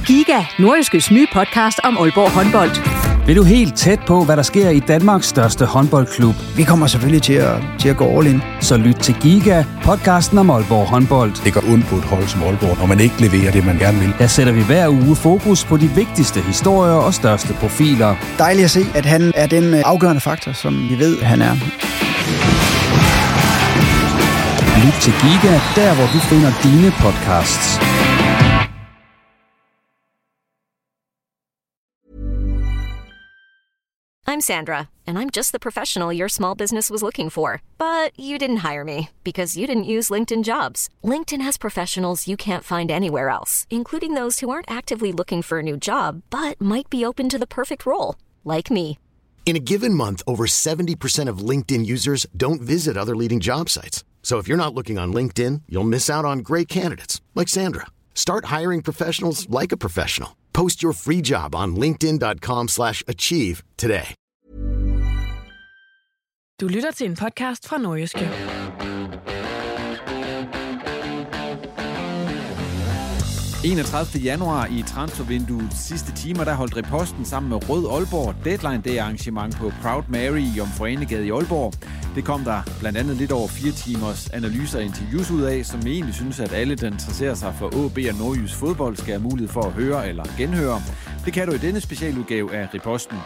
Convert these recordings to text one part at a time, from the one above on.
Giga, Nordjyskes nye podcast om Aalborg håndbold. Vil du helt tæt på, hvad der sker i Danmarks største håndboldklub? Vi kommer selvfølgelig til at gå all in. Så lyt til Giga, podcasten om Aalborg håndbold. Det går ondt på et hold som Aalborg, når man ikke leverer det, man gerne vil. Der sætter vi hver uge fokus på de vigtigste historier og største profiler. Dejligt at se, at han er den afgørende faktor, som vi ved, han er. Lyt til Giga, der hvor du finder dine podcasts. I'm Sandra, and I'm just the professional your small business was looking for. But you didn't hire me because you didn't use LinkedIn Jobs. LinkedIn has professionals you can't find anywhere else, including those who aren't actively looking for a new job, but might be open to the perfect role, like me. In a given month, over 70% of LinkedIn users don't visit other leading job sites. So if you're not looking on LinkedIn, you'll miss out on great candidates like Sandra. Start hiring professionals like a professional. Post your free job on linkedin.com/achieve today. Du lytter til en podcast fra Nordjyske. Den 31. januar i transfervinduets sidste timer, der holdt Riposten sammen med Rød Aalborg Deadline Day arrangement på Proud Mary i Jomfru Ane Gade i Aalborg. Det kom der blandt andet lidt over 4 timers analyser og interviews ud af, som vi egentlig synes, at alle, der interesserer sig for AaB og Nordjysk fodbold, skal have mulighed for at høre eller genhøre. Det kan du i denne specialudgave af Riposten.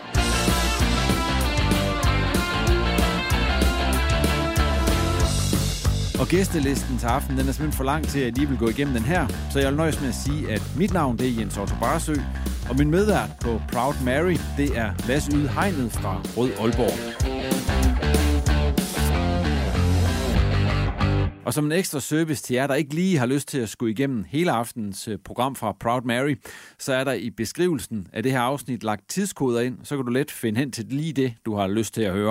Og gæstelisten til aften, den er simpelthen for lang til, at I lige vil gå igennem den her. Så jeg vil nøjes med at sige, at mit navn det er Jens Otto Barsø, og min medvært på Proud Mary, det er Lasse Yde Hegnet fra Rød Aalborg. Og som en ekstra service til jer, der ikke lige har lyst til at skulle igennem hele aftenens program fra Proud Mary, så er der i beskrivelsen af det her afsnit lagt tidskoder ind, så kan du let finde hen til lige det, du har lyst til at høre.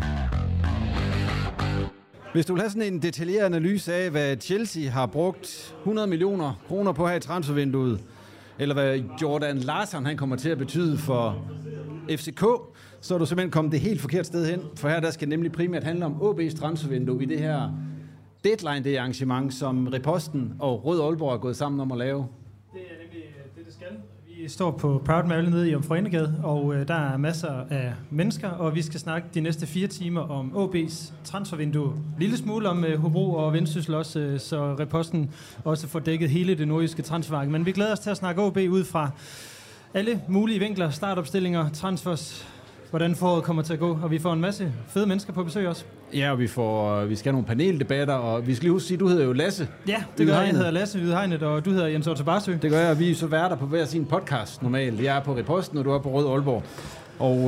Hvis du vil have sådan en detaljeret analyse af, hvad Chelsea har brugt 100 millioner kroner på her i transfervinduet, eller hvad Jordan Larsson han kommer til at betyde for FCK, så er du simpelthen kommet det helt forkert sted hen. For her der skal nemlig primært handle om AaB's transfervindue i det her Deadline Day arrangement, som Riposten og Rød Aalborg er gået sammen om at lave. Det er nemlig det skal. Vi står på Proud Mary nede i Jomfru Ane Gade, og der er masser af mennesker, og vi skal snakke de næste 4 timer om AaB's transfervindue. Lille smule om Hobro og Vendsyssel også, så Riposten også får dækket hele det nordjyske transfermarked. Men vi glæder os til at snakke AaB ud fra alle mulige vinkler, startopstillinger, transfers, hvordan foråret kommer til at gå, og vi får en masse fede mennesker på besøg også. Ja, og vi skal have nogle paneldebatter, og vi skal lige huske sige, du hedder jo Lasse. Ja, det gør jeg. Jeg hedder Lasse Yde Hegnet, og du hedder Jens Otto Barsø. Det gør jeg, og vi er så værter på hver sin podcast normalt. Jeg er på Riposten, og du er på Rød Aalborg. Og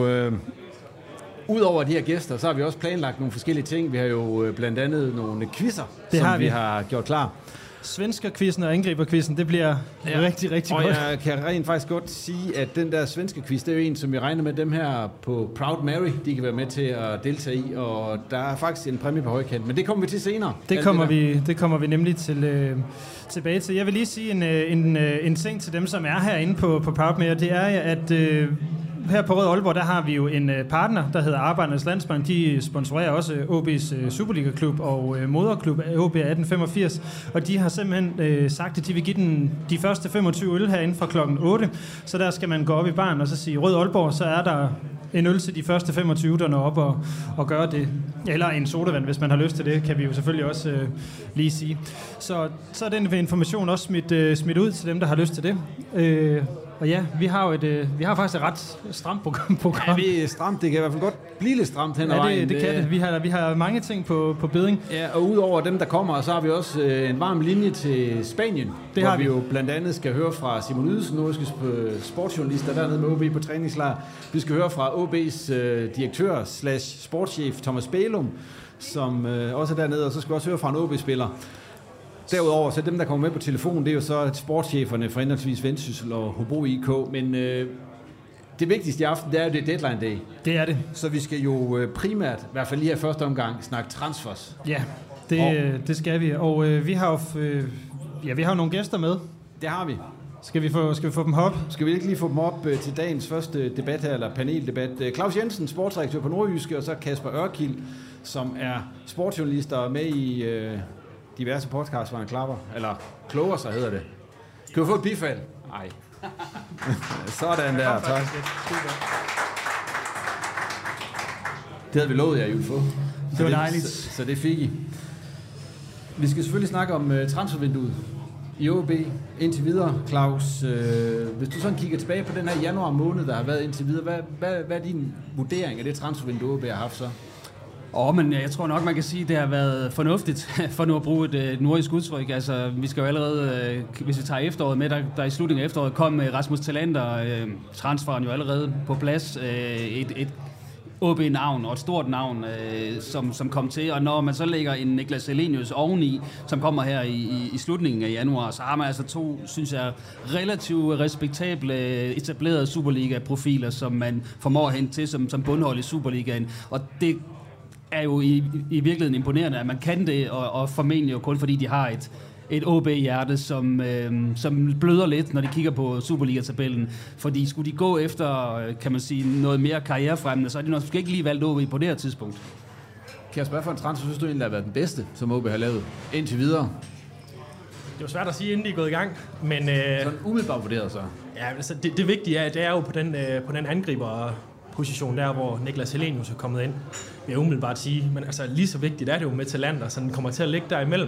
udover de her gæster, så har vi også planlagt nogle forskellige ting. Vi har jo blandt andet nogle quizzer, som vi har gjort klar. Svenskerquizzen og angriberquizzen, det bliver rigtig, rigtig godt. Og jeg kan rent faktisk godt sige, at den der svenske quiz, det er jo en, som vi regner med dem her på Proud Mary, de kan være med til at deltage i, og der er faktisk en præmie på højkant, men det kommer vi til senere. Det kommer vi nemlig tilbage til. Jeg vil lige sige en ting til dem, som er herinde på Proud Mary, det er, at her på Rød Aalborg, der har vi jo en partner, der hedder Arbejdernes Landsbank. De sponsorerer også AaB's Superliga-klub og moderklub AaB 1885. Og de har simpelthen sagt, at de vil give de første 25 øl herinde fra klokken 8. Så der skal man gå op i baren og så sige Rød Aalborg, så er der en øl til de første 25, der når op og gøre det. Eller en sodavand, hvis man har lyst til det, kan vi jo selvfølgelig også lige sige. Så er den information også smidt ud til dem, der har lyst til det. Og ja, vi har faktisk et ret stramt program. Ja, vi er stramt. Det kan i hvert fald godt blive lidt stramt hen ad vejen. Det kan det. Vi har mange ting på beding. Ja, og udover dem, der kommer, så har vi også en varm linje til Spanien. Det hvor vi jo blandt andet skal høre fra Simon Ydesen, nordiske sportsjournalister dernede med AaB på træningslejr. Vi skal høre fra AaB's direktør / sportschef Thomas Bælum, som også er dernede, og så skal vi også høre fra en AaB-spiller. Derudover, så dem, der kommer med på telefonen, det er jo så sportscheferne for henholdsvis Vendsyssel og Hobro IK, men det vigtigste i aften, det er jo det Deadline Day. Det er det. Så vi skal jo primært, i hvert fald lige her første omgang, snakke transfers. Ja, det skal vi, og vi har jo nogle gæster med. Det har vi. Skal vi få dem op? Skal vi ikke lige få dem op til dagens første debat her, eller paneldebat? Claus Jensen, sportsdirektør på Nordjyske, og så Kasper Ørkild, som er sportsjournalist og med i diverse podcasts, hvor han klapper, eller kloger sig hedder det. Kan vi få et bifald? Nej. Sådan der, tak. Det havde vi lovet jer, I ville få. Det var dejligt. Så det fik I. Vi skal selvfølgelig snakke om transfervinduet i OB indtil videre. Claus, hvis du sådan kigger tilbage på den her januar måned, der har været indtil videre, hvad er din vurdering af det transfervindue, OB har haft så? Men jeg tror nok, man kan sige, at det har været fornuftigt, for nu at bruge et nordisk udtryk. Altså, vi skal jo allerede, hvis vi tager efteråret med, der i slutningen af efteråret kom Rasmus Talander, transferen jo allerede på plads, et OB-navn og et stort navn, som kom til. Og når man så lægger en Niklas Helenius oveni, som kommer her i slutningen af januar, så har man altså to, synes jeg, relativt respektable, etablerede Superliga-profiler, som man formår at hente til som bundhold i Superligaen. Og det er jo i virkeligheden imponerende, at man kan det, og formentlig jo kun fordi de har et OB-hjerte, som bløder lidt, når de kigger på Superliga-tabellen. Fordi skulle de gå efter, kan man sige, noget mere karrierefremmende, så er de nok ikke lige valgt OB på det her tidspunkt. Kasper, hvad for en transfer synes du egentlig har været den bedste, som OB har lavet indtil videre? Det er jo svært at sige, inden de er gået i gang, men... Sådan umiddelbart vurderet så? Ja, altså det vigtige er, det er jo på den angriberposition der, hvor Niklas Helenius er kommet ind. Jeg vil umiddelbart sige, men altså lige så vigtigt er det jo med Talander, så den kommer til at ligge derimellem.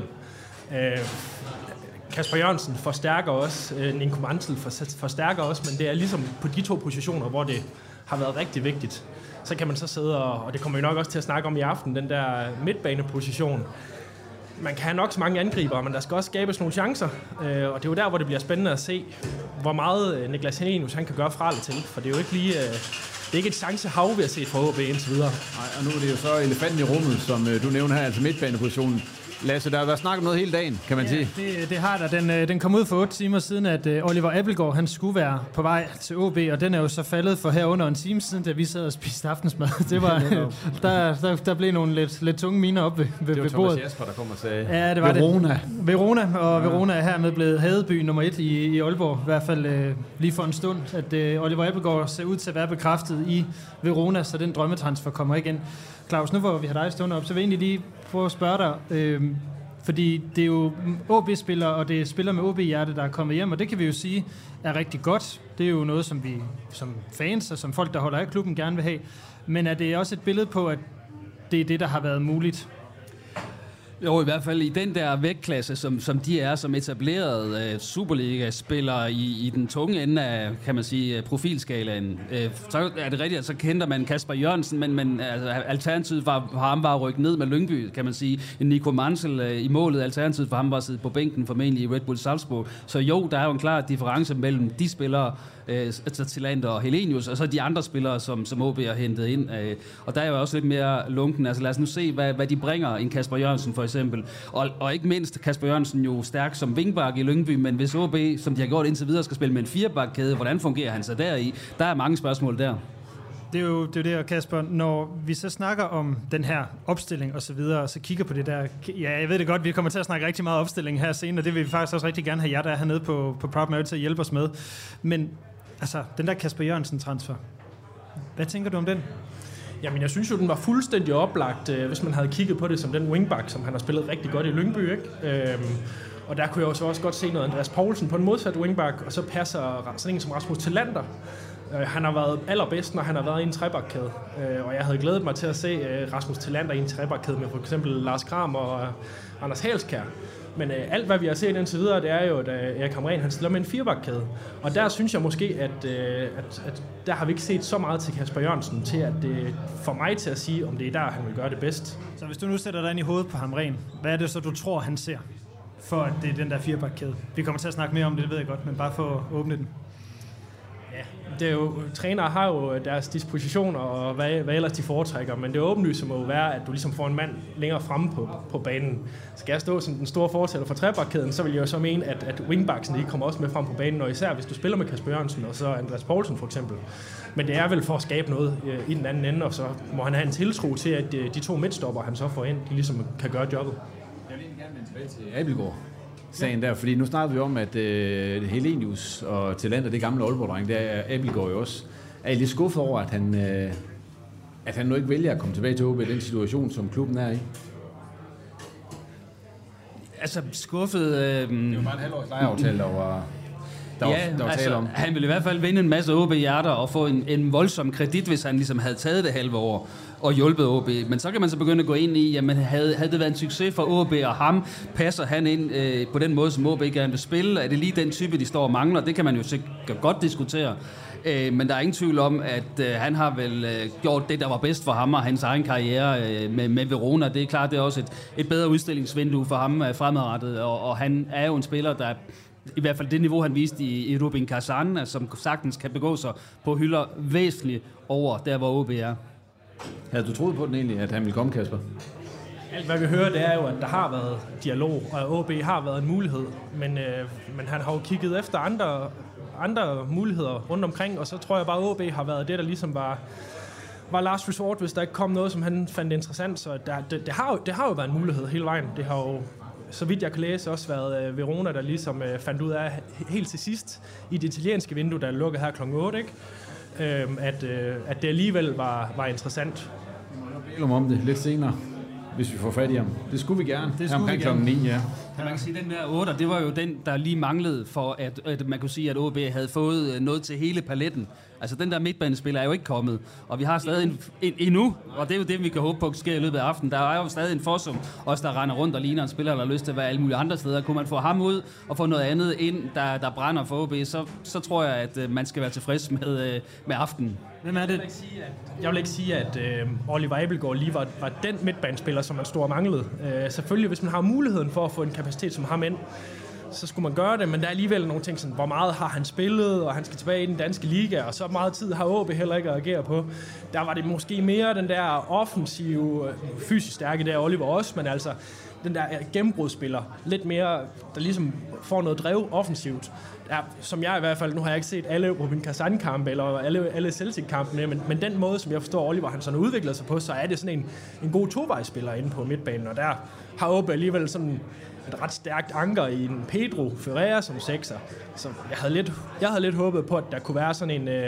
Kasper Jørgensen forstærker også, Nico Mansell forstærker også, men det er ligesom på de to positioner, hvor det har været rigtig vigtigt. Så kan man så sidde, og det kommer vi nok også til at snakke om i aften, den der midtbaneposition. Man kan have nok så mange angriber, men der skal også skabes nogle chancer, og det er jo der, hvor det bliver spændende at se, hvor meget Niklas Helenius han kan gøre fra det til, for det er jo ikke lige... Det er ikke et chancehav, vi har set fra OB indtil videre. Nej, og nu er det jo så elefanten i rummet, som du nævner her, altså midtbanepositionen. Lasse, der har været snakket om noget hele dagen, kan man sige. Det har der. Den kom ud for 8 timer siden, at Oliver Abildgaard, han skulle være på vej til OB, og den er jo så faldet for her under en time siden, da vi sad og spiste aftensmad. Det var, der blev nogle lidt tunge miner op ved bordet. Det var Thomas Jasper, der kom og sagde, ja, det var Verona. Verona, og Verona er hermed blevet hadeby nummer 1 i Aalborg, i hvert fald lige for en stund, at Oliver Abildgaard ser ud til at være bekræftet i Verona, så den drømmetransfer kommer igen. Claus, nu hvor vi har dig stående op, så vil jeg egentlig lige prøve at spørge dig, fordi det er jo OB-spillere, og det er spillere med OB-hjerte, der er kommet hjem, og det kan vi jo sige er rigtig godt. Det er jo noget, som vi som fans og som folk, der holder af klubben, gerne vil have. Men er det også et billede på, at det er det, der har været muligt? Jo, i hvert fald i den der vægtklasse, som de er, som etablerede Superliga-spillere i den tunge ende af, kan man sige, profilskalaen. Så er det rigtigt, at så kender man Kasper Jørgensen, men altså, alternativet for ham var at rykke ned med Lyngby, kan man sige. Nico Mansell i målet, alternativet for ham var at sidde på bænken formentlig i Red Bull Salzburg. Så jo, der er jo en klar difference mellem de spillere, altså Talander og Helenius, og så de andre spillere, som OB har hentet ind. Og der er jo også lidt mere lunken. Altså lad os nu se, hvad de bringer, en Kasper Jørgensen for eksempel. Og ikke mindst Kasper Jørgensen jo stærk som wingback i Lyngby, men hvis OB, som de har gjort indtil videre, skal spille med en 4-back-kæde, hvordan fungerer han så deri? Der er mange spørgsmål der. Det er jo det, Kasper. Når vi så snakker om den her opstilling og så videre, og så kigger på det der... Ja, jeg ved det godt, vi kommer til at snakke rigtig meget opstilling her senere, og det vil vi faktisk også rigtig gerne have jer, der er hernede på Proud Mary til at hjælpe os med. Men altså, den der Kasper Jørgensen-transfer, hvad tænker du om den? Jamen, jeg synes jo, den var fuldstændig oplagt, hvis man havde kigget på det som den wingback, som han har spillet rigtig godt i Lyngby, ikke? Og der kunne jeg jo så også godt se noget Andreas Poulsen på en modsat wingback, og så passer sådan en som Rasmus Talander. Han har været allerbedst, når han har været i en trebakkæde. Og jeg havde glædet mig til at se Rasmus Talander i en trebakkæde med for eksempel Lars Kram og Anders Halskær. Men alt, hvad vi har set indtil videre, det er jo, at Erik Hamrén, han stiller med en 4-bakkæde. Og der synes jeg måske, at der har vi ikke set så meget til Kasper Jørgensen, til at det får mig til at sige, om det er der, han vil gøre det bedst. Så hvis du nu sætter dig ind i hovedet på Hamrén, hvad er det så, du tror, han ser, for at det er den der 4-bakkæde? Vi kommer til at snakke mere om det ved jeg godt, men bare for at åbne den. Ja, det er jo, trænere har jo deres dispositioner og hvad ellers de foretrækker, men det åbenlyse må jo være, at du ligesom får en mand længere fremme på banen. Skal jeg stå som den store fortæller for trebakkæden, så vil jeg jo så mene, at wingbacksen de kommer også med frem på banen, og især hvis du spiller med Kasper Jørgensen og så Andreas Poulsen for eksempel. Men det er vel for at skabe noget i den anden ende, og så må han have en tiltro til, at de to midtstopper, han så får ind, de ligesom kan gøre jobbet. Jeg vil gerne vende tilbage til Abildgaard. Sagen der, fordi nu snakker vi om, at Helenius og Talander, det gamle Aalborg-dreng, der er Abildgaard jo også. Er I lidt skuffet over, at han nu ikke vælger at komme tilbage til OB i den situation, som klubben er i? Altså skuffet... Det var bare en halvårs lejeaftale, der var tale om. Han ville i hvert fald vinde en masse OB-hjerter og få en voldsom kredit, hvis han ligesom havde taget det halve år og hjulpet OB. Men så kan man så begynde at gå ind i, jamen havde det været en succes for OB og ham, passer han ind på den måde, som OB gerne vil spille? Er det lige den type, de står og mangler? Det kan man jo sikkert godt diskutere. Men der er ingen tvivl om, at han har vel gjort det, der var bedst for ham og hans egen karriere med Verona. Det er klart, det er også et bedre udstillingsvindue for ham fremadrettet, og han er jo en spiller, der i hvert fald det niveau, han viste i Rubin Kazan, som sagtens kan begå sig på hylder væsentligt over der, hvor OB er. Havde du troet på den egentlig, at han ville komme, Kasper? Alt hvad vi hører, det er jo, at der har været dialog, og OB har været en mulighed, men han har jo kigget efter andre muligheder rundt omkring, og så tror jeg bare, at OB har været det, der ligesom var last resort, hvis der ikke kom noget, som han fandt interessant. Så det har jo været en mulighed hele vejen. Det har jo, så vidt jeg kan læse, også været Verona, der ligesom fandt ud af helt til sidst i det italienske vindue, der lukkede her kl. 8, ikke? At det alligevel var interessant. Vi må om det lidt senere, hvis vi får fat i ham. Det skulle vi gerne. Det skulle omkring klokken 9, ja. Man kan sige, at den der 8, det var jo den, der lige manglede for, at man kunne sige, at OB havde fået noget til hele paletten. Altså, den der midtbanespiller er jo ikke kommet, og vi har stadig endnu, og det er jo det, vi kan håbe på, sker i løbet af aftenen. Der er jo stadig en forsum, også der render rundt og ligner en spiller, der har lyst til at være alle mulige andre steder. Kunne man få ham ud og få noget andet ind, der brænder for OB, så tror jeg, at man skal være tilfreds med aftenen. Hvem er det? Jeg vil ikke sige, at Oliver Abelgaard lige var den midtbanespiller, som man stod og manglede. Selvfølgelig, hvis man har muligheden for at få en kapacitet som ham ind, så skulle man gøre det, men der er alligevel nogle ting, sådan, hvor meget har han spillet, og han skal tilbage i den danske liga, og så meget tid har OB heller ikke at agere på. Der var det måske mere den der offensive, fysisk stærke der Oliver også, men altså den der gennembrudsspiller, lidt mere, der ligesom får noget drev offensivt. Ja, som jeg i hvert fald, nu har jeg ikke set alle Rubin Kazan-kampe, eller alle Celtic-kampene, men den måde, som jeg forstår, Oliver han sådan udvikler sig på, så er det sådan en god tovejsspiller inde på midtbanen, og der har OB alligevel sådan et ret stærkt anker i en Pedro Ferreira som sekser. Så jeg havde lidt håbet på, at der kunne være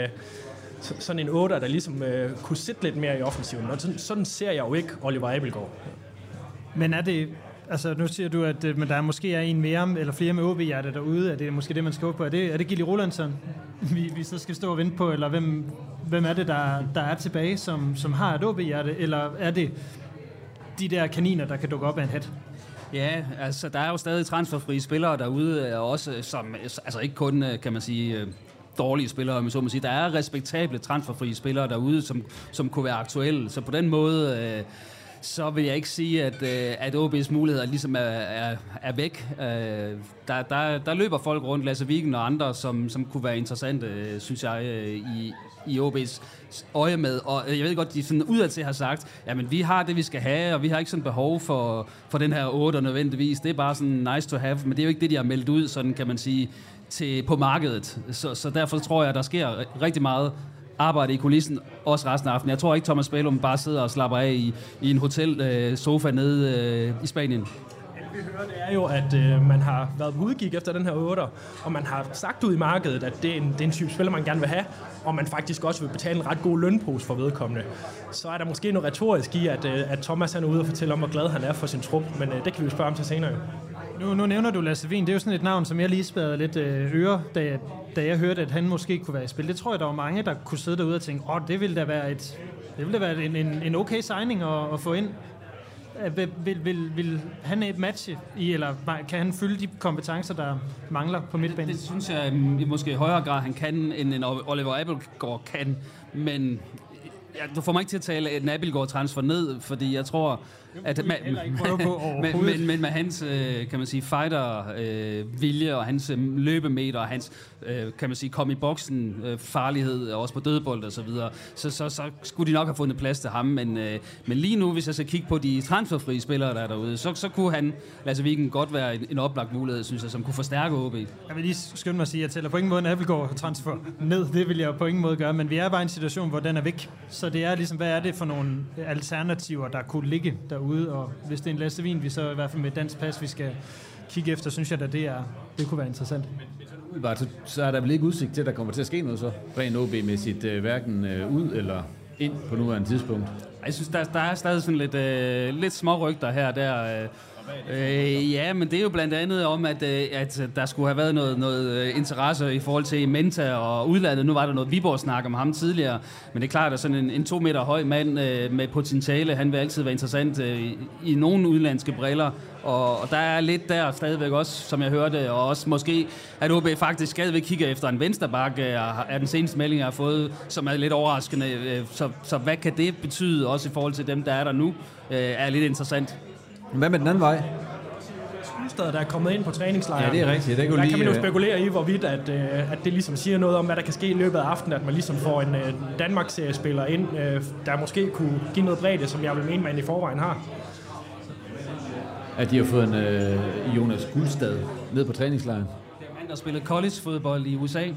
sådan en 8'er, der ligesom kunne sætte lidt mere i offensiven. Og sådan ser jeg jo ikke Oliver Abelgaard. Men er det, altså nu siger du, at der måske er en mere eller flere med OB-hjerte derude. Er det måske det, man skal håbe på? Er det Gilly Rolandsson, vi så skal stå og vente på? Eller hvem er det, der er tilbage, som har et OB-hjerte? Eller er det de der kaniner, der kan dukke op af en hat? Ja, altså der er jo stadig transferfrie spillere derude, også som, altså ikke kun, kan man sige, dårlige spillere, men så må sige, der er respektable transferfrie spillere derude, som kunne være aktuelle. Så på den måde, så vil jeg ikke sige, at OB's muligheder ligesom er væk. Der løber folk rundt, Lasse Vigen og andre, som kunne være interessante, synes jeg, i OB's øje med. Og jeg ved godt, de sådan udadtil har sagt, jamen vi har det, vi skal have, og vi har ikke sådan behov for den her 8 nødvendigvis. Det er bare sådan nice to have, men det er jo ikke det, de har meldt ud, sådan kan man sige, på markedet. Så derfor tror jeg, at der sker rigtig meget arbejde i kulissen, også resten af aftenen. Jeg tror ikke, Thomas Bælum bare sidder og slapper af i en hotelsofa nede i Spanien. Vi hører, det er jo, at man har været på udkig efter den her 8'er, og man har sagt ud i markedet, at det er en type spiller, man gerne vil have, og man faktisk også vil betale en ret god lønpose for vedkommende. Så er der måske noget retorisk i, at Thomas han er ude og fortælle om, hvor glad han er for sin trup, men det kan vi jo spørge om til senere. Nu nævner du Lasse Wien. Det er jo sådan et navn, som jeg lige spærrede lidt øre, da jeg hørte, at han måske kunne være i spil. Det tror jeg, der var mange, der kunne sidde derude og tænke, det ville da være en okay signing at få ind. Vil han matche i, eller kan han fylde de kompetencer, der mangler på midtbanen? Det synes jeg måske i højere grad, han kan, end Oliver Abelgaard kan. Men du får mig ikke til at tale en Abelgaard-transfer ned, fordi jeg tror, at men med hans, kan man sige, fighter-vilje og hans løbemeter og hans, kan man sige, kom i boksen farlighed, også på dødbold og så videre, så skulle de nok have fundet plads til ham, men lige nu, hvis jeg skal kigge på de transferfrie spillere, der er derude, så kunne han, Lasse Vigen, godt være en oplagt mulighed, synes jeg, som kunne forstærke OB. Jeg vil lige skynde mig at sige, at jeg tæller på ingen måde en Abelgaard-transfer ned, det vil jeg på ingen måde gøre, men vi er bare i en situation, hvor den er væk, så det er ligesom, hvad er det for nogle alternativer, der kunne ligge derude, og hvis det er en Lasse Wien, vi så i hvert fald med dansk pas, vi skal kigge efter, synes jeg, at det kunne være interessant. Så er der vel ikke udsigt til, at der kommer til at ske noget så, rent OB-mæssigt, hverken ud eller ind på nuværende tidspunkt? Jeg synes, der er stadig sådan lidt små rygter her og der. Ja, men det er jo blandt andet om, at der skulle have været noget interesse i forhold til Menta og udlandet. Nu var der noget Viborg-snak om ham tidligere, men det er klart, at sådan en 2 meter høj mand med potentiale, han vil altid være interessant i nogle udlandske briller. Og der er lidt der stadigvæk også, som jeg hørte, og også måske, at OB faktisk stadigvæk kigger efter en venstreback af den seneste melding, jeg har fået, som er lidt overraskende. Så hvad kan det betyde, også i forhold til dem, der er der nu, er lidt interessant. Hvad med den anden vej? Skulstad, der er kommet ind på træningslejren. Ja, det er rigtigt. Der kan man jo spekulere i, hvorvidt at det ligesom siger noget om, hvad der kan ske i løbet af aftenen, at man ligesom får en Danmark-seriespiller ind, der måske kunne give noget bredde, som jeg vil mene, man i forvejen har. At de har fået en Jonas Guldstad ned på træningslejren. Det er mand, der spiller college-fodbold i USA,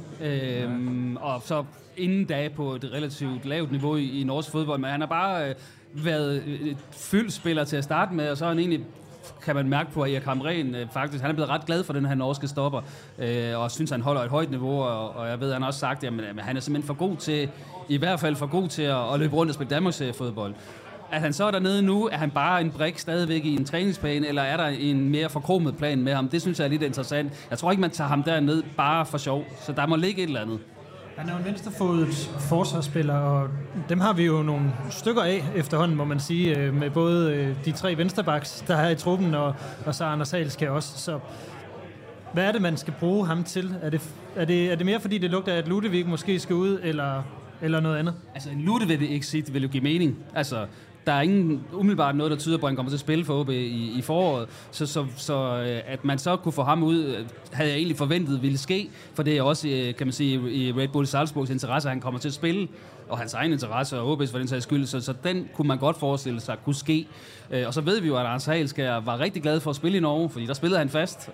og så inden da på et relativt lavt niveau i norsk fodbold, men han har bare været fyldt spiller til at starte med, og så er han egentlig, kan man mærke på, at Erik Hamrén faktisk, han er blevet ret glad for den her norske stopper, og synes, han holder et højt niveau, og jeg ved, han har også sagt, at han er simpelthen for god til, i hvert fald for god til at løbe rundt og spille Danmarks-fodbold. At han så er dernede nu, er han bare en brik stadigvæk i en træningsplan, eller er der en mere forkromet plan med ham? Det synes jeg er lidt interessant. Jeg tror ikke, man tager ham derned bare for sjov, så der må ligge et eller andet. Han er jo en venstrefodet forsvarsspiller, og dem har vi jo nogle stykker af efterhånden, må man sige, med både de 3 venstrebacks, der er i truppen, og så Anders Halske også. Så hvad er det, man skal bruge ham til? Er det mere, fordi det lugter, at Ludvig måske skal ud, eller noget andet? Altså, en Ludvig-exit vil jo give mening. Altså, der er ingen umiddelbart noget, der tyder på, at han kommer til at spille for OB i foråret. Så at man så kunne få ham ud, havde jeg egentlig forventet ville ske, for det er også, kan man sige, i Red Bull Salzburgs interesse, at han kommer til at spille, og hans egen interesse, og OB's for den sags skyld, så den kunne man godt forestille sig kunne ske. Og så ved vi jo, at Anders Halskær var rigtig glad for at spille i Norge, fordi der spillede han fast,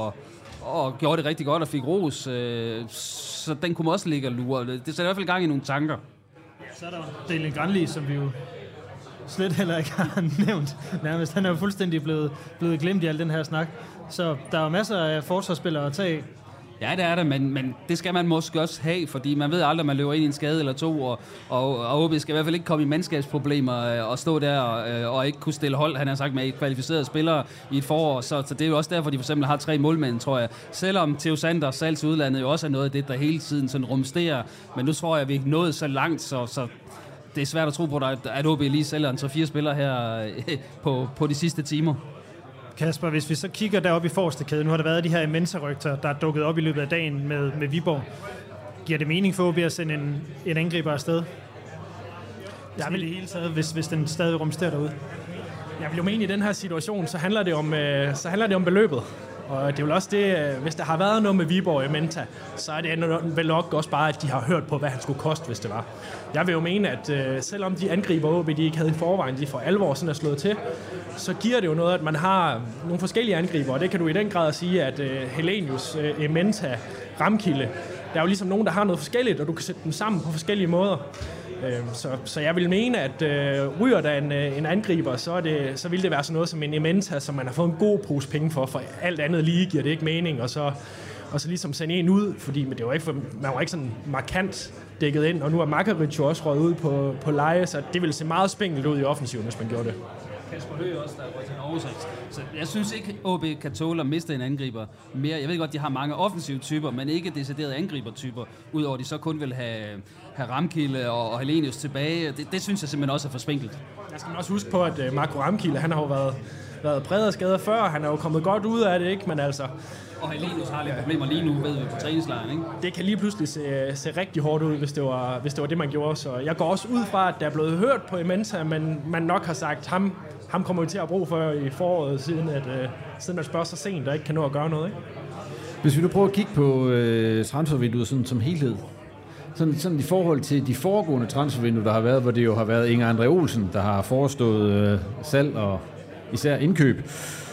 og gjorde det rigtig godt og fik ros. Så den kunne man også ligge og lure. Det sætter i hvert fald gang i nogle tanker. Så er der Dalen Granli, som vi jo slet heller ikke har nævnt nærmest. Han er jo fuldstændig blevet glemt i al den her snak. Så der er masser af forsvarsspillere at tage. Ja, det er det, men det skal man måske også have, fordi man ved aldrig, at man løber ind i en skade eller to, og OB skal i hvert fald ikke komme i mandskabsproblemer og stå der og ikke kunne stille hold, han har sagt, med kvalificerede spillere i et forår, så det er jo også derfor, de for eksempel har 3 målmænd, tror jeg. Selvom Theo Sander salg til udlandet jo også er noget af det, der hele tiden sådan rumsterer, men nu tror jeg, at vi ikke nået så langt, så det er svært at tro på, at OB lige sælger en 3-4 spillere her på de sidste timer. Kasper, hvis vi så kigger deroppe i forreste kæde, nu har der været de her immense-rygter, der er dukket op i løbet af dagen med Viborg. Giver det mening for OB at sende en angriber afsted? Jeg vil i hele taget, hvis den stadig rumsterer derude. Jeg vil jo mene, i den her situation, så handler det om beløbet. Og det er vel også det, hvis der har været noget med Viborg i Menta, så er det vel nok også bare, at de har hørt på, hvad han skulle koste, hvis det var. Jeg vil jo mene, at selvom de angriber OB, de ikke havde i forvejen, de for alvor sådan er slået til, så giver det jo noget, at man har nogle forskellige angriber, og det kan du i den grad sige, at Helenius, Menta, Ramkilde, der er jo ligesom nogen, der har noget forskelligt, og du kan sætte dem sammen på forskellige måder. Så jeg vil mene, at ryger der en angriber, så vil det være sådan noget som en Ementa, som man har fået en god pose penge for alt andet lige giver det ikke mening, og så ligesom sende en ud, fordi men det var ikke, man var ikke sådan markant dækket ind, og nu er Makaric jo også røget ud på leje, så det ville se meget spændende ud i offensiven, hvis man gjorde det. Kasper Høgh også, der er røget til Norge, så jeg synes ikke, OB kan tåle at miste en angriber mere. Jeg ved godt, de har mange offensive typer, men ikke deciderede angribertyper, udover at de så kun vil have Ramkilde og Helenius tilbage. Det synes jeg simpelthen også er for spinkelt. Jeg skal også huske på, at Marco Ramkilde, han har jo været bredere skader før, han er jo kommet godt ud af det, ikke? Men altså... Og Helenius har lidt problemer lige nu, ved vi, på træningslejren, ikke? Det kan lige pludselig se rigtig hårdt ud, hvis det var det, man gjorde. Så jeg går også ud fra, at der er blevet hørt på Ementa, men man nok har sagt, ham kommer vi til at bruge for i foråret, siden at spørge så sent, der ikke kan nå at gøre noget, ikke? Hvis vi nu prøver at kigge på transfervinduet sådan som helhed, sådan i forhold til de foregående transfervinduer, der har været, hvor det jo har været Inger André Olsen, der har forestået salg og især indkøb.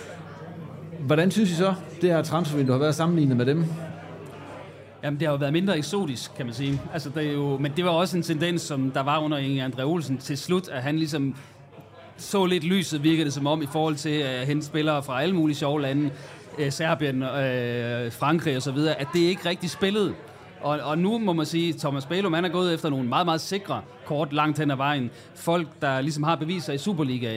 Hvordan synes I så, det her transfervindue har været sammenlignet med dem? Jamen, det har jo været mindre eksotisk, kan man sige. Altså, men det var også en tendens, som der var under Inger André Olsen til slut, at han ligesom så lidt lyset, virkede det som om, i forhold til at hente spillere fra alle mulige sjove lande, Serbien, Frankrig og så videre, at det ikke rigtig spillede. Og nu må man sige, at Thomas Bælum, han er gået efter nogle meget, meget sikre kort langt hen ad vejen. Folk, der ligesom har beviser i Superligaen.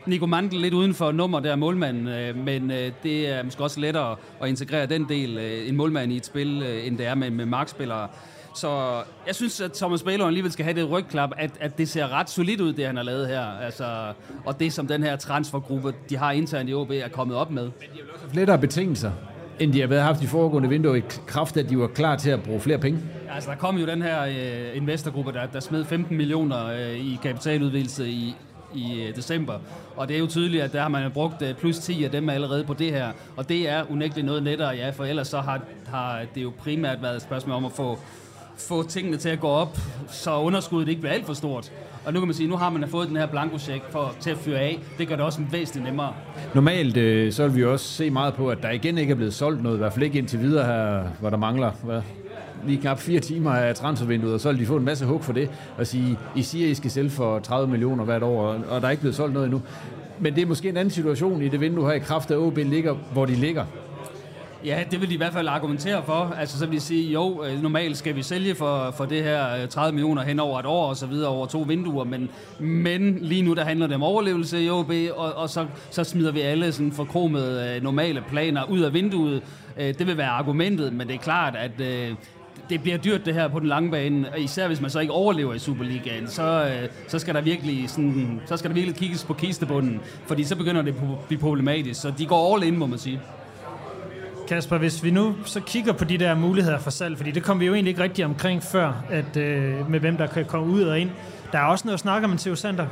Nico Mandl lidt uden for nummer der målmanden, men det er måske også lettere at integrere den del, en målmand i et spil, end det er med markspillere. Så jeg synes, at Thomas Bælund alligevel skal have det rygklap, at det ser ret solidt ud, det han har lavet her. Altså, og det, som den her transfergruppe, de har internt i OB, er kommet op med. Men de har også lettere betingelser, end de har været haft i foregående vinduer, i kraft af, at de var klar til at bruge flere penge. Altså, der kom jo den her investorgruppe, der smed 15 millioner i kapitaludvidelse i december. Og det er jo tydeligt, at der har man brugt plus 10 af dem allerede på det her. Og det er unægteligt noget nettere, ja, for ellers så har det jo primært været et spørgsmål om at få tingene til at gå op, så underskuddet ikke bliver alt for stort. Og nu kan man sige, nu har man fået den her blankocheck til at fyre af. Det gør det også væsentligt nemmere. Normalt så vil vi også se meget på, at der igen ikke er blevet solgt noget, i hvert fald ikke indtil videre her, hvor der mangler lige knap 4 timer af transfervinduet, og så vil de få en masse hug for det, og sige, I siger, I skal sælge for 30 millioner hvert år, og der er ikke blevet solgt noget endnu. Men det er måske en anden situation i det vindue her i kraft af OB ligger, hvor de ligger. Ja, det vil de i hvert fald argumentere for. Altså, så vil de sige, jo, normalt skal vi sælge for det her 30 millioner hen over et år og så videre over 2 vinduer, men lige nu der handler det om overlevelse i OB, og så smider vi alle sådan forkromede normale planer ud af vinduet. Det vil være argumentet, men det er klart, at det bliver dyrt det her på den lange bane, især hvis man så ikke overlever i Superligaen, så skal der virkelig kigges på kistebunden, fordi så begynder det at blive problematisk, så de går all in, må man sige. Kasper, hvis vi nu så kigger på de der muligheder for salg, fordi det kom vi jo egentlig ikke rigtig omkring før, at med hvem der kan komme ud og ind. Der er også noget at snakke om en Theo Sander,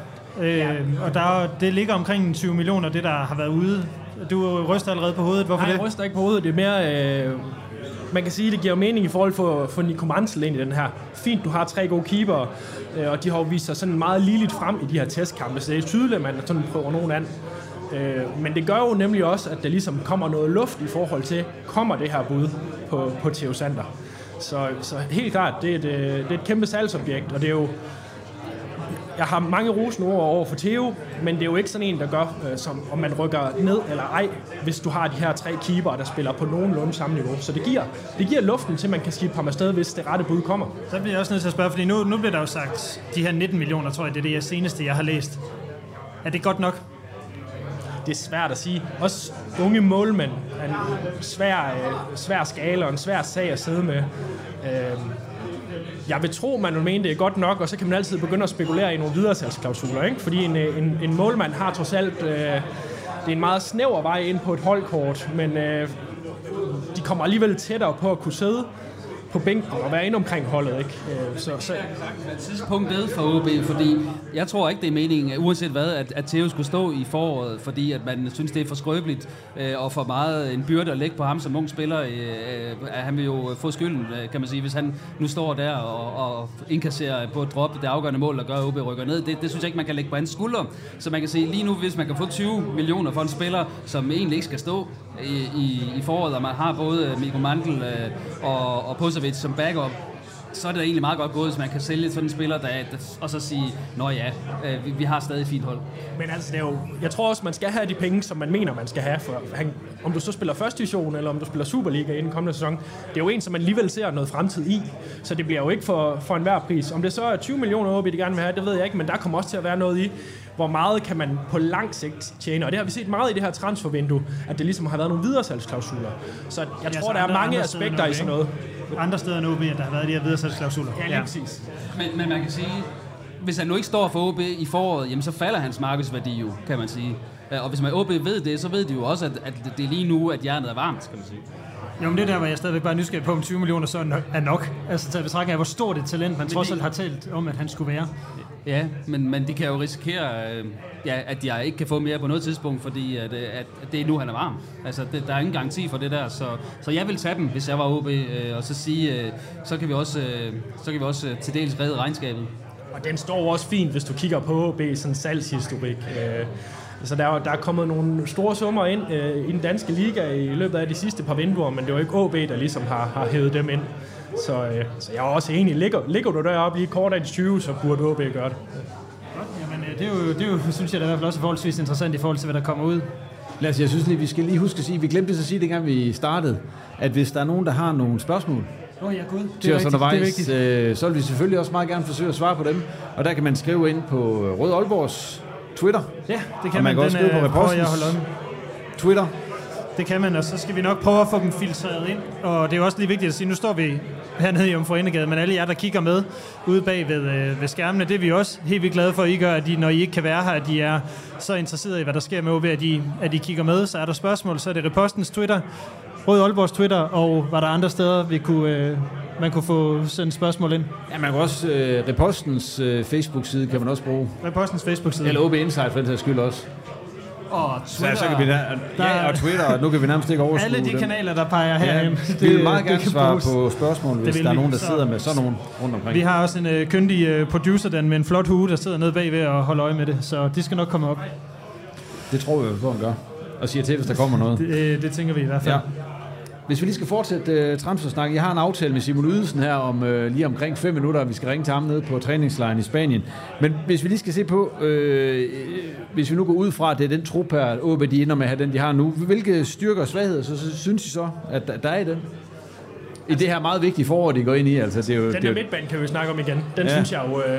og det ligger omkring 20 millioner, det der har været ude. Du ryster allerede på hovedet. Hvorfor det? Nej, jeg ryster ikke på hovedet. Det er mere... man kan sige, at det giver mening i forhold for Nico Mandl ind i den her. Fint, du har 3 gode keepere, og de har jo vist sig sådan meget ligeligt frem i de her testkampe, så det er tydeligt, at man sådan prøver nogen an. Men det gør jo nemlig også, at der ligesom kommer noget luft i forhold til, kommer det her bud på Theo Sander. Så helt klart, det er et kæmpe salgsobjekt, og det er jo... Jeg har mange rosende ord over for Theo, men det er jo ikke sådan en, der gør, om man rykker ned eller ej, hvis du har de her 3 keepere, der spiller på nogenlunde samme niveau. Så det giver luften til, at man kan skifte ham afsted, hvis det rette bud kommer. Så bliver jeg også nødt til at spørge, fordi nu bliver der jo sagt, de her 19 millioner, tror jeg, det er det seneste, jeg har læst. Er det godt nok? Det er svært at sige. Også unge målmænd er en svær skala og en svær sag at sidde med. Jeg vil tro, man vil mene, det er godt nok, og så kan man altid begynde at spekulere i nogle videresalgsklausuler, ikke? Fordi en målmand har trods alt... det er en meget snæver vej ind på et holdkort, men de kommer alligevel tættere på at kunne sidde på bænken og være inde omkring holdet, ikke? Så tidspunktet for OB, fordi jeg tror ikke, det er meningen, uanset hvad, at Theo skulle stå i foråret, fordi at man synes, det er for skrøbeligt og for meget en byrde at lægge på ham som ung spiller. Han vil jo få skylden, kan man sige, hvis han nu står der og indkasserer på et drop det afgørende mål, der gør, at OB rykker ned. Det synes jeg ikke, man kan lægge på hans skuldre. Så man kan sige, lige nu, hvis man kan få 20 millioner for en spiller, som egentlig ikke skal stå i foråret, og man har både Nico Mandl og Pusevic som backup, så er det egentlig meget godt gået, hvis man kan sælge sådan en spiller, og så sige, nå ja, vi har stadig et fint hold. Men altså, det er jo, jeg tror også, man skal have de penge, som man mener, man skal have. For om du så spiller første division, eller om du spiller Superliga i den kommende sæson, det er jo en, som man alligevel ser noget fremtid i. Så det bliver jo ikke for enhver pris. Om det så er 20 millioner OB, de gerne vil have, det ved jeg ikke, men der kommer også til at være noget i, hvor meget kan man på lang sigt tjene. Og det har vi set meget i det her transfervindue, at det ligesom har været nogle videresalgsklausuler. Så jeg tror, der er mange aspekter i sådan noget. Andre steder end OB, der har været de her videresalgsklausuler. Ja, lige præcis. Men man kan sige, hvis han nu ikke står for OB i foråret, jamen så falder hans markedsværdi jo, kan man sige. Og hvis man OB ved det, så ved de jo også, at det er lige nu, at jernet er varmt, kan man sige. Jo, men det der var jeg stadigvæk bare nysgerrig på, om 20 millioner så er nok. Altså til betragtning af, hvor stort et talent man trods alt har talt om, at han skulle være. Ja, men de kan jo risikere, at jeg ikke kan få mere på noget tidspunkt, fordi at det er nu, han er varm. Altså, der er ingen garanti for det der, så jeg vil tage dem, hvis jeg var OB, og så sige, så kan vi også til dels redde regnskabet. Og den står også fint, hvis du kigger på OB, sådan salgshistorik. Så der er kommet nogle store summer ind i den danske liga i løbet af de sidste par vinduer, men det er jo ikke OB, der ligesom har hævet dem ind. Så jeg er også enig. Ligger du deroppe lige kort af de 20, så burde OB gøre det. Jamen, det er jo, synes jeg, der er i hvert fald også forholdsvis interessant i forhold til, hvad der kommer ud. Lasse, jeg synes lige, vi skal lige huske at sige, vi glemte at sige, dengang vi startede, at hvis der er nogen, der har nogle spørgsmål, til os undervejs, så vil vi selvfølgelig også meget gerne forsøge at svare på dem. Og der kan man skrive ind på Rød Aalborgs Twitter. Ja, det kan og man kan også skrive på repostens Twitter. Det kan man, og så skal vi nok prøve at få dem filtreret ind. Og det er jo også lige vigtigt at sige, nu står vi hernede i Jomfru Ane Gade, men alle jer, der kigger med ude bag ved skærmene, det er vi også helt vildt glade for, at I gør, at når I ikke kan være her, at de er så interesserede i, hvad der sker med OB, at de kigger med. Så er der spørgsmål, så er det Repostens Twitter, Rød Aalborgs Twitter, og var der andre steder, man kunne få sendt spørgsmål ind? Ja, man kan også Repostens Facebook-side kan man også bruge. Repostens Facebook-side. Eller OB Insight for den sags skyld også. Og Twitter. Så kan vi og Twitter, og nu kan vi nærmest ikke overskue alle de kanaler, der peger herhen. Vi vil meget gerne svare på spørgsmål, hvis der er nogen, der sidder med sådan nogen rundt omkring. Vi har også en kyndig producer, den med en flot hue, der sidder nede bagved og holder øje med det, så de skal nok komme op. Det tror jeg, at han gør. Og siger til, hvis der kommer noget. Det tænker vi i hvert fald. Ja. Hvis vi lige skal fortsætte transfersnak, jeg har en aftale med Simon Ydelsen her om lige omkring 5 minutter, vi skal ringe til ham nede på træningslejren i Spanien. Men hvis vi lige skal se på, hvis vi nu går ud fra, at det er den trup her, OB de ender med at have den, de har nu, hvilke styrker og svagheder, så synes I så, at der er i den? I det her meget vigtige forår, de går ind i. Altså, det er jo, den der midtbane kan vi snakke om igen. Den synes jeg jo...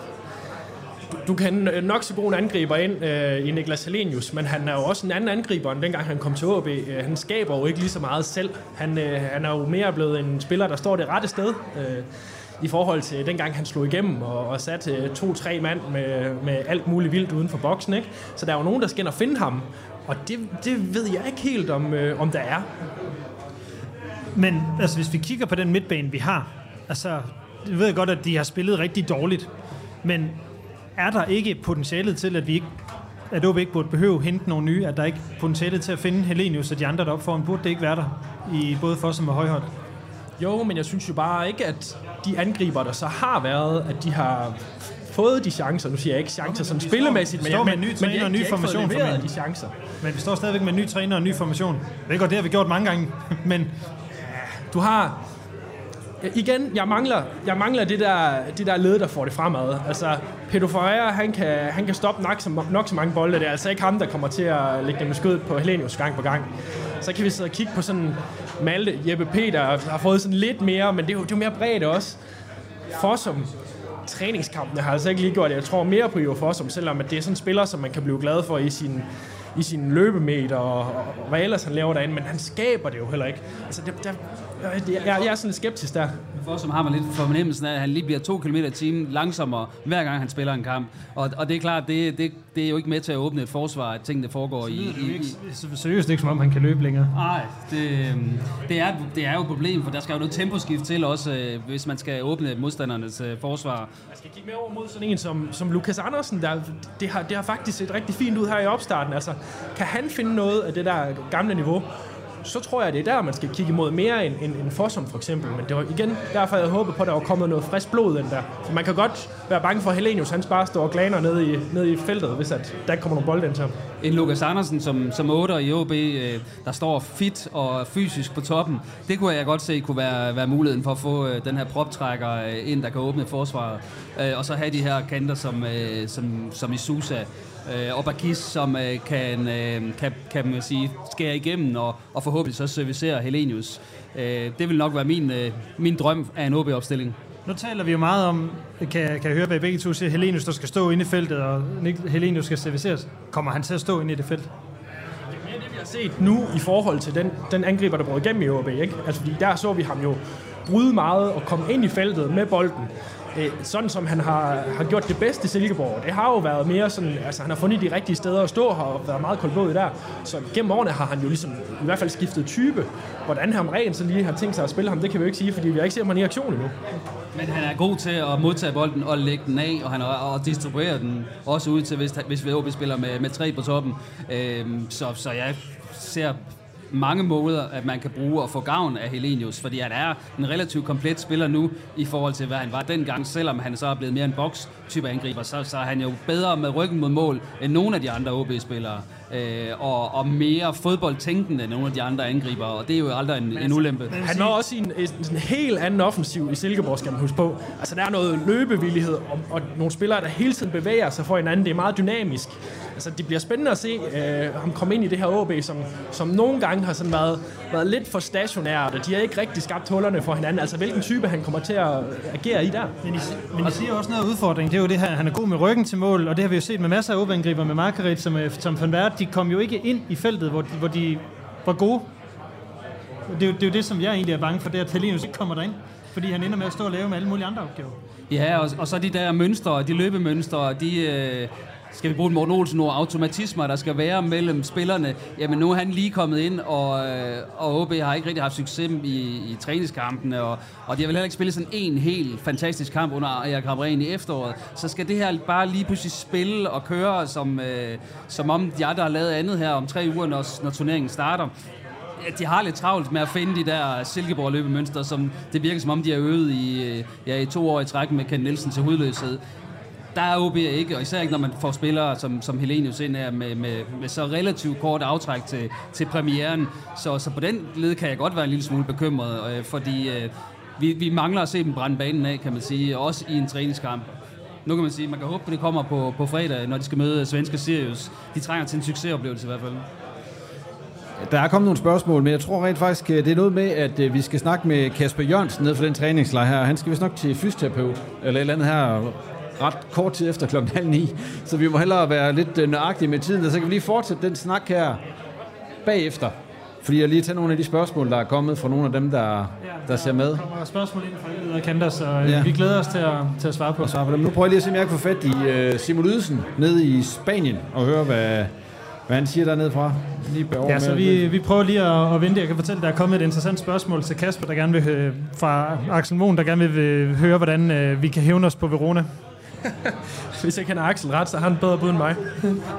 Du kan nok så god en angriber ind i Niklas Helenius, men han er jo også en anden angriber, end dengang han kom til OB. Han skaber jo ikke lige så meget selv. Han er jo mere blevet en spiller, der står det rette sted i forhold til dengang han slog igennem og satte 2-3 mand med alt muligt vildt uden for boksen. Ikke? Så der er jo nogen, der skal ind og finde ham, og det ved jeg ikke helt, om der er. Men altså, hvis vi kigger på den midtbane, vi har, altså, jeg ved godt, at de har spillet rigtig dårligt, men er der ikke potentialet til, at OB ikke burde behøve at hente nogle nye? At der ikke potentialet til at finde Helenius og de andre deroppe foran? Burde det ikke være der i både Fossum og Højholt? Jo, men jeg synes jo bare ikke, at de angriber, der så har været, at de har fået de chancer. Nu siger jeg ikke chancer som spillemæssigt, men med en ny træner og en ny formation for de chancer. Men vi står stadigvæk med en ny træner og en ny formation. Det har vi gjort mange gange, men du har... Igen, jeg mangler det der led, der får det fremad. Altså, Pedro Ferreira, han kan stoppe nok så mange bolde. Det er altså ikke ham, der kommer til at lægge dem i skødet på Helenius gang på gang. Så kan vi sidde og kigge på sådan Malte, Jeppe P., der har fået sådan lidt mere, men det er jo mere bredt også. Fossum, træningskampene har altså ikke lige gjort det. Jeg tror mere på Jo Fossum, selvom at det er sådan en spiller, som man kan blive glad for i sin løbemeter og hvad ellers han laver derinde, men han skaber det jo heller ikke. Altså, jeg er sådan lidt skeptisk der. Fossum har man lidt fornemmelsen af, at han lige bliver 2 km i timen langsommere, hver gang han spiller en kamp. Og det er klart, det er jo ikke med til at åbne et forsvar, at tingene foregår seriøst ikke, som om han kan løbe længere. Nej, det er jo et problem, for der skal jo noget temposkift til også, hvis man skal åbne modstandernes forsvar. Man skal kigge mere over mod sådan en som Lukas Andersen, det har faktisk set rigtig fint ud her i opstarten. Altså, kan han finde noget af det der gamle niveau, så tror jeg, det er der, man skal kigge imod mere end Fossum for eksempel. Men det var igen derfor, jeg håber på, at der var kommet noget frisk blod ind der. For man kan godt være bange for Helenius, han bare står og glaner nede i feltet, hvis at der ikke kommer nogle bolde ind til ham. En Lukas Andersen som 8'er i OB, der står fit og fysisk på toppen, det kunne jeg godt se kunne være muligheden for at få den her proptrækker ind, der kan åbne forsvaret. Og så have de her kanter som i Sousa og Bakis, som kan man sige, skære igennem og forhåbentlig så servicere Helenius. Det vil nok være min drøm af en OB-opstilling. Nu taler vi jo meget om, kan jeg høre, hvad begge to siger, Helenius, der skal stå inde i feltet, og Helenius skal serviceres. Kommer han til at stå inde i det felt? Det er mere det, vi har set nu i forhold til den angriber, der brød igennem i OB, ikke? Altså, fordi der så vi ham jo bryde meget og komme ind i feltet med bolden. Sådan som han har gjort det bedste i Silkeborg. Det har jo været mere sådan, altså han har fundet de rigtige steder at stå, har været meget koldblodig der. Så gennem årene har han jo ligesom i hvert fald skiftet type. Hvordan han rent så lige har tænkt sig at spille ham, det kan vi jo ikke sige, fordi vi har ikke set ham i aktion endnu. Men han er god til at modtage bolden og lægge den af, og distribuere den også ud til, hvis OB spiller med 3 på toppen. Så jeg ser mange måder, at man kan bruge og få gavn af Helenius, fordi han er en relativt komplet spiller nu, i forhold til, hvad han var dengang, selvom han så er blevet mere en boks-type angriber, så er han jo bedre med ryggen mod mål, end nogen af de andre OB-spillere. og mere fodboldtænkende end nogle af de andre angriber, og det er jo aldrig en ulempe. Han var også i en helt anden offensiv i Silkeborg, skal man huske på. Altså, der er noget løbevillighed, og nogle spillere, der hele tiden bevæger sig for hinanden. Det er meget dynamisk. Altså, det bliver spændende at se ham komme ind i det her OB, som nogle gange har sådan været lidt for stationært, og de har ikke rigtig skabt hullerne for hinanden. Altså, hvilken type han kommer til at agere i der. Men I siger også noget af udfordring. Det er jo det her, han er god med ryggen til mål, og det har vi jo set med masser af OB-angriber med Margaret, som Van Vært. De kom jo ikke ind i feltet, hvor de var gode. Det er jo det, som jeg egentlig er bange for, det at Thelenius ikke kommer derind, fordi han ender med at stå og lave med alle mulige andre opgaver. Ja, og så de der mønstre, de løbemønstre, de skal vi bruge Morten Olsen nogle automatismer, der skal være mellem spillerne. Jamen nu er han lige kommet ind, og OB har ikke rigtig haft succes i træningskampene, og de har vel heller ikke spillet sådan en helt fantastisk kamp under Erik Hamrén i efteråret. Så skal det her bare lige pludselig spille og køre, som om de andre har lavet andet her om 3 uger, når turneringen starter. De har lidt travlt med at finde de der Silkeborg løbemønstre, som det virker som om de har øvet i 2 år i træk med Ken Nielsen til hudløshed. Der er OB ikke, og især ikke, når man får spillere som Helenius ind her med så relativt kort aftræk til premieren. Så på den led kan jeg godt være en lille smule bekymret, fordi vi mangler at se dem brænde banen af, kan man sige, også i en træningskamp. Nu kan man sige, man kan håbe, at det kommer på fredag, når de skal møde svenske Sirius. De trænger til en succesoplevelse i hvert fald. Der er kommet nogle spørgsmål, men jeg tror rent faktisk, det er noget med, at vi skal snakke med Kasper Jørgensen nede for den træningslejr her. Han skal vist nok til fysioterapeut, eller et eller andet her ret kort tid efter 8:30, så vi må hellere være lidt nøjagtige med tiden, og så kan vi lige fortsætte den snak her bagefter. Fordi jeg lige tager nogle af de spørgsmål, der er kommet fra nogle af dem, der ser med. Der kommer spørgsmål ind fra alle kanter, så vi glæder os til at svare på. Nu prøver jeg lige at se, om jeg kan få fat i Simon Ydelsen nede i Spanien, og høre, hvad han siger dernede fra. Ja, så vi prøver lige at vente. Jeg kan fortælle, der er kommet et interessant spørgsmål til Kasper, der gerne vil fra Axel Mohn, der gerne vil høre, hvordan vi kan hævne os på Verona. Hvis jeg kender Axel ret, så har han bedre bud end mig.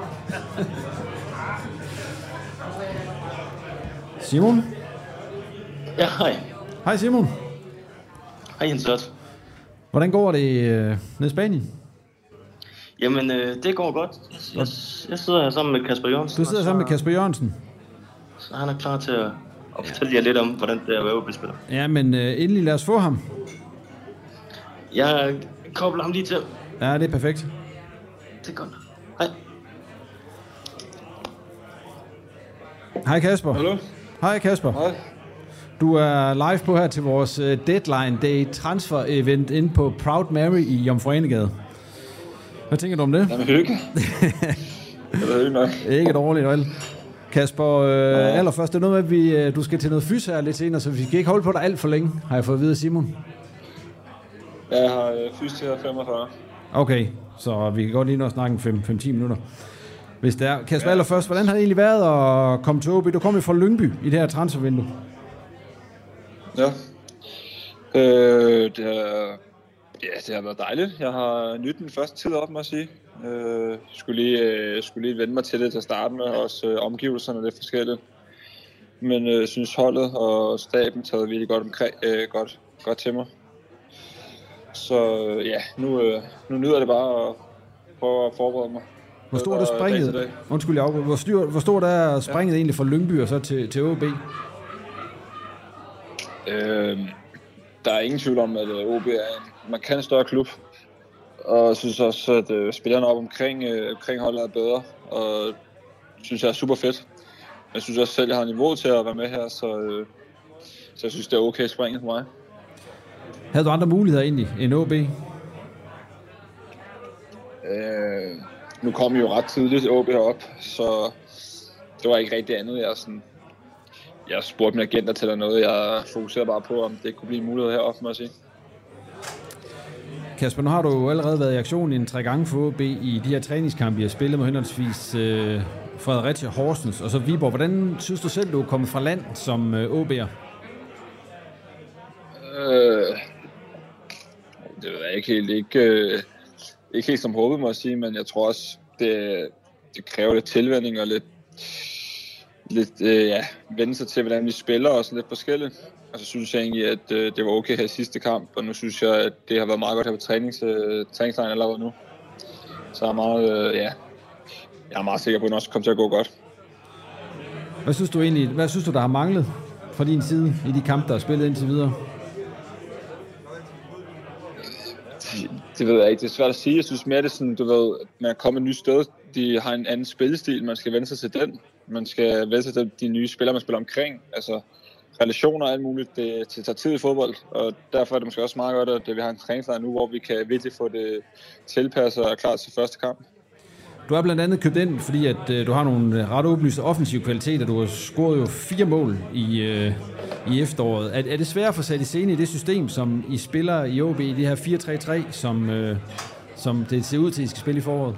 Simon? Ja, hej. Hej Simon. Hej Jens Lott. Hvordan går det nede i Spanien? Jamen, det går godt. Jeg sidder her sammen med Kasper Jørgensen. Du sidder sammen med Kasper Jørgensen? Så han er klar til at fortælle jer lidt om, hvordan det er at være OB-spiller. Ja, men endelig lad os få ham. Jeg kobler ham lige til. Ja, det er perfekt. Det er godt. Hej. Hej Kasper. Hallo. Hej Kasper. Hej. Du er live på her til vores Deadline Day transfer event inde på Proud Mary i Jomfru Anegade. Hvad tænker du om det? Jamen hygge. Det var hygge nok. Ikke dårligt, vel? Kasper, allerførst, det er noget med, at du skal til noget fys her lidt senere, så vi skal ikke holde på dig alt for længe, har jeg fået at vide af Simon. Jeg har fys til 45. Okay, så vi kan godt lige nå at snakke 5-10 minutter. Hvis det er. Kasper, allerførst, hvordan har det egentlig været at komme til OB? Du kom jo fra Lyngby i det her transfervindue. Ja. Det har været dejligt. Jeg har nydt min første tid op, må jeg sige. Skulle lige vende mig til det til at starte med, også omgivelserne lidt forskelligt. Men jeg synes holdet og staben taget virkelig godt til mig. Så ja, nu nyder det bare at prøve at forberede mig. Hvor stort er springet? Undskyld, jeg afbryder. Hvor stort er springet egentlig fra Lyngby og så til OB? Der er ingen tvivl om, at OB er en markant større klub. Og jeg synes også, at spillerne op omkring holdet er bedre. Og synes jeg er super fedt. Jeg synes også selv, at jeg har niveau til at være med her, så jeg synes, det er okay springet for mig. Havde du andre muligheder egentlig end OB? Nu kom jeg jo ret tidligt OB herop, så det var ikke rigtig andet. Jeg spurgte mine agenter til eller noget. Jeg fokuserede bare på, om det kunne blive en mulighed heroppe, må jeg sige. Kasper, nu har du jo allerede været i aktion en 3 gange for OB i de her træningskampe, I har spillet med henholdsvis Fredericia, Horsens og så Viborg. Hvordan synes du selv, du er kommet fra land som OB'er? Det ved jeg ikke helt. Ikke helt som håbet, må jeg sige, men jeg tror også, det kræver lidt tilvænning og lidt vende sig til, hvordan vi spiller og sådan lidt forskelligt. Og så synes jeg egentlig, at det var okay her i sidste kamp, og nu synes jeg, at det har været meget godt her på træningslejren allerede nu. Så er meget, jeg er meget sikker på, at den også kommer til at gå godt. Hvad synes du, der har manglet fra din side i de kampe, der er spillet indtil videre? Det ved jeg ikke. Det er svært at sige. Jeg synes mere, det er sådan, du ved, man er kommet et nyt sted. De har en anden spillestil. Man skal vende sig til den. Man skal vende sig til de nye spillere, man spiller omkring. Altså relationer og alt muligt. Det tager tid i fodbold. Og derfor er det måske også meget godt, at vi har en træningslejr nu, hvor vi kan virkelig få det tilpasset og klar til første kamp. Du har blandt andet købt ind, fordi at du har nogle ret åbenlyse offensive kvaliteter. Du har scoret jo 4 mål i efteråret. Er det svært at få sat i scene i det system, som I spiller i OB, i det her 4-3-3, som det ser ud til, at I skal spille i foråret?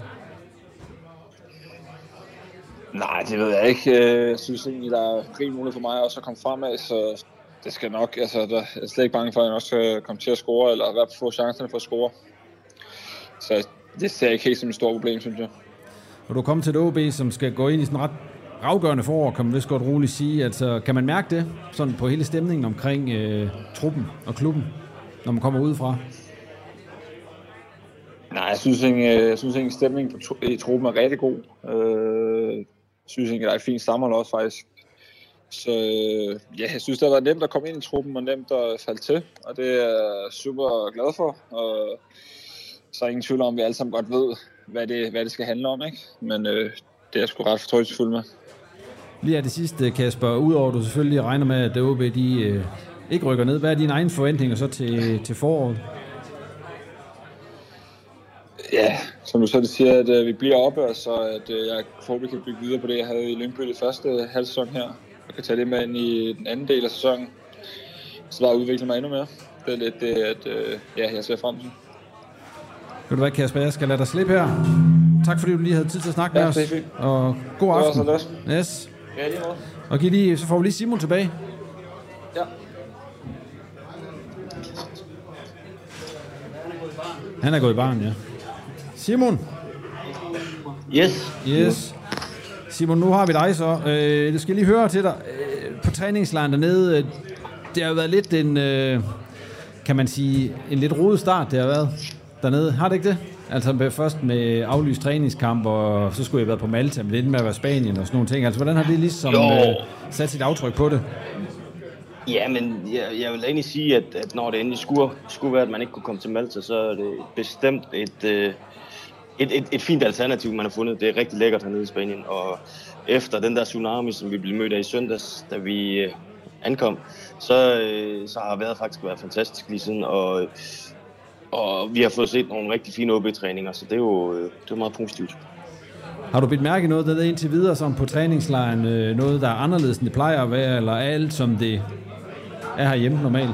Nej, det ved jeg ikke. Jeg synes egentlig, der er rig mulighed for mig også at komme fremad, så det skal nok. Altså, der er slet ikke bange for, at jeg også skal komme til at score, eller i hvert fald få chancerne for at score. Så det ser jeg ikke helt som et stort problem, synes jeg. Og du er kommet til et OB, som skal gå ind i sådan en ret afgørende forår, kan man vist godt roligt sige. Altså, kan man mærke det sådan på hele stemningen omkring truppen og klubben, når man kommer udefra? Nej, jeg synes ikke stemningen i truppen er rigtig god. Jeg synes ikke, der er et fint sammenhold også faktisk. Så ja, jeg synes, det har været nemt at komme ind i truppen og nemt at falde til. Og det er jeg super glad for. Og så er ingen tvivl om, at vi alle sammen godt ved, hvad det skal handle om, ikke? Men det er jeg sgu ret fortrøstningsfuld med. Lige af det sidste, Kasper, udover du selvfølgelig regner med, at OB de ikke rykker ned. Hvad er dine egne forventninger så til foråret? Ja, som du selv siger, at vi bliver oppe, og så at jeg forhåbentlig kan bygge videre på det, jeg havde i Lyngby det første halvsæson her. Og kan tage det med ind i den anden del af sæsonen. Så der udvikler mig endnu mere. Det er lidt det, at jeg ser frem til. Ved du hvad, Kasper, jeg skal lade dig slippe her. Tak fordi du lige havde tid til at snakke med os. Og god aften. Det var så lidt. Yes. Ja, lige måde. Og så får vi lige Simon tilbage. Ja. Han er gået i baren, ja. Simon. Yes. Simon, nu har vi dig så. Jeg skal lige høre til dig. På træningslejren dernede, det har jo været lidt en, kan man sige, en lidt rodet start, det har været dernede. Har det ikke det? Altså først med aflyst træningskamp, og så skulle jeg have været på Malta, men det endte med at være Spanien og sådan nogle ting. Altså, hvordan har det ligesom sat sit aftryk på det? Ja, men jeg vil egentlig sige, at når det endelig skulle være, at man ikke kunne komme til Malta, så er det bestemt et fint alternativ, man har fundet. Det er rigtig lækkert hernede i Spanien, og efter den der tsunami, som vi blev mødt af i søndags, da vi ankom, så har vejret faktisk været fantastisk lige siden, og vi har fået set nogle rigtig fine OB-træninger, så det er jo meget positivt. Har du bidt mærke noget der indtil videre som på træningslejren, noget der er anderledes end det plejer at være, eller alt som det er herhjemme normalt?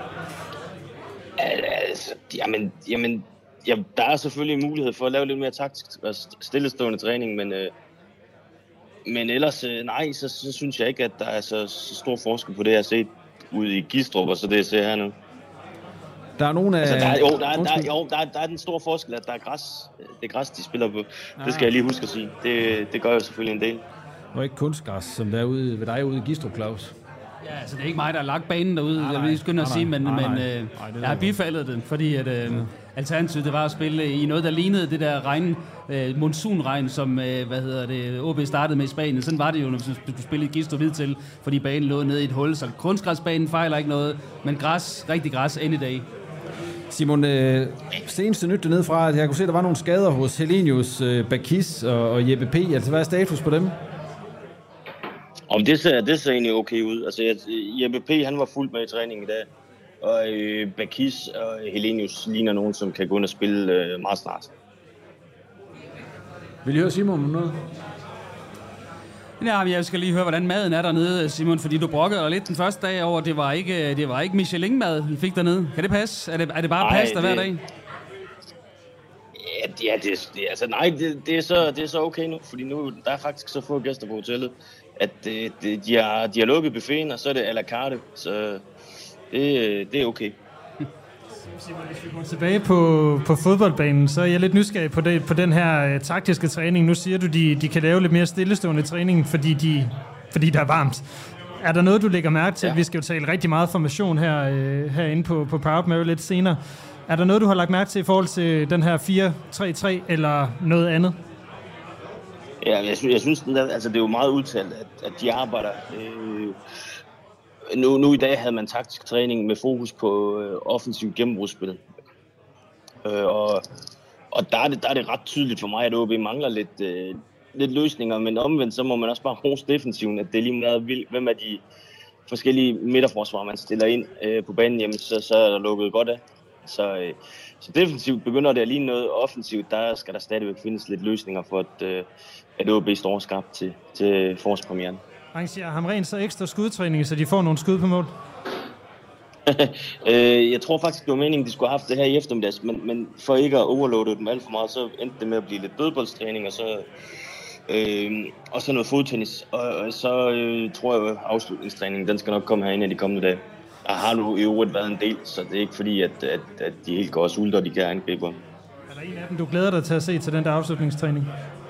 Altså, jamen, der er selvfølgelig mulighed for at lave lidt mere taktisk og stillestående træning, men ellers nej, så synes jeg ikke, at der er så stor forskel på det, jeg har set ude i Gistrup, og så det, jeg ser hernede. Der er nogen af... Altså, der er den store forskel, at der er græs. Det er græs, de spiller på. Det skal jeg lige huske at sige. Det gør jo selvfølgelig en del. Og ikke kunstgræs, som der er ude ved dig ude i Gistrup, Claus. Ja, altså det er ikke mig, der har lagt banen derude, jeg vil lige skynde at sige, men jeg har bifaldet den, fordi at alternativet det var at spille i noget, der lignede det der monsunregn, som OB startede med i Spanien. Sådan var det jo, når du skulle spille i Gistrup til, fordi banen lå nede i et hul, så kunstgræsbanen fejler ikke noget, men rigtig græs, any day. Simon, seneste nyt dernede fra, at jeg kunne se, at der var nogle skader hos Helenius, Bakis og Jeppe P. Altså, hvad er status på dem? Om det ser egentlig okay ud. Altså, Jeppe P. han var fuldt med i træning i dag, og Bakis og Helenius ligner nogen, som kan gå ind og spille meget snart. Vil I høre Simon om noget? Ja, jeg skal lige høre, hvordan maden er dernede, Simon, fordi du brokkede dig lidt den første dag over, det var ikke Michelin-mad, I fik dernede. Kan det passe? Er det bare pasta hver dag? Ja, det er så okay nu, fordi nu der er faktisk så få gæster på hotellet, at de har lukket buffeten, og så er det à la carte, så det er okay. Simon, hvis vi går tilbage på fodboldbanen, så er jeg lidt nysgerrig på den her taktiske træning. Nu siger du, de kan lave lidt mere stillestående træning, fordi der er varmt. Er der noget, du lægger mærke til? Ja. Vi skal jo tale rigtig meget formation herinde på Power Mary lidt senere. Er der noget, du har lagt mærke til i forhold til den her 4-3-3 eller noget andet? Ja, jeg synes altså det er jo meget udtalt, at de arbejder. Nu i dag havde man taktisk træning med fokus på offensiv gennembrudsspil. Og der er det ret tydeligt for mig, at OB mangler lidt løsninger, men omvendt så må man også bare rose defensiven, at det er lige meget vildt, hvem af de forskellige midterforsvar, man stiller ind på banen, jamen, så er der lukket godt af. Så defensivt begynder det at ligne noget, offensivt, der skal der stadigvæk findes lidt løsninger for, at OB står skarpt til forårspremieren. Arrangerer Hamrén så ekstra skudtræning, så de får nogle skud på mål? Jeg tror faktisk, det var meningen, de skulle have haft det her i eftermiddags, men for ikke at overloade dem alt for meget, så endte det med at blive lidt dødboldstræning, og så noget fodtennis. Og så tror jeg, at afslutningstræningen, den skal nok komme herinde i de kommende dage. Der har nu i øvrigt været en del, så det er ikke fordi, at de helt går sulter, og de kan angribe. Er der en af dem, du glæder dig til at se til den der afslutningstræning?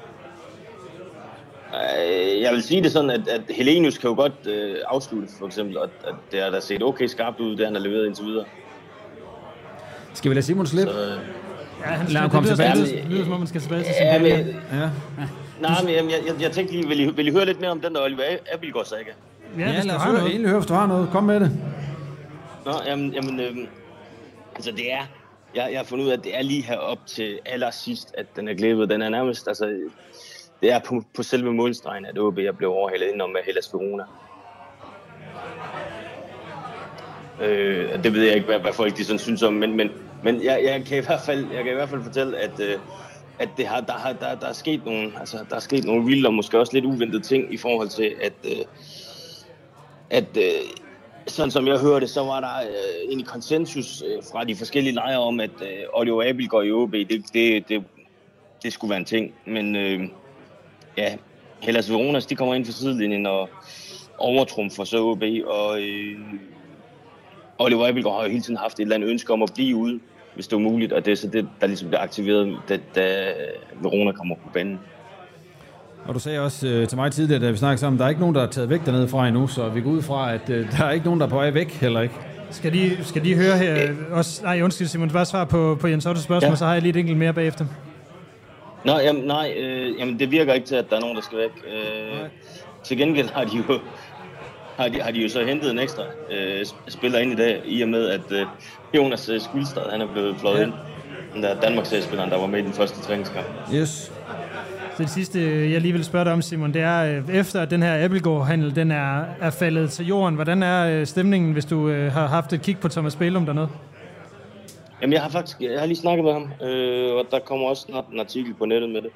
Jeg vil sige det sådan, at Helenius kan jo godt afslutte, for eksempel, og at det har da set okay skarpt ud, det han har leveret indtil videre. Skal vi lade Simon slippe? Ja, han komme tilbage. Det lyder som om, man skal tilbage til sin bælge. Nej, men jeg tænkte lige, vil I høre lidt mere om den der Oliver Abildgaard-saga? Ja, lad os høre, hvis du har noget. Kom med det. Nå, altså det er... Jeg har fundet ud af, at det er lige herop til allersidst, at den er glippet. Den er nærmest, altså... Det er på selve målstregen, at OB er blevet overhældet indenom med Hellas Verona. Det ved jeg ikke, hvad folk de sådan synes om, men jeg kan i hvert fald fortælle, at der er sket nogle, altså der er sket nogle vilde og måske også lidt uventede ting i forhold til, at sådan som jeg hørte, så var der en konsensus fra de forskellige lejre om, at Oliver Abildgaard i OB, det skulle være en ting, men ja, Hellas Veronas, de kommer ind for sidelinjen og overtrumfer så OB, og Oliver Abildgaard har jo hele tiden haft et eller andet ønske om at blive ude, hvis det var muligt, og det er så det, der ligesom bliver aktiveret, da Verona kommer på banen. Og du sagde også til mig tidligere, da vi snakkede sammen, der er ikke nogen, der er taget væk dernede fra endnu, så vi går ud fra, at der er ikke nogen, der er på vej væk, heller ikke. Skal de høre her også? Nej, undskyld Simon, bare svar på Jens Ottos spørgsmål, ja. Så har jeg lige et enkelt mere bagefter. Nå, jamen det virker ikke til, at der er nogen, der skal væk. Til gengæld har de jo så hentet en ekstra spiller ind i dag, i og med, at Jonas Skuldstad, han er blevet fløjet ind. Den der Danmarks-spilleren, der var med i den første træningskamp. Yes. Så det sidste, jeg lige vil spørge dig om, Simon, det er, efter at den her Abildgaard-handel, den er faldet til jorden, hvordan er stemningen, hvis du har haft et kig på Thomas Bælum dernede? Jamen, jeg har lige snakket med ham, og der kommer også snart en artikel på nettet med det.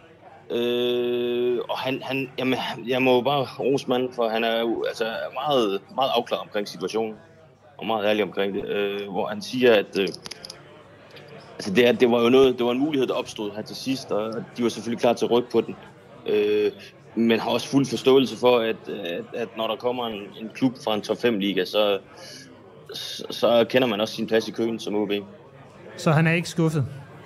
Og jamen, jeg må jo bare rose manden, for han er jo altså meget, meget afklaret omkring situationen, og meget ærlig omkring det, hvor han siger, at altså det var jo noget, det var en mulighed, der opstod her til sidst, og de var selvfølgelig klar til at rykke på den. Men har også fuld forståelse for, at når der kommer en klub fra en top 5 liga, så kender man også sin plads i køen som OB. Så han er ikke skuffet?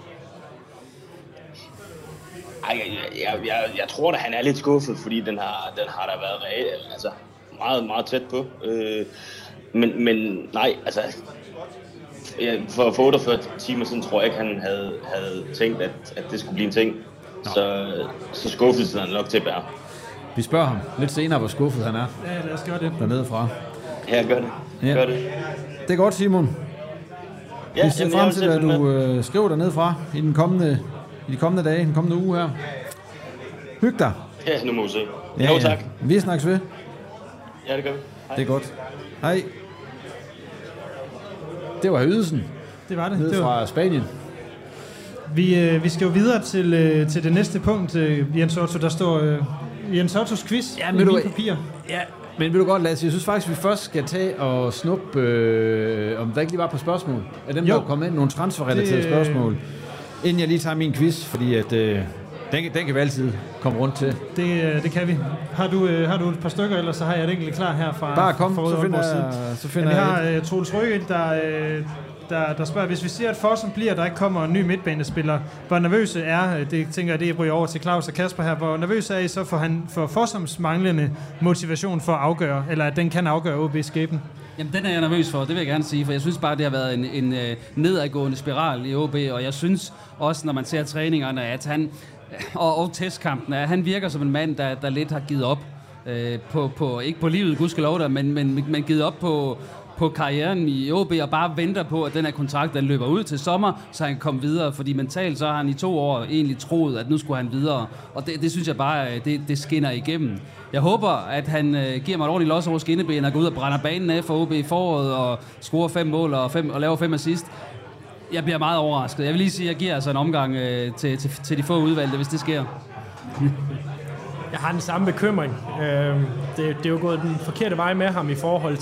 Ej, jeg tror da, han er lidt skuffet, fordi den har der været altså meget, meget tæt på. Men nej, altså for 48 timer siden tror jeg ikke, han havde tænkt, at det skulle blive en ting. Så skuffelsen er nok til at bære. Vi spørger ham lidt senere, hvor skuffet han er. Ja, lad os gøre det. Dernede fra. Ja, gør det. Ja. Gør det. Det er godt, Simon. Ja, vi ser frem til, hvad du skriver dernede fra i de kommende dage, den kommende uge her. Hyg dig. Ja, nu må vi se. Ja, jo, tak. Vi snakkes ved. Ja, det gør vi. Hej. Det er godt. Hej. Det var ydelsen. Det var det. Nede fra Spanien. Vi skal jo videre til det næste punkt, Jens Otto. Der står Jens Ottos quiz i mine papirer. Ja, men vil du godt lade os? Jeg synes faktisk, vi først skal tage og snuppe, om der ikke lige var på spørgsmål. Af dem, der er kommet ind, nogle transferrelaterede spørgsmål. Inden jeg lige tager min quiz, fordi at, den kan vi altid komme rundt til. Det kan vi. Har du et par stykker, eller så har jeg et enkelt klar her fra... Bare kom, så finder jeg. Vi har Troels Røge, der spørger, hvis vi siger, at Fossum bliver, der ikke kommer en ny midtbanespiller, hvor nervøse er, det tænker jeg, det ryger over til Claus og Kasper her, hvor nervøse er I så for Fossums manglende motivation for at afgøre, eller at den kan afgøre OB's skæbne? Jamen, den er jeg nervøs for, det vil jeg gerne sige, for jeg synes bare, det har været en nedadgående spiral i OB, og jeg synes også, når man ser træningerne, at og testkampen. Han virker som en mand, der lidt har givet op ikke på livet, gudskelov der, men givet op på karrieren i OB og bare venter på, at den her kontrakt den løber ud til sommer, så han kan komme videre, fordi mentalt så har han i 2 år egentlig troet, at nu skulle han videre, og det synes jeg bare, det skinner igennem. Jeg håber, at han giver mig et ordentligt los over skinneben og går ud og brænder banen af for OB i foråret og scorer 5 mål og laver 5 assist. Jeg bliver meget overrasket. Jeg vil lige sige, at jeg giver altså en omgang til de få udvalgte, hvis det sker. Jeg har den samme bekymring. Det er jo gået den forkerte vej med ham i forhold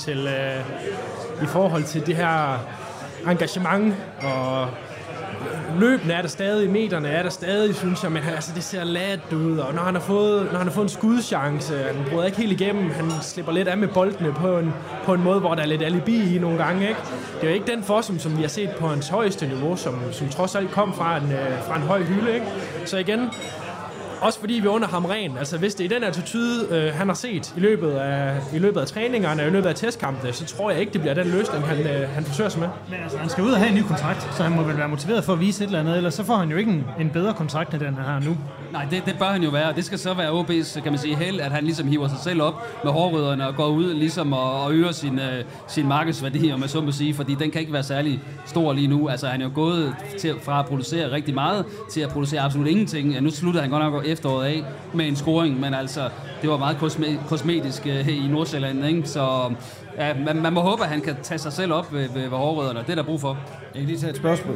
til det her engagement, og løbende er der stadig, meterne er der stadig, synes jeg, men altså, det ser ladt ud, og når han har fået en skudchance, han bryder ikke helt igennem, han slipper lidt af med boldene på en måde, hvor der er lidt alibi i nogle gange, ikke? Det er jo ikke den forsum, som vi har set på hans højeste niveau, som trods alt kom fra en høj hylde, ikke? Så igen, også fordi vi under ham ren. Altså hvis det er den attitude, han har set i løbet af træningerne og i løbet af testkampene, så tror jeg ikke, det bliver den løsning, han forsøger sig med. Men altså, han skal ud og have en ny kontrakt, så han må vel være motiveret for at vise et eller andet, ellers så får han jo ikke en bedre kontrakt, end den han har nu. Nej, det bør han jo være. Det skal så være OB's, kan man sige, held, at han ligesom hiver sig selv op med hårrødderne og går ud ligesom og øger sin markedsværdi, om jeg så må sige, fordi den kan ikke være særlig stor lige nu. Altså han er jo gået fra at producere rigtig meget til at producere absolut ingenting. Nu slutter han godt nok efteråret af med en scoring, men altså det var meget kosmetisk i Nordsjælland, ikke? Så ja, man må håbe, at han kan tage sig selv op ved hårrødderne. Det er der brug for. Jeg kan lige tage et spørgsmål.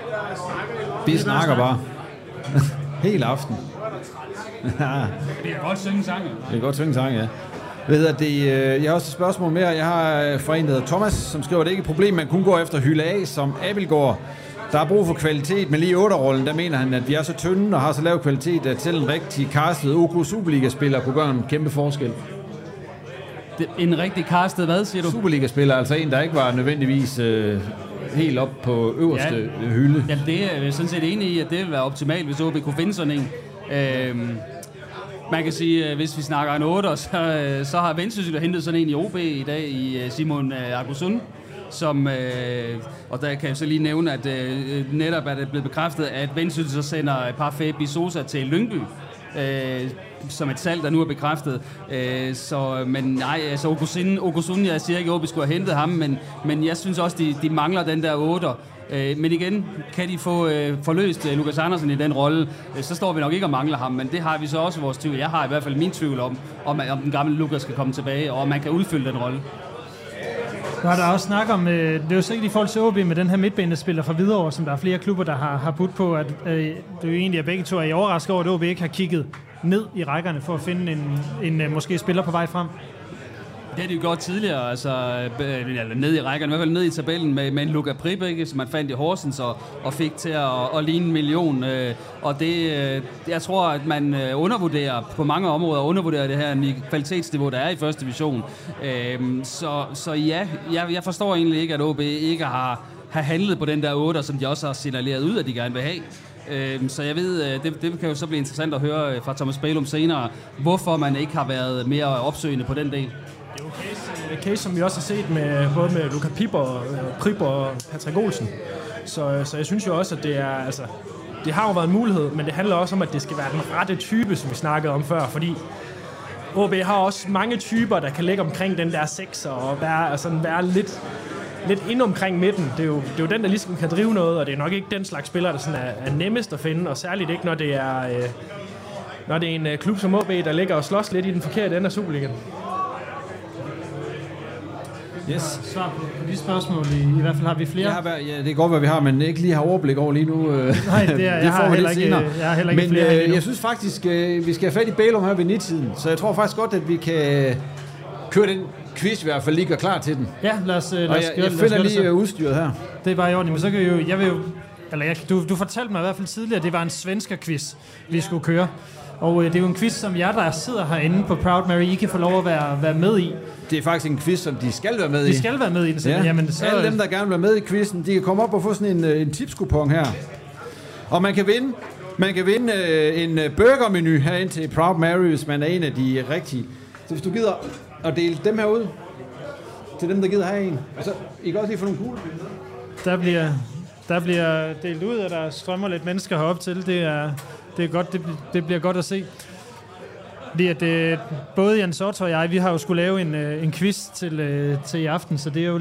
Vi snakker bare. Hele aften. Det kan godt synge sange. Det kan godt synge sange, ja. Jeg har også et spørgsmål mere. Jeg har fra en, der hedder Thomas, som skriver, at det ikke er et problem, man kun går efter hylde af som Abildgaard. Der er brug for kvalitet, men lige i 8-rollen, der mener han, at vi er så tynde og har så lav kvalitet, at selv en rigtig castet OK Superliga-spiller kunne gøre en kæmpe forskel. En rigtig castet hvad, siger du? Superliga-spiller, altså en, der ikke var nødvendigvis helt op på øverste hylde. Ja, det er jeg sådan set enig i, at det ville være optimalt, hvis OB kunne finde sådan en. Man kan sige, hvis vi snakker en 8'er, så har Vendsyssel hentet sådan en i OB i dag, i Simon Agusun, som, og der kan jeg så lige nævne, at netop er det blevet bekræftet, at Vendsyssel så sender Parfait Bisosa til Lyngby, som et salg, der nu er bekræftet. Men nej, altså Ogusun, jeg siger ikke, at OB skulle have hentet ham, men jeg synes også, de mangler den der 8'er. Men igen, kan de få forløst Lukas Andersen i den rolle, så står vi nok ikke og mangler ham, men det har vi så også vores tvivl. Jeg har i hvert fald min tvivl om den gamle Lukas skal komme tilbage, og om man kan udfylde den rolle. Nu har der også snakket om, det er jo sikkert i forhold til OB med den her midtbanespiller fra Hvidovre, som der er flere klubber, der har budt på, at det jo egentlig er begge to, er I overrasket over, at OB ikke har kigget ned i rækkerne for at finde en måske spiller på vej frem? Det har de jo gjort tidligere, altså ned i rækkerne, i hvert fald ned i tabellen med en Luka Prip, ikke, som man fandt i Horsens og fik til at ligne 1 million. Og det, jeg tror, at man undervurderer på mange områder, det her kvalitetsniveau, der er i første division. Så ja, jeg forstår egentlig ikke, at OB ikke har handlet på den der 8, som de også har signaleret ud, at de gerne vil have. Så jeg ved, det kan jo så blive interessant at høre fra Thomas Bælum senere, hvorfor man ikke har været mere opsøgende på den del. Det er jo case, som vi også har set både med Luka Prip og Patrick Olsen. Så jeg synes jo også, at det er, altså, det har jo været en mulighed, men det handler også om, at det skal være den rette type, som vi snakkede om før, fordi OB har også mange typer, der kan ligge omkring den der 6 og være lidt ind omkring midten. Det er jo den, der ligesom kan drive noget, og det er nok ikke den slags spiller, der sådan er nemmest at finde, og særligt ikke, når det er en klub som OB, der ligger og slås lidt i den forkerte ende af Superligaen. Yes. Svar på de spørgsmål, i hvert fald har vi flere. Det kan godt være, vi har, men ikke lige har overblik over lige nu. Nej, jeg har heller ikke flere. Jeg synes faktisk, vi skal have fat i Bælum her ved 9-tiden, så jeg tror faktisk godt, at vi kan køre den quiz, i hvert fald lige gøre klar til den. Ja, lad os jeg finder lige udstyret her. Det er bare i orden, men så kan du fortalte mig i hvert fald tidligere, at det var en svensker-quiz, vi skulle køre. Og det er jo en quiz, som jer, der sidder herinde på Proud Mary, I kan få lov at være med i. Det er faktisk en quiz, som de skal være med i. De skal være med i den. Ja. Jamen, så alle dem, der gerne vil være med i quizzen, de kan komme op og få sådan en tipskupon her. Og man kan vinde en burgermenu herinde til Proud Mary, hvis man er en af de rigtige. Så hvis du gider at dele dem her ud til dem, der gider have en. Og så I kan også lige få nogle kugler. Der bliver delt ud, og der strømmer lidt mennesker herop til. Det er Det er godt, det bliver godt at se. Fordi at både Jens Otto og jeg, vi har jo skulle lave en quiz til i aften, så det er jo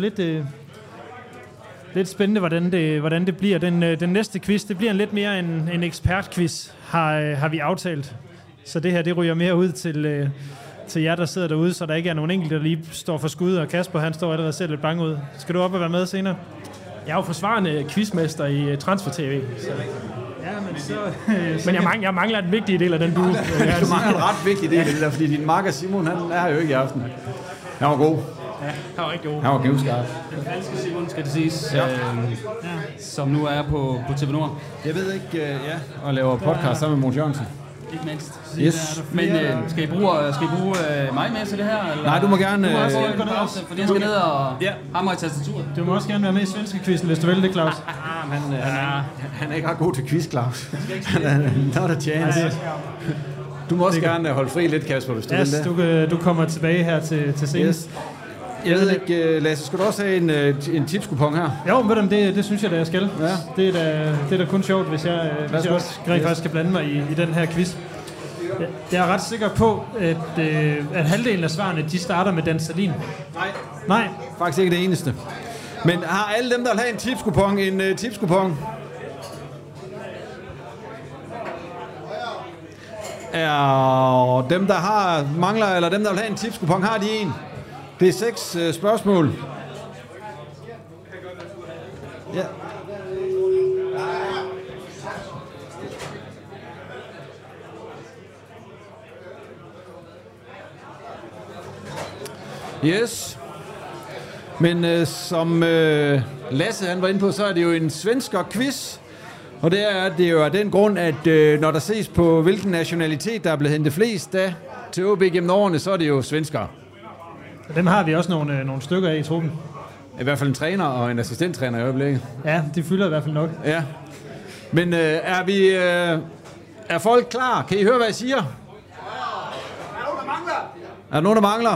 lidt spændende, hvordan det bliver. Den næste quiz, det bliver lidt mere en ekspertquiz, har vi aftalt. Så det her, det ryger mere ud til jer, der sidder derude, så der ikke er nogen enkelt, der lige står for skud, og Kasper, han står allerede selv lidt bange ud. Skal du op og være med senere? Jeg er jo forsvarende quizmester i Transfer TV. Så. Ja, men så... men jeg mangler en vigtig del af den bue. Du mangler en ret vigtig del af det der, fordi din makker Simon, han er jo ikke i aften. Han var god. Ja, han var ikke god. Han var knivskarp. Den falske Simon, skal det siges, som nu er på TV Nord. Jeg ved ikke, og laver podcast sammen med Mogens Jørgensen. Ikke mindst. Yes. Men skal I bruge mig med til det her? Eller? Nej, du må gerne... Du må også gå ned, fordi jeg skal ned og hamre i tastaturet. Du må også gerne være med i svenske quizzen, hvis du vil det, Claus. Han er ikke ret god til quiz, Claus. Not a chance. Du må også gerne holde fri lidt, Kasper, hvis du vil det. Du kommer tilbage her til scenen. Yes. Jeg ved ikke, Lasse, skal du også have en tipskupon her? Jo, men det synes jeg, da jeg skal. Ja. Det er da kun sjovt, hvis jeg også faktisk skal blande mig i den her quiz. Jeg er ret sikker på, at halvdelen af svarene, de starter med Dan Salin. Nej. Faktisk ikke det eneste. Men har alle dem, der vil have en tipskupon, en tipskupon? Er dem, der mangler, eller dem, der vil have en tipskupon, har de en? Det er 6 spørgsmål. Ja. Yes. Men som Lasse han var inde på, så er det jo en svensker quiz. Og det er jo af den grund, at når der ses på, hvilken nationalitet, der er blevet hentet flest af til OB gennem årene, så er det jo svenskere. Dem har vi også nogle stykker af i truppen. I hvert fald en træner og en assistenttræner i øjeblikket. Ja, de fylder i hvert fald nok. Ja. Men er folk klar? Kan I høre, hvad jeg siger? Er der nogen, der mangler?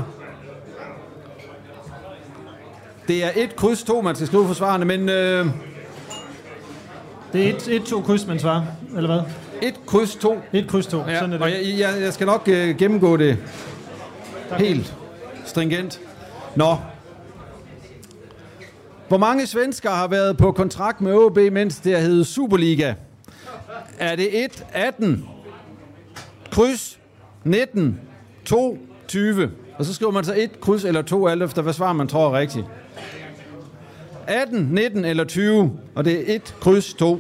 Det er 1 kryds 2, man skal skrive for svarene, men... Det er 1-2 kryds, man svarer, eller hvad? 1 kryds 2. 1 kryds 2, ja, sådan er det. Og jeg skal nok gennemgå det helt stringent. Nå. Hvor mange svenskere har været på kontrakt med OB, mens det har heddet Superliga? Er det 1-18, kryds 19, 2, 20? Og så skriver man så 1 kryds eller 2, alt efter hvad svar man tror er rigtigt. 18, 19 eller 20, og det er 1 kryds 2.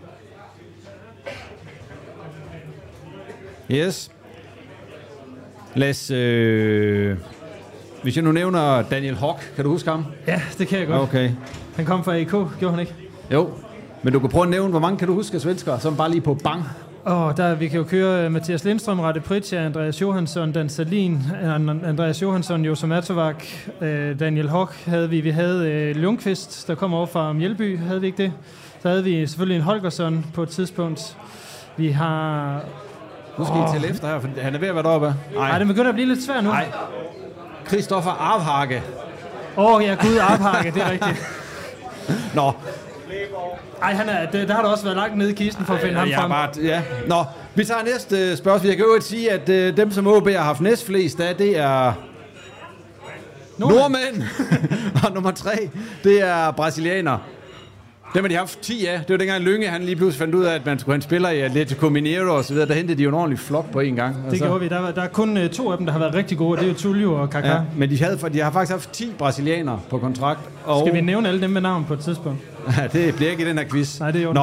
Yes. Lad os... hvis jeg nu nævner Daniel Hock, kan du huske ham? Ja, det kan jeg godt. Okay. Han kom fra AK, gjorde han ikke? Jo, men du kan prøve at nævne, hvor mange kan du huske af svenskere, som bare lige på bang? Vi kan jo køre Mathias Lindstrøm, Rade Pritja, Andreas Johansson, Dan Salin, Andreas Johansson, Joso Matovak, Daniel Hock havde vi. Vi havde Lundqvist, der kom over fra Mjælby, havde vi ikke det? Så havde vi selvfølgelig en Holgersson på et tidspunkt. Vi har... Nu skal I tælle efter her, for han er ved at være deroppe. Nej, det begynder at blive lidt svært nu. Nej. Christoffer Arvhage. Ja, Gud, Arvhage, det er rigtigt. Nå. Ej, der har du også været langt nede i kisten for at finde ham frem. Ja. Nå, vi tager næste spørgsmål. Jeg kan jo sige, at dem, som OB har haft næstflest af, det er nordmænd. Og nummer 3, det er brasilianer. Dem har de haft 10 af. Det var dengang Lynge, han lige pludselig fandt ud af, at man skulle have en spiller i Atletico Mineiro og så videre. Der hentede de jo en ordentlig flok på en gang. Det gjorde vi. Der er kun 2 af dem, der har været rigtig gode. Det er jo Tullio og Kaká. Ja, men de har faktisk haft 10 brasilianere på kontrakt. Og... Skal vi nævne alle dem med navn på et tidspunkt? Ja, det bliver ikke i den her quiz. Nej, det er jo. Nå.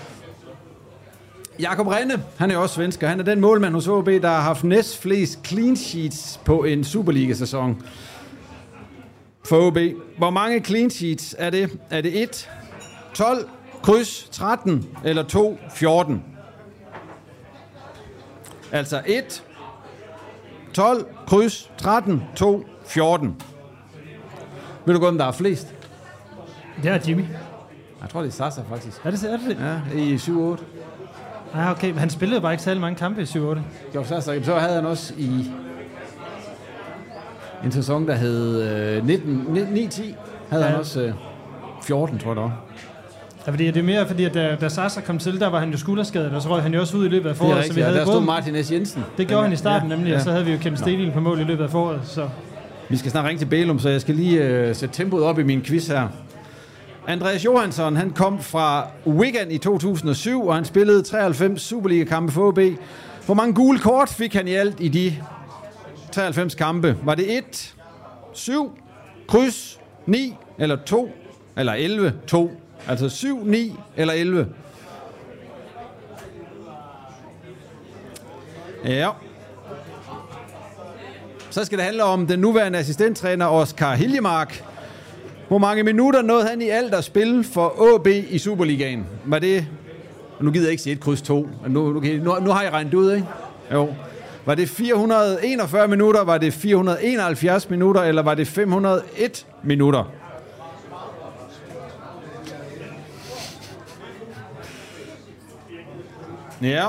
Jakob Renne, han er også svensker. Han er den målmand hos OB, der har haft næstflest clean sheets på en Superliga-sæson for OB. Hvor mange clean sheets er det? Er det 1, 12, kryds 13 eller 2, 14? Altså 1, 12, kryds 13, 2, 14. Ved du godt, om der er flest? Det er Jimmy. Jeg tror, det er Sasa, faktisk. Er det? Ja, i 7-8. Ja, okay, men han spillede bare ikke særlig mange kampe i 7-8. Jo, så havde han også i en sæson, der hed 9-10, havde han også 14, tror jeg da. Ja, fordi det er mere fordi, at da Sasa kom til, der var han jo skulderskadet, og så røg han jo også ud i løbet af foråret. Så vi havde der stod Martin S. Jensen. Det gjorde han i starten nemlig, og så havde vi jo Kenneth Stedin på mål i løbet af foråret. Så. Vi skal snart ringe til Bælum, så jeg skal lige sætte tempoet op i min quiz her. Andreas Johansson, han kom fra Wigan i 2007, og han spillede 93 Superliga-kampe for OB. Hvor mange gule kort fik han i alt i de 93 kampe? Var det 1, 7, kryds, 9 eller 2 eller 11, 2? Altså 7, 9 eller 11? Ja. Så skal det handle om den nuværende assistenttræner Oscar Hiljemark. Hvor mange minutter nåede han i alt at spille for AB i Superligaen? Var det... Nu gider jeg ikke sige 1 kryds 2. Nu har jeg regnet ud, ikke? Jo. Var det 441 minutter, var det 471 minutter, eller var det 501 minutter? Ja.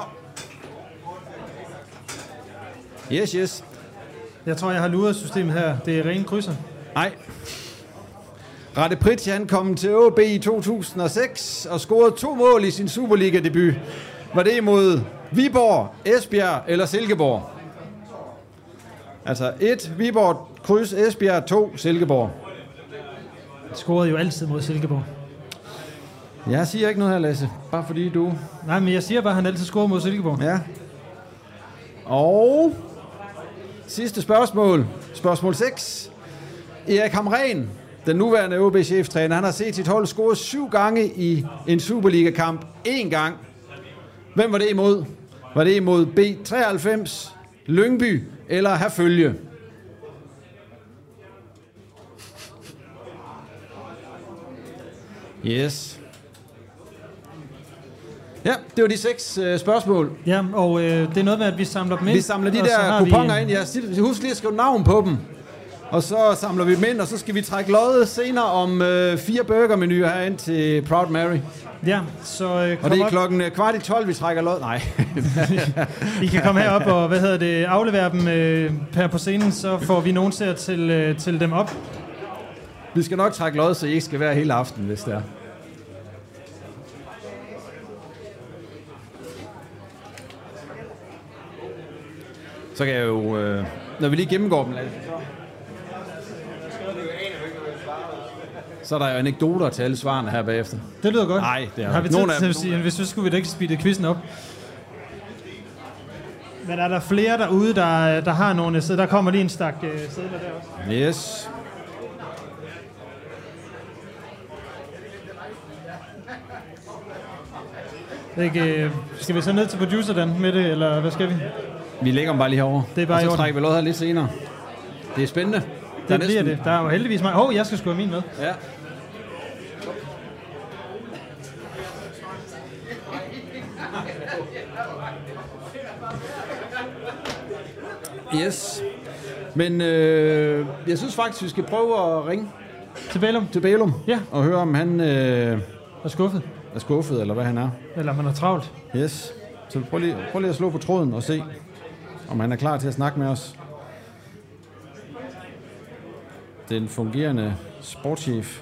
Yes. Jeg tror, jeg har luret systemet her. Det er rene krydser. Nej. Rade Pritsch, han kom til OB i 2006 og scorede 2 mål i sin Superliga-debut. Var det imod Viborg, Esbjerg eller Silkeborg? Altså 1 Viborg, kryds Esbjerg, 2 Silkeborg. Scorede jo altid mod Silkeborg. Jeg siger ikke noget her, Lasse. Bare fordi du... Nej, men jeg siger bare, at han altid scorede mod Silkeborg. Ja. Og... sidste spørgsmål. Spørgsmål 6. Erik Hamrén, den nuværende OB-cheftræner, han har set sit hold score 7 gange i en Superliga-kamp. 1 gang. Hvem var det imod? Var det imod B93, Lyngby eller Herfølge? Yes. Ja, det var de 6 spørgsmål. Ja, og det er noget med, at vi samler dem ind. Vi samler de der kuponer ind. Jeg husk lige at skrive navn på dem. Og så samler vi dem ind, og så skal vi trække loddet senere om 4 burgermenuer herind til Proud Mary. Ja, så og det er klokken 11:15, vi trækker loddet. Nej. I kan komme herop og aflevere dem her på scenen, så får vi nogen til at tælle dem op. Vi skal nok trække loddet, så I ikke skal være hele aften, hvis det er. Så kan jeg jo, når vi lige gennemgår dem, så er der jo anekdoter til alle svarene her bagefter. Det lyder godt. Nej, det er har vi tid til at sige, hvis så skulle vi da ikke speede quizzen op. Men er der flere derude, der har nogle sædler? Der kommer lige en stak sædler der også. Yes. Skal vi så ned til produceren med det, eller hvad skal vi? Vi lægger dem bare lige herovre. Det er bare og så trækker vi lod her lidt senere. Det er spændende. Det bliver det. Der er jo heldigvis meget. Jeg skal sgu have min med. Ja. Yes. Men jeg synes faktisk, vi skal prøve at ringe til Bælum. Ja. Og høre, om han er skuffet. Er skuffet, eller hvad han er. Eller om han er travlt. Yes. Så prøv lige at slå på tråden og se, om han er klar til at snakke med os. Den fungerende sportschef.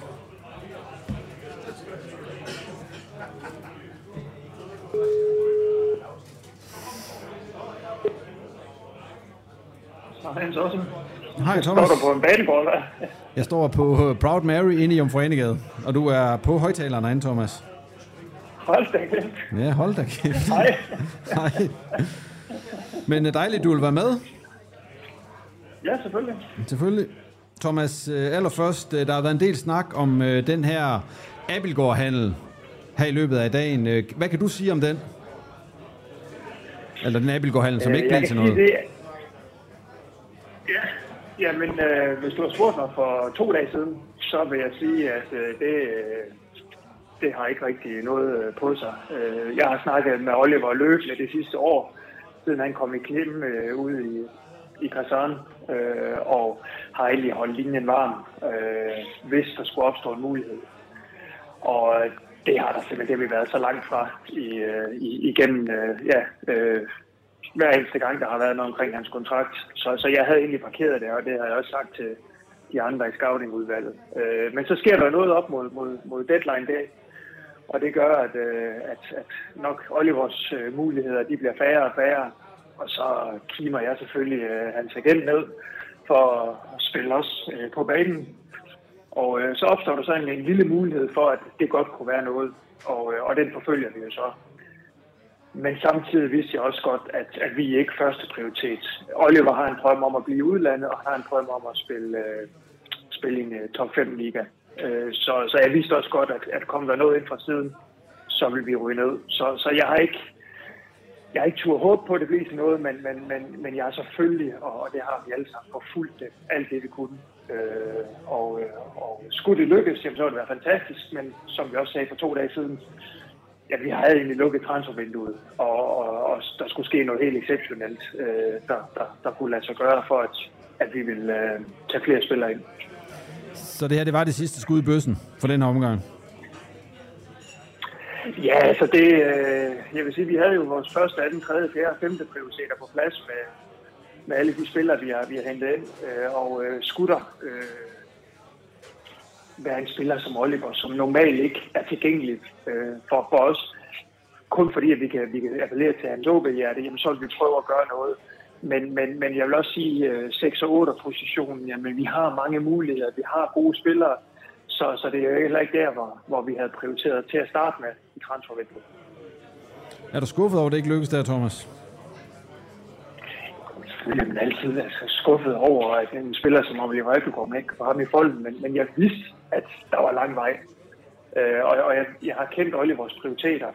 Hej Thomas. Står du på en banegård, hvad? Jeg står på Proud Mary inde i Jomfru Anegade, og du er på højtaleren herinde, Thomas. Hold da kæft. Ja, hold da kæft. Hej. Hej. Men dejligt, du vil være med. Ja, selvfølgelig. Selvfølgelig. Thomas, allerførst, der har været en del snak om den her Abildgaard-handel her i løbet af dagen. Hvad kan du sige om den? Eller den Abildgaard-handel, som ikke blev til noget? Ja, men hvis du har spurgt mig for 2 dage siden, så vil jeg sige, at det har ikke rigtig noget på sig. Jeg har snakket med Oliver løbende det sidste år, siden han kom i klemme ude i Kazan, og har egentlig holdt linjen varm, hvis der skulle opstå en mulighed. Og det har der simpelthen været så langt fra igennem hver eneste gang, der har været noget omkring hans kontrakt. Så jeg havde egentlig parkeret det, og det har jeg også sagt til de andre i scoutingudvalget. Men så sker der noget op mod deadline dag, Og det gør, at nok Olivers muligheder, de bliver færre og færre. Og så kimer jeg selvfølgelig hans agent ned for at spille os på banen. Og så opstår der så en lille mulighed for, at det godt kunne være noget. Og den forfølger vi jo så. Men samtidig vidste jeg også godt, at vi ikke er første prioritet. Oliver har en drøm om at blive i udlandet, og har en drøm om at spille i en top 5 liga. Så jeg vidste også godt, at kom der noget ind fra siden, så ville vi ryge ned. Så jeg har ikke turde håbe på, at det bliver til noget, men jeg har selvfølgelig, og det har vi alle sammen, forfulgt det, alt det vi kunne. Og skulle det lykkes, jamen, så ville det være fantastisk, men som vi også sagde for 2 dage siden, ja, vi havde egentlig lukket transfervinduet, og der skulle ske noget helt exceptionelt, der kunne lade sig gøre for, at vi ville tage flere spillere ind. Så det her, det var det sidste skud i bøssen for den her omgang? Ja, altså det, jeg vil sige, vi havde jo vores første, 2., 3., 4., 5. prioriteter på plads med alle de spillere, vi har hentet ind, og Skutter være en spiller som Oliver, som normalt ikke er tilgængelig for os. Kun fordi, at vi kan appellere til hans OB-hjerte, jamen så vil vi prøve at gøre noget. Men jeg vil også sige, 6 og 8 positionen, jamen vi har mange muligheder, vi har gode spillere, så det er jo heller ikke der, hvor vi havde prioriteret til at starte med i transfervinduet. Er du skuffet over, det ikke lykkedes der, Thomas? Jeg er altid skuffet over, at en spiller som Oliver Abildgaard ikke var ham i folden, men jeg vidste, at der var lang vej. Og jeg har kendt Olivers prioriteter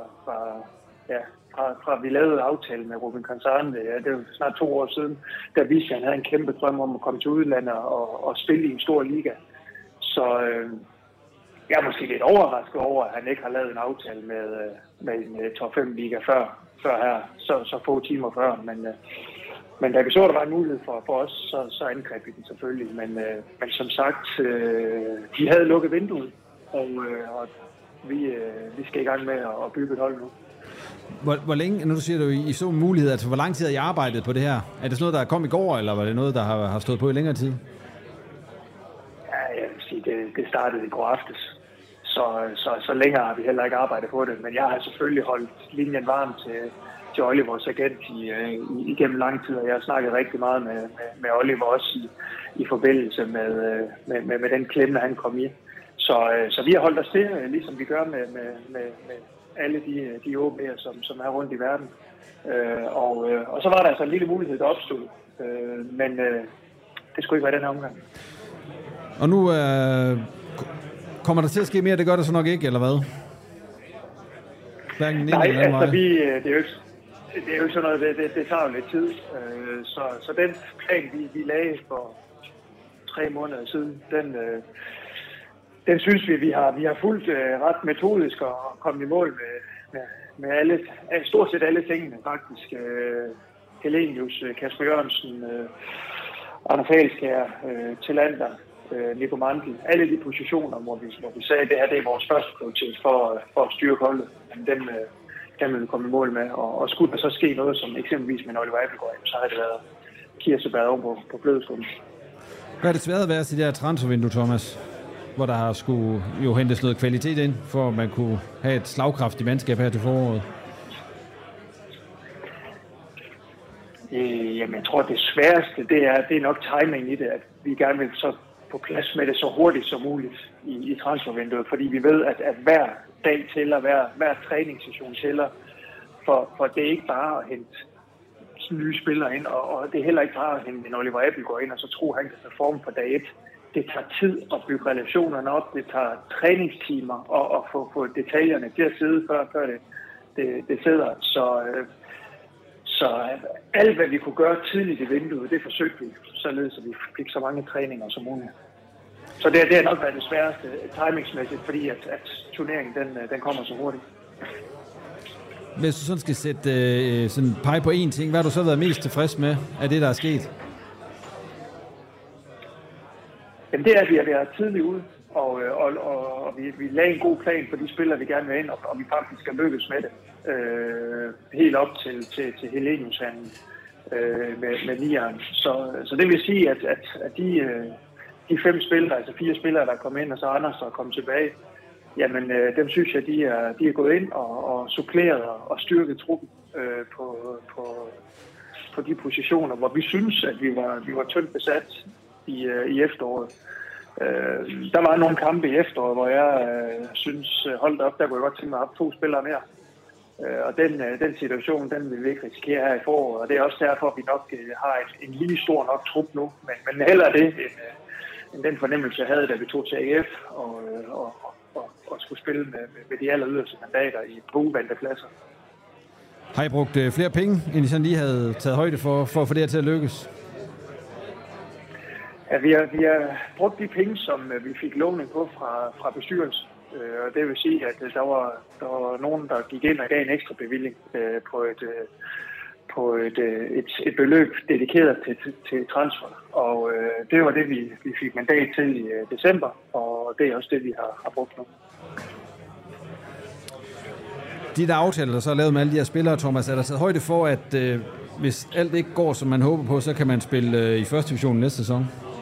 fra vi lavede aftale med Rubin Kazan. Det er jo snart 2 år siden, der viste han havde en kæmpe drøm om at komme til udlandet og spille i en stor liga. Så jeg er måske lidt overrasket over, at han ikke har lavet en aftale med en top 5 liga før her, så få timer før. Men da vi så, der var en mulighed for os, så angreb vi den selvfølgelig. Men som sagt, de havde lukket vinduet, og vi skal i gang med at bygge et hold nu. Hvor længe, når du siger, at I så mulighed, altså hvor lang tid har I arbejdet på det her? Er det sådan noget, der kom i går, eller var det noget, der har stået på i længere tid? Ja, jeg vil sige, det startede i går aftes. Så længere har vi heller ikke arbejdet på det. Men jeg har selvfølgelig holdt linjen varm til Olivers agent igennem lang tid, og jeg har snakket rigtig meget med Oliver også i forbindelse med den klemme, han kom i. Så vi har holdt os til, ligesom vi gør med alle de OB'er, som er rundt i verden. Og så var der altså en lille mulighed, der opstod. Men det skulle ikke være den her omgang. Og nu kommer der til at ske mere, det gør der så nok ikke, eller hvad? Nej, altså det er jo ikke sådan noget, det tager jo lidt tid. Så den plan, vi lagde for 3 måneder siden, den synes vi har fulgt ret metodisk og kommet i mål med alle, stort set alle tingene faktisk. Helenius, Kasper Jørgensen, Anders Falskjær, Tillander, Nico Mandl. Alle de positioner, hvor vi sagde, at det her det er vores første prioritet for at styre holdet. Den vil vi komme i mål med. Og skulle der så ske noget, som eksempelvis med Oliver Abildgaard, så har det været kirsebær over på flødeskummen. Hvad er det svært at være til det her transfervindue, Thomas? Hvor der har skulle jo hentes noget kvalitet ind, for at man kunne have et slagkraftigt mandskab her til foråret? Jamen, jeg tror, det sværeste, det er nok timing i det, at vi gerne vil så på plads med det så hurtigt som muligt i transfervinduet, fordi vi ved, at hver dag tæller, hver træningssession tæller, for det er ikke bare at hente nye spillere ind, og det er heller ikke bare at hente en Oliver Abildgaard ind, og så tror han kan performe på dag 1. Det tager tid at bygge relationerne op, det tager træningstimer og få detaljerne til at sidde, før det sidder. Så alt, hvad vi kunne gøre tidligt i vinduet, det forsøgte vi, således at vi fik så mange træninger som muligt. Så det har nok været det sværeste timingsmæssigt, fordi at turneringen den kommer så hurtigt. Hvis du sådan skal sætte sådan pege på én ting, hvad har du så været mest tilfreds med af det, der er sket? Jamen det er, at vi har været tidligt ude, og vi lagde en god plan for de spillere, vi gerne vil ind, og vi faktisk skal lykkes med det. Helt op til Helenius-handlen med nieren. Så det vil sige, at de 5 spillere, altså 4 spillere, der kom ind, og så Anders, der kom tilbage, jamen dem synes jeg, de er gået ind og suppleret og styrket truppen på de positioner, hvor vi synes, at vi var tyndt besat i efteråret. Der var nogle kampe i efteråret, hvor jeg synes, holdt op, der kunne jeg godt tænke mig op 2 spillere mere. Og den situation, den vil vi ikke risikere her i foråret, og det er også derfor, at vi nok har en lige stor nok trup nu. Men hellere det, end den fornemmelse, jeg havde, da vi tog til AF og skulle spille med de aller yderste mandater på uvante pladser. Har I brugt flere penge, end I sådan lige havde taget højde for at få det her til at lykkes? Ja, vi har brugt de penge, som vi fik lovning på fra bestyrelsen. Og det vil sige, at der var nogen, der gik ind og gav en ekstra bevilling på et beløb dedikeret til transfer. Og det var det, vi fik mandat til i december, og det er også det, vi har brugt nu. De der aftaler, der så er lavet med alle de her spillere, Thomas, er der taget højde for, at hvis alt ikke går, som man håber på, så kan man spille i første division næste sæson?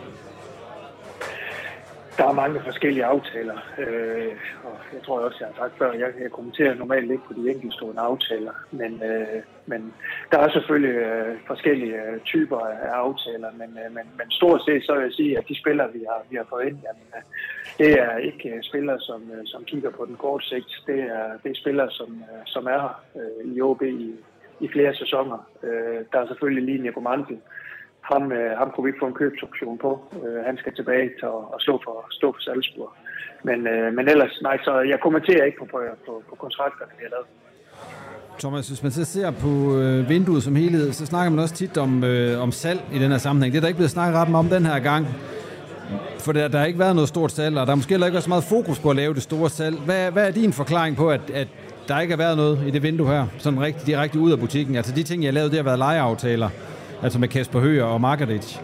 Der er mange forskellige aftaler, og jeg tror også, jeg har sagt før, jeg kommenterer normalt ikke på de enkeltstående aftaler, men der er selvfølgelig forskellige typer af aftaler, men stort set så vil jeg sige, at de spillere, vi har fået ind, jamen, det er ikke spillere, som kigger på den korte sigt. Det er spillere, som er her i OB i flere sæsoner. Der er selvfølgelig lige Nico Mantel. Ham kunne vi ikke få en købsoption på. Han skal tilbage til at stå for Salzburg. Men ellers, nej, så jeg kommenterer ikke på kontrakterne, vi har lavet. Thomas, hvis man så ser på vinduet som helhed, så snakker man også tit om salg i den her sammenhæng. Det er der ikke blevet snakket ret meget om den her gang. For der har ikke været noget stort salg, og der er måske heller ikke så meget fokus på at lave det store salg. Hvad er din forklaring på, at der ikke har været noget i det vindue her, sådan rigtig direkte ud af butikken? Altså de ting, jeg har lavet, det har været lejeaftaler. Altså med Kasper Høger og Margaret.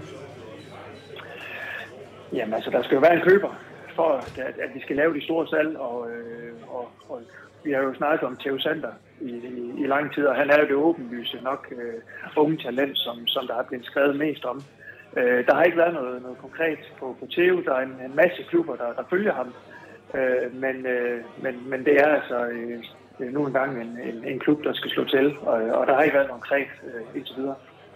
Jamen altså, der skal jo være en køber for, at vi skal lave de store salg, og vi har jo snakket om Theo Sander i lang tid, og han er jo det åbenlyse nok unge talent, som der har blevet skrevet mest om. Der har ikke været noget konkret på Theo. Der er en masse klubber, der følger ham, men det er altså nu engang en klub, der skal slå til, og der har ikke været noget konkret indtil videre.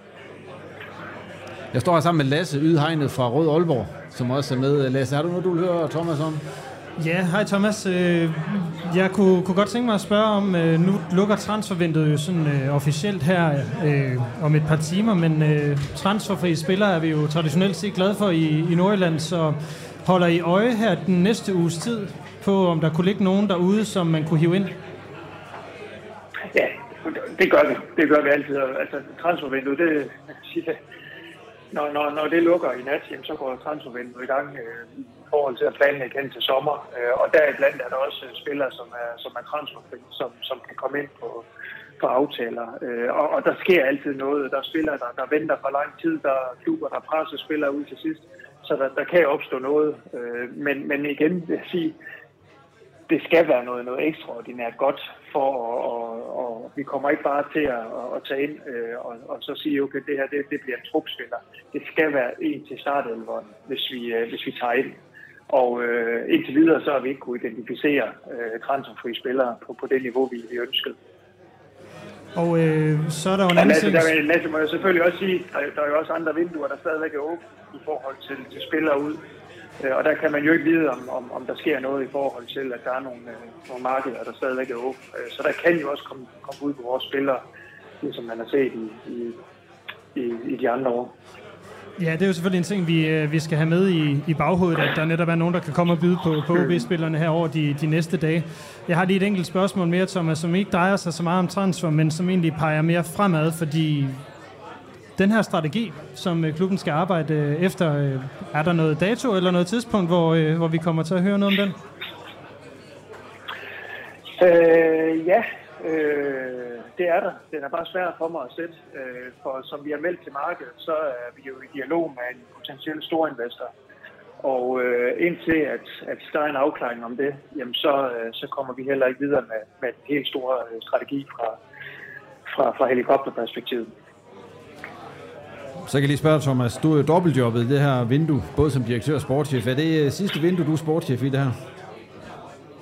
Jeg står her sammen med Lasse Ydhegnet fra Rød Aalborg, som også er med. Lasse, har du noget, du vil høre Thomas om? Ja, hej Thomas. Jeg kunne godt tænke mig at spørge om, nu lukker transfervinduet jo sådan officielt her om et par timer, men transferfri spillere er vi jo traditionelt set glade for i Nordjylland, så holder I øje her den næste uges tid på, om der kunne ligge nogen derude, som man kunne hive ind? Ja, det gør vi. Det gør vi altid. Altså transfervinduet, det siger når det lukker i nat, så går transfervinduet i gang i forhold til at planlægge hen til sommer. Og deriblandt er der også spillere, som er transferfri, som kan komme ind på aftaler. Og der sker altid noget. Der er spillere, der venter for lang tid. Der er klubber, der presser spillere ud til sidst. Så der kan opstå noget. Men igen vil jeg sige, det skal være noget ekstraordinært godt for, og vi kommer ikke bare til at tage ind og så sige, okay, det her det bliver en trupspiller. Det skal være en til startelveren, hvis vi tager ind. Og indtil videre så har vi ikke kunne identificere transferfri spillere på det niveau, vi ønskede. Og så er der jo en anden ting. Lasse må jeg selvfølgelig også sige, der er jo også andre vinduer, der stadigvæk er åbne i forhold til spillere ud. Og der kan man jo ikke vide, om der sker noget i forhold til, at der er nogle markeder, der stadigvæk er åbne. Så der kan jo også komme ud på vores spillere, som man har set i de andre år. Ja, det er jo selvfølgelig en ting, vi skal have med i baghovedet, at der netop er nogen, der kan komme og byde på OB-spillerne her over de næste dage. Jeg har lige et enkelt spørgsmål mere, Thomas, som ikke drejer sig så meget om transfer, men som egentlig peger mere fremad, fordi den her strategi, som klubben skal arbejde efter, er der noget dato eller noget tidspunkt, hvor vi kommer til at høre noget om den? Ja, det er der. Den er bare svær for mig at sætte. For som vi har meldt til markedet, så er vi jo i dialog med en potentiel storinvestor. Og indtil at der er en afklaring om det, jamen så kommer vi heller ikke videre med en helt stor strategi fra helikopterperspektivet. Så kan jeg lige spørge, Thomas, du er jo dobbeltjobbet i det her vindue, både som direktør og sportschef. Er det sidste vindue, du er sportschef i det her?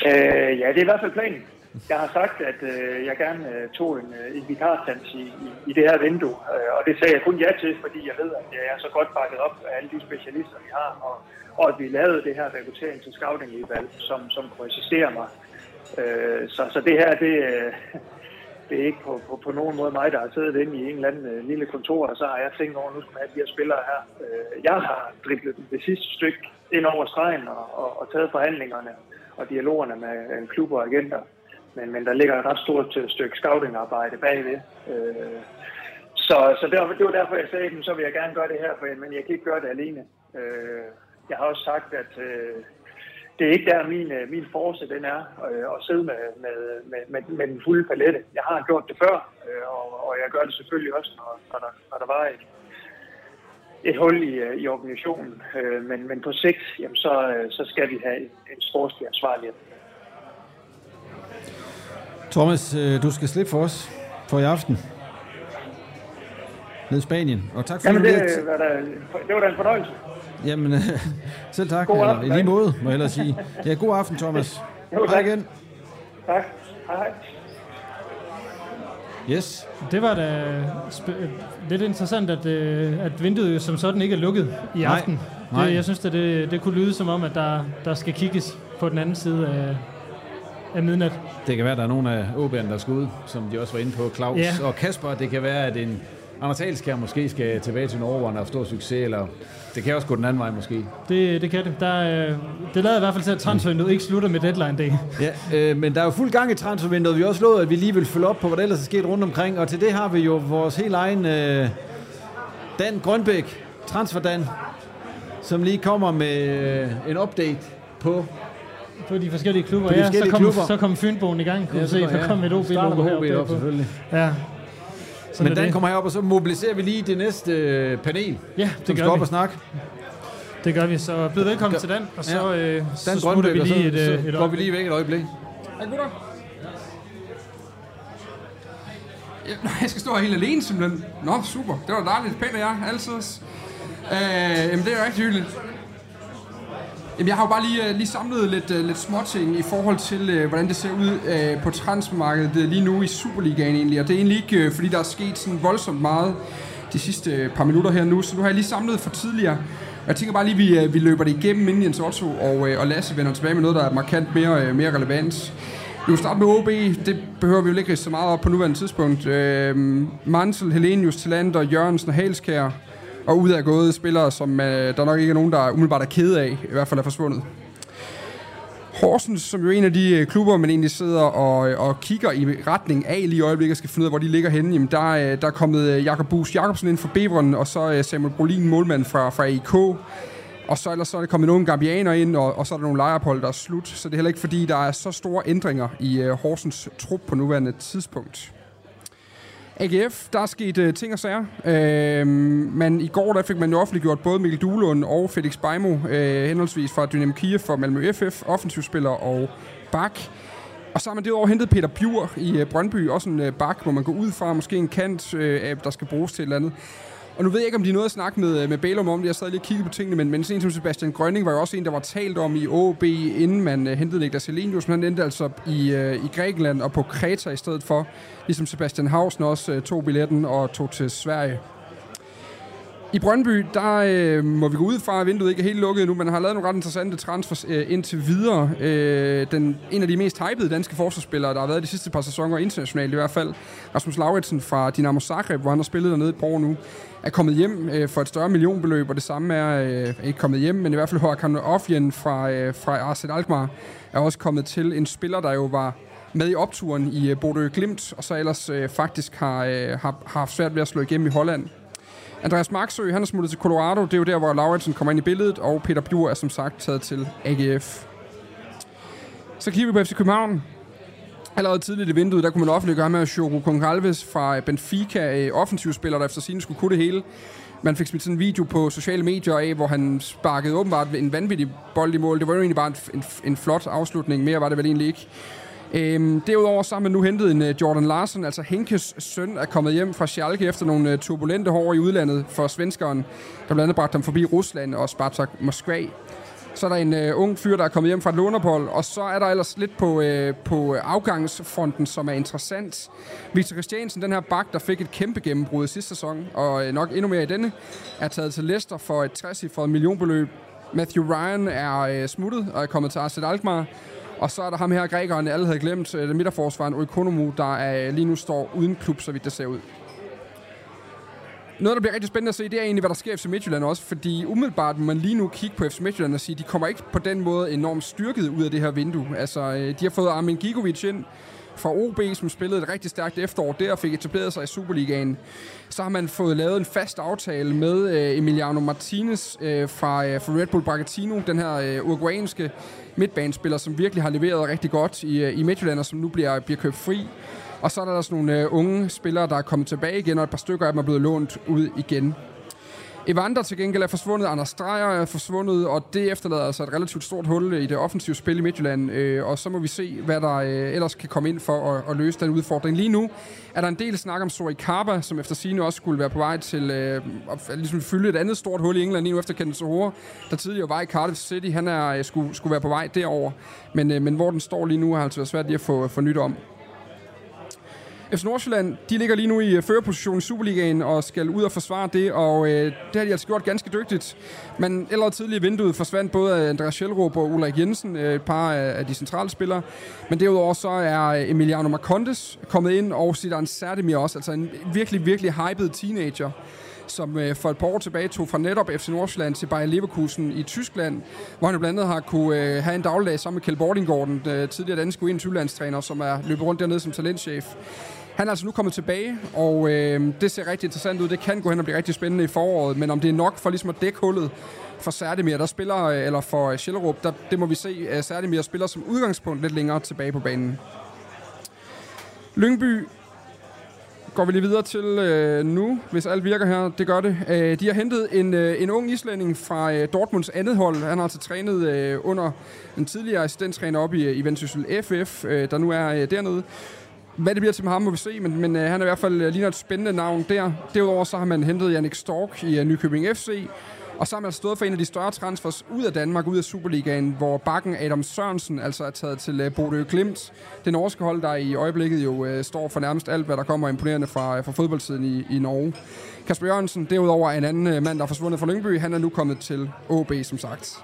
Ja, det er i hvert fald planen. Jeg har sagt, at jeg gerne tog en vikarstans i det her vindue, og det sagde jeg kun ja til, fordi jeg ved, at jeg er så godt bakket op af alle de specialister, vi har, og at vi lavede det her rekrutterings- og scouting-udvalg, som kunne assistere mig. Så det her, det er ikke på nogen måde mig, der har siddet inde i en eller anden lille kontor, og så har jeg tænkt over, at nu skal man have de her spillere her. Jeg har driblet det sidste stykke ind over stregen og taget forhandlingerne og dialogerne med klubber og agenter. Men der ligger et ret stort stykke scouting-arbejde bagved. Så det var derfor, jeg sagde, så vil jeg gerne gøre det her, men jeg kan ikke gøre det alene. Jeg har også sagt, at det er ikke der, min force den er, at sidde med den fulde palette. Jeg har gjort det før, og jeg gør det selvfølgelig også, når der var et hul i organisationen. Men på sigt, jamen, så skal vi have en sportslig ansvarlig. Thomas, du skal slippe for os for i aften. Ned i Spanien. Og tak for det var da en fornøjelse. Jamen, selv tak. Eller, i lige måde, må jeg hellere sige. Ja, god aften, Thomas. Jo, hej igen. Tak. Hej. Yes. Det var da lidt interessant, at vinduet som sådan ikke er lukket i aften. Nej. Jeg synes, at det kunne lyde som om, at der skal kigges på den anden side af midnat. Det kan være, at der er nogle af OB'erne, der skal ud, som de også var inde på. Claus og Kasper, det kan være, at en Anders Alskær måske skal tilbage til Norge, hvor han har stor succes, eller det kan også gå den anden vej måske. Det kan det. Det lader i hvert fald til, at transfervinduet ikke slutter med deadline day. Ja, men der er jo fuld gang i transfervinduet. Vi har også lovet, at vi lige vil følge op på, hvad der ellers er sket rundt omkring, og til det har vi jo vores helt egen Dan Grønbæk, transferdan, som lige kommer med en update på de forskellige klubber. Så kom Fynbogen i gang, kunne se, der kom et OB-logo heroppe. Selvfølgelig. Ja. Men Dan kommer herop, og så mobiliserer vi lige det næste panel, som skal op og snakke. Det gør vi, så bliv velkommen til Dan, og så smutter vi lige et går vi lige væk et øjeblik. Hej gutter. Jeg skal stå helt alene simpelthen. Nå, super. Det var dejligt. Pænt af jer, altid. Jamen, det er rigtig hyggeligt. Jamen, jeg har jo bare lige samlet lidt småting i forhold til, hvordan det ser ud på transfermarkedet lige nu i Superligaen egentlig. Og det er egentlig ikke, fordi der er sket sådan voldsomt meget de sidste par minutter her nu. Så nu har jeg lige samlet for tidligere. Og jeg tænker bare lige, vi løber det igennem, inden Jens Otto og Lasse vender tilbage med noget, der er markant mere relevant. Vi vil starte med OB. Det behøver vi jo ikke så meget op på nuværende tidspunkt. Mansell, Helenius, Tillander, Jørgensen og Halskær. Og ud af gået spillere, som der nok ikke er nogen, der umiddelbart er kede af, i hvert fald er forsvundet. Horsens, som jo er en af de klubber, man egentlig sidder og kigger i retning af lige i øjeblikket, og skal finde ud af, hvor de ligger henne. Jamen, der er kommet Jakob Buus Jacobsen ind fra Beveren, og så Samuel Brolin, målmand fra AIK. Og så ellers så er der kommet nogle gambianer ind, og så er der nogle lejeophold, der er slut. Så det er heller ikke, fordi der er så store ændringer i Horsens trup på nuværende tidspunkt. AGF, der er sket ting og sager. Men i går der fik man jo offentliggjort både Mikkel Duelund og Felix Beimo, henholdsvis fra Dynamo Kiev for Malmö FF, offensivspiller og bak. Og så har man derovre hentet Peter Bjur i Brøndby, også en bak, hvor man går ud fra, måske en kant, der skal bruges til et eller andet. Og nu ved jeg ikke, om de nåede at snakke med Bælum om det. Jeg sad lige og kiggede på tingene, men sådan en som Sebastian Grønning var jo også en, der var talt om i OB, inden man hentede Niklas Helenius, men han endte altså i Grækenland og på Kreta i stedet for, ligesom Sebastian Hausen også tog billetten og tog til Sverige. I Brøndby, der må vi gå ud fra, at vinduet ikke er helt lukket nu, men har lavet nogle ret interessante transfers indtil videre. En af de mest hypede danske forsvarsspillere, der har været de sidste par sæsoner internationalt i hvert fald, Rasmus Lauritsen fra Dinamo Zagreb, hvor han har spillet dernede et par år nu, er kommet hjem for et større millionbeløb, og det samme er ikke kommet hjem, men i hvert fald Håkan Ofjen fra AZ Alkmaar er også kommet til. En spiller, der jo var med i opturen i Bodø Glimt, og så ellers faktisk har haft svært ved at slå igennem i Holland. Andreas Marksø, han er smuttet til Colorado. Det er jo der, hvor Lauritsen kommer ind i billedet, og Peter Bjur er som sagt taget til AGF. Så kigger vi på FC København. Allerede tidligt i vinduet, der kunne man offentliggøre med Sjoko Gonçalves fra Benfica, offensivspiller, der efter sigende skulle kunne det hele. Man fik smidt sådan en video på sociale medier af, hvor han sparkede åbenbart en vanvittig bold i mål. Det var jo egentlig bare en flot afslutning. Mere var det vel egentlig ikke. Derudover så har man nu hentet en Jordan Larsson, altså Henkes søn, er kommet hjem fra Schalke efter nogle turbulente år i udlandet for svenskeren, der blandt andet bragte ham forbi Rusland og Spartak Moskva. Så er der en ung fyr, der er kommet hjem fra et låneophold, og så er der ellers lidt på afgangsfronten, som er interessant. Victor Christiansen, den her bak, der fik et kæmpe gennembrud i sidste sæson, og nok endnu mere i denne, er taget til Leicester for et 60-cifret millionbeløb. Matthew Ryan er smuttet og er kommet til AZ Alkmaar. Og så er der ham her, grækeren, alle havde glemt, midterforsvaren Oikonomou, der lige nu står uden klub, så vidt det ser ud. Noget, der bliver rigtig spændende at se, det er egentlig, hvad der sker i FC Midtjylland også, fordi umiddelbart må man lige nu kigge på FC Midtjylland og sige, de kommer ikke på den måde enormt styrket ud af det her vindue. Altså, de har fået Armin Gigovic ind fra OB, som spillede et rigtig stærkt efterår der og fik etableret sig i Superligaen. Så har man fået lavet en fast aftale med Emiliano Martinez fra Red Bull Bragantino, den her uruguayanske midtbanespiller, som virkelig har leveret rigtig godt i Midtjylland, og som nu bliver købt fri. Og så er der sådan nogle unge spillere, der er kommet tilbage igen, og et par stykker af dem er blevet lånt ud igen. Evander til gengæld er forsvundet, Anders Streyer er forsvundet, og det efterlader altså et relativt stort hul i det offensive spil i Midtjylland. Og så må vi se, hvad der ellers kan komme ind for at løse den udfordring. Lige nu er der en del snak om Sori Kaba, som efter sigende også skulle være på vej til at ligesom fylde et andet stort hul i England lige nu efter Kenneth Zohore, der tidligere var i Cardiff City. Han skulle være på vej derover, men hvor den står lige nu har altså været svært lige at få nyt om. FC Nordsjælland, de ligger lige nu i førerposition i Superligaen og skal ud og forsvare det, og det har de altså gjort ganske dygtigt. Men allerede tidligere i vinduet forsvandt både Andreas Schjelderup og Ulrik Jensen, et par af de centrale spillere. Men derudover så er Emiliano Marcondes kommet ind, og Zidane Serdemir også, altså en virkelig, virkelig hyped teenager, som for et par år tilbage tog fra netop FC Nordsjælland til Bayer Leverkusen i Tyskland, hvor han blandt andet har kunne have en dagligdag sammen med Kjeld Bordinggaard, den tidligere danske U21-landstræner, som er løbet rundt dernede som talentchef. Han er altså nu kommet tilbage, og det ser rigtig interessant ud. Det kan gå hen og blive rigtig spændende i foråret, men om det er nok for ligesom at dække hullet for Serdemir, der spiller, eller for Schjelderup, det må vi se. Serdemir spiller som udgangspunkt lidt længere tilbage på banen. Lyngby går vi lige videre til nu, hvis alt virker her. Det gør det. De har hentet en ung islænding fra Dortmunds andet hold. Han har altså trænet under en tidligere assistenttræner op i Vendsyssel FF, der nu er dernede. Hvad det bliver til med ham, må vi se, men han er i hvert fald ligner et spændende navn der. Derudover så har man hentet Jannik Stork i Nykøbing FC, og så har man stået for en af de større transfers ud af Danmark, ud af Superligaen, hvor bakken Adam Sørensen altså er taget til Bodø Glimt. Det norske hold, der i øjeblikket jo står for nærmest alt, hvad der kommer imponerende fra fodboldsiden i Norge. Kasper Jørgensen, derudover er en anden mand, der er forsvundet fra Lyngby. Han er nu kommet til OB, som sagt.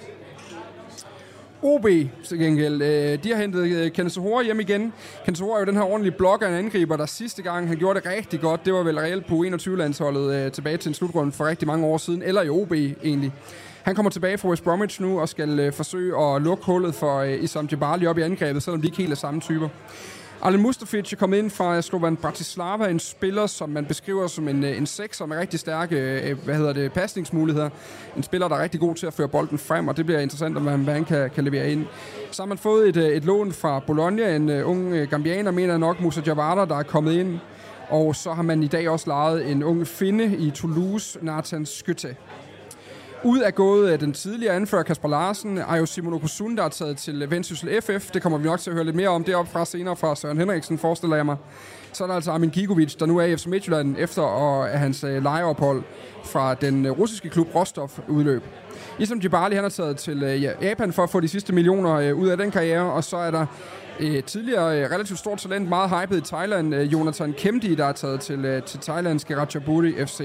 OB, til gengæld, de har hentet Kenneth Zohore hjem igen. Kenneth Zohore er jo den her ordentlige blogger, en angriber, der sidste gang han gjorde det rigtig godt. Det var vel reelt på U21-landsholdet tilbage til en slutrunde for rigtig mange år siden, eller i OB egentlig. Han kommer tilbage fra West Bromwich nu og skal forsøge at lukke hullet for Isam Djibali op i angrebet, selvom de ikke helt er samme typer. Alen Mustafic er kommet ind fra Slovan Bratislava, en spiller, som man beskriver som en sekser med rigtig stærke pasningsmuligheder. En spiller, der er rigtig god til at føre bolden frem, og det bliver interessant, hvad han kan levere ind. Så har man fået et lån fra Bologna, en ung gambianer, mener jeg nok, Musa Jawara, der er kommet ind. Og så har man i dag også lejet en ung finne i Toulouse, Nathan Skytte. Ud er gået den tidligere anfører Kasper Larsen, Ayo Simon Okusun, der er taget til Vendsyssel FF. Det kommer vi nok til at høre lidt mere om deroppe fra senere fra Søren Henriksen, forestiller jeg mig. Så er der altså Armin Gigovic, der nu er i FC Midtjylland efter at hans lejeophold fra den russiske klub Rostov udløb. Isam Djibali, han er taget til Japan for at få de sidste millioner ud af den karriere, og så er der tidligere relativt stort talent, meget hyped i Thailand, Jonathan Kemdi, der er taget til thailandske Ratchaburi FC.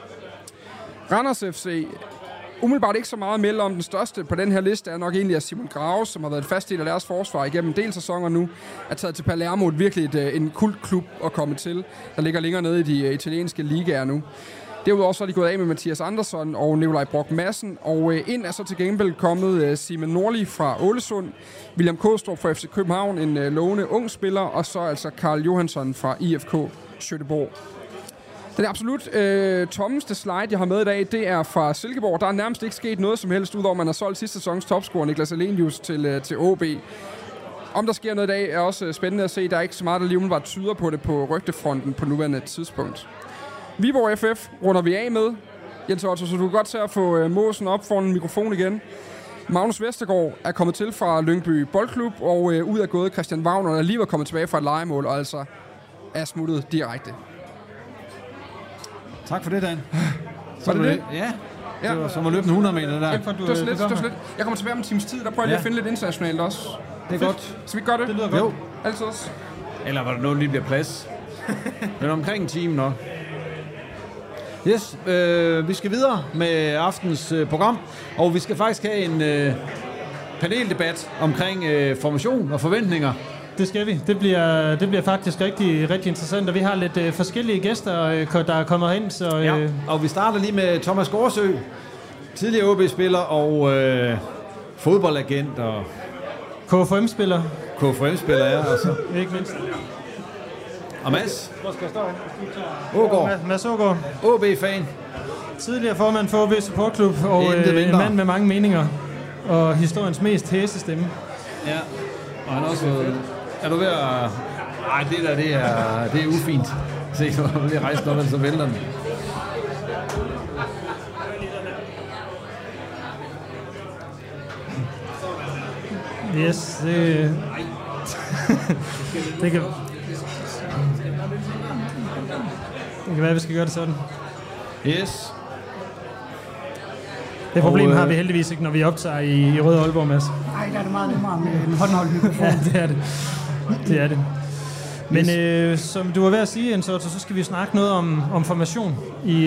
Randers FC, umiddelbart ikke så meget at melde om. Den største på den her liste er nok egentlig Simon Graves, som har været en fast del af deres forsvar igennem en del sæsoner nu, er taget til Palermo, virkelig en kultklub at komme til, der ligger længere nede i de italienske ligaer nu. Derudover så er de gået af med Mathias Andersson og Nikolaj Brock Madsen, og ind er så til gengæld kommet Simon Nordli fra Ålesund, William Kåstrup fra FC København, en lovende ung spiller, og så altså Karl Johansson fra IFK Göteborg. Den absolut tommeste slide, jeg har med i dag, det er fra Silkeborg. Der er nærmest ikke sket noget som helst, udover man har solgt sidste sæsons topscorer Niklas Alenius til OB. Om der sker noget i dag, er også spændende at se. Der er ikke så meget, der lige umiddelbart tyder på det på rygtefronten på nuværende tidspunkt. Viborg FF runder vi af med. Jens Otto, så du kan godt tage at få måsen op foran en mikrofon igen. Magnus Vestergaard er kommet til fra Lyngby Boldklub, og ud er gået Christian Wagner, der lige var kommet tilbage fra et lejemål, og altså er smuttet direkte. Tak for det, Dan. Var det det? Ja. Det var som at løbe en 100 meter der. Det var så lidt. Jeg kommer tilbage om en times tid, der prøver jeg lige at finde lidt internationalt også. Det er godt. Så vi gør det? Det lyder godt. Jo. Altid også. Eller var der noget, lige bliver plads? Men omkring en time nok. Yes, vi skal videre med aftens program, og vi skal faktisk have en paneldebat omkring formation og forventninger. Det skal vi. Det bliver faktisk rigtig, rigtig interessant, og vi har lidt forskellige gæster, der er kommet ind. Så, ja, og vi starter lige med Thomas Gårdsø, tidligere OB-spiller og fodboldagent og KFM-spiller. KFM-spiller, ja. Og så. Ikke mindst. Og Mads. Hvor skal jeg stå hen? Ågaard. Mads Ågaard. OB-fan. Tidligere formand for OB Supportklub, og en mand med mange meninger, og historiens mest hæse stemme. Ja, og han også... Er du ved at... Ej, det er ufint. Se, så vil jeg rejse noget, så vælter den. Yes, det kan... Det kan være, at vi skal gøre det sådan. Yes. Det problem har vi heldigvis ikke, når vi optager i Røde Aalborg, Mads. Nej, der er det meget nemmere med en håndholdt mikrofon. Ja, det er det. Det er det. Men som du var ved at sige, Ensorto, så skal vi snakke noget om formation i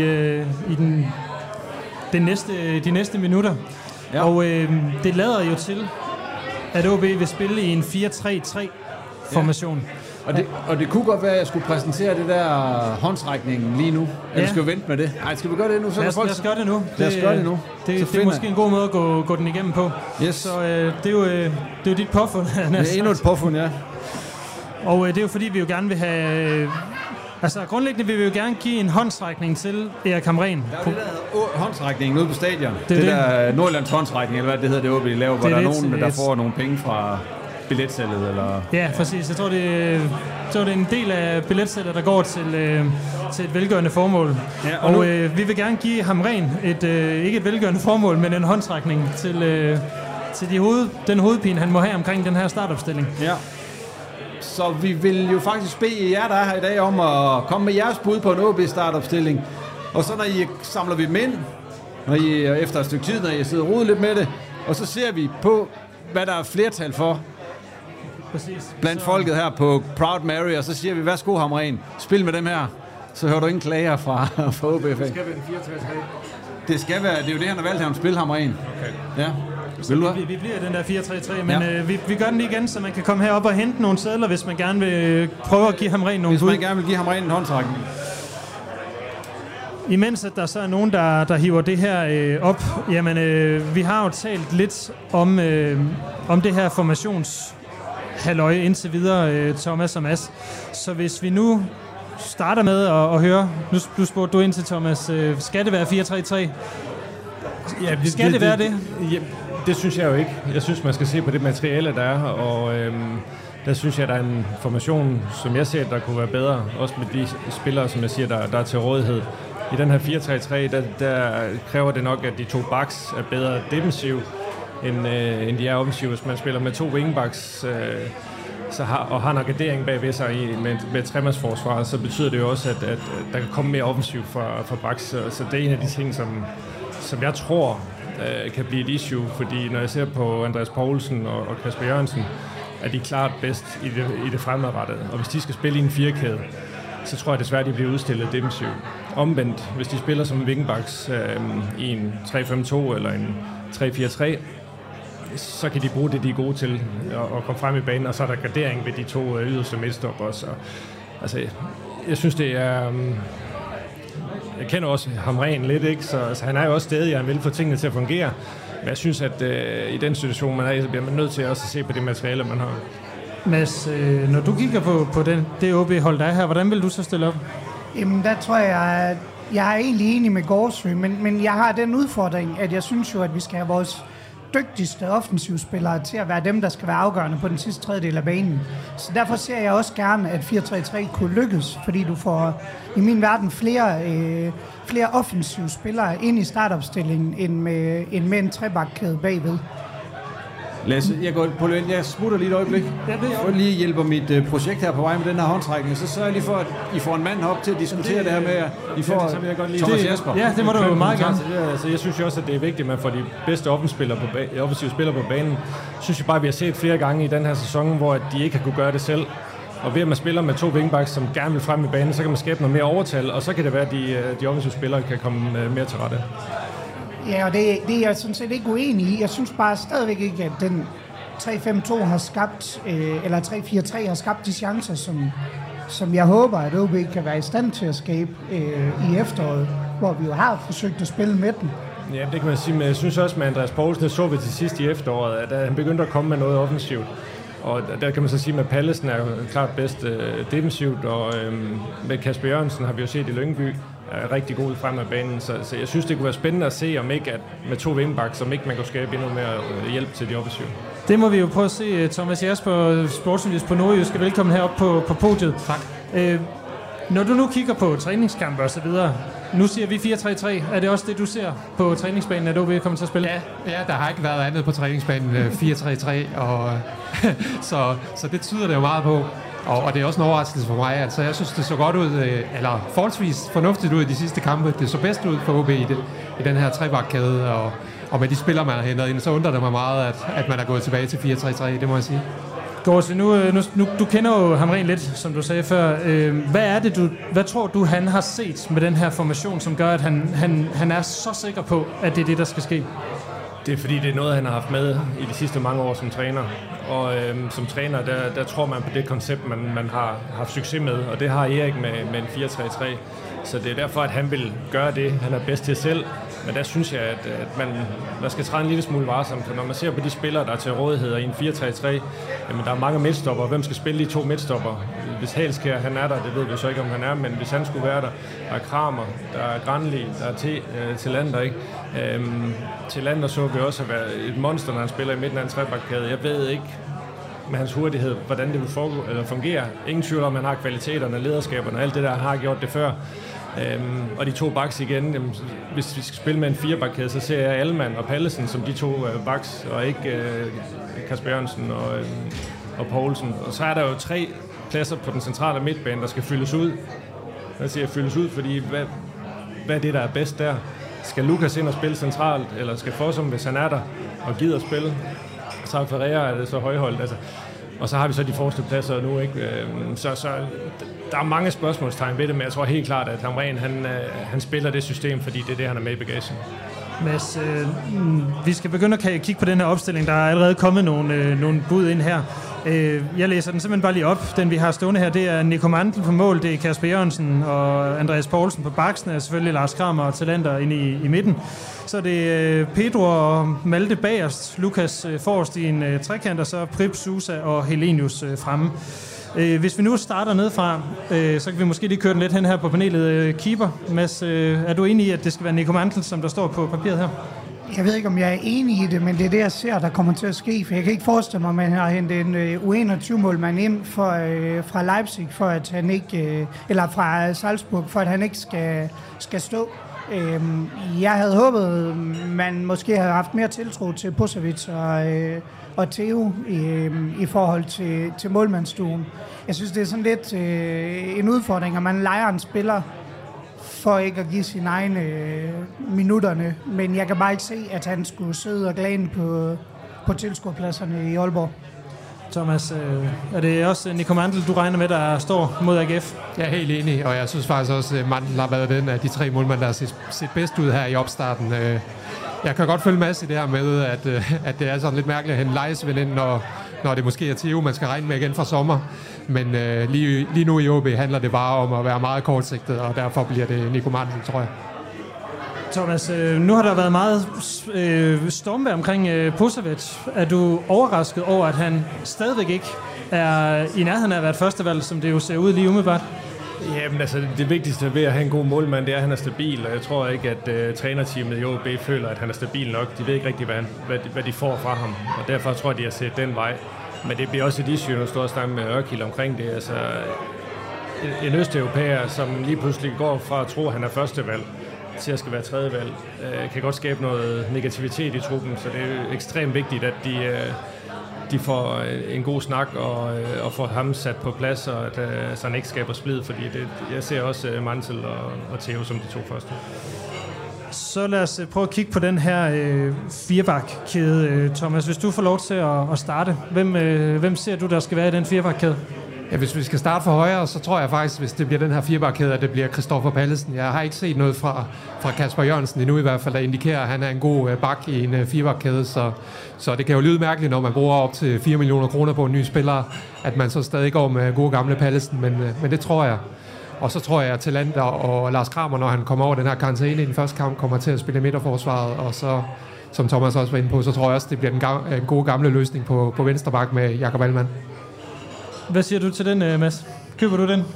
de næste minutter. Ja. Og det lader jo til, at OB vil spille i en 4-3-3-formation. Ja. Og det kunne godt være, at jeg skulle præsentere det der håndsrækningen lige nu. Eller skal vi vente med det? Nej, skal vi gøre det nu? Lad os gøre det nu. Lad os gøre det nu. Det er måske en god måde at gå den igennem på. Yes. Så det er jo dit påfund. Det er endnu et påfund, ja. Og det er jo fordi, vi jo gerne vil have... Altså grundlæggende vil vi jo gerne give en håndsrækning til Erik Hamrén. Der er det der håndsrækningen ude på stadion. Det der Nordjyllands håndsrækning, eller hvad det hedder, det OB laver, hvor der er nogen, der får nogle penge fra billetsælget, eller... Ja, præcis. Jeg tror, det er en del af billetsælget, der går til et velgørende formål. Ja, og vi vil gerne give Hamrén ikke et velgørende formål, men en håndsrækning til den hovedpine, han må have omkring den her startopstilling. Ja. Så vi vil jo faktisk bede jer, der er her i dag, om at komme med jeres bud på en OB-startopstilling. Og så når I samler vi dem ind, når I efter et stykke tid, når I sidder og roder lidt med det, og så ser vi på, hvad der er flertal for. Præcis. Blandt folket her på Proud Mary, og så siger vi, værsgo Hamrén, spil med dem her. Så hører du ingen klager fra OB. Det skal være en 4-3-3. Det skal være, det er jo det, han har valgt, at han spille Hamrén. Okay. Ja. Vi bliver den der 4-3-3, men vi gør den lige igen, så man kan komme herop og hente nogle sedler, hvis man gerne vil prøve at give Hamrén nogle bud. Hvis man gerne vil give Hamrén en håndsrækning. Imens at der så er nogen, der hiver det her op, jamen vi har jo talt lidt om det her formationshalløje indtil videre, Thomas og Mads. Så hvis vi nu starter med at høre, nu spurgte du ind til Thomas, skal det være 4-3-3? Ja, skal det være det? Ja, det synes jeg jo ikke. Jeg synes, man skal se på det materiale, der er, og der synes jeg, der er en formation, som jeg ser, der kunne være bedre, også med de spillere, som jeg siger, der er til rådighed. I den her 4-3-3, der kræver det nok, at de to backs er bedre defensiv, end de er offensiv. Hvis man spiller med to wingbacks og har en gardering bagved sig med et tremandsforsvar, så betyder det jo også, at der kan komme mere offensiv fra backs. Så det er en af de ting, som jeg tror kan blive et issue, fordi når jeg ser på Andreas Poulsen og Kasper Jørgensen, er de klart bedst i det fremadrettede. Og hvis de skal spille i en firkæde, så tror jeg desværre, de bliver udstillet defensivt. Omvendt, hvis de spiller som wingbacks i en 3-5-2 eller en 3-4-3, så kan de bruge det, de er gode til at komme frem i banen, og så er der gardering ved de to yderste midtstopper også. Altså, jeg synes, det er... Jeg kender også Hamrén lidt, ikke? Så han er jo også stadig, han vil få tingene til at fungere. Men jeg synes, at i den situation, man er i, så bliver man nødt til også at se på det materiale, man har. Mads, når du kigger på det OB-hold, der er her, hvordan vil du så stille op? Jamen, der tror jeg, at jeg er egentlig enig med Gårdsø, men jeg har den udfordring, at jeg synes jo, at vi skal have vores dygtigste offensivspillere til at være dem, der skal være afgørende på den sidste tredjedel af banen. Så derfor ser jeg også gerne, at 4-3-3 kunne lykkes, fordi du får i min verden flere offensivspillere ind i startopstillingen, end med en trebakkæde bagved. Lasse, jeg smutter lige et øjeblik. Jeg lige hjælper mit projekt her på vej med den her håndtrækning, så sørger jeg lige for, at I får en mand op til at diskutere det her med, at I får Thomas Jesper. Ja, det må du jo meget gerne. Altså, jeg synes jo også, at det er vigtigt, at man får de bedste offensive spillere på banen. Jeg synes jo bare, at vi har set flere gange i den her sæson, hvor de ikke har kunne gøre det selv. Og ved at man spiller med 2 wingbacks, som gerne vil frem i banen, så kan man skabe noget mere overtal, og så kan det være, at de offensive spillere kan komme mere til rette. Ja, og det er jeg sådan set ikke uenig i. Jeg synes bare stadigvæk ikke, at den 3-5-2 har skabt, eller 3-4-3 har skabt de chancer, som jeg håber, at OB kan være i stand til at skabe i efteråret, hvor vi jo har forsøgt at spille med den. Ja, det kan man sige, men jeg synes også med Andreas Poulsen, så vi til sidst i efteråret, at han begyndte at komme med noget offensivt. Og der kan man så sige, at Pallesen er jo klart bedst defensivt, og med Kasper Jørgensen har vi jo set i Lyngby er rigtig god frem af banen, så jeg synes, det kunne være spændende at se, om ikke at med 2 wingbacks, som ikke man kunne skabe endnu mere hjælp til de offensive. Det må vi jo prøve at se. Thomas Jesper, sportsjournalist på Nordjysk, velkommen herop på podiet. Tak. Når du nu kigger på træningskampe og så videre, nu siger vi 4-3-3. Er det også det, du ser på træningsbanen, at OB kommer til at spille? Ja, der har ikke været andet på træningsbanen 4-3-3, og så det tyder det jo meget på. Og det er også en overraskelse for mig. Altså, jeg synes, det så godt ud, eller forholdsvis fornuftigt ud i de sidste kampe. Det så bedst ud for OB i den her trebakkæde, og med de spillere, man har hentet ind, så undrer det mig meget, at man er gået tilbage til 4-3-3, det må jeg sige. Gårdse, nu, du kender jo ham rent lidt, som du sagde før. Hvad tror du, han har set med den her formation, som gør, at han er så sikker på, at det er det, der skal ske? Det er fordi, det er noget, han har haft med i de sidste mange år som træner. Og som træner, der tror man på det koncept, man har haft succes med. Og det har Erik med en 4-3-3. Så det er derfor, at han vil gøre det, han er bedst til selv. Men der synes jeg, at man skal træde en lille smule varsomt. For når man ser på de spillere, der er til rådighed i en 4-3-3, jamen der er mange midtstopper. Hvem skal spille de 2 midtstopper? Hvis Halskjær, han er der, det ved vi så ikke, om han er, men hvis han skulle være der er Kramer, der er Granli, der er Tillander, ikke? Tillander så vi også være et monster, når han spiller i midten af en trebakkæde. Jeg ved ikke med hans hurtighed, hvordan det vil fungere. Ingen tvivl om, han har kvaliteterne, lederskaberne og alt det der, har gjort det før. Og de 2 backs igen, jamen, hvis vi skal spille med en 4-bakkæde, så ser jeg Allmann og Pallesen som de 2 backs, og ikke Kasper Jørgensen og Poulsen. Og så er der jo 3 pladser på den centrale midtbane, der skal fyldes ud. Jeg siger fyldes ud, fordi hvad er det, der er bedst der? Skal Lukas ind og spille centralt, eller skal Fossum, hvis han er der, og gider spille? Så Ferreira er det så højholdt, altså. Og så har vi så de forreste pladser nu, ikke? Så der er mange spørgsmålstegn ved det, men jeg tror helt klart, at Hamrén, han spiller det system, fordi det er det, han er med i bagagen. Mads, vi skal begynde at kigge på den her opstilling. Der er allerede kommet nogle bud ind her. Jeg læser den simpelthen bare lige op. Den, vi har stående her, det er Nico Mandl på mål, det er Kasper Jørgensen og Andreas Poulsen på baksen, og selvfølgelig Lars Kramer og Tillander inde i midten. Så er det Pedro og Malte bagerst, Lukas forrest i en trekant, og så Prip, Sousa og Helenius fremme. Hvis vi nu starter nedefra, så kan vi måske lige køre den lidt hen her på panelet. Keeper, Mads, er du enig i, at det skal være Nico Mandl, som der står på papiret her? Jeg ved ikke, om jeg er enig i det, men det er det, jeg ser, der kommer til at ske. For jeg kan ikke forestille mig, at man har hentet en U21-målmand ind fra Leipzig, for at han ikke, eller fra Salzburg, for at han ikke skal stå. Jeg havde håbet, man måske havde haft mere tiltro til Pusevic og Theo i forhold til målmandsstuen. Jeg synes, det er sådan lidt en udfordring, at man leger en spiller for ikke at give sine egne minutterne, men jeg kan bare ikke se, at han skulle sidde og glane på tilskuerpladserne i Aalborg. Thomas, er det også Nico Mandl, du regner med, der står mod AGF? Jeg er helt enig, og jeg synes faktisk også, at Mandl har været den af de 3 målmænd, der har set bedst ud her i opstarten. Jeg kan godt følge Mads i det her med, at det er sådan lidt mærkeligt at hente lejesvind ind, når det måske er Theo, man skal regne med igen fra sommer. Men lige nu i OB handler det bare om at være meget kortsigtet, og derfor bliver det Nico Mandl, tror jeg. Thomas, nu har der været meget stormvejr omkring Pusevic. Er du overrasket over, at han stadigvæk ikke er i nærheden af at være et førstevalg, som det jo ser ud lige umiddelbart? Jamen altså, det vigtigste ved at have en god målmand, det er, at han er stabil, og jeg tror ikke, at trænerteamet i OB føler, at han er stabil nok. De ved ikke rigtig, hvad de får fra ham, og derfor tror jeg, de har set den vej. Men det bliver også et issue, når står og snakker med Ørkild omkring det. Altså, en østeuropæer, som lige pludselig går fra at tro, at han er førstevalg, til at skal være tredjevalg, kan godt skabe noget negativitet i truppen, så det er ekstremt vigtigt, at de får en god snak og får ham sat på plads, og at så han ikke skaber splid, fordi jeg ser også Mansell og Theo som de to første. Så lad os prøve at kigge på den her firebakkæde, Thomas. Hvis du får lov til at starte, hvem ser du, der skal være i den firebakkæde? Ja, hvis vi skal starte for højre, så tror jeg faktisk, hvis det bliver den her firebakkæde, at det bliver Christoffer Pallesen. Jeg har ikke set noget fra Kasper Jørgensen endnu i hvert fald, der indikerer, at han er en god bak i en firebakkæde. Så det kan jo lyde mærkeligt, når man bruger op til 4 millioner kroner på en ny spiller, at man så stadig går med gode gamle Pallesen, men det tror jeg. Og så tror jeg, at Talander og Lars Kramer, når han kommer over den her karantæne i den første kamp, kommer til at spille midterforsvaret, og så, som Thomas også var inde på, så tror jeg også, det bliver en god gamle løsning på venstre bak med Jakob Allmann. Hvad siger du til den, Mads? Køber du den?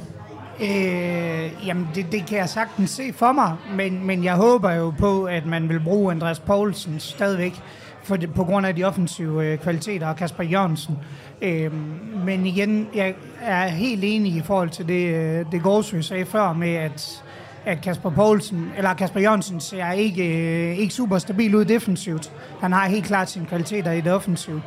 Jamen, det kan jeg sagtens se for mig, men jeg håber jo på, at man vil bruge Andreas Poulsen stadigvæk, på grund af de offensive kvaliteter, og Kasper Jørgensen. Men igen, jeg er helt enig i forhold til det Gårdsø sagde før med, at Kasper Jørgensen ser ikke super stabil ud defensivt. Han har helt klart sine kvaliteter i det offensive.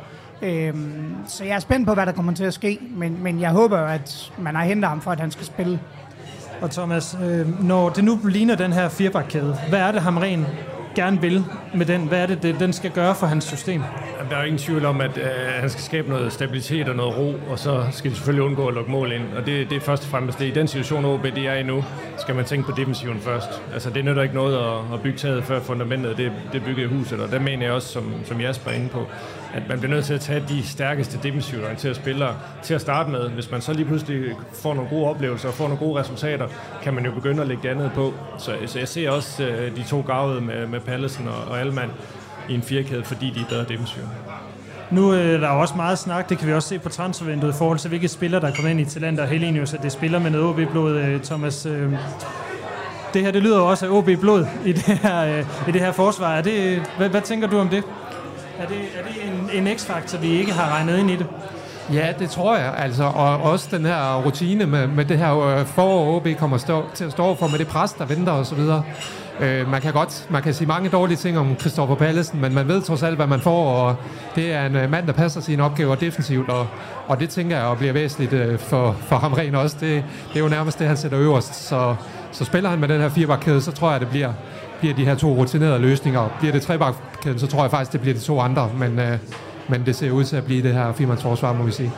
Så jeg er spændt på, hvad der kommer til at ske, men jeg håber jo, at man har hentet ham for, at han skal spille. Og Thomas, når det nu ligner den her firebakkæde, hvad er det, Hamrén gerne vil med den? Hvad er det, den skal gøre for hans system? Der er jo ingen tvivl om, at han skal skabe noget stabilitet og noget ro, og så skal de selvfølgelig undgå at lukke mål ind. Og det er først og fremmest det. I den situation, OB det er i nu, skal man tænke på defensiven først. Altså, det nytter ikke noget at bygge taget før fundamentet, det bygger i huset. Og der mener jeg også, som Jasper er inde på, at man bliver nødt til at tage de stærkeste defensivt orienterede spillere til at starte med. Hvis man så lige pludselig får nogle gode oplevelser og får nogle gode resultater, kan man jo begynde at lægge det andet på. Så jeg ser også de to gavede med Pallesen og Allmann i en firkæde, fordi de er bedre defensive. Nu er der også meget snak, det kan vi også se på transfervinduet i forhold til, hvilke spillere, der kommer ind i Talander og Helenius, at det spiller med noget OB-blod, Thomas. Det her, det lyder jo også af OB-blod i det her forsvar. Hvad tænker du om det? Er det en x-faktor, vi ikke har regnet ind i det? Ja, det tror jeg. Altså, og også den her rutine med det her forår, OB kommer til at stå for med det pres, der venter osv. Man kan sige mange dårlige ting om Christoffer Pallesen, men man ved trods alt, hvad man får, og det er en mand, der passer sine opgaver defensivt, og det tænker jeg bliver væsentligt for Hamrén også. Det er jo nærmest det, han sætter øverst. Så spiller han med den her firebakkæde, så tror jeg, det bliver de her to rutinerede løsninger. Bliver det trebakkæden, så tror jeg faktisk, det bliver de to andre, men det ser ud til at blive det her firemandsforsvar, må vi sige.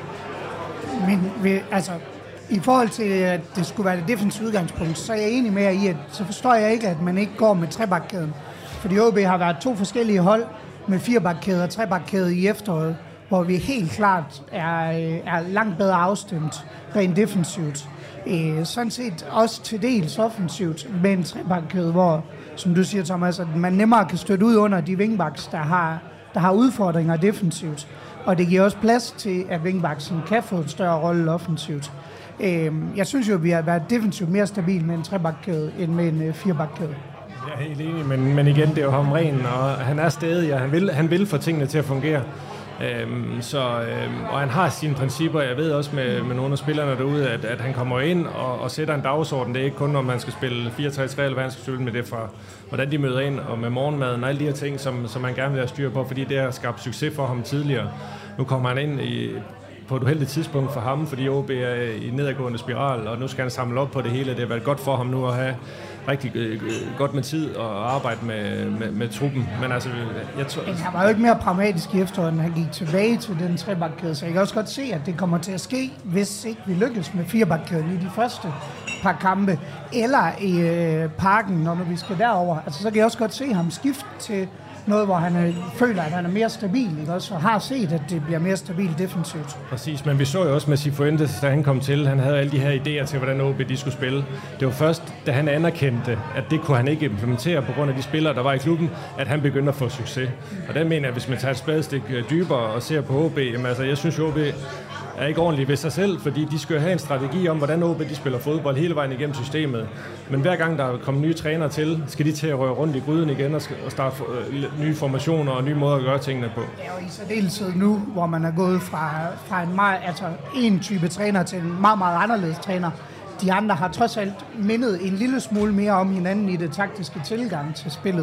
Men i forhold til, at det skulle være det defensive udgangspunkt, så er jeg enig med jer i, at så forstår jeg ikke, at man ikke går med trebakkæden. Fordi OB har været to forskellige hold med firebakkæde og trebakkæde i efteråret, hvor vi helt klart er langt bedre afstemt rent defensivt. Sådan set også til dels offensivt med en trebakkæde, hvor, som du siger, Thomas, at man nemmere kan støtte ud under de wingbacks, der har udfordringer defensivt. Og det giver også plads til, at wingbacks kan få en større rolle offensivt. Jeg synes jo, at vi har været defensivt mere stabil med en trebakkæde end med en firebakkæde. Jeg er helt enig, men igen, det er jo Hamrén, og han er stedig, og han vil få tingene til at fungere. Og han har sine principper. Jeg ved også med nogle af spillerne derude, at han kommer ind og sætter en dagsorden. Det er ikke kun, når man skal spille 4-3-3, eller hvad han skal spille med det fra, hvordan de møder ind, og med morgenmaden og alle de her ting, som man gerne vil have styr på, fordi det har skabt succes for ham tidligere. Nu kommer han ind på et uheldigt tidspunkt for ham, fordi OB er i nedadgående spiral, og nu skal han samle op på det hele. Det har været godt for ham nu at have rigtig godt med tid og arbejde med truppen. Men altså, jeg tror... Han var jo ikke mere pragmatisk i efteråret, end han gik tilbage til den trebakkæde, så jeg kan også godt se, at det kommer til at ske, hvis ikke vi lykkes med firebakkæden i de første par kampe, eller i Parken, når vi skal derover. Altså, så kan jeg også godt se ham skifte til noget, hvor han føler, at han er mere stabil, ikke også? Og har set, at det bliver mere stabilt defensivt. Præcis, men vi så jo også med Cifuentes, da han kom til. Han havde alle de her idéer til, hvordan OB de skulle spille. Det var først, da han anerkendte, at det kunne han ikke implementere på grund af de spillere, der var i klubben, at han begyndte at få succes. Og der mener jeg, hvis man tager et spadestik dybere og ser på OB, jamen altså, jeg synes OB er ikke ordentligt ved sig selv, fordi de skal have en strategi om, hvordan OB de spiller fodbold hele vejen igennem systemet. Men hver gang der kommer nye trænere til, skal de til at røre rundt i gryden igen og starte nye formationer og nye måder at gøre tingene på. Ja, og i særdeleshed nu, hvor man er gået fra en type træner til en meget, meget anderledes træner. De andre har trods alt mindet en lille smule mere om hinanden i det taktiske tilgang til spillet.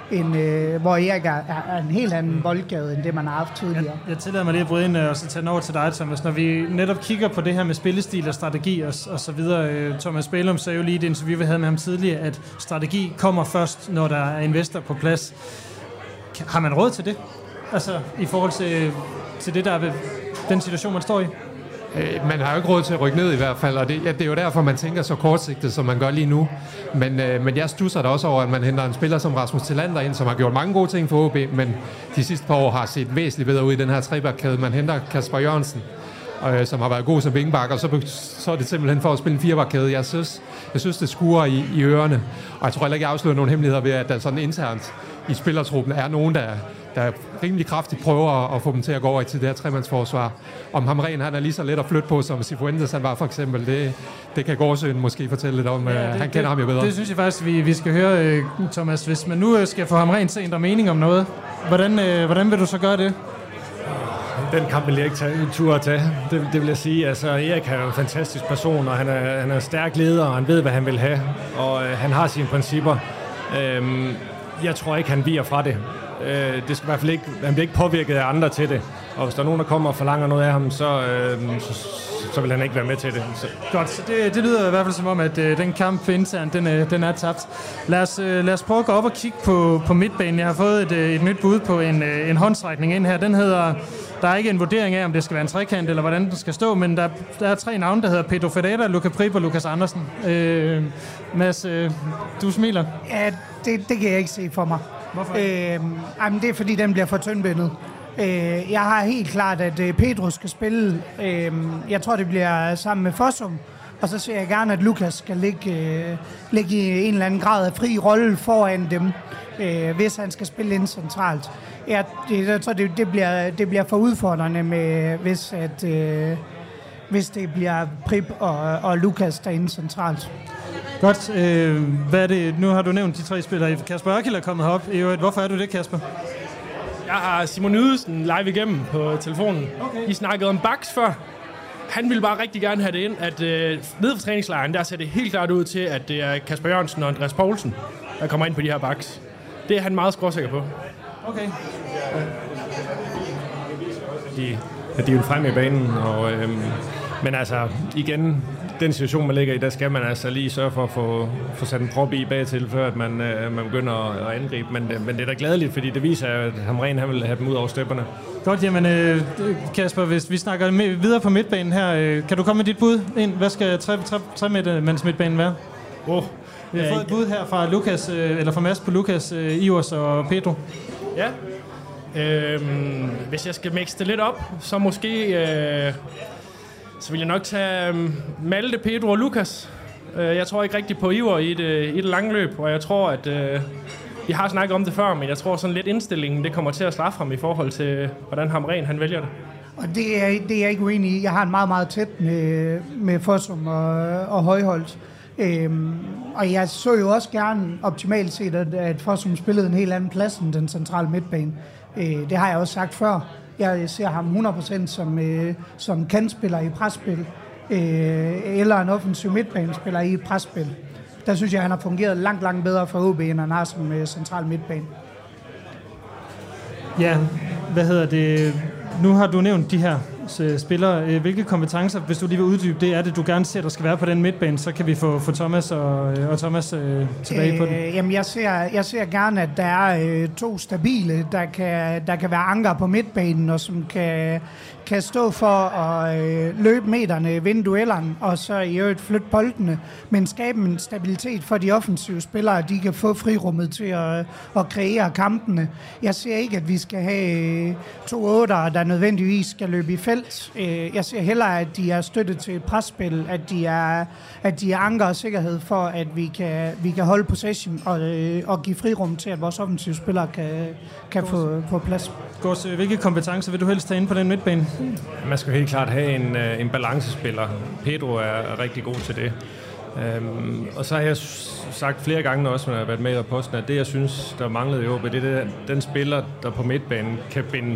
hvor Erik er en helt anden boldgade, end det man har haft tidligere. Jeg tillader mig lige at bryde ind og så tage den over til dig, Thomas. Når vi netop kigger på det her med spillestil og strategi og så videre, Thomas Bælum sagde jo lige i det interview, vi havde med ham tidligere, at strategi kommer først, når der er investor på plads. Har man råd til det? Altså i forhold til det, der er ved den situation, man står i? Man har jo ikke råd til at rykke ned i hvert fald, og det er jo derfor, man tænker så kortsigtet, som man gør lige nu. Men jeg stusser da også over, at man henter en spiller som Rasmus Tillander ind, som har gjort mange gode ting for OB, men de sidste par år har set væsentligt bedre ud i den her trebakkæde. Man henter Kasper Jørgensen, som har været god som wingback, og så er det simpelthen for at spille en firebakkæde. Jeg synes, det skurer i ørerne, og jeg tror heller ikke, jeg afslører nogen hemmeligheder ved, at der sådan internt i spillertruppen er nogen, der rimelig kraftigt prøver at få dem til at gå over til det her tremandsforsvar. Om Hamren, han er lige så let at flytte på, som Cifuentes han var for eksempel. Det kan Gårdsøen måske fortælle lidt om. Han kender ham jo bedre. Det synes jeg faktisk, vi skal høre, Thomas. Hvis man nu skal få Hamren til at ændre mening om noget, hvordan vil du så gøre det? Den kamp vil jeg ikke tage. Det vil jeg sige. Altså, Erik er jo en fantastisk person, og han er stærk leder, og han ved, hvad han vil have. Og han har sine principper. Jeg tror ikke, han viger fra det. Det skal i hvert fald ikke, han bliver ikke påvirket af andre til det. Og hvis der er nogen, der kommer og forlanger noget af ham, så vil han ikke være med til det. Så. Godt, så det lyder i hvert fald som om, at den kamp internt, den er tabt. Lad os prøve at gå op og kigge på midtbanen. Jeg har fået et nyt bud på en håndsrækning ind her. Den hedder, der er ikke en vurdering af, om det skal være en trekant, eller hvordan den skal stå, men der er 3 navne, der hedder Pedro Ferreira, Luka Prip og Lukas Andersen. Mads, du smiler. Ja, det kan jeg ikke se for mig. Hvorfor? Det er, fordi den bliver for tyndbindet. Jeg har helt klart, at Pedro skal spille. Jeg tror, det bliver sammen med Fossum. Og så ser jeg gerne, at Lukas skal ligge i en eller anden grad af fri rolle foran dem, hvis han skal spille ind centralt. Jeg tror, det bliver for udfordrende, hvis det bliver Prip og Lukas derinde centralt. Godt. Hvad er det? Nu har du nævnt de 3 spillere. Kasper Ørkild er kommet herop. Hvorfor er du det, Kasper? Jeg har Simon Ydelsen live igennem på telefonen. Okay. I snakkede om backs før. Han ville bare rigtig gerne have det ind, at nede for træningslejren, der ser det helt klart ud til, at det er Kasper Jørgensen og Andreas Poulsen, der kommer ind på de her backs. Det er han meget skråsikker på. Okay. De vil frem i banen, men altså igen, den situation, man ligger i, der skal man altså lige sørge for at få sat en prop i bagtil, før at man begynder at angribe. Men det er da glædeligt, fordi det viser, at Hamren han vil have dem ud over stepperne. Godt, jamen Kasper, hvis vi snakker videre på midtbanen her, kan du komme med dit bud ind? Hvad skal tremands midtbanen være? Vi har fået et bud her fra Lukas, eller fra Mads på Lukas, Ivers og Pedro. Ja. Hvis jeg skal mixe det lidt op, så måske... Så vil jeg nok tage Malte, Pedro og Lukas. Jeg tror ikke rigtig på Iver i det lange løb, og jeg tror, at vi har snakket om det før, men jeg tror sådan lidt indstillingen, det kommer til at straffe ham i forhold til, hvordan Hamren han vælger det. Og det er jeg ikke uenig i. Jeg har en meget, meget tæt med Fossum og Højholdt. Og jeg så jo også gerne optimalt set, at Fossum spillede en helt anden plads end den centrale midtbane. Det har jeg også sagt før. Jeg ser ham 100% som kantspiller i presspil, eller en offensiv midtbanespiller i presspil. Der synes jeg, han har fungeret langt bedre for OB, end han har som central midtbane. Ja, nu har du nævnt de her spillere. Hvilke kompetencer, hvis du lige vil uddybe det, er det, du gerne ser, der skal være på den midtbane, så kan vi få Thomas og Thomas tilbage på den. Jamen, jeg ser gerne, at der er 2 stabile, der kan være anker på midtbanen, og som kan stå for at løbe meterne, vinde duellerne, og så i øvrigt flytte boldene, men skabe en stabilitet for de offensive spillere, at de kan få frirummet til at kreere kampene. Jeg ser ikke, at vi skal have 2 8'ere, der nødvendigvis skal løbe i felt. Jeg ser hellere, at de er støttet til et presspil, at de er anker og sikkerhed for, at vi kan holde possession og give frirum til, at vores offensive spillere kan få plads. Gås, hvilke kompetencer vil du helst tage ind på den midtbane? Man skal helt klart have en balancespiller. Pedro er rigtig god til det. Og så har jeg sagt flere gange også, når jeg har været med i posten, at det, jeg synes, der manglede i OB, det er den spiller, der på midtbanen kan binde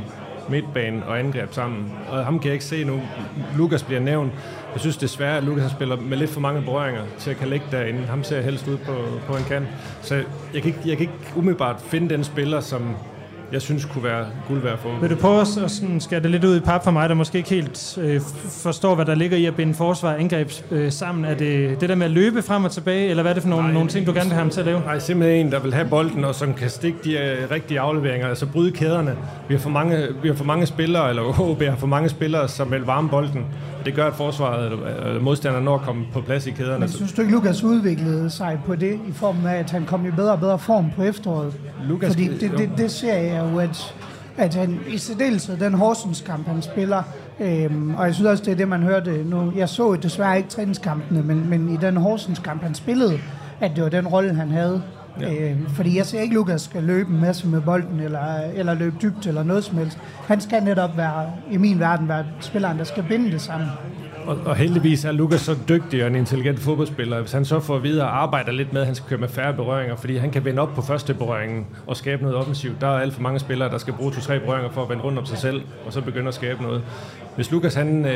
midtbane og angreb sammen. Og ham kan jeg ikke se nu. Lukas bliver nævnt. Jeg synes desværre, at Lukas spiller med lidt for mange berøringer til at kan ligge derinde. Ham ser helst ud på en kant. Så jeg kan ikke umiddelbart finde den spiller, som jeg synes kunne være guld værd for. Vil du prøve at sådan skære det lidt ud i pap for mig, der måske ikke helt forstår, hvad der ligger i at binde forsvar og angreb sammen? Er det der med at løbe frem og tilbage, eller hvad er det for nogle ting, du gerne vil have ham til at lave? Nej, simpelthen en, der vil have bolden, og som kan stikke de rigtige afleveringer, altså bryde kæderne. Vi har for mange spillere, eller OB har for mange spillere, som vil varme bolden. Det gør, at forsvaret eller modstanderne når at komme på plads i kæderne. Men synes du ikke, Lukas udviklede sig på det, i form af, at han kom i bedre og bedre form på efteråret? Lukas, fordi det ser jeg jo, at han i særdeleshed den Horsens-kamp, han spiller, og jeg synes også, det er det, man hørte nu. Jeg så desværre ikke træningskampene, men i den Horsens-kamp, han spillede, at det var den rolle, han havde. Ja. Fordi jeg ser ikke, Lukas skal løbe en masse med bolden, eller løbe dybt, eller noget som helst. Han skal netop være, i min verden, være spilleren, der skal binde det sammen. Og heldigvis er Lukas så dygtig og en intelligent fodboldspiller, hvis han så får videre og arbejder lidt med, at han skal køre med færre berøringer, fordi han kan vende op på første berøringen og skabe noget offensivt. Der er alt for mange spillere, der skal bruge 2-3 berøringer for at vende rundt om sig selv, og så begynde at skabe noget. Hvis Lukas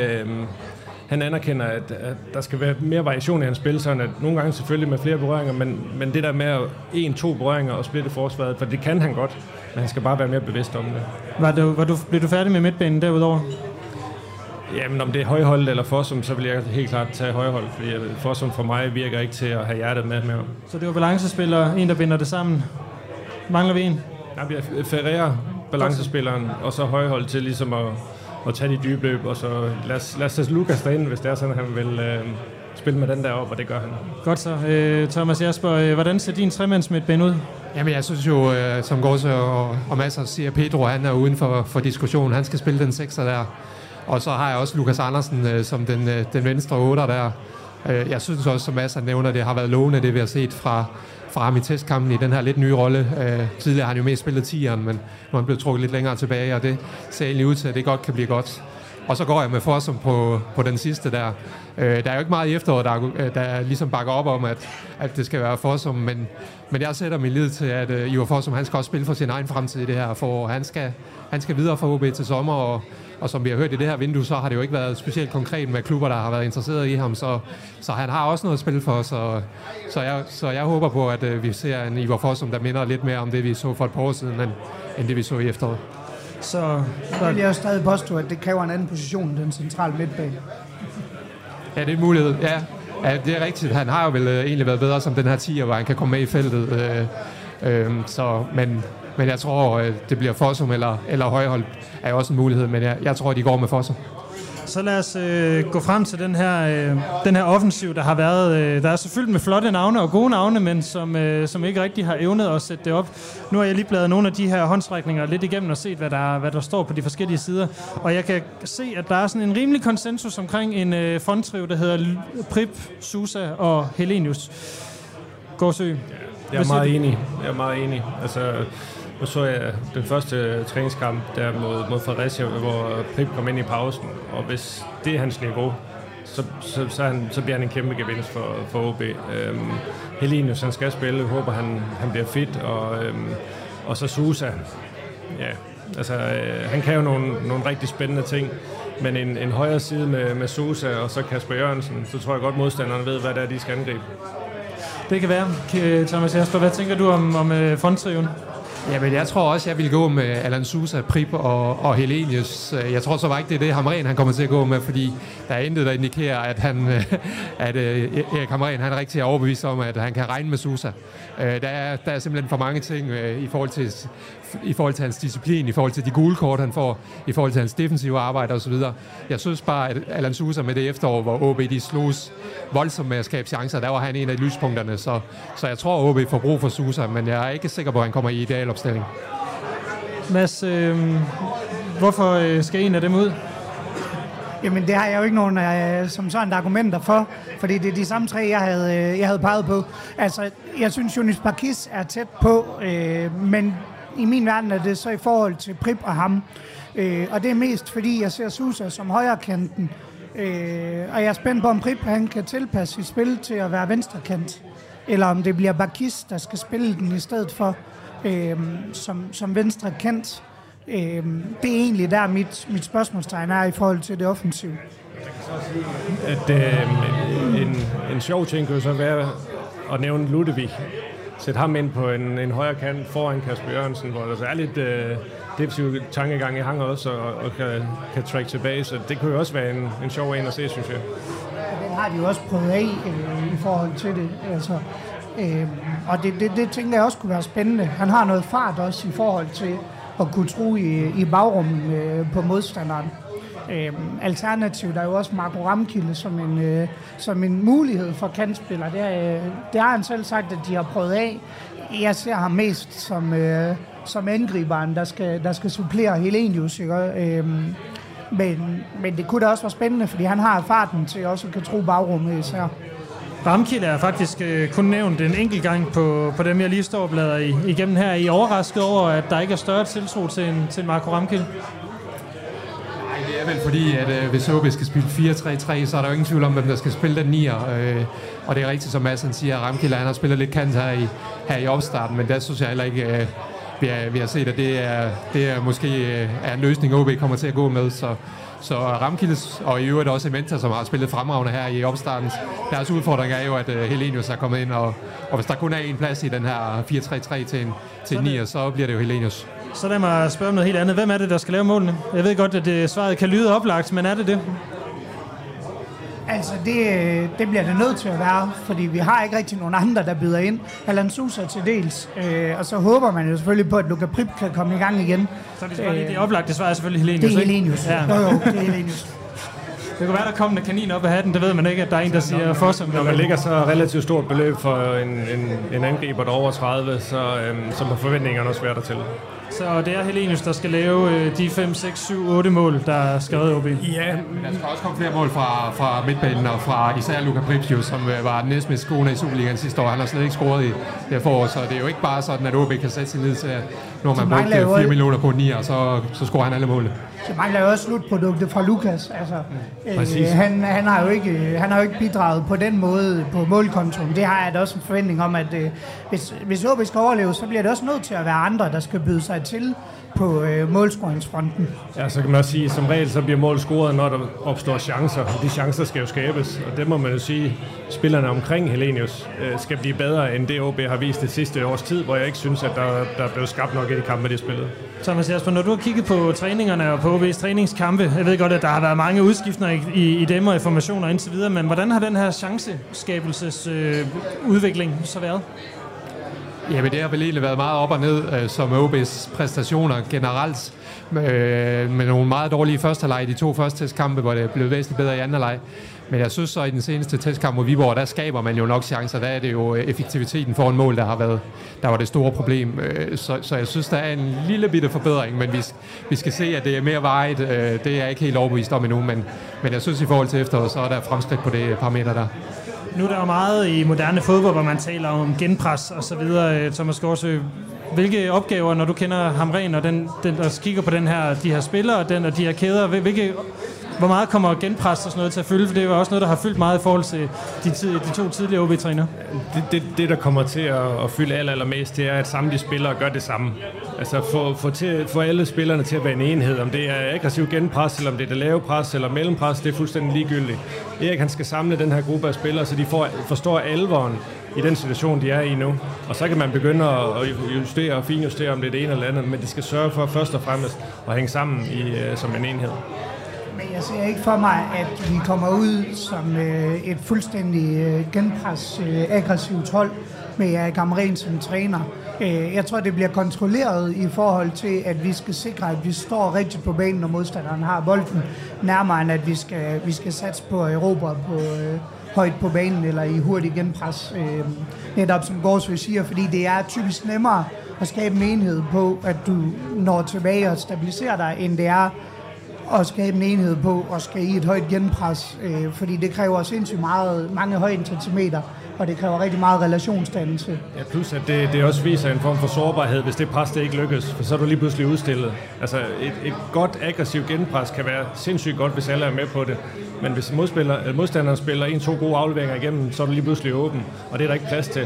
han anerkender, at der skal være mere variation i hans spil, sådan at nogle gange selvfølgelig med flere berøringer, men det der med 1-2 berøringer og splitte forsvaret, for det kan han godt, men han skal bare være mere bevidst om det. Blev du færdig med midtbanen derudover? Jamen, om det er Højholdt eller Fossum, så vil jeg helt klart tage Højholdt, fordi Fossum for mig virker ikke til at have hjertet med mere. Så det var balancespiller, en der binder det sammen. Mangler vi en? Ja, vi er Ferreira, balancespilleren, og så Højholdt til ligesom at tage de dybe løb, og så lad os tage Lukas derinde, hvis det er sådan, at han vil spille med den der op, og det gør han. Godt så. Thomas Jasper, hvordan ser din tremandsmidtbane ud? Jamen, jeg synes jo, som Gåse og Masser siger, Pedro, han er uden for diskussionen. Han skal spille den 6'er der. Og så har jeg også Lukas Andersen som den venstre 8'er der. Jeg synes også, som Masser nævner, det har været lovende, det vi har set fra ham i testkampen i den her lidt nye rolle. Tidligere har han jo mest spillet 10'eren, men nu er han blevet trukket lidt længere tilbage, og det ser egentlig ud til, at det godt kan blive godt. Og så går jeg med Fossum på den sidste der. Der er jo ikke meget i efteråret, der ligesom bakker op om, at det skal være Fossum, men jeg sætter min lid til, at Ivar Fossum, han skal også spille for sin egen fremtid i det her forår. Han skal videre fra OB til sommer, og som vi har hørt i det her vindue, så har det jo ikke været specielt konkret med klubber, der har været interesseret i ham, så han har også noget at spille for, så jeg håber på, at vi ser en Ivar Fossum, der minder lidt mere om det, vi så for et par år siden, end det, vi så i efteråret. Så vil jeg jo stadig påstå, at det kræver en anden position end den centrale midtbane. Ja, det er en mulighed. Ja, det er rigtigt. Han har jo vel egentlig været bedre som den her 10'er, hvor han kan komme med i feltet. Men jeg tror, det bliver Fossum eller Højholdt er jo også en mulighed, men jeg tror, de går med Fossum. Så lad os gå frem til den her offensiv, der har været. Der er så fyldt med flotte navne og gode navne, men som ikke rigtig har evnet at sætte det op. Nu har jeg lige bladet nogle af de her håndstrækninger lidt igennem og set, hvad der står på de forskellige sider. Og jeg kan se, at der er sådan en rimelig konsensus omkring en fronttrio, der hedder Prip, Sousa og Helenius. Gåsø. Jeg er meget enig. Altså, nu så jeg den første træningskamp der mod Fredericia, hvor Prip kom ind i pausen, og hvis det er hans niveau, så bliver han en kæmpe gevinst for OB. Helenius, han skal spille, jeg håber han bliver fit, og så Sousa. Ja, altså han kan jo nogle rigtig spændende ting, men en højre side med Sousa og så Kasper Jørgensen, så tror jeg godt modstanderne ved, hvad det er, de skal angribe. Det kan være. Thomas Jasper, hvad tænker du om fronttrioen? Jamen, jeg tror også, jeg vil gå med Alan Sousa, Prip og Helenius. Jeg tror så bare ikke, det er det, Hamren han kommer til at gå med, fordi der er intet, der indikerer, at Erik Hamren han er rigtig overbevist om, at han kan regne med Sousa. Der er simpelthen for mange ting i forhold til hans disciplin, i forhold til de gule kort, han får, i forhold til hans defensive arbejde osv. Jeg synes bare, at Alan Sousa med det efterår, hvor OB de slogs voldsomt med at skabe chancer, der var han en af lyspunkterne. Så jeg tror, at OB får brug for Sousa, men jeg er ikke sikker på, at han kommer i idealopstilling. Mads, hvorfor skal en af dem ud? Jamen, det har jeg jo ikke nogen som sådan argumenter for, fordi det er de samme tre, jeg havde peget på. Altså, jeg synes, Jonas Bakis er tæt på, men i min verden er det så i forhold til Prip og ham. Og det er mest, fordi jeg ser Sousa som højrekanten, og jeg er spændt på, om Prip han kan tilpasse sit spil til at være venstrekant, eller om det bliver Bakis, der skal spille den i stedet for som venstre kant. Det er egentlig der, mit spørgsmålstegn er i forhold til det offensive. At en sjov ting kan jo så være at nævne Ludovic. Sæt ham ind på en højre kant foran Kasper Jørgensen, hvor der er lidt defensiv tankegang i ham også, og kan track tilbage. Så det kunne jo også være en sjov en at se, synes jeg. Ja, den har de jo også prøvet af i forhold til det. Altså, og det tænker jeg også kunne være spændende. Han har noget fart også i forhold til at kunne true i bagrummet på modstanderen. Alternativt er jo også Marco Ramkilde som en mulighed for kantspiller. Det har han selv sagt, at de har prøvet af. Jeg ser ham mest som angriberen, der skal supplere Helenius. Men det kunne da også være spændende, fordi han har farten til også at kan true bagrummet især. Ramkilde er faktisk kun nævnt en enkelt gang på dem, jeg lige står og bladrer igennem her. Er I overrasket over, at der ikke er større tiltro til Marco Ramkilde? Nej, det er vel fordi, at hvis OB skal spille 4-3-3, så er der jo ingen tvivl om, hvem der skal spille den nier. Og det er rigtigt, som Madsen siger, at Ramkilde han har spillet lidt kant her i opstarten, men der synes jeg heller ikke, vi har set, at det er måske er en løsning, OB kommer til at gå med. Så Ramkildes og i øvrigt også Ementa, som har spillet fremragende her i opstarten, deres udfordring er jo, at Helenius er kommet ind, og hvis der kun er en plads i den her 4-3-3 til en 9'er, så bliver det jo Helenius. Så lad mig spørge om noget helt andet. Hvem er det, der skal lave målene? Jeg ved godt, at svaret kan lyde oplagt, men er det det? Altså, det bliver det nødt til at være, fordi vi har ikke rigtig nogen andre, der byder ind. Alan Sousa til dels, og så håber man jo selvfølgelig på, at Luka Prip kan komme i gang igen. Så det oplagte svar er selvfølgelig Helenius, det er Helenius, ja. Jo, det er Helenius. Det kan være, der kommer en kanin op af hatten, det ved man ikke, at der er en, der siger for sig. Når man ligger så relativt stort beløb for en angriber, der over 30, så må forventningerne også være der til. Så det er Helenius, der skal lave de 5, 6, 7, 8 mål, der er skrevet OB. Ja, men der skal også komme flere mål fra midtbanen og fra især Luka Pripsjus, som var den næstmest scorende i Superligaen sidste år. Han har slet ikke scoret i det forår, så det er jo ikke bare sådan, at OB kan sætte sig ned til, når man bruger 4 millioner på 9, og så scorer han alle målene. Så mangler jo også slutproduktet fra Lukas. Altså, han har jo ikke bidraget på den måde på målkontoen. Det har jeg da også en forventning om, at hvis OB skal overleve, så bliver det også nødt til at være andre, der skal byde sig til på målscoringsfronten. Ja, så kan man også sige, som regel så bliver mål scoret, når der opstår chancer. De chancer skal jo skabes, og det må man jo sige, spillerne omkring Helenius skal blive bedre, end det OB har vist det sidste års tid, hvor jeg ikke synes, at der er blevet skabt nok i de kampe, de spillede. Thomas Jasper, når du har kigget på træningerne og på OB's træningskampe, jeg ved godt, at der har været mange udskiftninger i dem og i formationer indtil videre, men hvordan har den her chanceskabelsesudvikling så været? Ja, men det har vel egentlig været meget op og ned, som OB's præstationer generelt, med nogle meget dårlige første halvleg i de 2 første testkampe, hvor det er blevet væsentligt bedre i anden halvleg. Men jeg synes så, i den seneste testkamp mod Viborg, der skaber man jo nok chancer. Der er det jo effektiviteten foran mål, der var det store problem. Så jeg synes, der er en lille bitte forbedring, men vi skal se, at det er mere varigt. Det er jeg ikke helt overbevist om endnu, men jeg synes, i forhold til efteråret, så er der fremskridt på det parameter der. Nu er der jo meget i moderne fodbold, hvor man taler om genpres og så videre. Thomas Gårdsø, hvilke opgaver, når du kender Hamren og den der kigger på de her spillere og de her kæder, hvor meget kommer genpres og sådan noget til at fylde? For det er jo også noget, der har fyldt meget i forhold til de 2 tidligere OB-trænere. Det, der kommer til at fylde allermest, det er, at samtlige spillere gør det samme. Altså få alle spillerne til at være en enhed. Om det er aggressiv genpres, eller om det er det lave pres, eller mellempres, det er fuldstændig ligegyldigt. Erik, han skal samle den her gruppe af spillere, så de forstår alvoren i den situation, de er i nu. Og så kan man begynde at justere og finjustere, om det er det ene eller andet, men de skal sørge for først og fremmest at hænge sammen som en enhed. Men jeg ser ikke for mig, at vi kommer ud som et fuldstændig genpres aggressivt hold med Erik Hamren som træner. Jeg tror, det bliver kontrolleret i forhold til, at vi skal sikre, at vi står rigtigt på banen, når modstanderen har bolden, nærmere end at vi skal satse på Europa på højt på banen eller i hurtig genpres. Netop som Gårdsø siger, fordi det er typisk nemmere at skabe en enhed på, at du når tilbage og stabiliserer dig, end det er at skabe en enhed på og skal i et højt genpres, fordi det kræver sindssygt mange højintensiteter, og det kræver rigtig meget relationsdannelse. Ja, plus at det også viser en form for sårbarhed, hvis det pres det ikke lykkes, for så er du lige pludselig udstillet. Altså et godt aggressivt genpres kan være sindssygt godt, hvis alle er med på det, men hvis modstanderen spiller 1-2 gode afleveringer igennem, så er du lige pludselig åben, og det er der ikke plads til.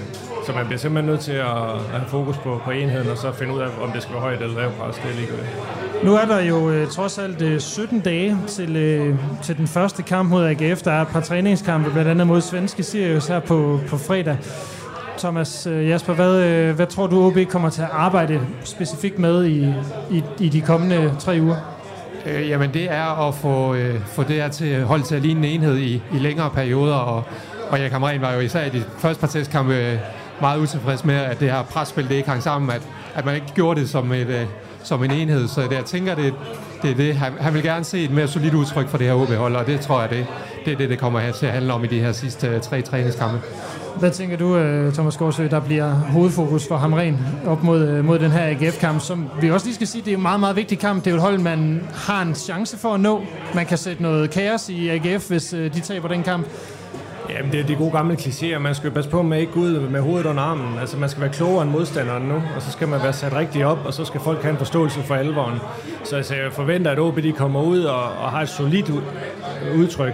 Så man bliver simpelthen nødt til at have fokus på enheden, og så finde ud af, om det skal være højt eller lavt pres. Det er ligegyldigt. Nu er der jo trods alt 17 dage til den første kamp mod AGF. Der er et par træningskampe, blandt andet mod svenske Sirius her på fredag. Thomas Jasper, hvad tror du, OB kommer til at arbejde specifikt med i de kommende 3 uger? Jamen det er at få det her til hold til at ligne en enhed i længere perioder, og Erik Hamrén var jo især i de første par testkampe meget utilfreds med, at det her presspil det ikke hang sammen, at man ikke gjorde det som en enhed, så jeg tænker, det er det. Han vil gerne se et mere solidt udtryk for det her OB-hold, og det tror jeg, det er det kommer til at handle om i de her sidste 3 træningskampe. Hvad tænker du, Thomas Gårdsø, der bliver hovedfokus for Hamrén op mod den her AGF-kamp, som vi også lige skal sige, det er jo en meget, meget vigtig kamp. Det er jo et hold, man har en chance for at nå. Man kan sætte noget kaos i AGF, hvis de taber den kamp. Jamen, det er de gode gamle klichéer. Man skal jo passe på med ikke gå ud med hovedet under armen. Altså, man skal være klogere end modstanderen nu, og så skal man være sat rigtigt op, og så skal folk have en forståelse for alvoren. Så altså, jeg forventer, at OB de kommer ud og har et solidt udtryk.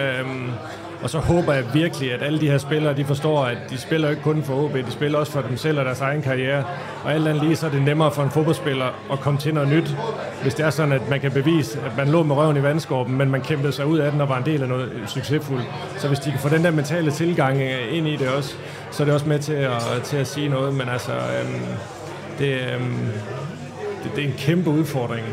Og så håber jeg virkelig, at alle de her spillere, de forstår, at de spiller ikke kun for OB, de spiller også for dem selv og deres egen karriere. Og alt andet lige, så er det nemmere for en fodboldspiller at komme til noget nyt, hvis det er sådan, at man kan bevise, at man lå med røven i vandskorben, men man kæmpede sig ud af den og var en del af noget succesfuldt. Så hvis de kan få den der mentale tilgang ind i det også, så er det også med til at sige noget. Men altså, det er en kæmpe udfordring,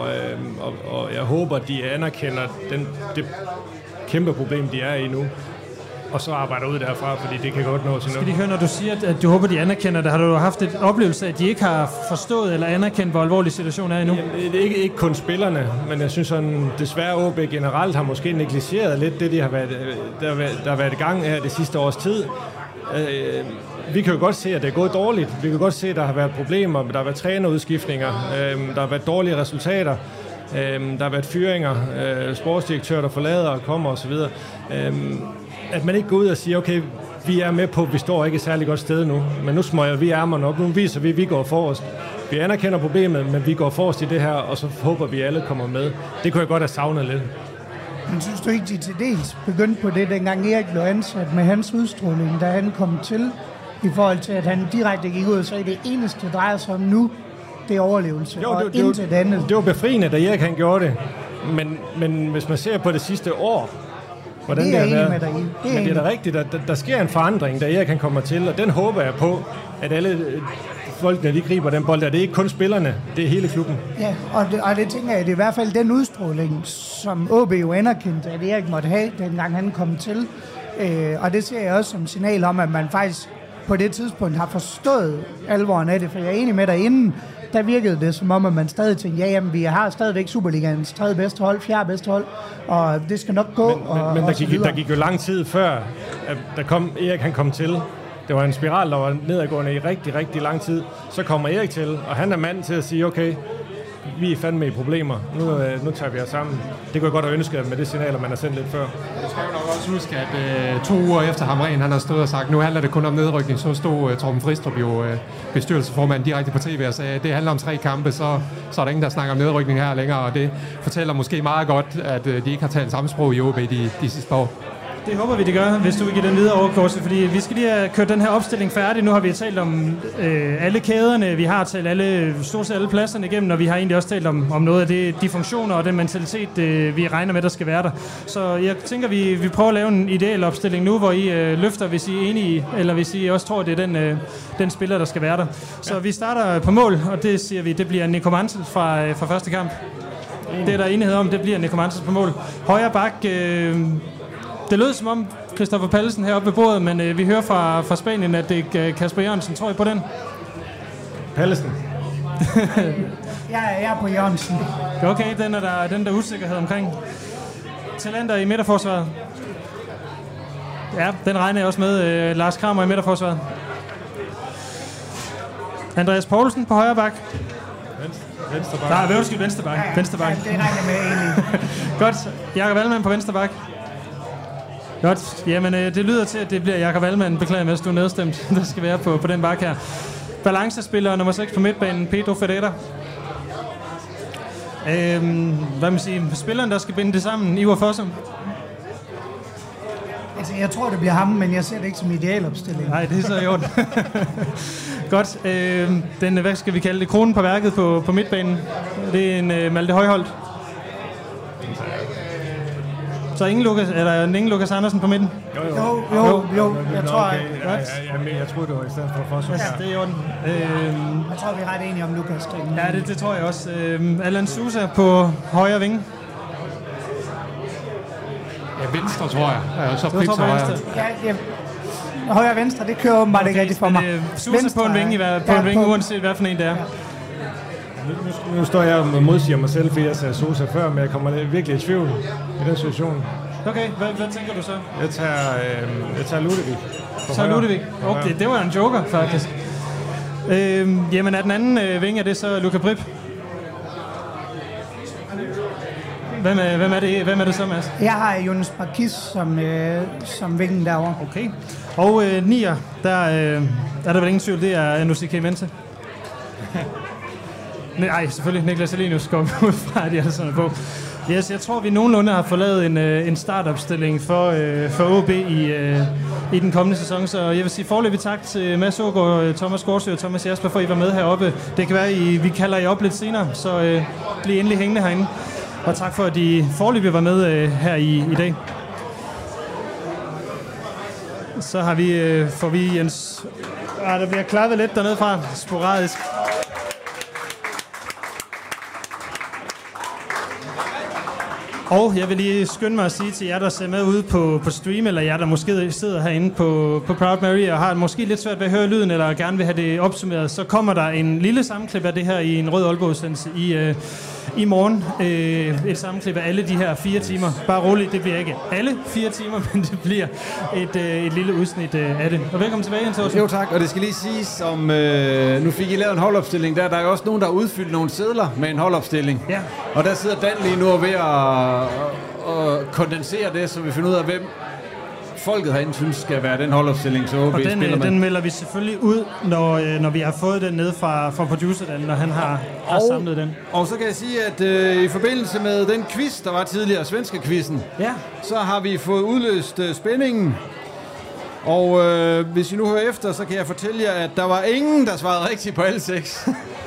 og jeg håber, at de anerkender det kæmpe problem, de er i nu, og så arbejder ud derfra, fordi det kan godt nå til noget. Skal de høre, når du siger, at du håber, de anerkender det, har du haft et oplevelse af, at de ikke har forstået eller anerkendt, hvor alvorlig situationen er endnu? Jamen, det er ikke kun spillerne, men jeg synes sådan, desværre OB generelt har måske negligeret lidt det, der har været i gang her det sidste års tid. Vi kan jo godt se, at det er gået dårligt. Vi kan godt se, at der har været problemer, der har været trænerudskiftninger, der har været dårlige resultater. Der har været fyringer, sportsdirektører, der forlader og kommer osv. At man ikke går ud og siger, okay, vi er med på, vi står ikke et særligt godt sted nu, men nu smøger vi ærmerne op, nu viser vi, at vi går forrest. Vi anerkender problemet, men vi går forrest i det her, og så håber vi, at alle kommer med. Det kunne jeg godt have savnet lidt. Men synes du ikke, de til dels begyndte på det, dengang Erik blev ansat med hans udstråling, da han kom til, i forhold til, at han direkte gik ud og sagde, det eneste, det drejer sig om nu, det er overlevelse, og intet andet. Det var befriende, da Erik han gjorde det. Men hvis man ser på det sidste år, hvordan det har været. Men det er da rigtigt, at der sker en forandring, da Erik han kommer til, og den håber jeg på, at alle folkene, de griber den bold der. Det er ikke kun spillerne, det er hele klubben. Ja, og det tænker jeg, det er i hvert fald den udstråling, som OB jo anerkendte, at Erik måtte have, dengang han kom til. Og det ser jeg også som signal om, at man faktisk på det tidspunkt har forstået alvoren af det, for jeg er enig med dig inden, der virkede det som om, at man stadig tænkte, ja, jamen, vi har stadigvæk Superligaens 3. bedste hold, 4. bedste hold, og det skal nok gå. Men der gik jo lang tid før, at Erik han kom til. Det var en spiral, der var nedadgående i rigtig, rigtig lang tid. Så kommer Erik til, og han er mand til at sige, okay, vi er fandme i problemer. Nu tager vi os sammen. Det kunne jeg godt have ønsket med det signaler, man har sendt lidt før. Jeg skal jo nok også huske, at 2 uger efter Hamrén, han har stået og sagt, nu handler det kun om nedrykning, så stod Torben Fristrup jo bestyrelsesformand direkte på tv og sagde, at det handler om 3 kampe, så er der ingen, der snakker om nedrykning her længere, og det fortæller måske meget godt, at de ikke har talt samme sprog i OB de sidste år. Det håber vi, det gør, hvis du vil give den videre overgåelse, fordi vi skal lige have kørt den her opstilling færdig. Nu har vi talt om alle kæderne, vi har talt stort set alle pladserne igennem, og vi har egentlig også talt om noget af de funktioner og den mentalitet, vi regner med, der skal være der. Så jeg tænker, vi prøver at lave en ideel opstilling nu, hvor I løfter, hvis I er enige, eller hvis I også tror, det er den spiller, der skal være der. Så vi starter på mål, og det siger vi, det bliver Nico Mantel fra første kamp. Det er der enighed om, det bliver Nico Mantel på mål. Højre bak... Det lød som om Christoffer Pallesen heroppe ved bordet, men vi hører fra Spanien, at det er Kasper Jørgensen. Tror I på den? Pallesen. Jeg er på Jørgensen. Okay, den der usikkerhed omkring. Talenter i midterforsvaret. Ja, den regner jeg også med. Lars Kramer i midterforsvaret. Andreas Poulsen på højre bak. Venstre bak. Nej, venstre bak. Venstre bak. Ja, det regner jeg med egentlig. Godt. Jakob Wallmann på venstre bak. Godt. Jamen, det lyder til, at det bliver Jakob Wallmann. Beklager, hvis du er nedstemt, der skal være på den bak her. Balancespiller nummer 6 på midtbanen, Pedro Ferreira. Hvad man siger, spilleren, der skal binde det sammen, Ivar Fossum. Altså, jeg tror, det bliver ham, men jeg ser det ikke som idealopstilling. Nej, det er så i orden. Godt. Hvad skal vi kalde det? Kronen på værket på midtbanen. Det er en Malte Højholdt. Så ingen Lukas Andersen på midten? Jo. Jeg tror, jeg tror det var i stedet for forsvar. Ja, det er i orden. Jeg tror, vi er ret enige om Lukas. Ja, det tror jeg også. Allan Sousa på højre vinge. Ja, venstre, tror jeg. Så Prip til højre. Ja, højre og venstre, det kører åbenbart ikke rigtigt for mig. Sousa på en vinge, uanset hvad for en det er. Nu står jeg og modsiger mig selv, fordi jeg sagde Sousa før, men jeg kommer virkelig i tvivl i den situation. Okay, hvad tænker du så? Jeg tager Ludvig. Så Ludvig. Okay, det var en joker, faktisk. Jamen, er den anden vinge, er det så Luka Prip? Hvem er det så, Mads? Jeg har Jonas Barkis som vingen derovre. Okay. Og nier, der er der vel ingen tvivl, det er Nusike Mente. Nej, selvfølgelig. Niklas Alenius går ud fra, at de er sådan på. Yes, jeg tror, vi nogenlunde har forladet en startopstilling for OB i den kommende sæson. Så jeg vil sige foreløbig tak til Mads Aagaard, Thomas Gårdsø og Thomas Jasper, for at I var med heroppe. Det kan være, at vi kalder I op lidt senere, så bliv endelig hængende herinde. Og tak for, at I foreløbig var med her i dag. Så får vi Jens... der bliver klappet lidt dernede fra, sporadisk. Og jeg vil lige skynde mig at sige til jer, der ser med ude på stream, eller jer, der måske sidder herinde på Proud Mary og har måske lidt svært ved at høre lyden, eller gerne vil have det opsummeret, så kommer der en lille sammenklip af det her i en rød Aalborg-udsendelse i morgen. Et sammenklip af alle de her 4 timer. Bare roligt, det bliver ikke alle 4 timer, men det bliver et lille udsnit af det. Og velkommen tilbage, Jens Olsen. Jo tak, og det skal lige siges, om nu fik I lavet en holdopstilling. Der er jo også nogen, der har udfyldt nogle sedler med en holdopstilling. Ja. Og der sidder Dan lige nu og ved at kondensere det, så vi finder ud af, hvem folket herinde synes skal være den holdopstilling, så OB spiller med. Den melder vi selvfølgelig ud, når vi har fået den ned fra produceren, når han har samlet den. Og så kan jeg sige, at i forbindelse med den quiz, der var tidligere, svenske quizzen, så har vi fået udløst spændingen. Og hvis I nu hører efter, så kan jeg fortælle jer, at der var ingen, der svarede rigtigt på alle 6.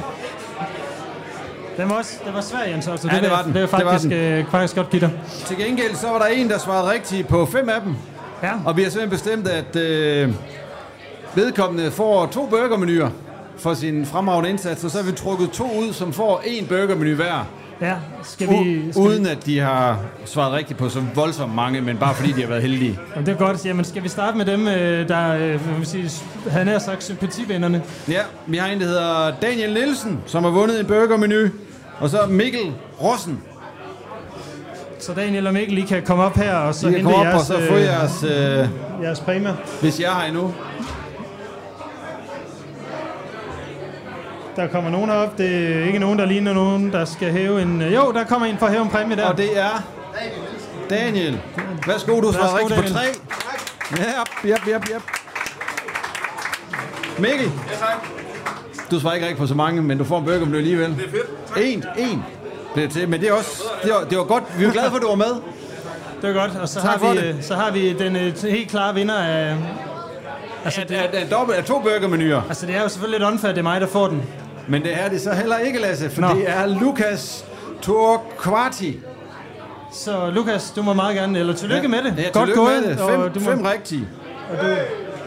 Den var svær, Jens, så ja, det var den. Det var faktisk godt give dig. Til gengæld så var der en, der svarede rigtigt på 5 af dem. Ja. Og vi har simpelthen bestemt, at vedkommende får 2 burgermenuer for sin fremragende indsats, og så har vi trukket 2 ud, som får 1 burgermenu hver. Ja, uden at de har svaret rigtigt på så voldsomt mange, men bare fordi de har været heldige. Det er godt. Jamen, skal vi starte med dem, der vil sige, han har sagt sympativinderne? Ja, vi har en, der hedder Daniel Nielsen, som har vundet en burgermenu, og så Mikkel Rossen. Så Daniel og Mikkel, I kan komme op her, og så hente jeres... og så få jeres præmier. Hvis jeg har endnu. Der kommer nogen op. Det er ikke nogen, der ligner nogen, der skal hæve en... Jo, der kommer en for at hæve en præmie der. Og det er Daniel. Værsgo, du svarer rigtigt på 3. Yep. Mikkel. Ja, tak. Du svarer ikke rigtigt på så mange, men du får en burgermenu alligevel. Det er fedt. En. Det er til, men det er også... Det var godt. Vi er glade for, at du var med. Det var godt. Og så har vi den helt klare vinder af... Altså, af 2 burgermenuer. Altså, det er jo selvfølgelig lidt unfair, det er mig, der får den. Men det er det så heller ikke, Lasse, for det er Lukas Torquati. Så Lukas, du må meget gerne, eller tillykke med det. Ja, godt gået. Med det. 5 rigtige. Og du...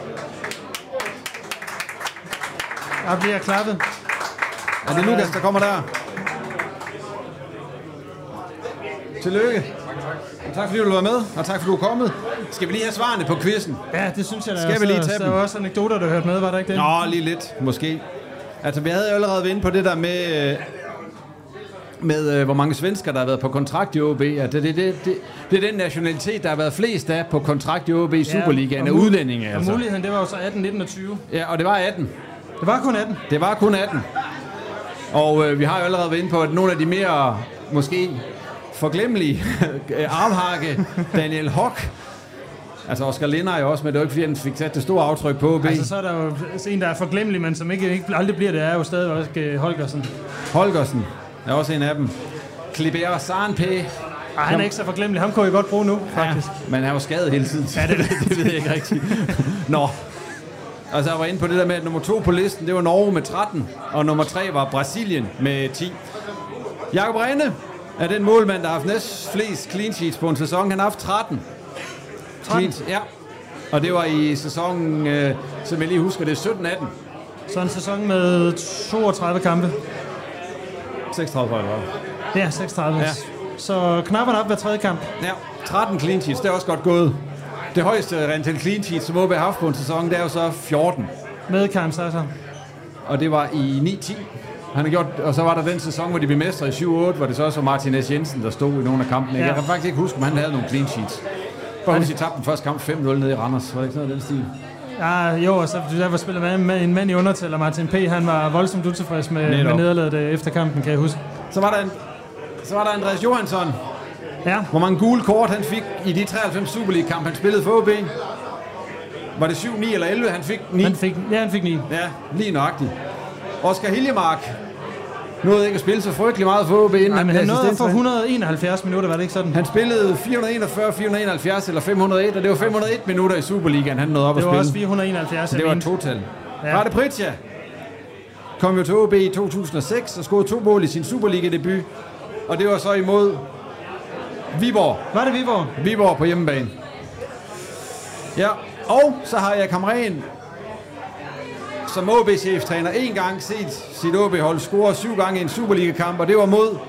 Jeg bliver klappet. Er det Lukas, der kommer der? Tillykke. Og tak fordi du var med, og tak fordi du er kommet. Skal vi lige have svarene på quizzen? Ja, det synes jeg da. Skal vi lige tage dem? Der var også anekdoter, du hørte med, var der ikke det? Nå, lige lidt, måske. Altså, vi havde jo allerede været inde på det der med hvor mange svensker, der har været på kontrakt i OB. Ja, det er den nationalitet, der har været flest af på kontrakt i OB i Superligaen af udlændinge. Altså. Og muligheden, det var jo så 18, 19 og 20. Ja, og det var 18. Det var kun 18? Det var kun 18. Og vi har jo allerede været inde på, at nogle af de mere, måske forglemmelige armhakke, Daniel Hock. Altså Oscar Linder er jo også, men det er jo ikke fordi, han fik sat det store aftryk på OB. Altså så er der jo en, der er forglemmelig, men som ikke aldrig bliver det, er jo stadig også Holgersen. Holgersen er også en af dem. Kliber Sarnpé. Han er ikke så forglemmelig. Ham kunne jeg godt bruge nu, faktisk. Ja, men han var skadet hele tiden. Ja, det ved jeg ikke rigtigt. Nå. Altså, jeg var inde på det der med, at nummer 2 på listen, det var Norge med 13, og nummer 3 var Brasilien med 10. Jakob Rene er den målmand, der har haft næst flest clean sheets på en sæson. Han har haft 13. 13? Ja. Og det var i sæsonen, som jeg lige husker, det er 17-18. Så en sæson med 32 kampe. 36 var det. Ja, 36. Ja. Så knapperne op hver tredje kamp. Ja, 13 clean sheets, det er også godt gået. Det højeste antal clean sheets, som OB har haft på en sæson, det er jo så 14. Med Karim Sasser. Og det var i 9-10. Han har gjort, og så var der den sæson, hvor de blev mestre i 7-8, hvor det så også var Martin S. Jensen, der stod i nogle af kampene. Ja. Jeg kan faktisk ikke huske, om han havde nogle clean sheets. Bare husk, de tabte den første kamp 5-0 nede i Randers. Var det ikke sådan den stil? Ja, jo, og så der var spillet med en mand i undertal, og Martin P. han var voldsomt utilfreds med nederlaget efter kampen, kan jeg huske. Så var der Andreas Johansson. Ja. Hvor mange gule kort han fik i de 93 Superliga-kamp, han spillede for OB. Var det 7, 9 eller 11? Han fik 9. Han fik 9. Ja, lige nøjagtigt. Oscar Hiljemark nåede ikke at spille så frygtelig meget for OB inden. Nej, men han nåede for 171 minutter, var det ikke sådan? Han spillede 441, 471 eller 501, og det var 501 minutter i Superligaen, han nåede op at spille. Det var også 471. Så det var et total. Ja. Rade Pritja kom jo til OB i 2006 og scorede 2 mål i sin Superliga-debut. Og det var så imod Viborg. Var det Viborg? Viborg på hjemmebane. Ja, og så har jeg Kamren som OB-cheftræner en gang set sit OB-hold score 7 gange i en Superliga-kamp, og det var mod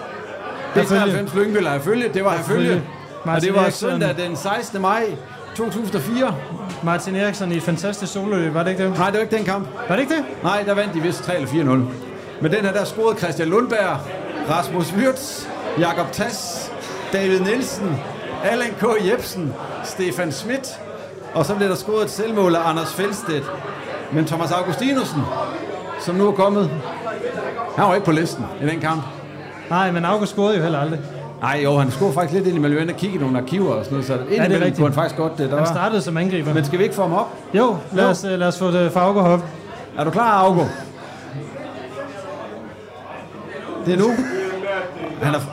B93 Lyngby, Herfølge. Det var Herfølge. Og det var søndag den 16. maj 2004. Martin Eriksson i et fantastisk sololøb, var det ikke det? Nej, det var ikke den kamp. Var det ikke det? Nej, der vandt de vist 3 eller 4-0. Men den her, der scorede Christian Lundberg, Rasmus Wirtz, Jakob Tass, David Nielsen, Allan K. Jebsen, Stefan Schmidt, og så blev der scoret et selvmål af Anders Feldstedt. Men Thomas Augustinussen, som nu er kommet, han var ikke på listen i den kamp. Nej, men August scorede jo heller aldrig. Nej, jo, han scorede faktisk lidt ind i miljøet og kiggede nogle arkiver og sådan noget, så indimellem kunne han faktisk godt. Han startede som angriber. Men skal vi ikke få ham op? Jo, lad os få det for Augo op. Er du klar, Augo? Det er nu. Han er...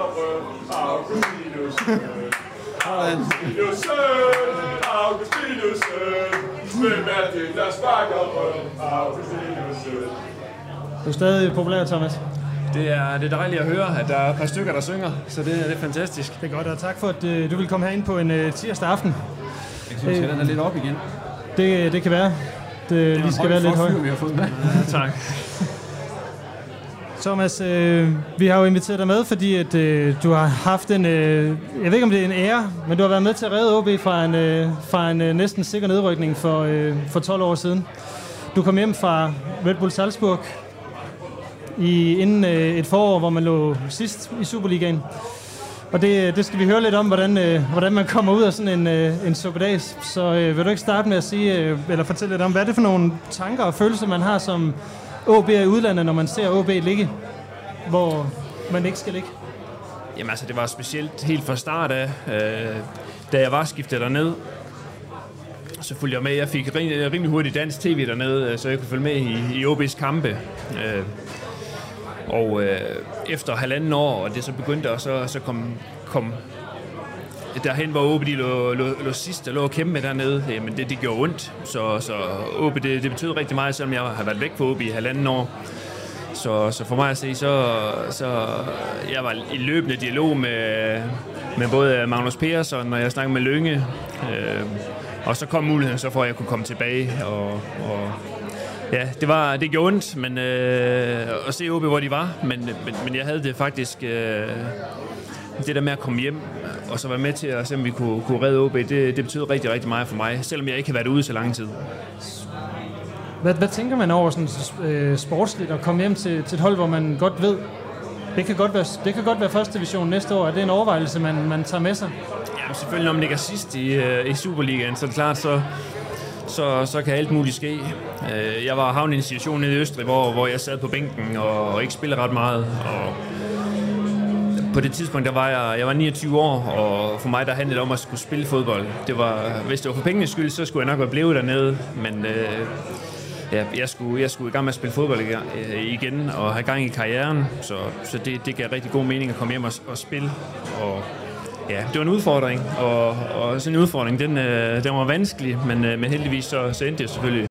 Du er stadig populær, Thomas. Det er dejligt at høre, at der er et par stykker, der synger, så det er fantastisk. Det er godt, og tak for, at du vil komme herind på en tirsdag aften. Jeg synes, at den er lidt op igen. Det kan være. Det lige skal være lidt højt. Vi har fået med. Ja, tak. Thomas, vi har jo inviteret dig med, fordi at, du har haft en, jeg ved ikke om det er en ære, men du har været med til at redde OB fra en næsten sikker nedrykning for 12 år siden. Du kom hjem fra Red Bull Salzburg inden et forår, hvor man lå sidst i Superligaen. Og det skal vi høre lidt om, hvordan man kommer ud af sådan en suppedags. Så vil du ikke starte med at sige, eller fortælle lidt om, hvad er det for nogle tanker og følelser, man har som OB i udlandet, når man ser OB ligge, hvor man ikke skal ligge? Jamen altså, det var specielt helt fra start af, da jeg var skiftet derned. Så fulgte jeg med. Jeg fik rimelig hurtigt dansk tv dernede, så jeg kunne følge med i OB's kampe. Og efter 1,5 år, og det så begyndte at så kom derhen, hvor OB lå sidst og lå og kæmpe med dernede, men det gjorde ondt. Så OB, det betød rigtig meget, selvom jeg har været væk fra OB i 1,5 år. Så for mig at se, så jeg var i løbende dialog med både Magnus Persson, og jeg snakkede med Lynge. Og så kom muligheden så for, at jeg kunne komme tilbage. Ja, det gjorde ondt, men at se OB, hvor de var. Men jeg havde det faktisk... det der med at komme hjem, og så være med til at se, om vi kunne redde OB, det betyder rigtig, rigtig meget for mig, selvom jeg ikke har været ude så lang tid. Hvad tænker man over sådan sportsligt at komme hjem til et hold, hvor man godt ved, det kan godt være første division næste år? Er det en overvejelse, man tager med sig? Jamen selvfølgelig, når man ligger sidst i Superligaen, så er det klart, så kan alt muligt ske. Jeg var havnet i en situation nede i Østrig, hvor jeg sad på bænken og ikke spillede ret meget. Og på det tidspunkt, der var jeg var 29 år, og for mig der handlede det om at skulle spille fodbold. Hvis det var for pengenes skyld, så skulle jeg nok være blevet dernede, men jeg skulle i gang med at spille fodbold igen og have gang i karrieren, så det gav rigtig god mening at komme hjem og spille. Og ja, det var en udfordring, og sådan en udfordring, den var vanskelig, men heldigvis så endte det selvfølgelig.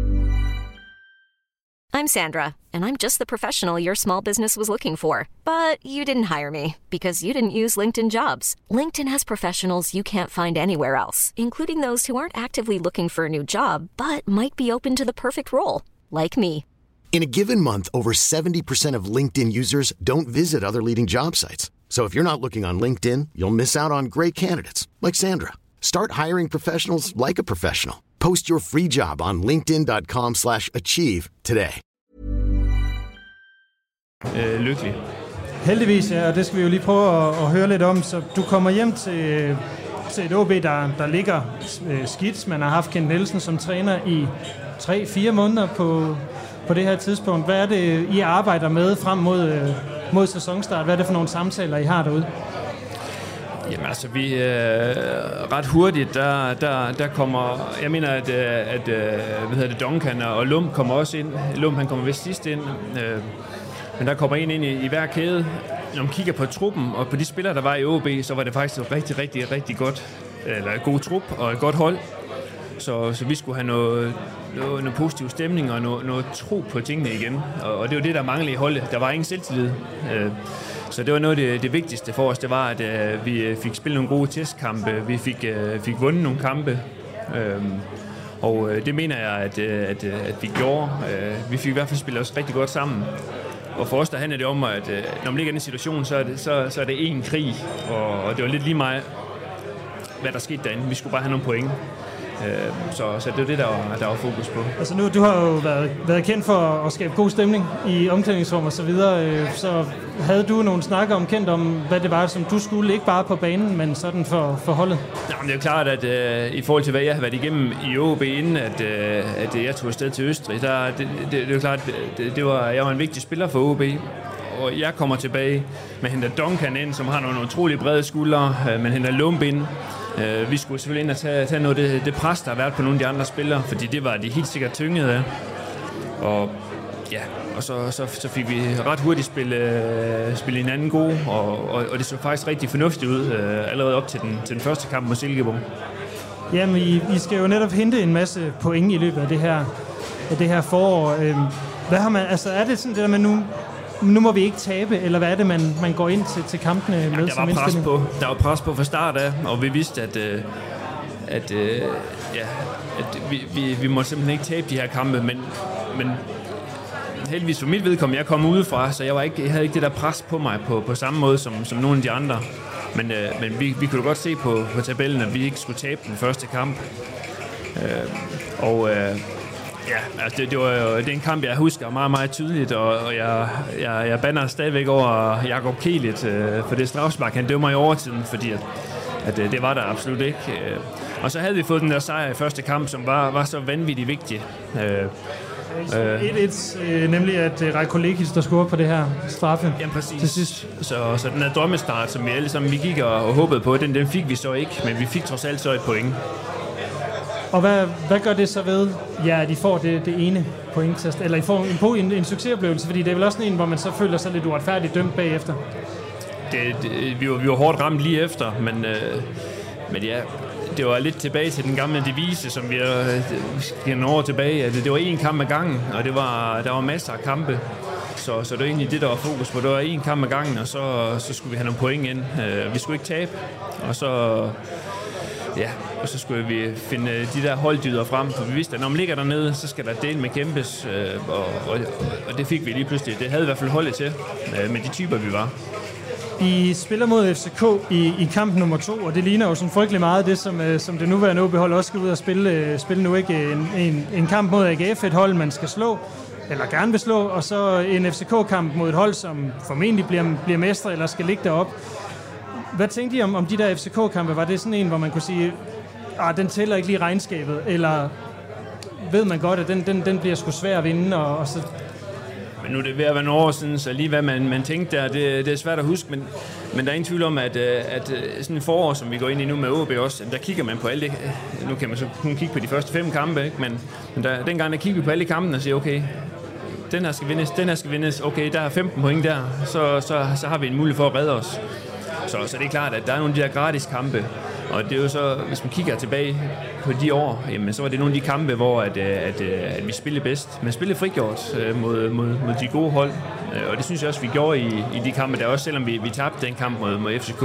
I'm Sandra, and I'm just the professional your small business was looking for. But you didn't hire me because you didn't use LinkedIn Jobs. LinkedIn has professionals you can't find anywhere else, including those who aren't actively looking for a new job, but might be open to the perfect role, like me. In a given month, over 70% of LinkedIn users don't visit other leading job sites. So if you're not looking on LinkedIn, you'll miss out on great candidates like Sandra. Start hiring professionals like a professional. Post your free job on linkedin.com/achieve today. Lykkelig. Heldigvis, ja, og det skal vi jo lige prøve at høre lidt om. Så du kommer hjem til et OB, der ligger skidt. Man har haft Kent Nielsen som træner i 3-4 måneder på det her tidspunkt. Hvad er det, I arbejder med frem mod sæsonstart? Hvad er det for nogle samtaler, I har derude? Jamen altså, vi ret hurtigt, der kommer, jeg mener, at Duncan og Lum kommer også ind. Lum, han kommer vist sidst ind, men der kommer en ind i hver kæde. Når man kigger på truppen og på de spillere, der var i OB, så var det faktisk et rigtig godt, eller en god trup og et godt hold. Så vi skulle have noget positiv stemning og noget tro på tingene igen. Og det var det, der manglede i holdet. Der var ingen selvtillid. Så det var noget af det vigtigste for os, det var, at vi fik spillet nogle gode testkampe, vi fik vundet nogle kampe, og det mener jeg, at vi gjorde. Vi fik i hvert fald spillet os rigtig godt sammen. Og for os, der handler det om, at når man ligger i den situation, så er det én krig, og det var lidt lige meget, hvad der skete derinde. Vi skulle bare have nogle point. Så det er det, der var fokus på. Altså nu, du har jo været kendt for at skabe god stemning i omklædningsrum og så videre. Så havde du nogle snakker om Kent om, hvad det var, som du skulle, ikke bare på banen, men sådan for holdet? Jamen, det er jo klart, at i forhold til, hvad jeg har været igennem i OB, inden at jeg tog afsted til Østrig, det er jo klart, jeg var en vigtig spiller for OB. Og jeg kommer tilbage, man henter Duncan ind, som har nogle utrolig brede skuldre, man henter Lump ind. Vi skulle selvfølgelig ind og tage noget af det pres, der har været på nogle af de andre spillere, fordi det var de helt sikkert tyngede af. Og ja, og så fik vi ret hurtigt spille hinanden gode, og det så faktisk rigtig fornuftigt ud allerede op til den første kamp mod Silkeborg. Jamen, I skal jo netop hente en masse point i løbet af det her forår. Hvad har man, altså er det sådan det der med nu må vi ikke tabe, eller hvad er det, man går ind til kampene med som indstilling? Der var pres på fra start af, og vi vidste, at vi måtte simpelthen ikke tabe de her kampe, men heldigvis for mit vedkommende, jeg kom udefra, så jeg havde ikke det der pres på mig på samme måde som nogle af de andre. Men vi kunne godt se på tabellen, at vi ikke skulle tabe den første kamp. Ja, altså det er en kamp, jeg husker meget, meget tydeligt, og jeg bander stadigvæk over Jakob Kielit for det strafspark, han dømmer i overtiden, fordi at det var der absolut ikke. Og så havde vi fået den der sejr i første kamp, som var så vanvittigt vigtig. 1-1, nemlig at Rajko Lekic, der scorede på det her straffe. Ja, præcis. Til sidst. Så den her drømmestart, som vi gik og håbede på, den fik vi så ikke, men vi fik trods alt så et point. Og hvad gør det så ved, at I får det ene pointtest, eller I får en succesoplevelse, fordi det er vel også en, hvor man så føler sig lidt uretfærdigt dømt bagefter? Vi var hårdt ramt lige efter, men ja, det var lidt tilbage til den gamle devise, som vi har nogle år tilbage. At det var én kamp ad gangen, og der var masser af kampe. Så det var egentlig det, der var fokus på. Det var én kamp ad gangen, og så skulle vi have nogle point ind. Vi skulle ikke tabe, og så skulle vi finde de der holddyder frem, for vi vidste, at når man ligger dernede, så skal der del med kæmpes, og det fik vi lige pludselig. Det havde i hvert fald holdet til, med de typer, vi var. I spiller mod FCK i kamp nummer 2, og det ligner jo sådan frygtelig meget det, som det nuværende OB-hold også skal ud og spille nu, ikke? En kamp mod AGF, et hold, man skal slå, eller gerne vil slå, og så en FCK-kamp mod et hold, som formentlig bliver mestre, eller skal ligge deroppe. Hvad tænkte I om de der FCK-kampe? Var det sådan en, hvor man kunne sige, den tæller ikke lige regnskabet, eller ved man godt, at den bliver sgu svær at vinde, og så... Men nu er det ved at være nogle år siden, så lige hvad man tænkte der, det er svært at huske, men der er ingen tvivl om, at sådan en forår, som vi går ind i nu med OB også, der kigger man på alt det. Nu kan man så kun kigge på de første 5 kampe, ikke? Men Men dengang der kiggede vi på alle kampene og siger, okay, den her skal vindes, okay, der er 15 point der, så har vi en mulighed for at redde os. Så det er klart, at der er nogle af de der gratis kampe, og det er jo så, hvis man kigger tilbage på de år, jamen, så var det nogle af de kampe, hvor at vi spillede bedst. Man spillede frigjort mod de gode hold, og det synes jeg også, vi gjorde i de kampe der, også selvom vi tabte den kamp mod FCK.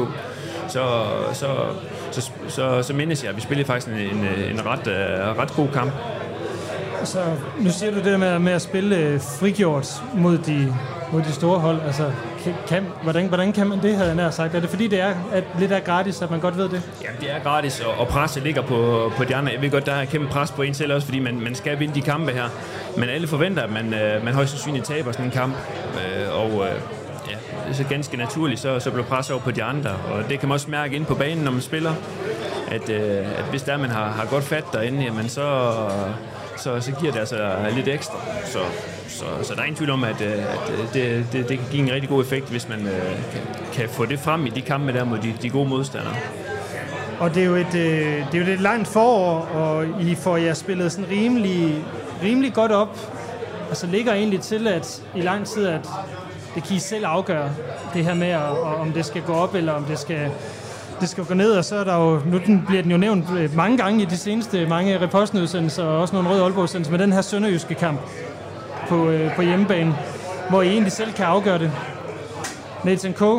Så mindes jeg, at vi spillede faktisk en ret god kamp. Så nu siger du det med at spille frigjort mod de store hold. Altså, hvordan kan man det, havde jeg nær sagt? Er det fordi, det er lidt gratis, at man godt ved det? Ja, det er gratis, og presset ligger på de andre. Jeg ved godt, der er kæmpe pres på en selv også, fordi man skal vinde de kampe her. Men alle forventer, at man højst sandsynligt taber sådan en kamp. Det er så ganske naturligt, så bliver pres over på de andre. Og det kan man også mærke ind på banen, når man spiller, at hvis der man har godt fat derinde, jamen så giver det altså lidt ekstra. Så der er ingen tvivl om, at det kan give en rigtig god effekt, hvis man kan få det frem i de kampe der mod de gode modstandere. Og det er jo et langt forår, og I får jer spillet sådan rimelig godt op. Altså ligger egentlig til, at i lang tid, at det kan I selv afgøre det her med, om det skal gå op, eller om det skal gå ned, og så er der jo, bliver den jo nævnt mange gange i de seneste mange repostudsendelser, og også nogle røde Aalborg-udsendelser, med den her sønderjyske kamp på hjemmebane, hvor I egentlig selv kan afgøre det. Nathan Coe.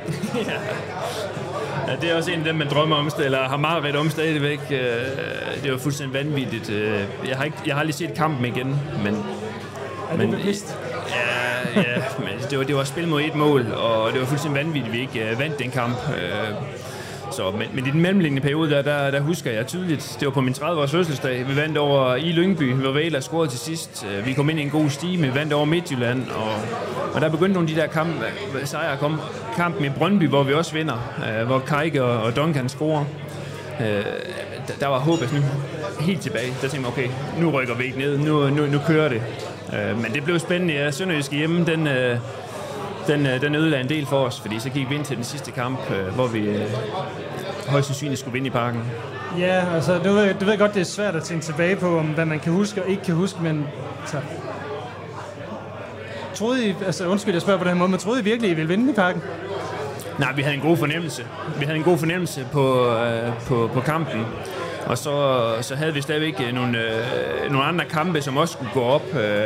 Ja, det er også en af dem, man drømmer om, eller har meget ret om stadigvæk. Det var fuldstændig vanvittigt. Jeg har aldrig set kampen igen, men... Er det bevidst? Ja, men det var spil mod et mål, og det var fuldstændig vanvittigt, at vi ikke vandt den kamp. Men i den mellemliggende periode, der husker jeg tydeligt, det var på min 30-års fødselsdag. Vi vandt over i Lyngby, hvor Væler scorede til sidst. Vi kom ind i en god stime, vi vandt over Midtjylland, og der begyndte nogle af de der sejre at komme. Kampen i Brøndby, hvor vi også vinder, hvor Kajke og Duncan scorer. Der var håbet helt tilbage. Der tænkte jeg, okay, nu rykker vi ikke ned, nu kører det. Men det blev spændende. Ja, Sønderjyske hjemme, den ødelagde en del for os, fordi så gik vi ind til den sidste kamp, hvor vi højst sandsynligt skulle vinde i Parken. Ja, altså du ved godt, det er svært at tænke tilbage på, om hvad man kan huske og ikke kan huske, men så... Troede I, altså undskyld, jeg spørger på den måde, men troede I virkelig, I ville vinde i Parken? Nej, vi havde en god fornemmelse. Vi havde en god fornemmelse på kampen. Og så havde vi stadigvæk nogle andre kampe, som også skulle gå op.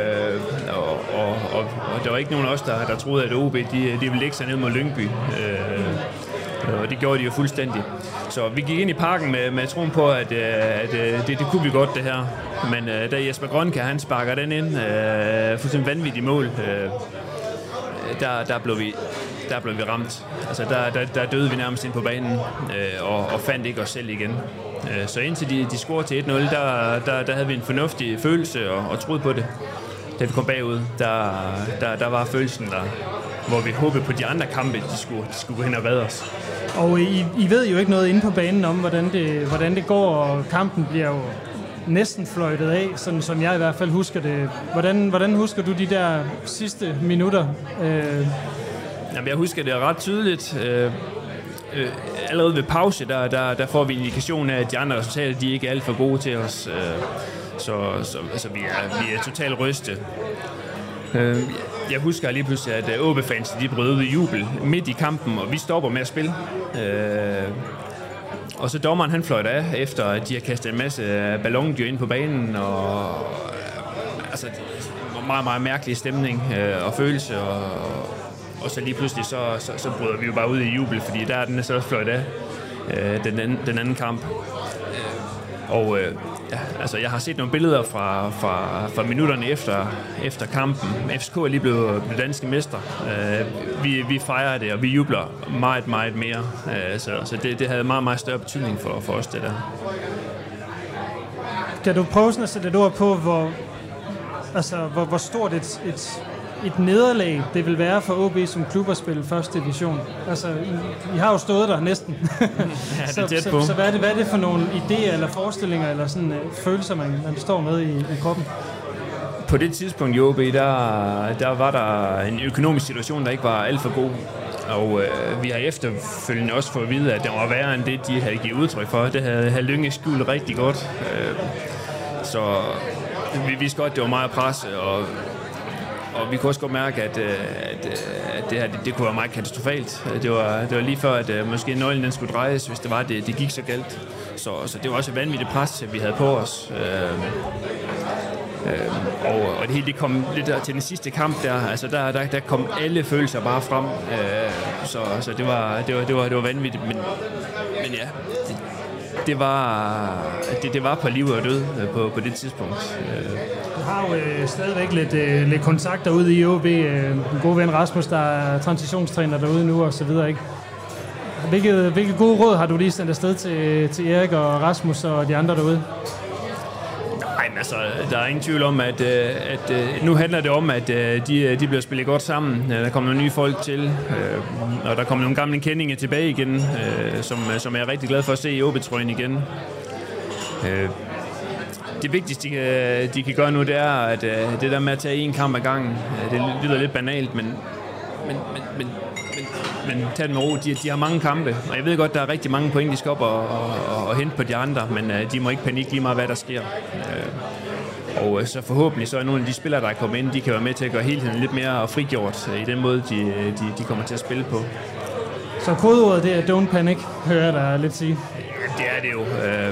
Og der var ikke nogen af os, der troede, at OB de ville lægge sig ned mod Lyngby. Og det gjorde de jo fuldstændig. Så vi gik ind i Parken med troen på, at det kunne vi godt, det her. Men da Jesper Grønke, han sparker den ind, fuldstændig vanvittigt mål, der blev vi ramt. Altså der døde vi nærmest ind på banen og fandt ikke os selv igen. Så indtil de scorede til 1-0, der havde vi en fornuftig følelse og troede på det. Da vi kom bagud, der var følelsen der, hvor vi håbede på de andre kampe, de skulle gå hen og redde os. Og I ved jo ikke noget inde på banen om, hvordan det går, og kampen bliver jo næsten fløjtet af, sådan som jeg i hvert fald husker det. Hvordan husker du de der sidste minutter? Jamen, jeg husker det ret tydeligt. Allerede ved pause, der får vi en indikation af, at de andre resultater, de ikke er alt for gode til os. Så vi er totalt rystet. Jeg husker lige pludselig, at OB-fans, de brød ud i jubel midt i kampen, og vi stopper med at spille. Og så dommeren, han fløjter af, efter at de har kastet en masse ballondyr ind på banen, og altså meget, meget mærkelig stemning og følelse, og så lige pludselig, så bryder vi jo bare ud i jubel, fordi der er den så også fløjt af den anden kamp. Altså, jeg har set nogle billeder fra minutterne efter kampen. FCK er lige blevet danske mester. Vi fejrer det, og vi jubler meget, meget mere. Så det havde meget, meget større betydning for os, det der. Kan du prøve sådan at sætte et ord på, hvor stort et nederlag det vil være for OB som klub at spille første division? Altså, I har jo stået der næsten. Ja, det er tæt på. Så hvad er det for nogle idéer eller forestillinger eller sådan følelser, man står med i kroppen? På det tidspunkt i OB, der var der en økonomisk situation, der ikke var alt for god. Og vi har efterfølgende også fået at vide, at det var værre end det, de havde givet udtryk for. Det havde Lynge skjult rigtig godt. vi vidste godt, det var meget pres, og vi kunne også godt mærke, at det her det kunne være meget katastrofalt. Det var lige før, at måske nøglen den skulle drejes, hvis det var, det gik så galt. Så det var også et vanvittigt pres, vi havde på os. Og det hele det kom lidt til den sidste kamp der. Altså der kom alle følelser bare frem. Så det var vanvittigt. Men ja, det var på liv og død på det tidspunkt. Du har jo stadigvæk lidt kontakter ude i OB. En god ven Rasmus, der er transitionstræner derude nu og så videre, ikke? Hvilke gode råd har du lige sendt afsted til Erik og Rasmus og de andre derude? Nej, men altså, der er ingen tvivl om, at nu handler det om, at de bliver spillet godt sammen. Der kommer nogle nye folk til, og der kommer nogle gamle kendinger tilbage igen, som jeg er rigtig glad for at se i OB-trøjen igen. Det vigtigste, de kan gøre nu, det er, at det der med at tage en kamp ad gangen, det lyder lidt banalt, men tag den med ro. De har mange kampe, og jeg ved godt, der er rigtig mange point, de skal op og hente på de andre, men de må ikke panikke lige meget, hvad der sker. Og så forhåbentlig så er nogle af de spillere, der er kommet ind, de kan være med til at gøre helheden lidt mere frigjort i den måde, de kommer til at spille på. Så kodeordet, det er don't panic, hører jeg dig lidt sige. Ja, det er det jo.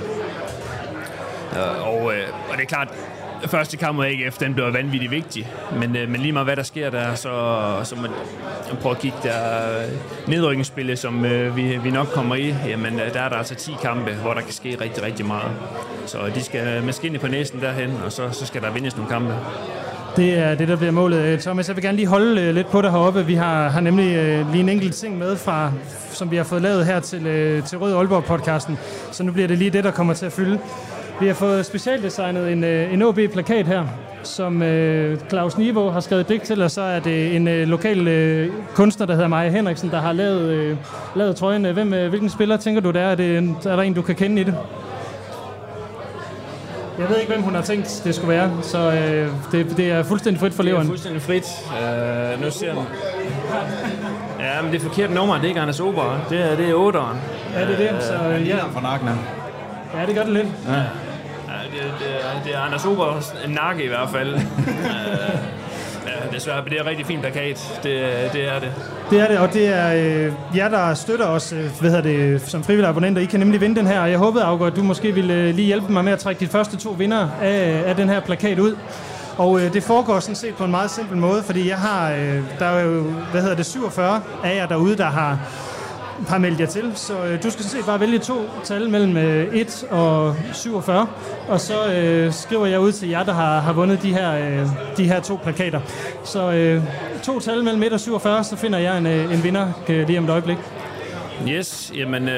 Og det er klart, første kamp mod AGF, den blev vanvittigt vigtig, men lige meget hvad der sker der, så man prøver at kigge der nedrykningsspillet, som vi nok kommer i, jamen der er der altså 10 kampe, hvor der kan ske rigtig, rigtig meget. Så de skal med skinne på næsen derhen, og så skal der vindes nogle kampe. Det er det, der bliver målet. Thomas, jeg vil gerne lige holde lidt på dig heroppe. Vi har nemlig lige en enkelt ting med, som vi har fået lavet her til Rød Aalborg-podcasten, så nu bliver det lige det, der kommer til at fylde. Vi har fået specialdesignet en OB-plakat her, som Claus Niveau har skrevet digt til, og så er det en lokal kunstner, der hedder Maja Henriksen, der har lavet trøjen. Hvilken spiller tænker du, der er? Er der en, du kan kende i det? Jeg ved ikke, hvem hun har tænkt, det skulle være, så det er fuldstændig frit for leveren. Det er fuldstændig frit. Nu ser den. Ja, men det er forkert nummer, det er ikke Anders Ober. Det er 8'eren. Ja, det er det. Så ja. Fra nakken. Ja, det gør det lidt. Ja. Det er Anders Obers nakke i hvert fald. Desværre, det er en rigtig fin plakat. Det er det. Det er det, og det er jer, der støtter os som frivillige abonnenter. I kan nemlig vinde den her, og jeg håbede, Augur, at du måske ville lige hjælpe mig med at trække de første 2 vindere af den her plakat ud. Og det foregår sådan set på en meget simpel måde, fordi jeg har, der er jo, 47 af jer derude, der har meldt jer til, så du skal sådan set bare vælge 2 tal mellem 1 og 47, og så skriver jeg ud til jer, der har vundet de her 2 plakater. Så 2 tal mellem 1 og 47, så finder jeg en vinder lige om et øjeblik. Yes, jamen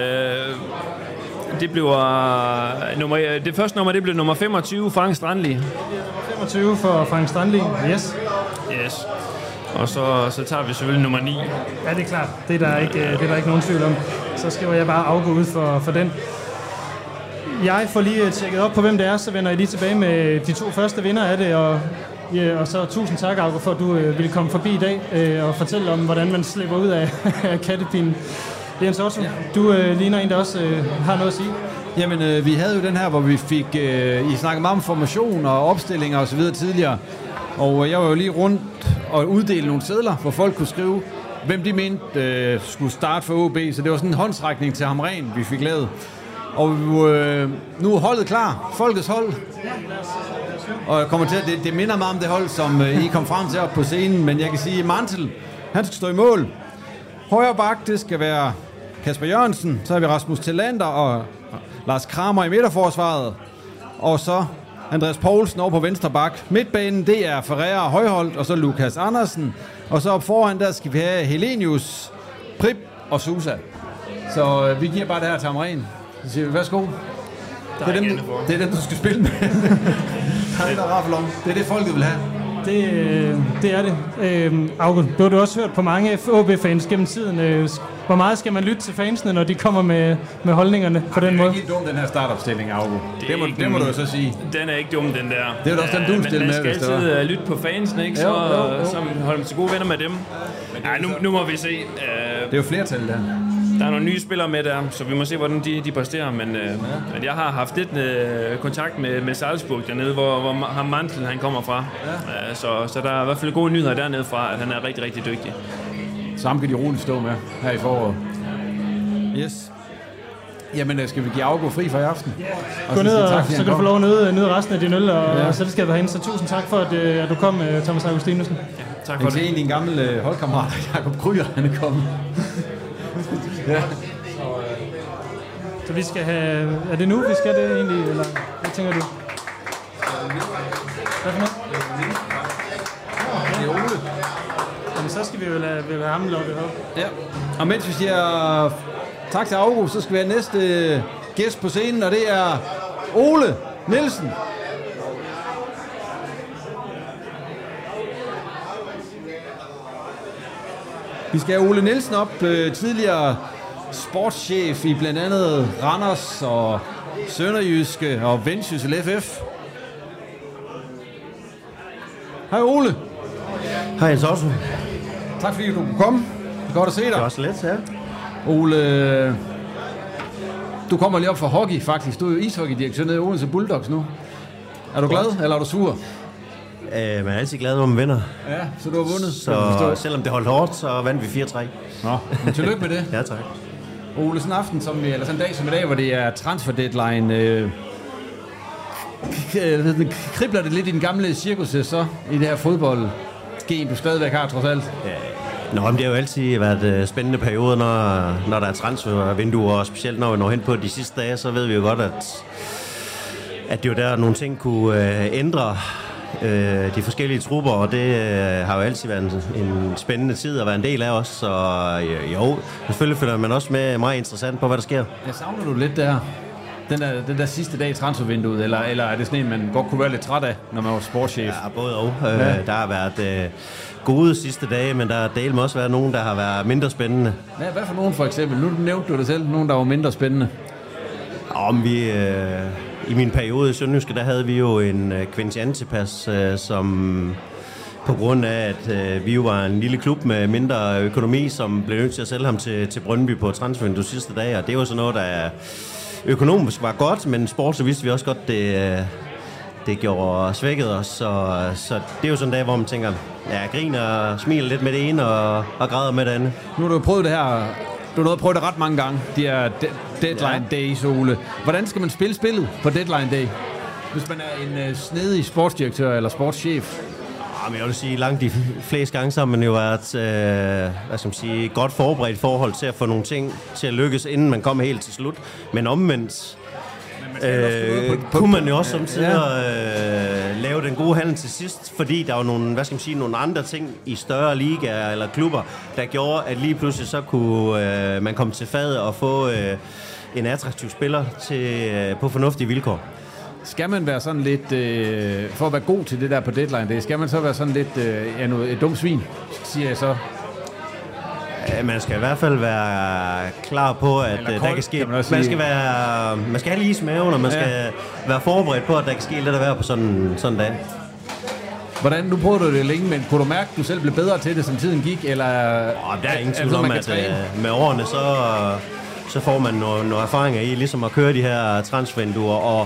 det bliver det første nummer, det bliver nummer 25, Frank Strandli. Det bliver nummer 25 for Frank Strandli, yes. Yes. Og så tager vi selvfølgelig nummer 9. Ja, det er klart. Det er der ikke nogen tvivl om. Så skriver jeg bare Augur ud for den. Jeg får lige tjekket op på, hvem det er, så vender jeg lige tilbage med de 2 første vinder af det. Og så tusind tak, Augur, for at du ville komme forbi i dag og fortælle om, hvordan man slipper ud af kattepinen. Jens Otto, du ligner en, der også har noget at sige. Jamen, vi havde jo den her, hvor vi fik... I snakkede meget om formation og opstillinger og så videre tidligere. Og jeg var jo lige rundt og uddele nogle sedler, hvor folk kunne skrive, hvem de mente skulle starte for OB. Så det var sådan en håndsrækning til Hamren, vi fik lavet. Og nu er holdet klar. Folkets hold. Og jeg kommer til at det minder meget om det hold, som I kom frem til op på scenen. Men jeg kan sige, at Mantel, han skal stå i mål. Højre bak, det skal være Kasper Jørgensen. Så har vi Rasmus Tillander og Lars Kramer i midterforsvaret. Og så Andreas Poulsen over på venstre bak. Midtbanen, det er Ferreira Højholdt, og så Lukas Andersen. Og så op foran, der skal vi have Helenius, Prip og Susa. Så vi giver bare det her til Hamren. Så siger vi, værsgo. Det er dem, du skal spille med. Det er det, folket vil have. Det er det. Augur, du har du også hørt på mange OB-fans gennem tiden. Hvor meget skal man lytte til fansene, når de kommer med holdningerne på den måde? Det er ikke dum, den her startopstilling, Augur. Det må du jo så sige. Den er ikke dum, den der. Det er jo også den, du stiller med, hvis det var. Man skal altid lytte på fansene, ikke? Så holde dem til gode venner med dem. Nej, nu må vi se. Det er jo flertal, der. der er nogle nye spillere med der, så vi må se, hvordan de præsterer. Men jeg har haft lidt kontakt med Salzburg dernede, hvor ham Mantel han kommer fra. Ja. Så der er i hvert fald gode nyheder dernede fra, at han er rigtig, rigtig dygtig. Så ham kan de roligt stå med her i foråret. Yes. Jamen, skal vi give Augo fri for i aften? Yeah. Gå ned, og så kan du få lov at nyde resten af din øl, og så skal du herinde. Så tusind tak for, at du kom, Thomas Augustinussen. Ja, tak for det. Det er en af dine gamle holdkammerater, Jakob Kryger, han er kommet. Ja. Så vi skal have... Er det nu, vi skal det egentlig, eller hvad tænker du? Hvad for noget? Det er Ole. Jamen, så skal vi jo lade ham lukke op. Ja, og mens vi siger tak til Augo, så skal vi have næste gæst på scenen, og det er Ole Nielsen. Vi skal have Ole Nielsen op, tidligere sportschef i blandt andet Randers og Sønderjyske og Vendsyssel FF. Hej Ole. Hej Jens også. Tak fordi du kunne komme. Det er godt at se dig. Det er også let, ja. Ole, du kommer lige op fra hockey faktisk. Du er jo ishockeydirektør nede i Odense Bulldogs nu. Er du glad, eller er du sur? Man er altid glad, når man vinder. Ja, så du har vundet. Så selvom det holdt hårdt, så vandt vi 4-3. Nå, men tillykke med det. Ja, tak. Ole, sådan en aften, eller sådan en dag som i dag, hvor det er transfer deadline, kribler det lidt i den gamle cirkus, så i det her fodboldgen, du stadigvæk har trods alt? Ja. Nå, men det har jo altid været spændende perioder, når der er transfervinduer, og specielt når vi når hen på de sidste dage, så ved vi jo godt, at det jo der nogle ting kunne ændre de forskellige trupper, og det har jo altid været en spændende tid at være en del af os, så jo, selvfølgelig følger man også med meget interessant på, hvad der sker. Jeg savner du lidt der, den der sidste dag i transfervinduet, eller er det sådan en, man godt kunne være lidt træt af, når man var sportschef? Ja, både og. Der har været gode sidste dage, men der har delt også været nogen, der har været mindre spændende. Hvad for nogen for eksempel? Nu nævnte du det selv, nogen der var mindre spændende. I min periode i Sønderjyske, der havde vi jo en Quincy Antipas, som på grund af, at vi jo var en lille klub med mindre økonomi, som blev nødt til at sælge ham til Brøndby på transfervinduet sidste dag, og det var sådan noget, der økonomisk var godt, men sportsligt vidste vi også godt, det gjorde svækket os, så det er jo sådan en dag, hvor man tænker, ja, griner og smiler lidt med det ene og græder med det andet. Nu har du jo prøvet det her. Du har prøvet det ret mange gange, de her deadline days, Ole. Hvordan skal man spille spillet på deadline day, hvis man er en snedig sportsdirektør eller sportschef? Men jeg vil sige, langt de fleste gange så har man jo været godt forberedt i forhold til at få nogle ting til at lykkes, inden man kommer helt til slut. Men omvendt kunne man jo også samtidig lave den gode handel til sidst, fordi der var nogle andre ting i større ligaer eller klubber, der gjorde, at lige pludselig så kunne man komme til fadet og få en attraktiv spiller på fornuftige vilkår. Skal man være sådan lidt, for at være god til det der på deadline day, skal man så være sådan lidt et dumt svin, siger jeg så? Man skal i hvert fald være klar på, at der kan ske. Man skal have is i maven, og man skal være forberedt på, at der kan ske lidt at være på sådan en dag. Hvordan, nu prøvede du det længe, men kunne du mærke, at du selv blev bedre til det, som tiden gik? Eller, der er ingen tvivl om, at med årene, så får man nogle erfaringer i ligesom at køre de her transfervinduer,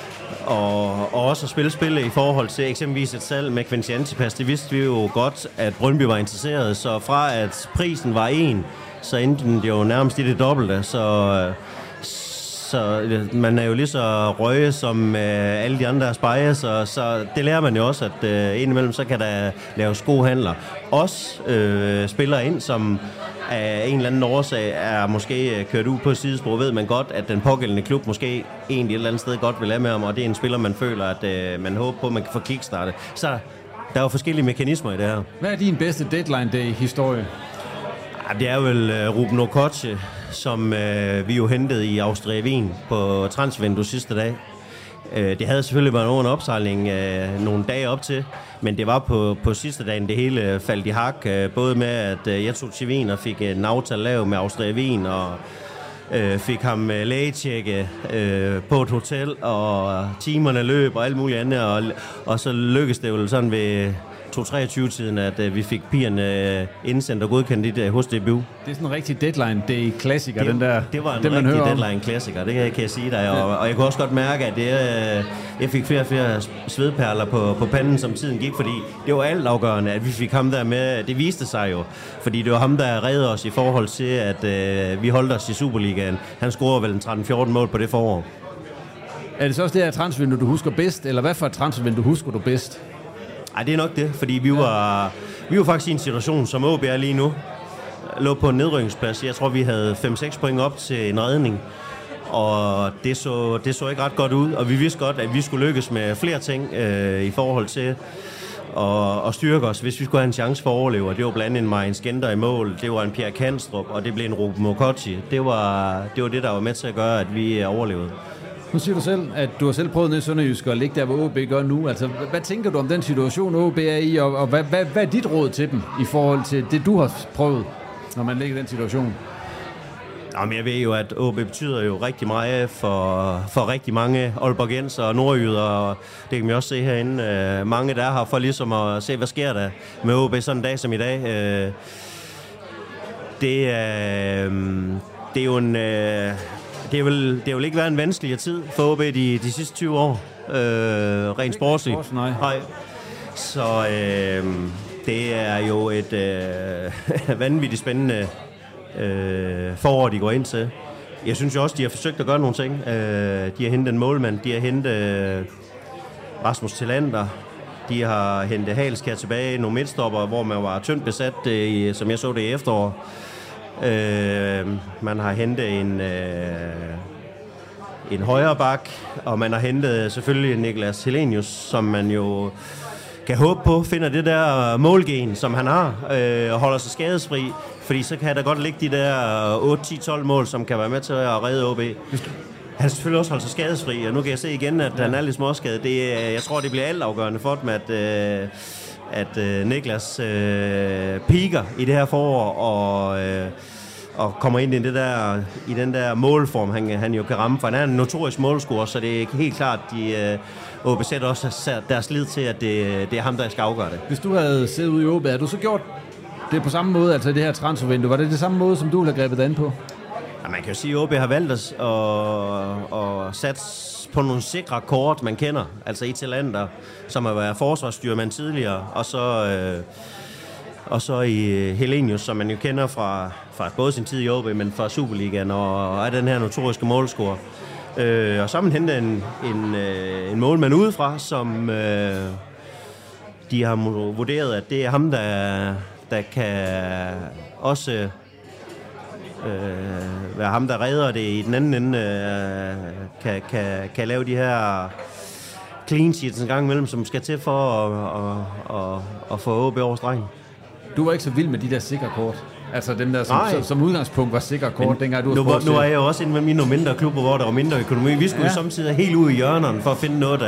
og også at spille spillet i forhold til eksempelvis et salg med Quincy Antipas. Det vidste vi jo godt, at Brøndby var interesseret, så fra at prisen var 1, så endte den jo nærmest i det dobbelte, så man er jo lige så røge som alle de andre spejer, så det lærer man jo også, at indimellem så kan der laves gode handler. Også spillere ind, som af en eller anden årsag er måske kørt ud på sidespor, ved man godt, at den pågældende klub måske egentlig et eller andet sted godt vil have med ham, og det er en spiller, man føler, at man håber på, at man kan få kickstartet. Så der er jo forskellige mekanismer i det her. Hvad er din bedste deadline day-historie? Det er vel Ruben Okoche, som vi jo hentede i Austria Wien på transfervinduet sidste dag. Det havde selvfølgelig været en opsejling nogle dage op til, men det var på sidste dagen, det hele faldt i hak. Både med, at jeg tog til Wien og fik en aftale lavet med Austria Wien, og fik ham lægetjekket på et hotel, og timerne løb og alt muligt andet, og så lykkedes det jo sådan ved 2-23-tiden, at vi fik pigerne indsendt og godkendt hos DBU. Det er sådan en rigtig deadline day-klassiker, det var en rigtig deadline-klassiker, det kan jeg sige dig. Og jeg kunne også godt mærke, at jeg fik flere og flere svedperler på panden, som tiden gik, fordi det var altafgørende, at vi fik ham der med. Det viste sig jo, fordi det var ham, der reddede os i forhold til, at vi holdt os i Superligaen. Han scorede vel en 13-14 mål på det forår. Er det så også det her transfervindue, du husker bedst, eller hvad for et transfervindue husker du bedst? Ej, det er nok det, fordi vi var faktisk i en situation, som OB er lige nu. Lå på en nedrykningsplads. Jeg tror, vi havde 5-6 point op til en redning. Og det så ikke ret godt ud, og vi vidste godt, at vi skulle lykkes med flere ting i forhold til at styrke os, hvis vi skulle have en chance for at overleve. Og det var blandt andet en Marian Skender i mål, det var en Pierre Kanstrup, og det blev en Ruben Mokochi. Det var det, der var med til at gøre, at vi overlevede. Nu siger du selv, at du har selv prøvet ned i Sønderjysk og ligge der, hvor OB gør nu. Altså, hvad tænker du om den situation, OB er i, og hvad er dit råd til dem i forhold til det, du har prøvet, når man ligger i den situation? Jamen, jeg ved jo, at OB betyder jo rigtig meget for rigtig mange aalborgenser og nordjyder, og det kan vi også se herinde. Mange, der er her for ligesom at se, hvad sker der med OB sådan en dag som i dag. Det er jo en... Det vil ikke være en vanskeligere tid for OB de sidste 20 år, rent sportsligt. Nej. Så det er jo et vanvittigt spændende forår, de går ind til. Jeg synes jo også, de har forsøgt at gøre nogle ting. De har hentet en målmand, de har hentet Rasmus Tillander, de har hentet Halskær tilbage, nogle midtstopper, hvor man var tyndt besat, som jeg så det i efterår. Man har hentet en højre bak, og man har hentet selvfølgelig Niklas Helenius, som man jo kan håbe på finder det der målgen, som han har, og holder sig skadesfri, fordi så kan der godt ligge de der 8-10-12 mål, som kan være med til at redde OB. Han skal selvfølgelig også holde sig skadesfri, og nu kan jeg se igen, at han er lidt småskadet. Jeg tror, det bliver altafgørende for dem, at Niklas piker i det her forår, og kommer ind i den der målform, han jo kan ramme, for han er en notorisk målscorer, så det er helt klart, OB sætter også deres lid til, at det er ham, der skal afgøre det. Hvis du havde siddet ude i OB, havde du så gjort det på samme måde, altså det her transfervindue? Var det samme måde, som du ville have grebet an på? Ja, man kan jo sige, at OB har valgt at satse på nogle sikre kort, man kender. Altså i Tillander, som har været forsvarsstyrmand tidligere, og så i Helenius, som man jo kender fra både sin tid i OB, men fra Superligaen, og er den her notoriske målscorer. Og så har man hentet en målmand udefra, som de har vurderet, at det er ham, der kan også være ham, der redder det i den anden ende, kan lave de her clean sheets en gang imellem, som skal til for at få OB over stregen. Du var ikke så vild med de der sikre kort? Altså dem der, som udgangspunkt var sikre kort, dengang du var nu er jeg jo også inde med mine mindre klubber, hvor der var mindre økonomi. Vi skulle samtidig helt ud i hjørnerne for at finde noget,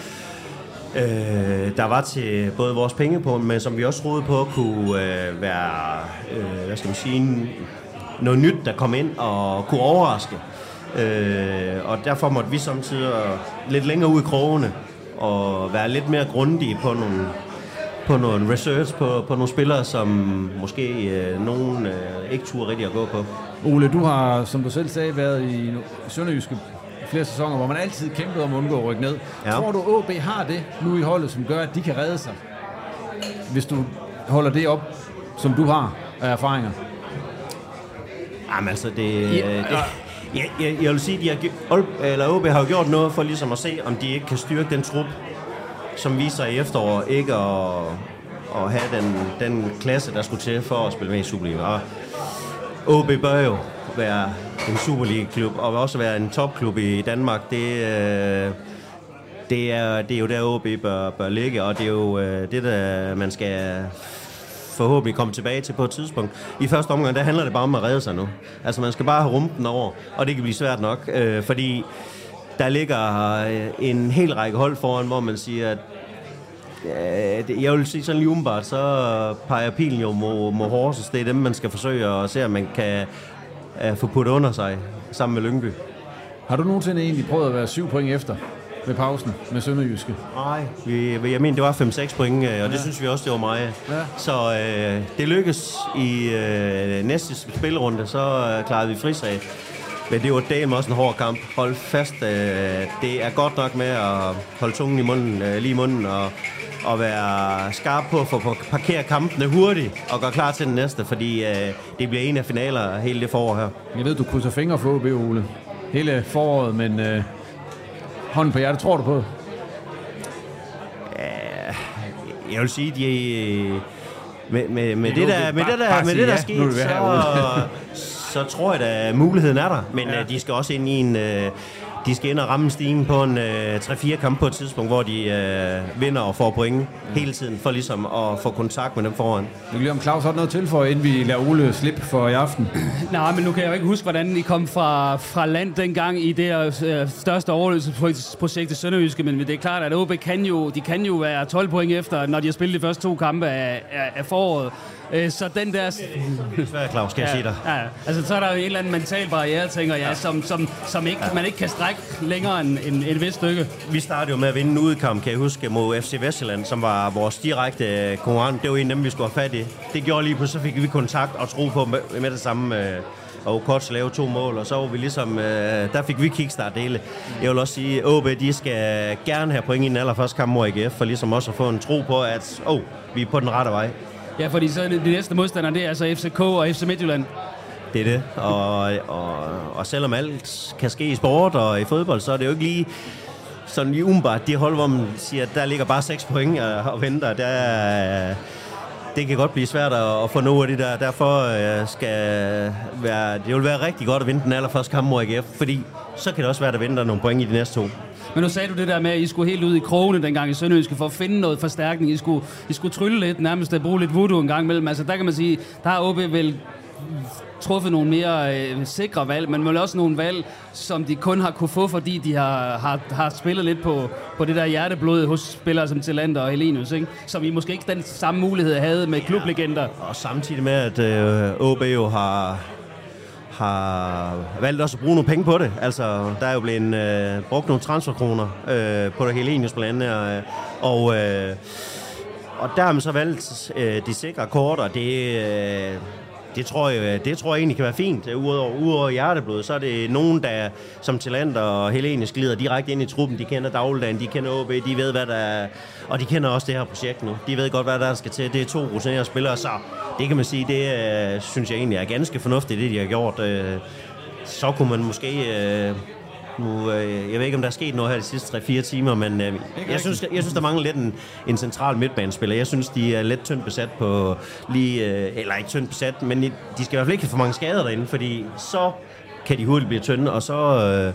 der var til både vores pengepunkt, men som vi også troede på kunne være, hvad skal man sige, noget nyt, der kom ind og kunne overraske. Og derfor måtte vi samtidig lidt længere ud i krogene og være lidt mere grundige på nogle research på nogle spillere, som måske nogen ikke turde rigtig at gå på. Ole, du har, som du selv sagde, været i Sønderjyske flere sæsoner, hvor man altid kæmpede om at undgå at rykke ned. Ja. Tror du, OB har det nu i holdet, som gør, at de kan redde sig, hvis du holder det op, som du har af erfaringer? Jamen altså, jeg vil sige, at OB har jo gjort noget for ligesom at se, om de ikke kan styrke den trup, som viser i efterår ikke at have den klasse, der skulle til for at spille med i Superliga. Og OB bør jo være en Superliga-klub, og også være en topklub i Danmark. Det er jo der OB bør ligge, og det er jo det, der man skal forhåbentlig komme tilbage til på et tidspunkt. I første omgang, der handler det bare om at redde sig nu. Altså, man skal bare have rumpen over, og det kan blive svært nok, fordi der ligger en hel række hold foran, hvor man siger, at jeg vil sige sådan lige umiddelbart, så peger pilen jo mod Horsens. Det er dem, man skal forsøge at se, om man kan få puttet under sig sammen med Lyngby. Har du nogensinde egentlig prøvet at være 7 point efter ved pausen med Sønderjyske? Nej, jeg mener, det var 5-6 point, og det synes vi også, det var meget. Ja. Så det lykkes i næste spillerunde, så klarede vi frisag. Men det var dame også en hård kamp. Hold fast, det er godt nok med at holde tungen i munden, lige i munden, og være skarp på at få parkere kampene hurtigt og gøre klar til den næste, fordi det bliver en af finaler hele det forår her. Jeg ved, du krydser fingre for OB, Ole. Hele foråret, men hånden på hjertet, tror du på det? Jeg vil sige, med det der skete, så tror jeg, at muligheden er der. Men de skal også ind i en... De skal ind og ramme stigen på en 3-4 kamp på et tidspunkt, hvor de vinder og får point hele tiden, for ligesom at få kontakt med dem foran. Jeg vil lige om Claus har noget til for, inden vi lader Ole slippe for i aften. Nej, men nu kan jeg jo ikke huske, hvordan I kom fra land dengang i det største overlevelsesprojekt i Sønderjyske, men det er klart, at OB kan jo være 12 point efter, når de har spillet de første 2 kampe af foråret. Så den der... Hvad, Claus, skal jeg sige dig? Ja, altså så er der jo en eller anden mental barriere, tænker jeg, som ikke, man ikke kan strække længere end et vist stykke. Vi startede jo med at vinde en udekamp, kan jeg huske, mod FC Vestjylland, som var vores direkte konkurrent. Det var en af dem, vi skulle have fat i. Det gjorde lige pludselig, så fik vi kontakt og tro på med det samme. Og Kots lave 2 mål, og så var vi ligesom, der fik vi kickstart dele. Jeg vil også sige, at OB, de skal gerne have point i den allerførste kamp mod AGF, for ligesom også at få en tro på, at vi er på den rette vej. Ja, fordi så de næste modstandere, det er altså FCK og FC Midtjylland. Det er det, og selvom alt kan ske i sport og i fodbold, så er det jo ikke lige sådan lige umiddelbart. De hold, hvor man siger, at der ligger bare 6 point og venter, det kan godt blive svært at få noget af det der. Derfor det vil være rigtig godt at vinde den allerførste kamp mod AGF, fordi så kan det også være, at der venter nogle point i de næste 2. Men nu sagde du det der med, at I skulle helt ud i krogene dengang i Sønderjyske for at finde noget forstærkning. I skulle trylle lidt, nærmest at bruge lidt voodoo en gang imellem. Altså der kan man sige, der har OB vel truffet nogle mere sikre valg, men vel også nogle valg, som de kun har kunne få, fordi de har spillet lidt på det der hjerteblod hos spillere som Tillander og Helenius, ikke? Som I måske ikke den samme mulighed havde med klublegender. Og samtidig med, at OB jo har valgt også at bruge nogle penge på det. Altså, der er jo blevet brugt nogle transferkroner på det Helenius blandt andet, og der har man så valgt de sikre kort, og det tror jeg egentlig kan være fint. Udover hjerteblod, så er det nogen, der som Tillander og Helenius glider direkte ind i truppen. De kender dagligdagen, de kender OB, de ved, hvad der er, og de kender også det her projekt nu. De ved godt, hvad der skal til. Det er 2 rutinerede spillere, så det kan man sige, det synes jeg egentlig er ganske fornuftigt, det de har gjort. Så kunne man måske... jeg ved ikke, om der er sket noget her de sidste 3-4 timer, men jeg synes, der mangler lidt en central midtbanespiller. Jeg synes, de er lidt tyndt besat på eller ikke tyndt besat, men de skal i hvert fald ikke have for mange skader derinde, fordi så kan de hurtigt blive tynde, og så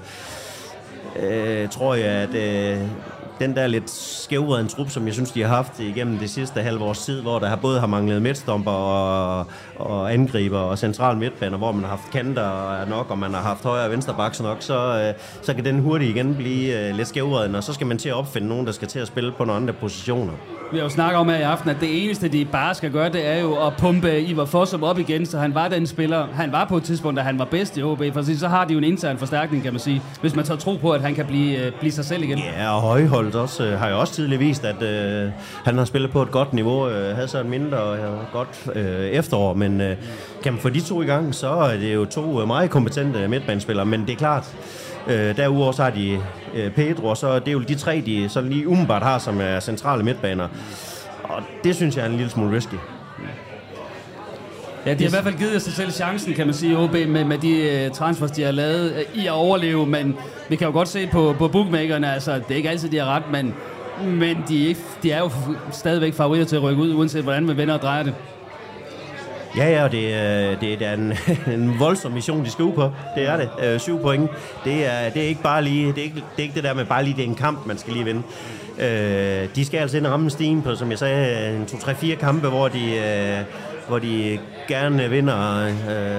tror jeg, at den der lidt skævredende trup, som jeg synes, de har haft igennem det sidste halve års tid, hvor der både har manglet midtstomper og angriber og central midtbaner, hvor man har haft kanter nok, og man har haft højre og venstre baks nok, så kan den hurtigt igen blive lidt skævredende, og så skal man til at opfinde nogen, der skal til at spille på nogle andre positioner. Vi har jo snakket om her i aften, at det eneste, de bare skal gøre, det er jo at pumpe Ivar Fossum op igen, så han var den spiller. Han var på et tidspunkt, da han var bedst i OB, for så har de jo en intern forstærkning, kan man sige, hvis man tager tro på, at han kan blive sig selv igen. Ja, og Højholdt også, har jo også tidligere vist, at han har spillet på et godt niveau, havde så et mindre og godt efterår, men kan man få de 2 i gang, så er det jo 2 meget kompetente midtbanespillere, men det er klart, derudover så har de Pedro, og så det er jo de 3, de så lige umiddelbart har, som er centrale midtbaner. Og det synes jeg er en lille smule risky. Ja, de har i hvert fald givet sig selv chancen, kan man sige, OB, med de transfers, de har lavet i at overleve, men vi kan jo godt se på bookmakerne, altså det er ikke altid, de har ret, men de er jo stadigvæk favoritter til at rykke ud, uanset hvordan man vender og drejer det. Ja, og det er en voldsom mission, de skal ud på. Det er det. 7 point. Det er ikke bare lige, det er ikke det der med bare lige, det er en kamp, man skal lige vinde. De skal altså ind og ramme stigen på, som jeg sagde, 2-3-4 kampe, hvor de gerne vinder.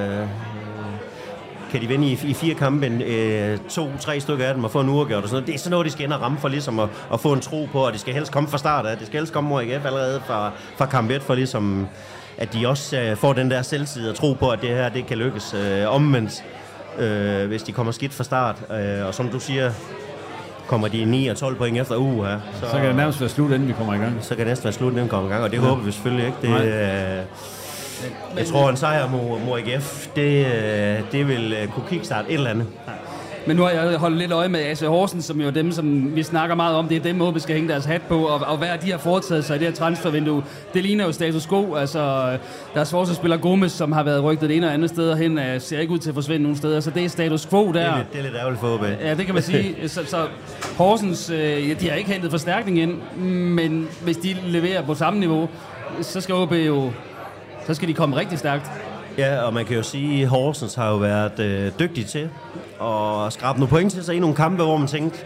Kan de vinde i 4 kampe, 2-3 stykker af dem og få en uafgjort og sådan noget. Det er sådan noget, de skal ind og ramme for ligesom at få en tro på, og det skal helst komme fra start af. Det skal helst komme mod AGF allerede fra kamp 1, for ligesom at de også får den der selvtid og tro på, at det her det kan lykkes omvendt, hvis de kommer skidt fra start. Og som du siger, kommer de 9 og 12 point efter her. Så kan det nærmest være slut, inden vi kommer i gang. Så kan det næsten være slut, inden vi kommer i gang, og det håber vi selvfølgelig ikke. Jeg tror, en sejr mod AGF, det vil kunne kickstarte et eller andet. Men nu har jeg holdt lidt øje med AC Horsens, som jo er dem, som vi snakker meget om. Det er dem, vi skal hænge deres hat på, og hvad de har foretaget sig i det her transfervindue. Det ligner jo status quo. Altså, deres forsvarsspiller Gomes, som har været rygtet det ene og andet sted hen, ser ikke ud til at forsvinde nogen steder. Så det er status quo der. Det er lidt ærgerligt for OB. Ja, det kan man sige. Så Horsens, de har ikke hentet forstærkning ind, men hvis de leverer på samme niveau, så skal OB jo... Så skal de komme rigtig stærkt. Ja, og man kan jo sige, at Horsens har jo været dygtige til at skrabe nogle point til sig i nogle kampe, hvor man tænkte,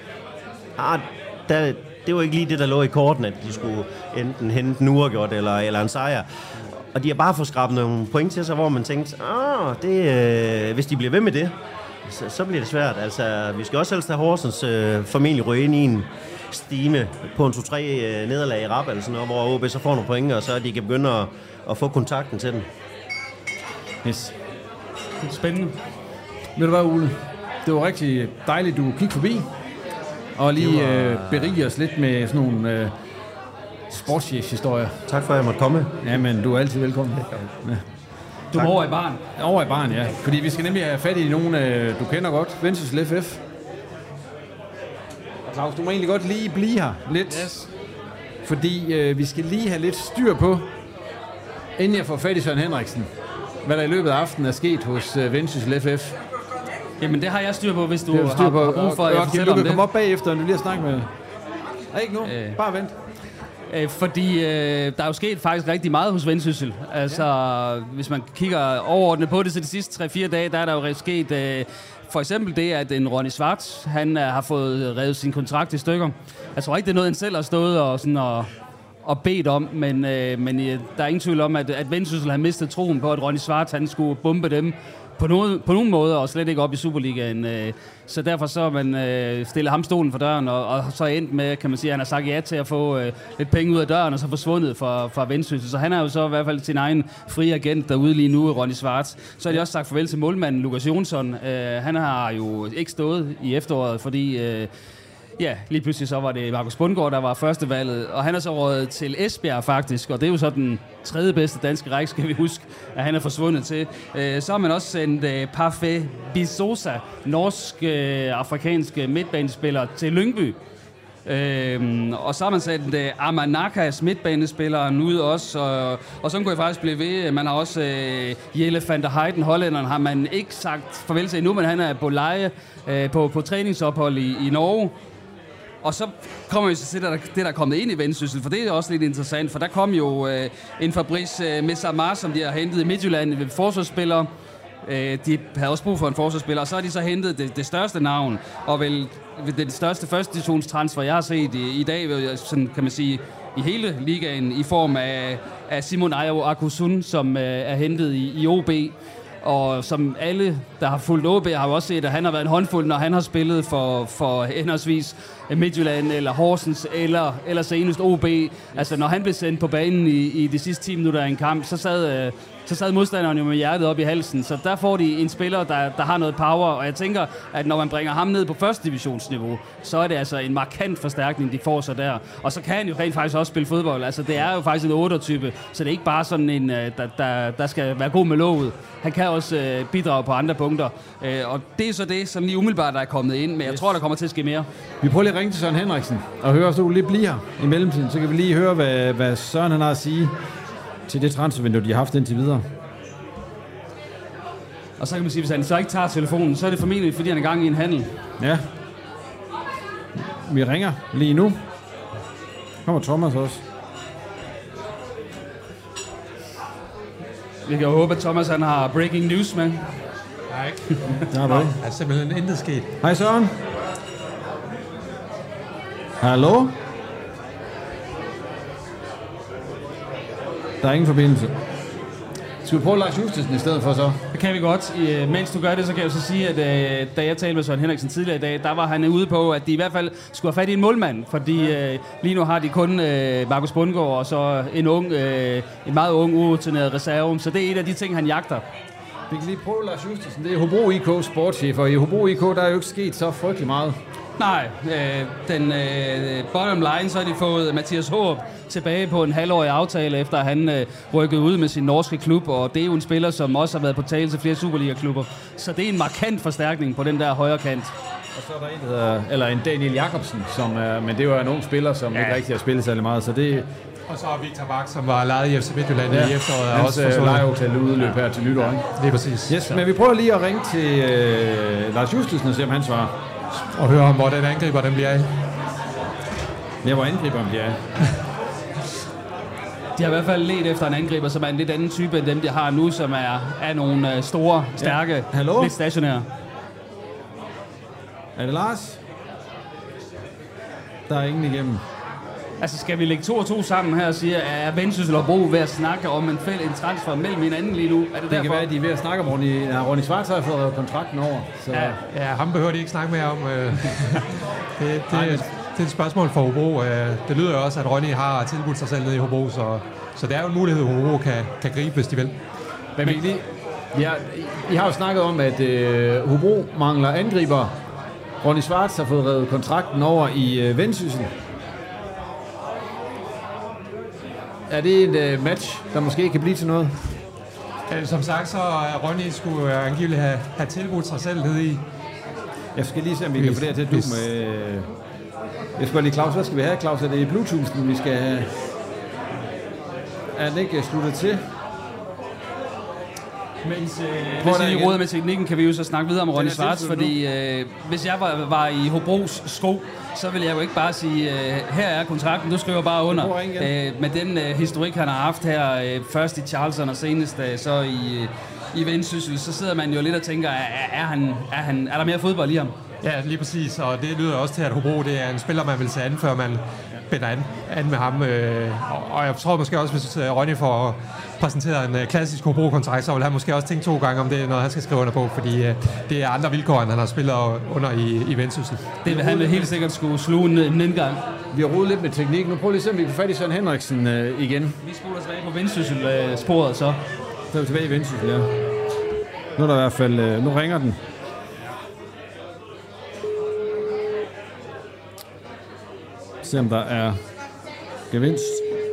det var ikke lige det, der lå i korten, at de skulle enten hente en uafgjort eller en sejr. Og de har bare fået skrabet nogle point til sig, hvor man tænkte, hvis de bliver ved med det, så bliver det svært. Altså, vi skal også helst have Horsens formentlig ryge ind i en stime på en 2-3 nederlag i rap, eller sådan noget, hvor OB så får nogle point, og så de kan begynde at få kontakten til den. Yes. Spændende. Ved du hvad, Ole? Det var rigtig dejligt, du gik forbi, og lige berige os lidt med sådan nogle sportschefshistorier. Tak for, at jeg måtte komme. Jamen, du er altid velkommen. Ja. Du er over i baren. Over i baren, ja. Fordi vi skal nemlig have fat i nogen, du kender godt. Vendsyssel FF. Og Claus, du må egentlig godt lige blive her lidt. Yes. Fordi vi skal lige have lidt styr på, inden jeg får fat i Søren Henriksen, hvad der i løbet af aftenen er sket hos Vendsyssel FF. Jamen, det har jeg styr på, hvis du har brug for at fortælle om det. Du kan komme op bagefter, når du lige har snakket med... Ikke nu. Bare vent. Fordi der er jo sket faktisk rigtig meget hos Vendsyssel. Altså, hvis man kigger overordnet på det, så de sidste 3-4 dage, der er der jo sket... For eksempel det, at en Ronny Schwartz, han har fået revet sin kontrakt i stykker. Jeg tror ikke, det er noget, han selv har stået og bedt om, men der er ingen tvivl om, at Vendsyssel har mistet troen på, at Ronny Schwartz, han skulle bombe dem på nogen måde, og slet ikke op i Superligaen. Så derfor så man stillet ham stolen for døren, og så endt med, kan man sige, at han har sagt ja til at få lidt penge ud af døren, og så forsvundet fra Vendsyssel. Så han er jo så i hvert fald sin egen frie agent derude lige nu, Ronny Schwartz. Så har de også sagt farvel til målmanden Lukas Jonsson. Han har jo ikke stået i efteråret, fordi... lige pludselig så var det Markus Bundgaard, der var førstevalget, og han er så rådet til Esbjerg faktisk, og det er jo så den tredje bedste danske række, skal vi huske, at han er forsvundet til. Så har man også sendt Parfait Bisosa, norsk-afrikanske midtbanespiller, til Lyngby. Og så har man sendt Amanakas midtbanespilleren ud også, og sådan kunne jeg faktisk blive ved. Man har også Jelle van der Heijden, hollænderen, har man ikke sagt farvel til endnu, men han er på leje på træningsophold i Norge. Og så kommer vi til det, der er kommet ind i Vendsyssel, for det er også lidt interessant, for der kom jo en Fabrice Messamar, som de har hentet i Midtjylland ved forsvarsspillere. De havde også brug for en forsvarsspiller, og så har de så hentet det største navn, og vel det største første divisionstransfer, jeg har set i dag, sådan kan man sige, i hele ligaen, i form af Simon Ayo Akusun, som er hentet i OB. Og som alle, der har fulgt OB, har jo også set, at han har været en håndfuld, når han har spillet for henholdsvis Midtjylland eller Horsens eller senest OB. Altså, når han blev sendt på banen i de sidste 10 minutter af en kamp, så sad modstanderen jo med hjertet op i halsen. Så der får de en spiller, der har noget power, og jeg tænker, at når man bringer ham ned på første divisionsniveau, så er det altså en markant forstærkning, de får sig der. Og så kan han jo rent faktisk også spille fodbold. Altså, det er jo faktisk en 8'er-type, så det er ikke bare sådan en, der skal være god med låget. Han kan også bidrage på andre punkter. Og det er så det, som lige umiddelbart er kommet ind, men jeg tror, der kommer til at ske mere. Vi prøver lige at ringe til Søren Henriksen og høre, så du lige bliver her i mellemtiden. Så kan vi lige høre, hvad Søren han har at sige til det transfervindue, de har haft indtil videre. Og så kan man sige, hvis han så ikke tager telefonen, så er det formentlig, fordi han er i gang i en handel. Ja. Vi ringer lige nu. Kommer Thomas også. Vi kan jo håbe, at Thomas han har breaking news med. Nej, ikke. Der er simpelthen intet sket. Hej Søren. Hallo? Der er ingen forbindelse. Skal vi prøve Lars Justesen i stedet for så? Det kan vi godt. Mens du gør det, så kan jeg jo så sige, at da jeg talte med Søren Henriksen tidligere i dag, der var han ude på, at de i hvert fald skulle have fat i en målmand, fordi lige nu har de kun Markus Bundgaard og så en meget ung urutineret reserve, så det er et af de ting, han jagter. Vi kan lige prøve Lars Justesen. Det er Hobro IK sportschef, og i Hobro IK der er jo ikke sket så frygtelig meget. Nej, bottom line, så har de fået Mathias Håb tilbage på en halvårig aftale, efter han rykkede ud med sin norske klub, og det er jo en spiller, som også har været på tale til flere Superliga-klubber. Så det er en markant forstærkning på den der højre kant. Og så er der en Daniel Jakobsen, men det var en ung spiller, som ikke rigtig har spillet særlig meget, så det... Og så Victor Bak, som var lejet i FC Midtjylland i efteråret. Hans lejeaftale udløb her til nytår. Det er præcis. Yes, men vi prøver lige at ringe til Lars Justesen og se, om han svarer. Og høre om, hvor den angriber den bliver af. Ja, hvor angriberen bliver af. De har i hvert fald let efter en angriber, som er en lidt anden type end dem, de har nu, som er nogle store, stærke, lidt stationære. Er det Lars? Der er ingen igennem. Altså, skal vi lægge 2 og 2 sammen her og sige, er Vendsyssel og Bro ved at snakke om en transfer mellem hinanden lige nu? Er det kan være, at de er ved at snakke om Ronny Schwarz har fået kontrakten over. Så. Ja, ham behøver de ikke snakke mere om. Det er et spørgsmål for Hobro. Det lyder jo også, at Ronny har tilbudt sig selv nede i Hobro, så det er jo en mulighed, at Hobro kan gribe, hvis de vil. Men I har jo snakket om, at Hobro mangler angriber. Ronny Schwarz har fået revet kontrakten over i Vendsyssel. Er det et match, der måske kan blive til noget? Som sagt, så Ronny skulle angiveligt have tilbudt sig selv nede i. Jeg skal lige se, om vi kan få det til at dukke med... Jeg skal lige, Claus, hvad skal vi have, Claus? Er det Bluetooth, vi skal have? Er den ikke sluttet til? Hvis I råder med teknikken, kan vi jo så snakke videre om Ronny Schwarz, fordi hvis jeg var i Hobros sko, så vil jeg jo ikke bare sige, her er kontrakten, du skriver bare under. Med den historik, han har haft her, først i Charleston og senest så i Vendsyssel, så sidder man jo lidt og tænker, er der mere fodbold i ham? Ja, lige præcis, og det lyder også til, at Hobro det er en spiller, man vil tage an, før man binder an med ham. Og jeg tror måske også, hvis Ronny får præsenteret en klassisk Hobro-kontrakt, så vil han måske også tænke 2 gange, om det er noget, han skal skrive under på, fordi det er andre vilkår, end han har spillet under i Vendsyssel. Det vil han helt sikkert skulle sluge en indgang. Vi har rodet lidt med teknik. Nu prøver vi at se, om vi kan få fat i Søren Henriksen igen. Vi spoler tilbage på Vendsyssel-sporet, så. Så er vi tilbage i Vendsyssel, ja. Nu er der i hvert fald... nu ringer den. Se om der er gevinst.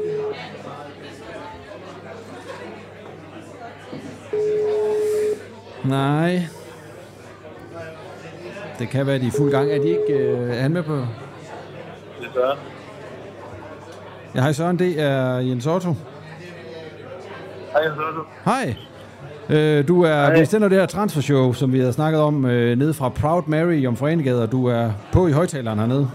Nej. Det kan være, at de er i fuld gang. Er de ikke er han med på? Det er Søren. Ja, hej Søren, det er Jens Otto. Hej Jens Otto. Hej. Du er sender det her transfershow, som vi har snakket om nede fra Proud Mary i Jomfruenegade, og du er på i højtaleren hernede.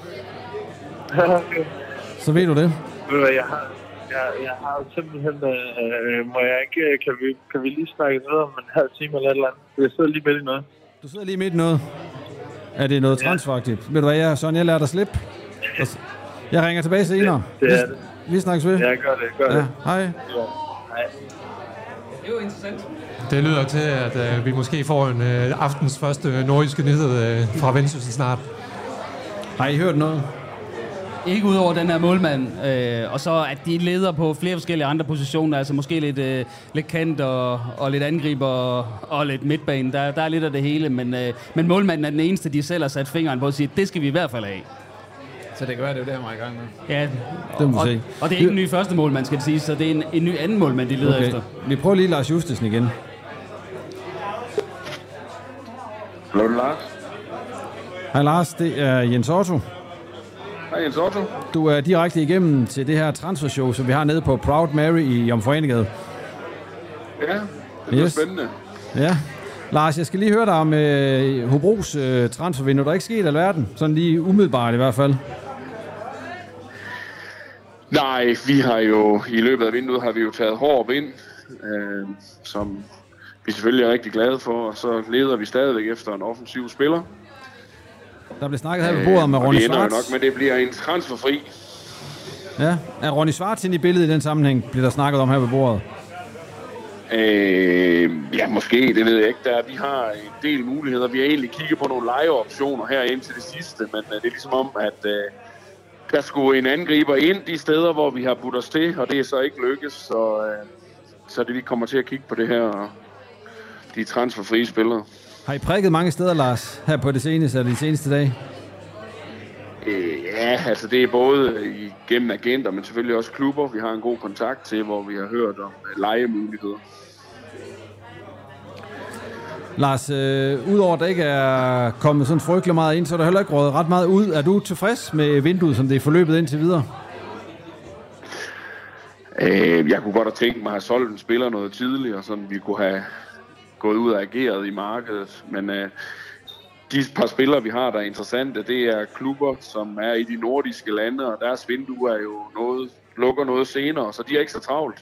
Okay. Så ved du det. Jeg har simpelthen... må jeg ikke... Kan vi lige snakke noget om en halv time eller et eller andet? Jeg sidder lige midt i noget. Du sidder lige midt i noget? Er det noget transferagtigt? Ved du hvad, jeg lader dig slippe. Jeg ringer tilbage senere. Det er det. Vi snakkes ved. Ja, gør det. Hej. Ja, hej. Det er jo interessant. Det lyder til, at vi måske får en aftens første nordjyske nyhed fra Vendsyssel snart. Har I hørt noget? Ikke udover den her målmand, og så at de leder på flere forskellige andre positioner, altså måske lidt kant og lidt angriber og lidt midtbane. Der er lidt af det hele, men målmanden er den eneste, de selv har sat fingeren på at sige, det skal vi i hvert fald af. Så det kan være, det er jo det, han er i gang med. Ja, det må se. Og det er ikke en ny første målmand, skal det sige, så det er en ny anden målmand, de leder efter. Vi prøver lige Lars Justesen igen. Hallo, Lars. Hej Lars, det er Jens Otto. Hej Jens Otto. Du er direkte igennem til det her transfershow, som vi har nede på Proud Mary i Jomfruenegade. Ja, det er spændende. Ja. Lars, jeg skal lige høre dig om Hobros transfervindue. Der er ikke sket alverden, sådan lige umiddelbart i hvert fald. Nej, vi har jo i løbet af vinduet har vi jo taget Hård ind, som vi selvfølgelig er rigtig glade for, og så leder vi stadigvæk efter en offensiv spiller. Der blev snakket her ved bordet med Ronny Schwarz. Det ender jo nok med, det bliver en transferfri. Ja, er Ronny Schwarz inde i billedet i den sammenhæng, bliver der snakket om her ved bordet? Ja, måske, det ved jeg ikke. Vi har en del muligheder. Vi har egentlig kigget på nogle lejeoptioner her indtil det sidste, men det er ligesom om, at der skulle en angriber ind de steder, hvor vi har budt os til, og det er så ikke lykkes, så det vi kommer til at kigge på det her, de transferfrie spillere. Har I prikket mange steder, Lars, her på det seneste, eller de seneste dage? Ja, altså det er både gennem agenter, men selvfølgelig også klubber, vi har en god kontakt til, hvor vi har hørt om lejemuligheder. Lars, udover at der ikke er kommet sådan frygtelig meget ind, så er der heller ikke rådet ret meget ud. Er du tilfreds med vinduet, som det er forløbet indtil videre? Jeg kunne godt have tænkt mig at have solgt en spiller noget tidligere, så vi kunne have gået ud og ageret i markedet. Men de par spillere, vi har, der er interessante, det er klubber, som er i de nordiske lande, og deres vindue er jo lukker noget senere, så de er ikke så travlt.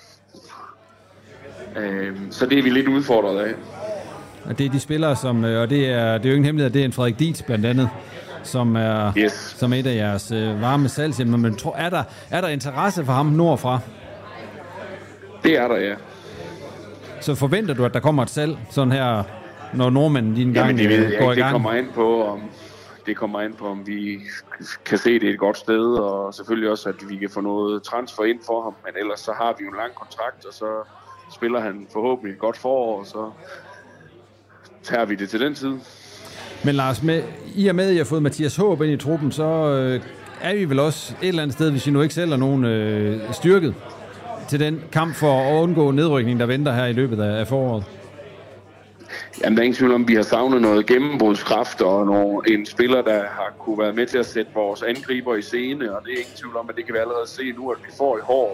Så det er vi lidt udfordret af. Og det er de spillere, som, og det er jo ingen hemmelighed, at det er en Frederik Dietz blandt andet, som er som et af jeres varme salgshjemmer. Men er der interesse for ham nordfra? Det er der, ja. Så forventer du, at der kommer et salg sådan her, når nordmænden din gang går i gang? Det kommer an på, om vi kan se det et godt sted, og selvfølgelig også, at vi kan få noget transfer ind for ham. Men ellers så har vi jo en lang kontrakt, og så spiller han forhåbentlig et godt forår, og så tager vi det til den tid. Men Lars, i og med, at I har fået Mathias Håb ind i truppen, så er vi vel også et eller andet sted, hvis I nu ikke selv er nogen styrket til den kamp for at undgå nedrykning, der venter her i løbet af foråret? Jamen, der er ingen tvivl om, vi har savnet noget gennembrudskraft og en spiller, der har kunne være med til at sætte vores angriber i scene, og det er ingen tvivl om, at det kan vi allerede se nu, at vi får i Håb.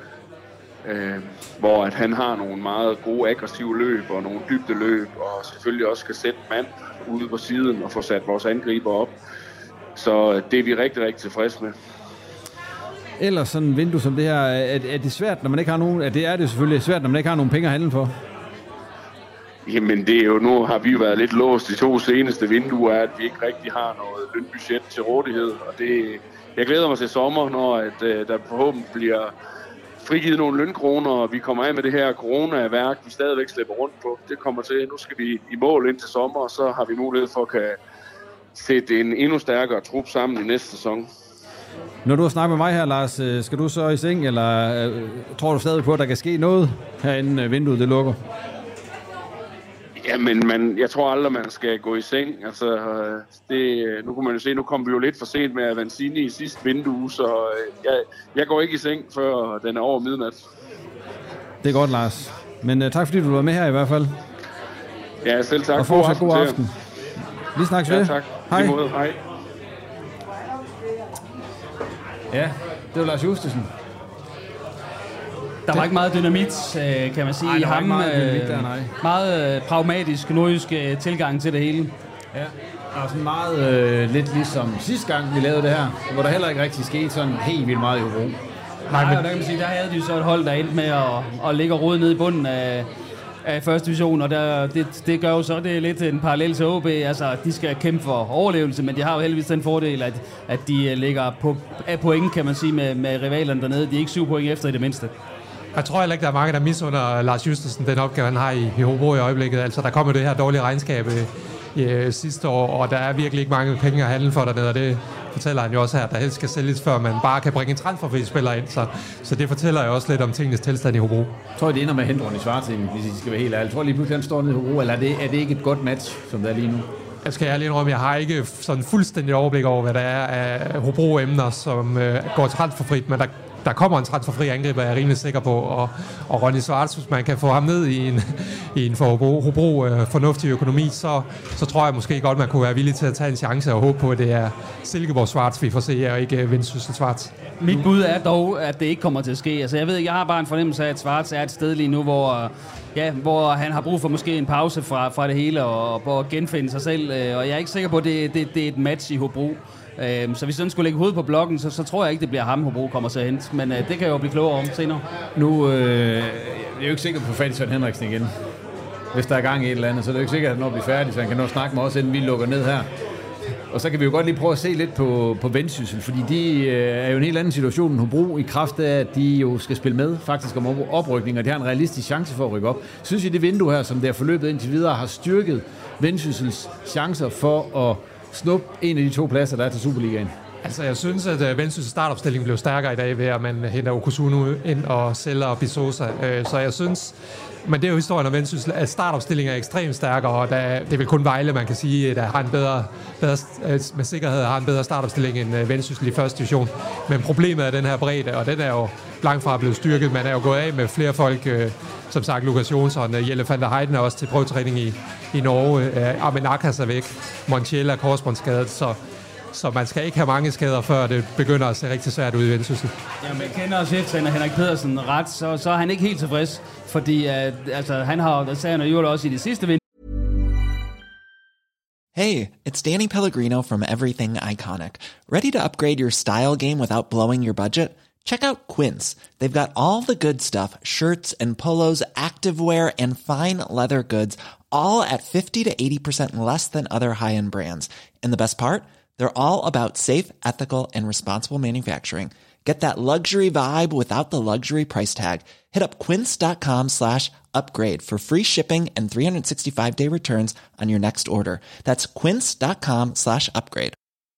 Hvor at han har nogle meget gode aggressive løb og nogle dybde løb, og selvfølgelig også skal sætte mand ude på siden og få sat vores angriber op. Så det er vi rigtig, rigtig tilfredse med. Ellers sådan en vindue som det her, er det svært, når man ikke har nogen, det er det selvfølgelig svært, når man ikke har nogen penge at handle for? Jamen det er jo, nu har vi jo været lidt låst de 2 seneste vinduer, at vi ikke rigtig har noget lønbudget til rådighed, og jeg glæder mig til sommer, når der forhåbentlig bliver frigivet nogle lønkroner, og vi kommer af med det her corona-værk, vi stadigvæk slipper rundt på. Det kommer til, nu skal vi i mål ind til sommer, og så har vi mulighed for at kan sætte en endnu stærkere trup sammen i næste sæson. Når du har snakket med mig her, Lars, skal du så i seng, eller tror du stadig på, at der kan ske noget herinde vinduet det lukker? Jamen, jeg tror aldrig, man skal gå i seng. Altså, nu kunne man jo se, nu kom vi jo lidt for sent med Avancini i sidste vindue, så jeg går ikke i seng, før den er over midnat. Det er godt, Lars. Men tak fordi du var med her i hvert fald. Ja, selv tak. Og fortsat god aften. Vi snakkes ved. Ja, tak. Hej. Hej. Ja, det var Lars Justesen. Der var ikke meget dynamit, kan man sige. Ej, der var ikke meget dynamit der, nej. Meget pragmatisk, nordisk tilgang til det hele. Ja, og sådan meget lidt ligesom sidste gang, vi lavede det her, hvor der heller ikke rigtig skete sådan helt vildt meget i ro. Nej, der kan man sige, der havde de jo så et hold, der endte med at ligge og rode nede i bunden af første division, og det gør jo så, det er lidt en parallel til OB. Altså, de skal kæmpe for overlevelse, men de har jo heldigvis den fordel, at de ligger af point, kan man sige, med rivalerne dernede. De er ikke 7 point efter i det mindste. Jeg tror heller ikke, der er mange, der misunder Lars Justesen den opgave, han har i Hobro i øjeblikket. Altså, der kommer det her dårlige regnskab sidste år, og der er virkelig ikke mange penge at handle for dernede, og det fortæller han jo også her, der helst skal sælges, før man bare kan bringe en transferfri spiller ind. Så det fortæller jo også lidt om tingenes tilstand i Hobro. Jeg tror, det ender med at hente Ronny Svarting, hvis I skal være helt ærlig. Jeg tror lige pludselig, han står nede i Hobro, eller er det ikke et godt match, som det er lige nu? Jeg skal ærligt indrømme, jeg har ikke sådan fuldstændig overblik over, hvad der er af Hobro-emner, som går transferfrit, men der kommer en transferfri angriber, jeg er rimelig sikker på, og Ronny Svarts, hvis man kan få ham ned i en for Hobro fornuftig økonomi, så tror jeg måske godt, man kunne være villig til at tage en chance og håbe på, at det er Silkeborg Svarts, vi får se, og ikke Vendsyssel Svarts. Mit bud er dog, at det ikke kommer til at ske. Altså, jeg ved ikke, jeg har bare en fornemmelse af, at Svarts er et sted lige nu, hvor han har brug for måske en pause fra det hele og at genfinde sig selv, og jeg er ikke sikker på, at det er et match i Hobro. Så hvis den skulle lægge hovedet på blokken, så tror jeg ikke, det bliver ham, Hobro kommer til at hente. Men det kan jeg jo blive klogere om senere. Nu jeg er jo ikke sikker på fat i Søren Henriksen igen. Hvis der er gang i et eller andet, så er det jo ikke sikkert, at når vi bliver færdige, så han kan nå snakke med os, inden vi lukker ned her. Og så kan vi jo godt lige prøve at se lidt på Vendsyssel, fordi de er jo en helt anden situation end Hobro, i kraft af, at de jo skal spille med faktisk om oprykning, og de har en realistisk chance for at rykke op. Synes I, det vindue her, som det er forløbet indtil videre, har styrket Vendsyssels chancer for at snuppe en af de 2 pladser, der er til Superligaen? Altså, jeg synes, at Vendsyssels startopstilling blev stærkere i dag ved, at man henter Okosunu ind og sælger Bisosa. Så jeg synes, men det er jo historien om Vendsyssel, at startopstillingen er ekstremt stærkere, og det er vel kun Vejle, man kan sige, at har en bedre med sikkerhed har en bedre startopstilling end Vendsyssel i første division. Men problemet er den her bredde, og den er jo langt fra blevet styrket. Man er jo gået af med flere folk, som sagt Lukas Jonsson, Jelle van der Heiden er også til prøvetræning i Norge. Armin Akas er væk, Montiel er korsbåndsskadet, så man skal ikke have mange skader, før det begynder at se rigtig svært ud i Vendsyssel. Ja, men kender cheftræner Henrik Pedersen ret, så er han ikke helt tilfreds, fordi han har, det sagde han jo også i det sidste vind. Hey, it's Danny Pellegrino from Everything Iconic. Ready to upgrade your style game without blowing your budget? Check out Quince. They've got all the good stuff, shirts and polos, activewear and fine leather goods, all at 50 to 80% less than other high-end brands. And the best part? They're all about safe, ethical, and responsible manufacturing. Get that luxury vibe without the luxury price tag. Hit up quince.com/upgrade for free shipping and 365-day returns on your next order. That's quince.com/upgrade.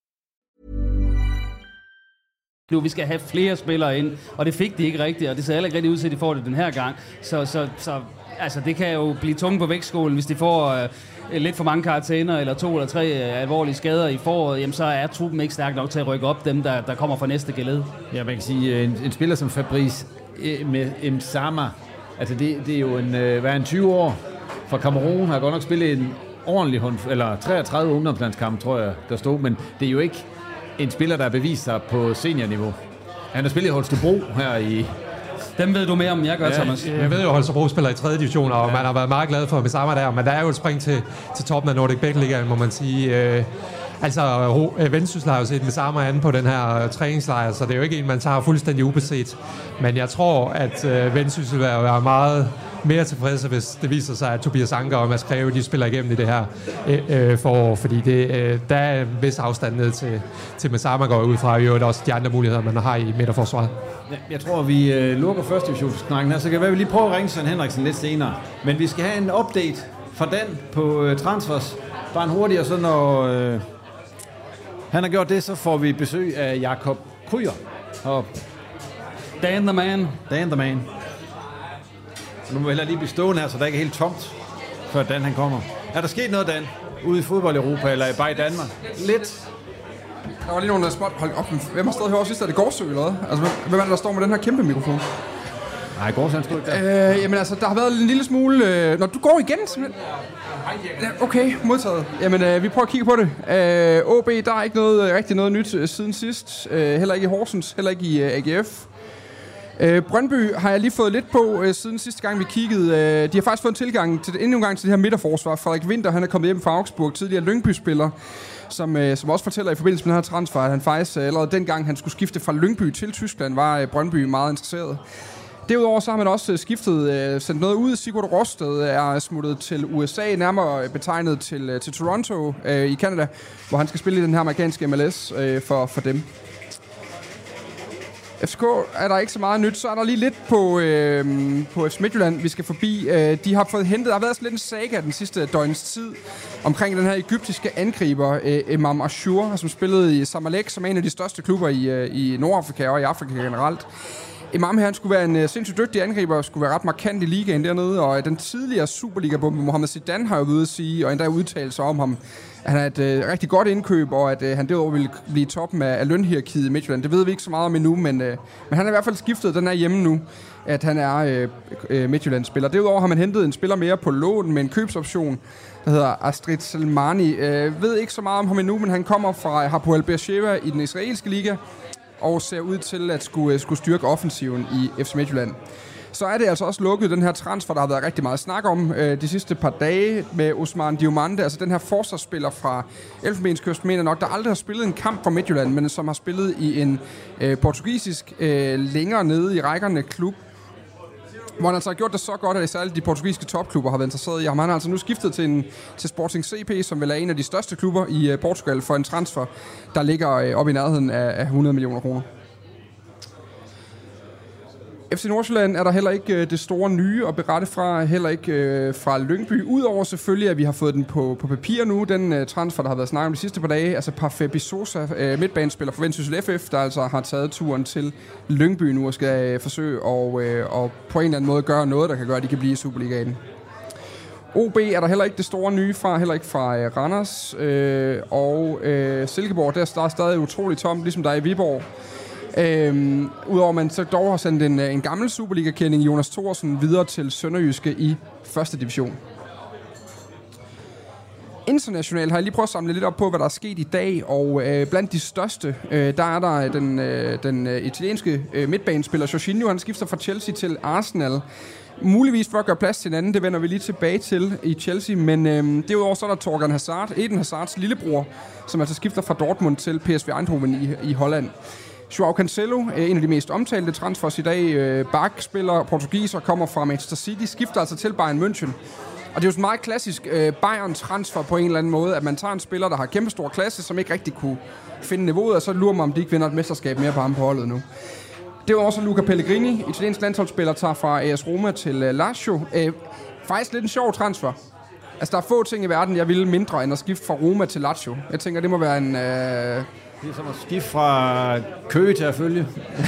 Nu, vi skal have flere spillere ind, og det fik de ikke rigtigt, og det ser heller ikke rigtig ud til, at de får det den her gang. Så altså, det kan jo blive tungt på vægtskålen, hvis de får lidt for mange karantæner, eller 2 eller 3 alvorlige skader i foråret, jamen så er truppen ikke stærk nok til at rykke op dem, der kommer fra næste geled. Ja, man kan sige, en spiller som Fabrice med Msama, altså det er jo en 20 år fra Cameroun, har godt nok spillet en ordentlig 33 ungdomslandskamp, tror jeg, der stod, men det er jo ikke en spiller, der har bevist sig på seniorniveau. Han har spillet i Holstebro her i... Dem ved du mere om, jeg gør, Thomas. Jeg ved jo, at Holstebro spiller i 3. division, og man har været meget glad for Msama der, men der er jo et spring til toppen af Nordic Bet Ligaen, må man sige. Vendsyssel har jo set Msama an på den her træningslejr, så det er jo ikke en, man tager fuldstændig ubeset. Men jeg tror, at Vendsyssel vil være meget mere tilfredse, hvis det viser sig, at Tobias Anker og Mads Greve, de spiller igennem i det her forår, fordi der er en vis afstand ned til Msama går ud fra, og jo også de andre muligheder, man har i midterforsvaret. Jeg tror, vi lukker første divisionssnakken her, så kan vi lige prøve at ringe Søren Henriksen lidt senere. Men vi skal have en update fra Dan på transfers. Bare en hurtig, og så når han har gjort det, så får vi besøg af Jakob Kryer. Dan the man. Dan the man. Nu må vi heller lige blive stående her, så der ikke er helt tomt, før Dan han kommer. Er der sket noget, Dan, ude i fodbold-Europa, eller bare i Danmark? Lidt. Der var lige nogen, der spurgte, hold op, hvem har stået herovre sidst? Er det Gårdsø eller hvad? Altså, hvem er det, der står med den her kæmpe mikrofon? Nej, Gårdsø stod ikke der. Jamen altså, der har været en lille smule... Når du går igen, simpelthen. Okay, modtaget. Jamen, vi prøver at kigge på det. OB, der er ikke rigtig noget nyt siden sidst. Heller ikke i Horsens, heller ikke i AGF. Brøndby har jeg lige fået lidt på siden sidste gang vi kiggede. De har faktisk fået en tilgang til endnu en gang til det her midterforsvar. Frederik Winther, han er kommet hjem fra Augsburg, tidligere Lyngby-spiller, som også fortæller i forbindelse med den her transfer, at han faktisk allerede dengang han skulle skifte fra Lyngby til Tyskland, var Brøndby meget interesseret. Derudover så har man også sendt noget ud. Sigurd Rosted er smuttet til USA, nærmere betegnet til Toronto i Canada, hvor han skal spille i den her amerikanske MLS for dem. FCK er der ikke så meget nyt, så er der lige lidt på FC Midtjylland, vi skal forbi. De har fået hentet, der har været sådan lidt en saga den sidste døgns tid omkring den her egyptiske angriber, Imam Ashur, som spillede i Zamalek, som er en af de største klubber i Nordafrika og i Afrika generelt. Imam her, han skulle være en sindssygt dygtig angriber, skulle være ret markant i ligaen dernede, og den tidligere Superliga-bombe Mohamed Zidane har jo ved at sige, og endda udtalt sig om ham, at han er et rigtig godt indkøb, og at han derover vil blive toppen af lønhierarkiet i Midtjylland. Det ved vi ikke så meget om endnu, men han er i hvert fald skiftet, den er hjemme nu, at han er Midtjylland-spiller. Derudover har man hentet en spiller mere på lån med en købsoption, der hedder Astrid Selmani. Ved ikke så meget om ham endnu, men han kommer fra Hapoel Beersheva i den israelske liga, og ser ud til at skulle styrke offensiven i FC Midtjylland. Så er det altså også lukket, den her transfer, der har været rigtig meget snak om de sidste par dage med Ousmane Diomande, altså den her forsvarsspiller fra Elfenbenskysten, mener nok, der aldrig har spillet en kamp for Midtjylland, men som har spillet i en portugisisk længere nede i rækkerne klub, hvor han altså har gjort det så godt, at særligt de portugisiske topklubber har været interesseret i ham. Han har altså nu skiftet til Sporting CP, som vel er en af de største klubber i Portugal, for en transfer, der ligger op i nærheden af 100 millioner kroner. FC Nordsjælland er der heller ikke det store nye at berette fra, heller ikke fra Lyngby. Udover selvfølgelig, at vi har fået den på papir nu, den transfer, der har været snakket om de sidste par dage, altså Parfait Bissosa, midtbanespiller for Vendsyssel FF, der altså har taget turen til Lyngby nu og skal forsøge at på en eller anden måde gøre noget, der kan gøre, at de kan blive i Superligaen. OB er der heller ikke det store nye fra, heller ikke fra Randers, og Silkeborg, der er stadig utroligt tomt, ligesom der er i Viborg. Udover man så dog har sendt en gammel Superliga-kending, Jonas Thorsen, videre til Sønderjyske i 1. division. Internationalt har jeg lige prøvet at samle lidt op på, hvad der er sket i dag, og blandt de største, der er der den italienske midtbanespiller Jorginho, han skifter fra Chelsea til Arsenal. Muligvis for at gøre plads til hinanden, det vender vi lige tilbage til i Chelsea, men derudover så er der Torgan Hazard, Eden Hazards lillebror, som altså skifter fra Dortmund til PSV Eindhoven i Holland. Joao Cancelo, en af de mest omtalte transfers i dag, bakspiller, portugiser, kommer fra Manchester City, skifter altså til Bayern München. Og det er jo sådan meget klassisk Bayern-transfer på en eller anden måde, at man tager en spiller, der har kæmpestor klasse, som ikke rigtig kunne finde niveauet, og så lurer man, om de ikke vinder et mesterskab mere på ham på holdet nu. Det var også Luca Pellegrini, italiensk landsholdsspiller, tager fra AS Roma til Lazio. Faktisk lidt en sjov transfer. Altså, der er få ting i verden, jeg ville mindre end at skifte fra Roma til Lazio. Jeg tænker, det må være en... Det er som at skifte fra Køge til at følge.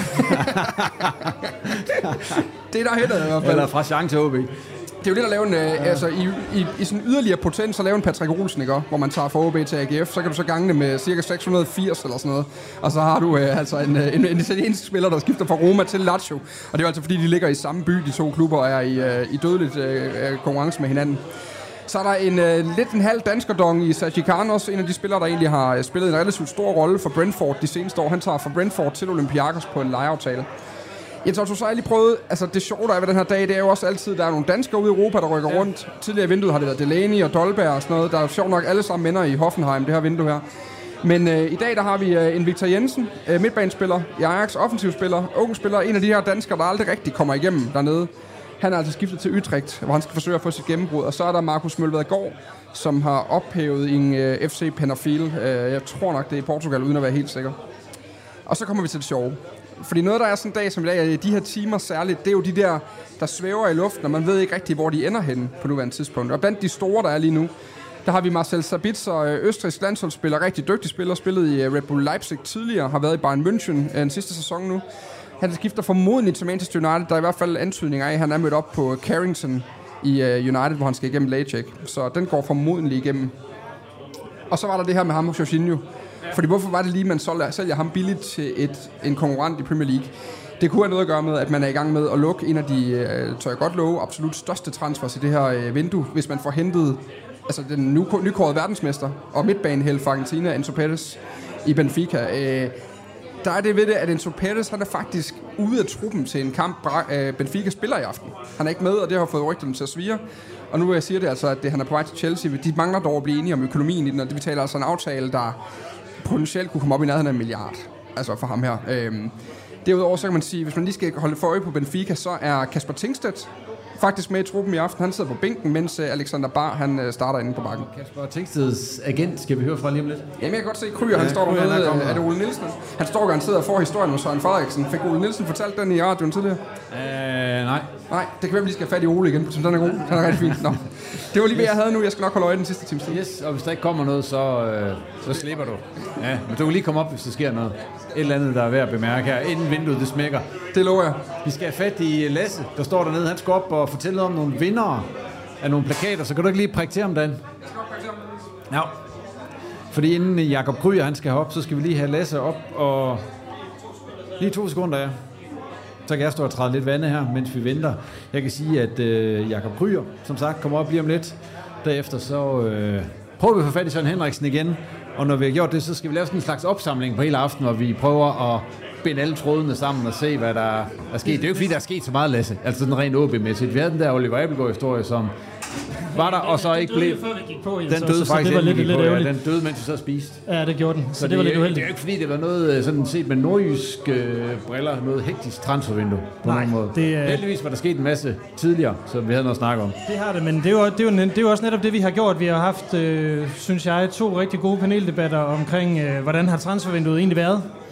Det er der hætter i hvert fald. Eller fra Jean til OB. Det er jo det, der laver en, altså i sådan yderligere potens, så laver en Patrick Olsen, ikke? Hvor man tager fra OB til AGF, så kan du så gange det med cirka 680 eller sådan noget. Og så har du altså en italiensk spiller, der skifter fra Roma til Lazio. Og det er jo altså fordi, de ligger i samme by, de to klubber, og er i dødeligt konkurrence med hinanden. Så er der en halv danskerdong i Sergi Carnos, en af de spillere, der egentlig har spillet en relativt stor rolle for Brentford de seneste år. Han tager fra Brentford til Olympiakos på en lejeaftale. Jens Otto, så har jeg lige prøvet, altså det sjove, der er ved den her dag, det er jo også altid, der er nogle danskere ude i Europa, der rykker rundt. Tidligere i vinduet har det været Delaney og Dolberg og sådan noget. Der er jo sjovt nok alle sammen minder i Hoffenheim, det her vindue her. Men i dag, der har vi en Victor Jensen, midtbanespiller i Ajax, offensivspiller, ung spiller, en af de her danskere, der aldrig rigtig kommer igennem dernede. Han er altså skiftet til Utrecht, hvor han skal forsøge at få sit gennembrud. Og så er der Markus Mølvedgaard, som har ophævet en FC Penafiel. Jeg tror nok, det er i Portugal, uden at være helt sikker. Og så kommer vi til det sjove. Fordi noget, der er sådan en dag som i dag, de her timer særligt, det er jo de der svæver i luften, og man ved ikke rigtig, hvor de ender henne på nuværende tidspunkt. Og blandt de store, der er lige nu, der har vi Marcel Sabitzer, østrigsk landsholdsspiller, rigtig dygtig spiller, spillet i Red Bull Leipzig tidligere, har været i Bayern München den sidste sæson nu. Han skifter formodentlig til Manchester United, der er i hvert fald antydninger af, at han er mødt op på Carrington i United, hvor han skal igennem lægecheck. Så den går formodentlig igennem. Og så var der det her med ham og Jorginho. Fordi hvorfor var det lige, man sælger ham billigt til en konkurrent i Premier League? Det kunne have noget at gøre med, at man er i gang med at lukke en af de, tør jeg godt love, absolut største transfers i det her vindue, hvis man får hentet altså den nykårede verdensmester og midtbanehelt fra Argentina, Enzo Perez, i Benfica. Der er det ved det, at Enzo Perez, han er faktisk ude af truppen til en kamp, Benfica spiller i aften. Han er ikke med, og det har fået rygterne til at svire. Og nu vil jeg sige det altså, at han er på vej til Chelsea. De mangler dog at blive enige om økonomien i den, og det betaler altså en aftale, der potentielt kunne komme op i nærheden af 1 milliard. Altså for ham her. Derudover så kan man sige, hvis man lige skal holde for øje på Benfica, så er Kasper Tengstedt faktisk med i truppen i aften. Han sidder på bænken, mens Alexander Bar, han starter inde på bakken. Kasper Tengsteds agent skal vi høre fra lige om lidt. Jamen, jeg kan godt se, Kryer, han står dernede. Er det Ole Nielsen? Han står garanteret og får historien med Søren Frederiksen. Fik Ole Nielsen fortalt den i radioen tidligere? Nej. Nej, det kan være, vi lige skal have fat i Ole igen, for den er god. Den er rigtig fint. Nå. Det var lige, hvad jeg havde nu. Jeg skal nok holde øje den sidste times tid. Yes, og hvis der ikke kommer noget, så slipper du. Ja, men du kan lige komme op, hvis der sker noget. Et eller andet, der er værd at bemærke her, inden vinduet det smækker. Det lover jeg. Vi skal have fat i Lasse, der står dernede. Han skal op og fortælle noget om nogle vindere af nogle plakater. Så kan du ikke lige prikke til ham, Dan? Ja. Fordi inden Jakob Kryer, han skal op, så skal vi lige have Lasse op og... Lige 2 sekunder, ja. Så kan jeg stå og træde lidt vande her, mens vi venter. Jeg kan sige, at Jakob Kryer, som sagt, kommer op lige om lidt. Derefter så prøver vi at få fat i Søren Henriksen igen. Og når vi har gjort det, så skal vi lave sådan en slags opsamling på hele aftenen, hvor vi prøver at binde alle trådene sammen og se, hvad der er sket. Det er jo ikke fordi, der er sket så meget, Lasse. Altså sådan rent OB-mæssigt. Vi havde den der Oliver Abelgaard-historie, som var der, og så ikke blev... Den døde faktisk lidt ærgerligt. Den døde, mens vi så spiste. Ja, det gjorde den. Så det var lidt uheldigt. Det er jo ikke fordi, det var noget sådan set med nordjyske briller, noget hektisk transfervindue på nogen måde. Heldigvis var der sket en masse tidligere, så vi havde noget at snakke om. Det har det, men det er jo også netop det, vi har gjort. Vi har haft, synes jeg, 2 rigtig gode paneldebatter omkring, hvordan har transfervinduet egentlig været.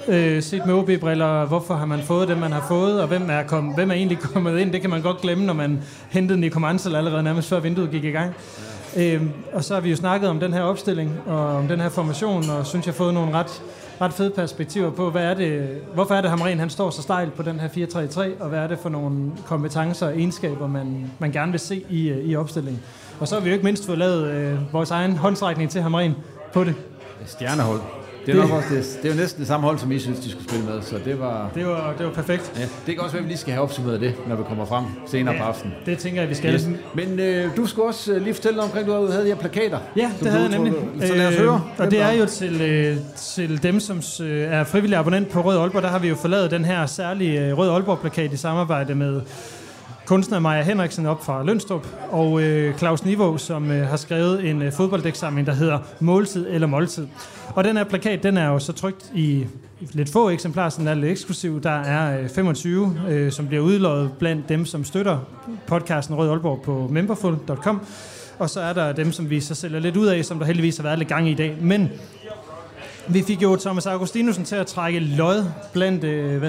set med OB-briller, hvorfor har man fået det, man har fået, og hvem er egentlig kommet ind. Det kan man godt glemme, når man hentede Nico Mansell allerede nærmest før vinduet gik i gang. Og så har vi jo snakket om den her opstilling og om den her formation, og synes jeg har fået nogle ret fede perspektiver på, hvorfor er det Hamrén, han står så stejlt på den her 4-3-3, og hvad er det for nogle kompetencer og egenskaber, man gerne vil se i opstillingen. Og så har vi jo ikke mindst fået lavet vores egen håndsrækning til Hamrén på det. Stjernehold. Det er nok også det er jo næsten det samme hold, som I synes, de skulle spille med, så det var perfekt. Ja, det kan også være, at vi lige skal have opsummeret det, når vi kommer frem senere på aftenen. Det tænker jeg, vi skal. Yes. Men du skulle også lige fortælle omkring, du havde de her plakater. Ja, det havde jeg nemlig. Så lad os høre. Og det er jo til dem, som er frivillige abonnent på Rød Aalborg, der har vi jo forladet den her særlige Rød Aalborg-plakat i samarbejde med kunstner Maja Henriksen op fra Lønstrup, og Claus Nivå, som har skrevet en fodbolddæksamling, der hedder Måltid eller Måltid. Og den her plakat, den er jo så trykt i lidt få eksemplarer, så den er lidt eksklusiv. Der er 25, som bliver udløjet blandt dem, som støtter podcasten Rød Aalborg på memberful.com. Og så er der dem, som vi så sælger lidt ud af, som der heldigvis har været lidt gang i dag. Men vi fik jo Thomas Augustinussen til at trække lod blandt,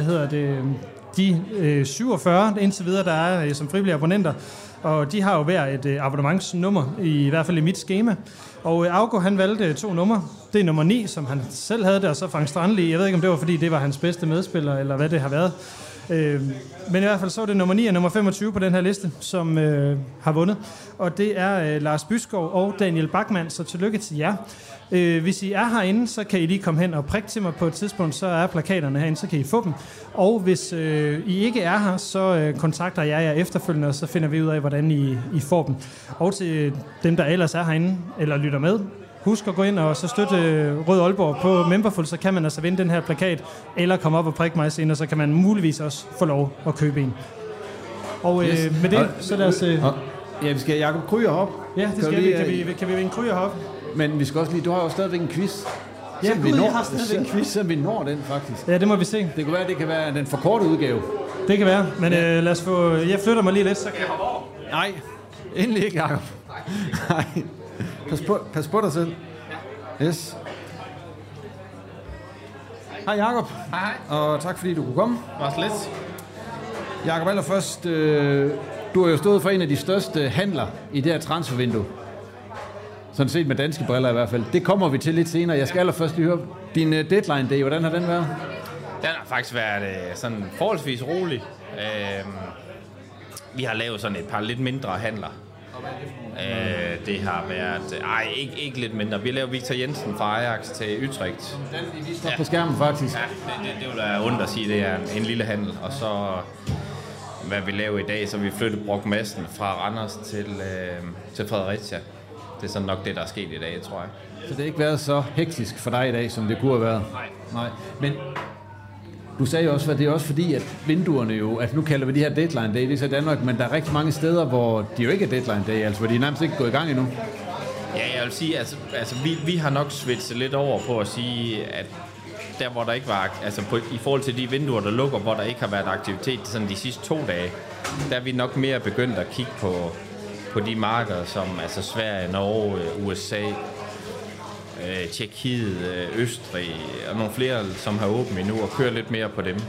de 47 indtil videre, der er som frivillige abonnenter, og de har jo hver et abonnementsnummer, i hvert fald i mit schema. Og Augo, han valgte 2 numre. Det er nummer 9, som han selv havde det, og så Frank Strandli. Jeg ved ikke, om det var, fordi det var hans bedste medspiller, eller hvad det har været. Men i hvert fald så er det nummer 9 og nummer 25 på den her liste, som har vundet. Og det er Lars Byskov og Daniel Bachmann, så tillykke til jer. Hvis I er herinde, så kan I lige komme hen og prikke til mig på et tidspunkt, så er plakaterne herinde, så kan I få dem. Og hvis I ikke er her, så kontakter jeg jer efterfølgende, og så finder vi ud af, hvordan I får dem. Og til dem, der ellers er herinde, eller lytter med, husk at gå ind og så støtte Rød Aalborg på Memberful, så kan man altså vinde den her plakat, eller komme op og prikke mig senere, så kan man muligvis også få lov at købe en. Og med det, så lad os... Ja, vi skal have Jakob Kryger op. Ja, det skal vi. Kan vi vinde Kryger op? Men vi skal også lige, du har jo stadigvæk en quiz. Ja, jeg har stadigvæk en quiz. Så vi når den faktisk. Ja, det må vi se. Det kan være den forkortede udgave. Det kan være, men lad os få... Jeg flytter mig lige lidt, så kan jeg hoppe over. Nej, endelig ikke, Jakob. Nej. Pas på dig selv. Yes. Hej Jakob. Hej. Og tak fordi du kunne komme. Var så lidt. Jakob, allerførst, du har jo stået for en af de største handler i det her transfervindue. Sådan set med danske briller i hvert fald. Det kommer vi til lidt senere. Jeg skal allerførst lige høre din deadline day. Hvordan har den været? Den har faktisk været sådan forholdsvis rolig. Vi har lavet sådan et par lidt mindre handler. Det har været... ikke lidt mindre. Vi har lavet Victor Jensen fra Ajax til Utrecht. Den vi viste på skærmen faktisk. Ja, det vil være ondt at sige, det er en lille handel. Og så... Hvad vi laver i dag, så vi flyttet Brock Madsen fra Randers til Fredericia. Det er sådan nok det, der er sket i dag, tror jeg. Så det har ikke været så hektisk for dig i dag, som det kunne have været? Nej. Men du sagde jo også, at det er også fordi, at vinduerne jo... Altså nu kalder vi de her deadline day, det er så Danmark, men der er rigtig mange steder, hvor de jo ikke er deadline day, altså hvor de nærmest ikke går i gang endnu. Ja, jeg vil sige, altså vi har nok svitset lidt over på at sige, at der hvor der ikke var... Altså i forhold til de vinduer, der lukker, hvor der ikke har været aktivitet sådan de sidste 2 dage, der er vi nok mere begyndt at kigge på de markeder, som altså Sverige, Norge, USA, Tjekkiet, Østrig og nogle flere, som har åbent endnu, og kører lidt mere på dem.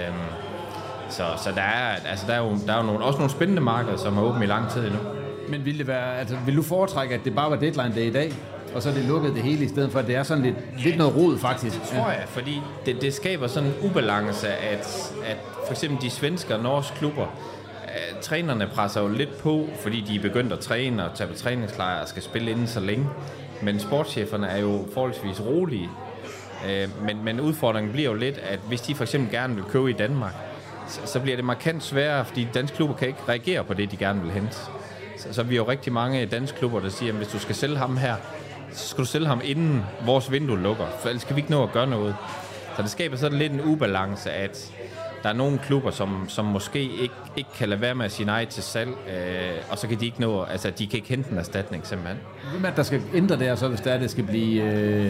Så der er jo også nogle spændende markeder, som har åbent i lang tid endnu. Men vil du foretrække, at det bare var deadline day i dag, og så er det lukket det hele, i stedet for at det er sådan lidt noget rod faktisk? Det tror jeg, fordi det skaber sådan en ubalance, at for eksempel de svenske og norske klubber, trænerne presser jo lidt på, fordi de er begyndt at træne og tage på træningslejre og skal spille inden så længe. Men sportscheferne er jo forholdsvis rolige. Men udfordringen bliver jo lidt, at hvis de for eksempel gerne vil købe i Danmark, så bliver det markant sværere, fordi danske klubber kan ikke reagere på det, de gerne vil hente. Så vi har jo rigtig mange danske klubber, der siger, at hvis du skal sælge ham her, så skal du sælge ham inden vores vindue lukker, for ellers kan vi ikke nå at gøre noget. Så det skaber sådan lidt en ubalance, at der er nogle klubber, som måske ikke kan lade være med at sige nej til salg, og så kan de ikke nå, altså de kan ikke hente en erstatning simpelthen. Hvem er det, der skal ændre det her så, hvis det skal blive...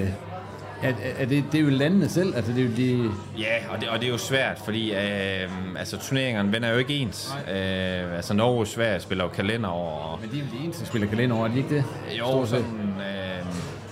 det er jo landene selv, altså det er jo de... Ja, og det er jo svært, fordi altså turneringerne vender jo ikke ens. Altså Norge og Sverige spiller jo kalenderår. Men de er jo de eneste, der spiller kalenderår, er de ikke det? Jo, sådan...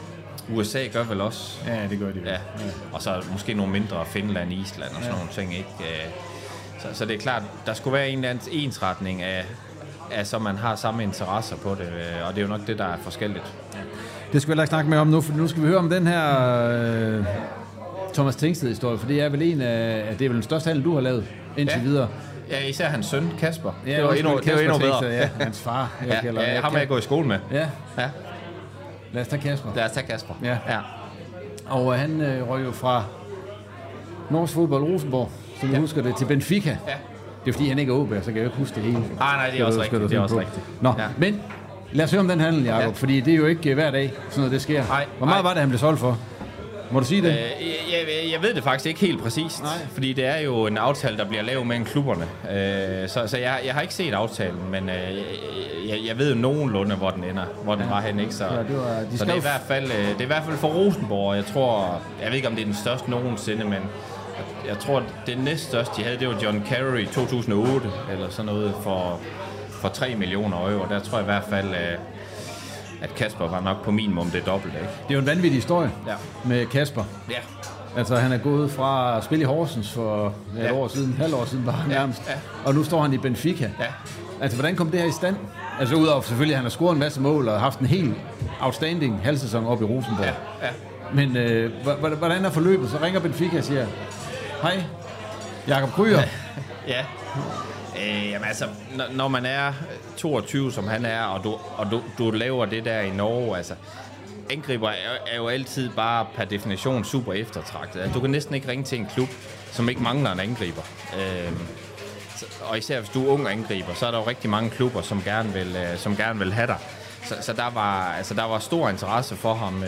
USA gør vel også. Ja, det gør de vel. Ja. Og så måske nogle mindre Finland, Island og sådan nogle ting, ikke? Så det er klart, der skulle være en eller anden ensretning af så man har samme interesser på det, og det er jo nok det, der er forskelligt. Ja. Det skal vi heller ikke snakke mere om nu, for nu skal vi høre om den her Thomas Tingsted-historie, for det er vel det er vel den største handel, du har lavet indtil videre. Ja, især hans søn, Kasper. Ja, det var endnu bedre. Ja, hans far. Ham har jeg gået i skole med. Ja. Lad os tage Kasper. Ja. Og han røg jo fra Norsk Fodbold Rosenborg, som jeg husker det, til Benfica. Ja. Det er fordi, han ikke er OB, så kan jeg jo ikke huske det hele. Nej, det er også rigtigt. Det er også rigtigt. Nå, men lad os høre om den handel, Jacob, fordi det er jo ikke hver dag, sådan noget det sker. Hvor meget var det, han blev solgt for? Må du sige det? Jeg ved det faktisk ikke helt præcist, fordi det er jo en aftale, der bliver lavet mellem klubberne. Så jeg har ikke set aftalen, men jeg ved jo nogenlunde, hvor den ender, hvor den var hen, ikke? Så det er i hvert fald for Rosenborg. Jeg ved ikke, om det er den største nogensinde, men jeg tror, det næststørste, de havde, det var John Carey i 2008, eller sådan noget, for 3 millioner euro. Der tror jeg i hvert fald, at Kasper var nok på minimum det dobbelte, ikke? Det er jo en vanvittig historie med Kasper. Ja. Altså, han er gået fra at spille i Horsens for halvt år siden var han nærmest, og nu står han i Benfica. Ja. Altså, hvordan kom det her i stand? Altså, udover selvfølgelig, at han har scoret en masse mål og haft en helt outstanding halvsæson op i Rosenborg. Ja. Men hvordan er forløbet? Så ringer Benfica og siger, hej, Jakob Kryger. Ja. Jamen altså, når man er 22, som han er, og du laver det der i Norge, altså, angriber er jo altid bare per definition super eftertragtet. Altså, du kan næsten ikke ringe til en klub, som ikke mangler en angriber. Og især hvis du er ung angriber, så er der jo rigtig mange klubber, som gerne vil have dig. Så der var stor interesse for ham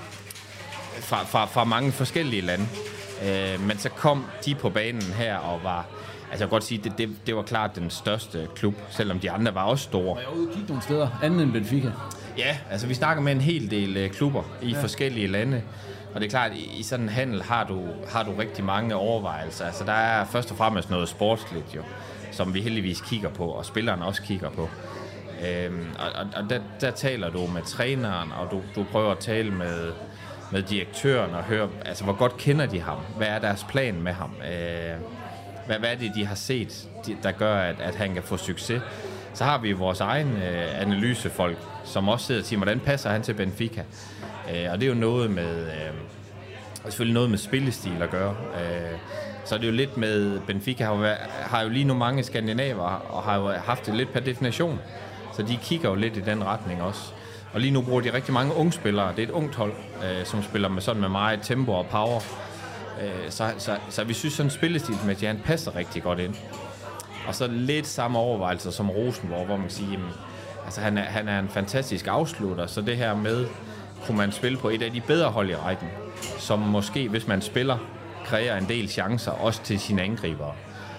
fra mange forskellige lande. Men så kom de på banen her og var... Altså jeg kan godt sige, det var klart den største klub, selvom de andre var også store. Var jeg ude og kigge nogle steder, andet end Benfica? Ja, altså vi snakker med en hel del klubber i forskellige lande. Og det er klart, i sådan en handel har du rigtig mange overvejelser. Altså der er først og fremmest noget sportsligt jo, som vi heldigvis kigger på, og spillerne også kigger på. Og der taler du med træneren, og du prøver at tale med direktøren og høre, altså hvor godt kender de ham? Hvad er deres plan med ham? Hvad er det, de har set, der gør, at han kan få succes? Så har vi vores egen analysefolk, som også sidder og siger, hvordan passer han til Benfica? Og det er jo noget med, selvfølgelig noget med spillestil at gøre. Så er det jo lidt med, Benfica har jo lige nu mange skandinaver, og har jo haft det lidt per definition. Så de kigger jo lidt i den retning også. Og lige nu bruger de rigtig mange unge spillere. Det er et ungt hold, som spiller med meget tempo og power. Så vi synes sådan en spillestil med Jan passer rigtig godt ind. Og så lidt samme overvejelser som Rosenborg, hvor man kan sige, jamen, altså han er en fantastisk afslutter, så det her med, kunne man spille på et af de bedre hold i rækken, som måske, hvis man spiller, kræver en del chancer, også til sine angribere.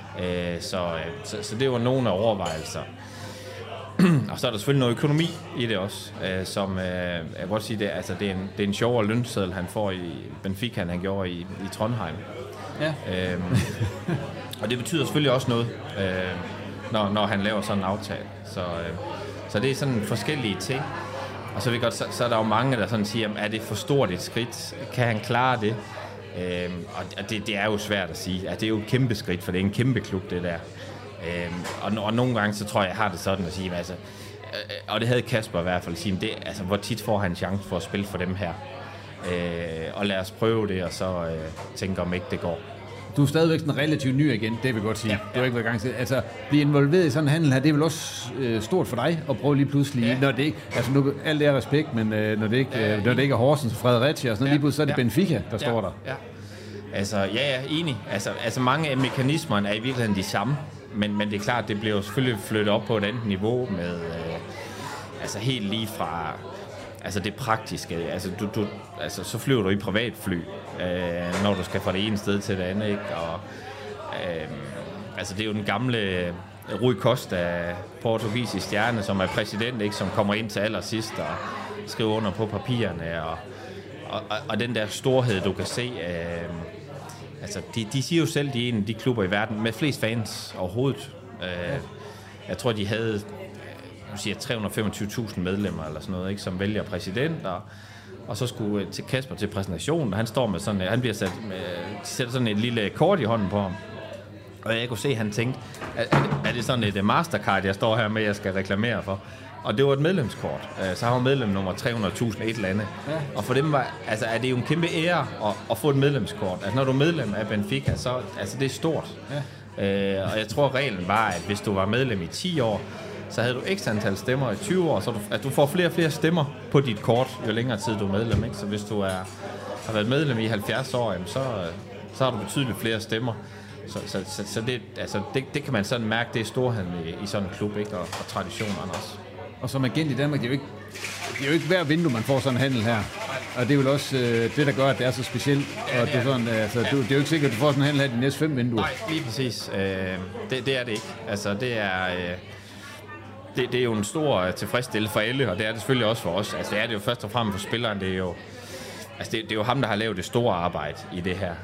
Så det var nogle af overvejelser. Og så er der selvfølgelig noget økonomi i det også, som jeg kan godt sige, det er en sjovere lønseddel, han får i Benfica, end han gjorde i Trondheim. Ja. Og det betyder selvfølgelig også noget, når han laver sådan en aftale. Så det er sådan forskellige ting. Og så, så er der jo mange, der sådan siger, er det for stort et skridt? Kan han klare det? Og det er jo svært at sige. Det er jo et kæmpe skridt, for det er en kæmpe klub, det der. Og nogle gange, så tror jeg har det sådan at sige, altså, og det havde Kasper i hvert fald, sige, det, altså, hvor tit får han en chance for at spille for dem her? Og lad os prøve det, og så tænke, om ikke det går. Du er stadigvæk sådan relativt ny igen, det vil jeg godt sige. Ja. Det er ikke været gang til. Altså, blive involveret i sådan en handel her, det er vel også stort for dig at prøve lige pludselig, når det ikke, altså nu, alt det er respekt, men når det ikke er Horsens og Fredericia og sådan noget, lige pludselig, så er det Benfica, der står der. Ja. Altså, enig. Altså mange af mekanismerne er i virkeligheden de samme, men det er klart, det bliver jo selvfølgelig flyttet op på et andet niveau med, altså helt lige fra, altså det praktiske, altså altså så flyver du i privatfly, når du skal fra det ene sted til det andet, ikke? Og altså det er jo den gamle Rui Costa, portugisisk stjerne, som er præsident, ikke, som kommer ind til allersidst og skriver under på papirerne, og den der storhed, du kan se, altså de siger jo selv, de er en af de klubber i verden med flest fans overhovedet. Jeg tror, de havde 325.000 medlemmer eller sådan noget, ikke, som vælger præsident, og så skulle til Kasper til præsentationen, og han står med sådan, han bliver sætter sådan et lille kort i hånden på ham. Og jeg kunne se, at han tænkte, er det sådan et Mastercard, jeg står her med, jeg skal reklamere for? Og det var et medlemskort. Så han var medlem nummer 300.000 et eller andet. Ja. Og for dem er det jo en kæmpe ære at få et medlemskort. Altså når du er medlem af Benfica, så det er stort. Ja. Og jeg tror reglen var, at hvis du var medlem i 10 år, så havde du ekstra antal stemmer i 20 år, så du får flere og flere stemmer på dit kort, jo længere tid du er medlem. Ikke? Så hvis du har været medlem i 70 år, så har du betydeligt flere stemmer. Så det kan man sådan mærke, det er storheden i sådan en klub, ikke? Og traditionerne også. Og som agent i Danmark, det er jo ikke hver vindue, man får sådan en handel her. Og det er vel også det, der gør, at det er så specielt. Og det er sådan, det er jo ikke sikkert, at du får sådan en handel her de næste 5 vinduer. Nej, lige præcis. Det er det ikke. Altså, det er jo en stor tilfredsstillelse for alle, og det er det selvfølgelig også for os. Altså, det er det jo først og fremmest for spilleren. Det er jo ham, der har lavet det store arbejde i det her.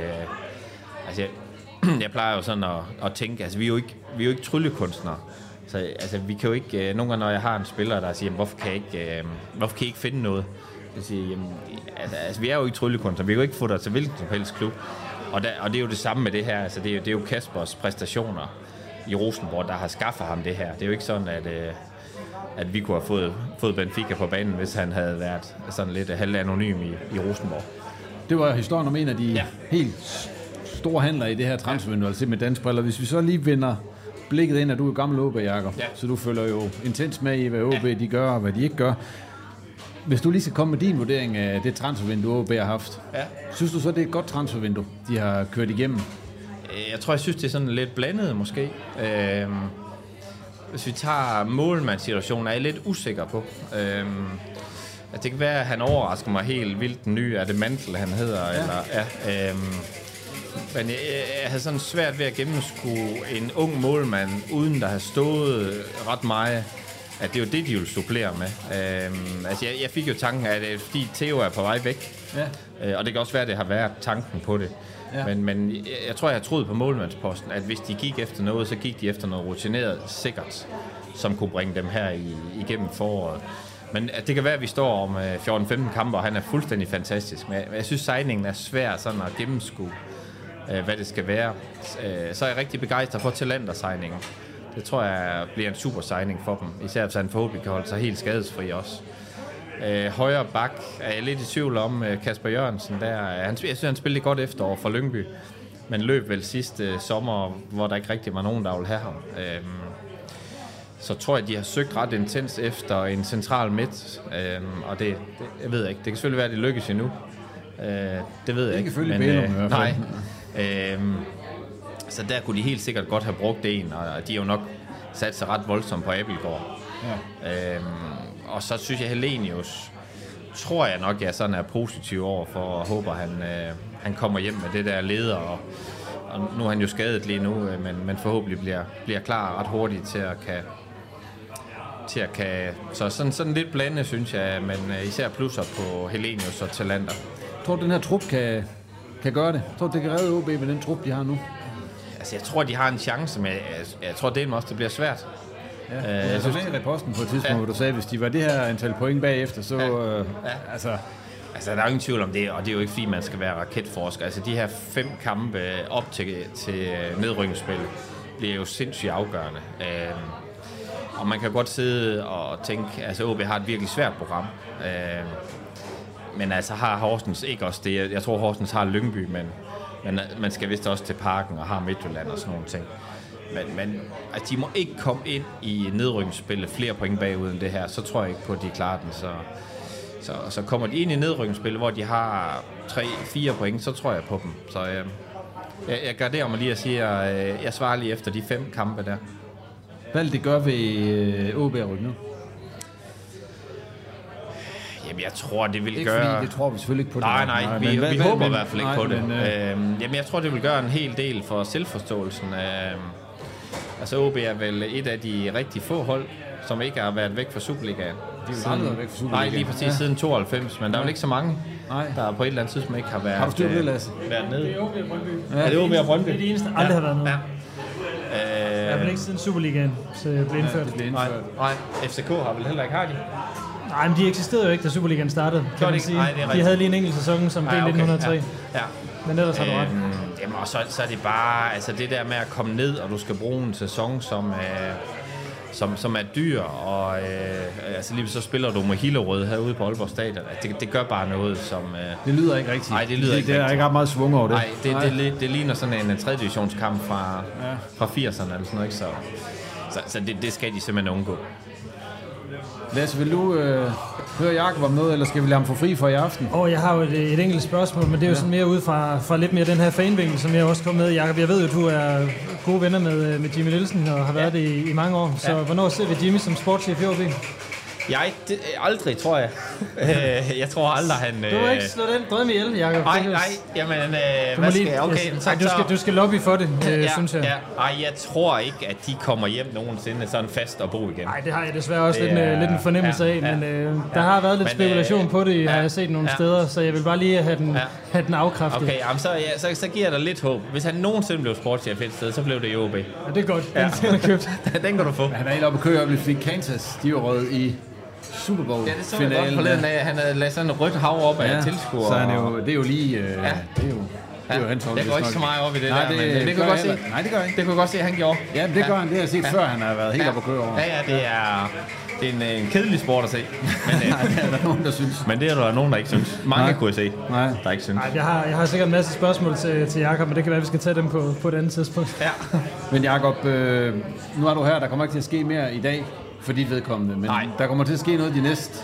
Jeg plejer jo sådan at tænke, altså vi er jo ikke tryllekunstnere. Så altså vi kan jo ikke nogle gange, når jeg har en spiller, der siger, hvorfor kan I ikke finde noget? Jeg siger, jamen, altså vi er jo ikke tryllekunstnere. Vi kan jo ikke få dig til hvilken som helst klub. Og det er jo det samme med det her. Altså det er jo Kaspers præstationer i Rosenborg, der har skaffet ham det her. Det er jo ikke sådan, at vi kunne have fået Benfica på banen, hvis han havde været sådan lidt halvanonym i Rosenborg. Det var historien om en af de helt store handler i det her transfervindue, altså med danske briller. Hvis vi så lige vender blikket ind, at du er gammel OB, Jakob, så du følger jo intens med i, hvad OB de gør og hvad de ikke gør. Hvis du lige skal komme med din vurdering af det transfervindue, OB har haft, synes du så, det er et godt transfervindue, de har kørt igennem? Jeg synes, det er sådan lidt blandet måske. Hvis vi tager målmandssituationen, er jeg lidt usikker på. Det kan være, at han overrasker mig helt vildt den nye. Er det Mantel, han hedder? Ja. Eller, men jeg havde sådan svært ved at gennemskue en ung målmand, uden der har stået ret meget, at det er jo det, de vil supplere med. Jeg fik jo tanken, at fordi Theo er på vej væk, og det kan også være, at det har været tanken på det. Ja. Men jeg tror, jeg har troet på målmandsposten, at hvis de gik efter noget, så gik de efter noget rutineret, sikkert, som kunne bringe dem her igennem foråret. Men det kan være, at vi står om 14-15 kampe, og han er fuldstændig fantastisk. Men jeg synes, signingen er svær sådan at gennemskue, hvad det skal være. Så er jeg rigtig begejstret for Talenter-signingen. Det tror jeg bliver en super signing for dem. Især hvis han forhåbentlig kan holde sig helt skadesfri også. Højre bak er jeg lidt i tvivl om. Kasper Jørgensen der. Jeg synes, han spillede godt efterår for Lyngby. Men løb vel sidste sommer, hvor der ikke rigtig var nogen, der ville have ham. Så tror jeg, de har søgt ret intens efter en central midt. Og det jeg ved ikke. Det kan selvfølgelig være, at det lykkes endnu. Det ved jeg ikke. Men, nej. Så der kunne de helt sikkert godt have brugt en, og de har jo nok sat sig ret voldsomt på Abelgaard. Ja. Og så synes jeg, Helenius, tror jeg nok, jeg sådan er positiv over for, og håber, han kommer hjem med det der leder, og nu er han jo skadet lige nu, men forhåbentlig bliver klar ret hurtigt til at kan så sådan lidt blandet, synes jeg, men især plusser på Helenius og Talander. Tror du, den her trup kan gøre det? Tror du, det kan redde OB med den trup, de har nu? Altså, jeg tror, de har en chance, men jeg tror, det også, det bliver svært. Ja, jeg synes, med i reposten på et tidspunkt, hvor du sagde, hvis de var det her antal point bagefter, så... Altså, der er ingen tvivl om det, og det er jo ikke, fordi man skal være raketforsker. Altså, de her 5 kampe op til nedrykningsspillet bliver jo sindssygt afgørende. Og man kan godt sidde og tænke, altså, OB har et virkelig svært program. Men altså, har Horsens ikke også det? Jeg tror, Horsens har Lyngby, men man skal vist også til Parken og har Midtjylland og sådan nogle ting. Men altså, de må ikke komme ind i nedrykningsspillet flere point bagud end det her. Så tror jeg ikke på, at de klarer den. Så kommer de ind i nedrykningsspillet, hvor de har 3-4 point, så tror jeg på dem. Så jeg garderer mig lige at sige, at jeg svarer lige efter de 5 kampe der. Hvad vil det gøre ved OB at rykke nu? Jamen, jeg tror, det vil ikke gøre... Fordi, det tror vi selvfølgelig ikke på. Nej, vi håber i hvert fald ikke på det. Jamen, jeg tror, det vil gøre en hel del for selvforståelsen. Altså, OB er vel et af de rigtig få hold, som ikke har været væk fra Superligaen. De har aldrig været væk fra Superligaen. Nej, lige præcis siden 92, men der er vel ikke så mange, der på et eller andet tidspunkt ikke har været... Har du styrt det, Lasse? Været nede. Det er OB og Brøndby. Ja, det er OB og Brøndby. Det er de eneste, der aldrig har været nede. I hvert fald ikke siden Superligaen blev indført. Nej, FCK har vel heller ikke, har de? Nej, men de eksisterede jo ikke, da Superligaen startede, kan man sige. Nej, de havde lige en enkelt sæson, som blev 1903. Ja. Men ellers har du ret. Jamen, og så er det bare, altså det der med at komme ned, og du skal bruge en sæson, som er dyr, og altså lige så spiller du med Hillerød herude på Aalborg Stadion. Det gør bare noget, som... det lyder ikke rigtigt. Nej, det lyder ikke rigtigt. Der er ikke ret meget svung over det. Nej, det ligner sådan en 3. divisionskamp fra 80'erne eller sådan noget, ikke? Så det skal de simpelthen undgå. Lasse, vil du høre Jakob om noget, eller skal vi lade ham få fri for i aften? Jeg har jo et enkelt spørgsmål, men det er jo sådan mere ud fra lidt mere den her fanvinkel, som jeg også kom med. Jakob, jeg ved jo, du er gode venner med Jimmy Nielsen og har været det i mange år. Så hvornår ser vi Jimmy som sportschef i OB? Aldrig, tror jeg. Jeg tror aldrig, han... Du må ikke slå den drøm ihjel, Jakob. Nej, jamen, hvad skal jeg? Okay, du skal lobby for det, synes jeg. Jeg tror ikke, at de kommer hjem nogensinde sådan fast og bo igen. Nej, det har jeg desværre også lidt en fornemmelse af, men der har været lidt spekulation på det, har jeg set nogle steder, så jeg vil bare lige have den afkræftet. Okay, jamen, så giver jeg dig lidt håb. Hvis han nogensinde blev sportschef et sted, så blev det i OB. Ja, det er godt. Den er købt. Den kan du få. Han er helt oppe at køre, fordi Kansas, de var røget i Super Bowl. Ja, det så jeg godt forleden af. Han havde ladet sådan et rødt hav op af tilskuere. Så det er jo lige... det er jo hans hold. Jeg går ikke så meget op i det der, men det kan jeg godt se. Nej, det gør jeg ikke. Det kunne jeg godt se, at han gjorde. Ja, det gør han. Det har jeg set før, han har været helt oppe at køre over. Ja, det er en kedelig sport at se. Men, nej, det er der nogen, der synes. Men det er der nogen, der ikke synes. Mange kunne jeg se, der ikke synes. Nej, jeg har sikkert en masse spørgsmål til Jakob, men det kan være, at vi skal tage dem på et andet tidspunkt. Ja. Men Jakob, nu er du her. Der kommer ikke til at ske mere i dag for dit vedkommende, men der kommer til at ske noget de næste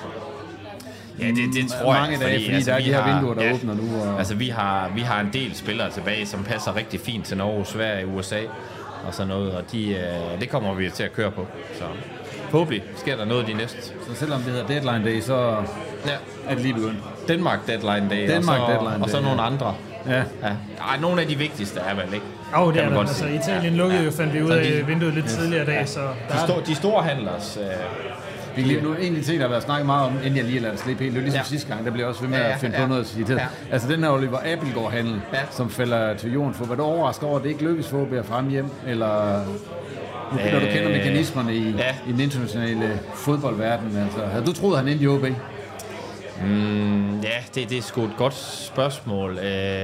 det tror jeg. Mange dage, fordi der er de her vinduer, der åbner nu. Og... Altså, vi har en del spillere tilbage, som passer rigtig fint til Norge, Sverige, USA og sådan noget, og det kommer vi til at køre på. Så forhåbentlig sker der noget de næste. Så selvom det hedder Deadline Day, så er det lige begyndt. Denmark Deadline Day, og så nogle andre. Ja. Nogle af de vigtigste er vel ikke. Det er der. Altså, Italien lukkede jo, fandt vi ud af vinduet lidt tidligere i dag. Så de store handlers... Vi kan nu egentlig se, der har været snakket meget om, inden jeg lige lader det slippe helt. Det er ligesom sidste gang, der bliver også ved med at finde på noget at sige til. Altså den her Oliver Abildgaard-handel, som falder til jorden for. Var du overrasket over, at det ikke lykkes for at frem hjem? Eller når du kender mekanismerne i den internationale fodboldverden? Altså, havde du troet, han endte i OB? Det er sgu et godt spørgsmål.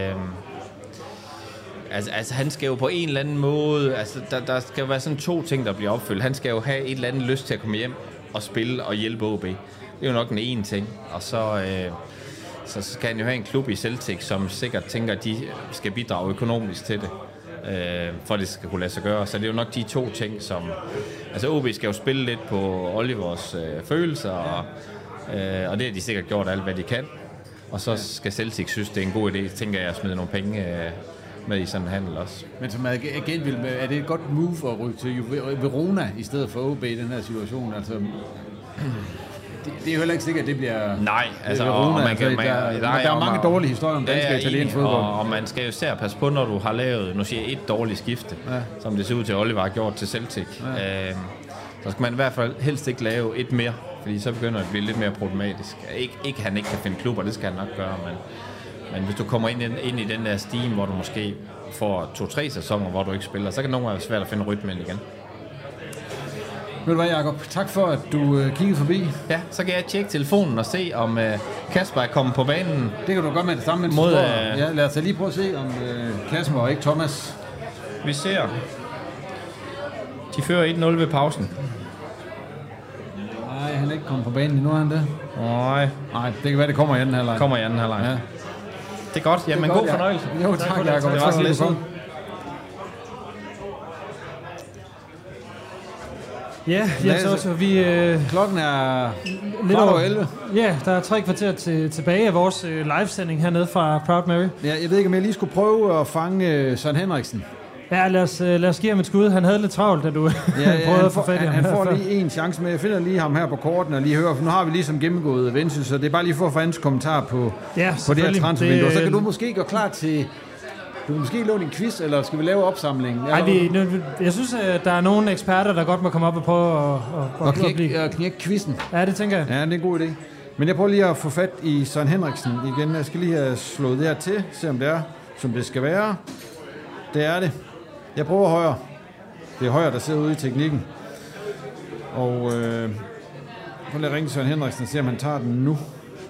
Altså han skal jo på en eller anden måde, altså der skal jo være sådan 2 ting, der bliver opfyldt. Han skal jo have et eller andet lyst til at komme hjem og spille og hjælpe OB. Det er jo nok den ene ting. Og så skal han jo have en klub i Celtic, som sikkert tænker, at de skal bidrage økonomisk til det, for at det skal kunne lade sig gøre. Så det er jo nok de 2 ting, som... Altså OB skal jo spille lidt på Olivers følelser, og det har de sikkert gjort alt, hvad de kan. Og så skal Celtic synes, det er en god idé, tænker jeg, at smide nogle penge med i sådan en handel også. Men som agent, er det et godt move at rykke til Verona i stedet for OB i den her situation? Altså, det er jo heller ikke sikkert, at det bliver... Nej, altså... Verona, der er mange dårlige historier om dansk og italiensk fodbold. Og man skal jo især passe på, når du har lavet, nu siger jeg, et dårligt skifte, som det ser ud til, at Oliver har gjort til Celtic. Så skal man i hvert fald helst ikke lave et mere, fordi så begynder det at blive lidt mere problematisk. Ikke han ikke kan finde klubber, det skal han nok gøre, men hvis du kommer ind i den der stime, hvor du måske får 2-3 sæsoner, hvor du ikke spiller, så kan det nogle gange være svært at finde rytmen igen. Ved du hvad, Jakob? Tak for, at du kiggede forbi. Ja, så kan jeg tjekke telefonen og se, om Kasper er kommet på banen. Det kan du godt med det samme, mens lad os lige prøve at se, om Kasper og ikke Thomas. Vi ser. De fører 1-0 ved pausen. Nej, han er ikke kommet på banen endnu, er han det? Nej, det kan være, det kommer i anden halvleg. Ja. Det er godt. Jamen, god fornøjelse. Jo, tak, Jacob. Det var så lidt. Ja, så vi... Klokken er lidt over 11. Ja, der er 3 kvarter tilbage af vores livesending hernede fra Proud Mary. Ja, jeg ved ikke, om jeg lige skulle prøve at fange Søren Henriksen. Ja, lad os give ham et skud. Han havde lidt travlt, da du prøvede at få fat i ham. Han får lige en chance med. Jeg finder lige ham her på korten og lige hører, for nu har vi ligesom gennemgået Vendsyssel, så det er bare lige for at få hans kommentar på det her transfervindue. Så kan du måske gå klar til... Du vil måske låne en quiz, eller skal vi lave opsamling? Jeg synes, at der er nogle eksperter, der godt må komme op og prøve at knække quizzen. Ja, det tænker jeg. Ja, det er en god idé. Men jeg prøver lige at få fat i Søren Henriksen igen. Jeg skal lige have slået det her til, se om det er, som det skal være. Det er det. Jeg prøver højre. Det er højre, der sidder ude i teknikken. Og Prøv lige at ringe Søren Henriksen og se, om han tager den nu.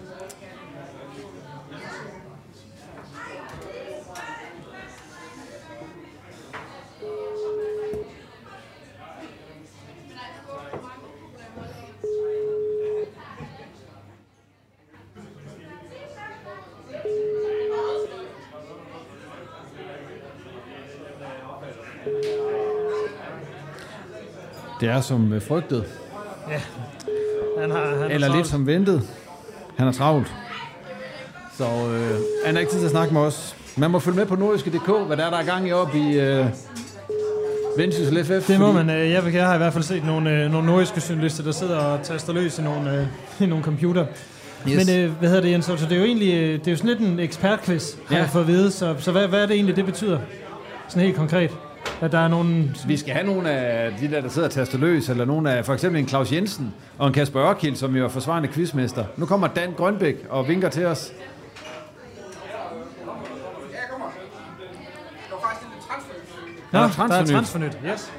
Det er som frygtet. Ja. Han eller lidt som ventet. Han er travlt. Så han har ikke tid til at snakke med os. Man må følge med på nordjyske.dk, hvad der er gang i op i Vendsyssel FF. Det må man. Jeg har i hvert fald set nogle nordjyske journalister, der sidder og taster løs i nogle computer. Yes. Men hvad hedder det, Jens? Så det er jo egentlig det er jo sådan lidt en ekspertquiz, har jeg fået at vide. Så hvad er det egentlig, det betyder? Sådan helt konkret. At der er nogen... Vi skal have nogle af de der sidder og taster løs, eller nogle af for eksempel en Claus Jensen og en Kasper Ørkild, som jo er forsvarende quizmester. Nu kommer Dan Grønbæk og vinker til os. Ja, jeg kommer. Der var faktisk lidt transfernyt. Nå, der er transfernyt. Yes.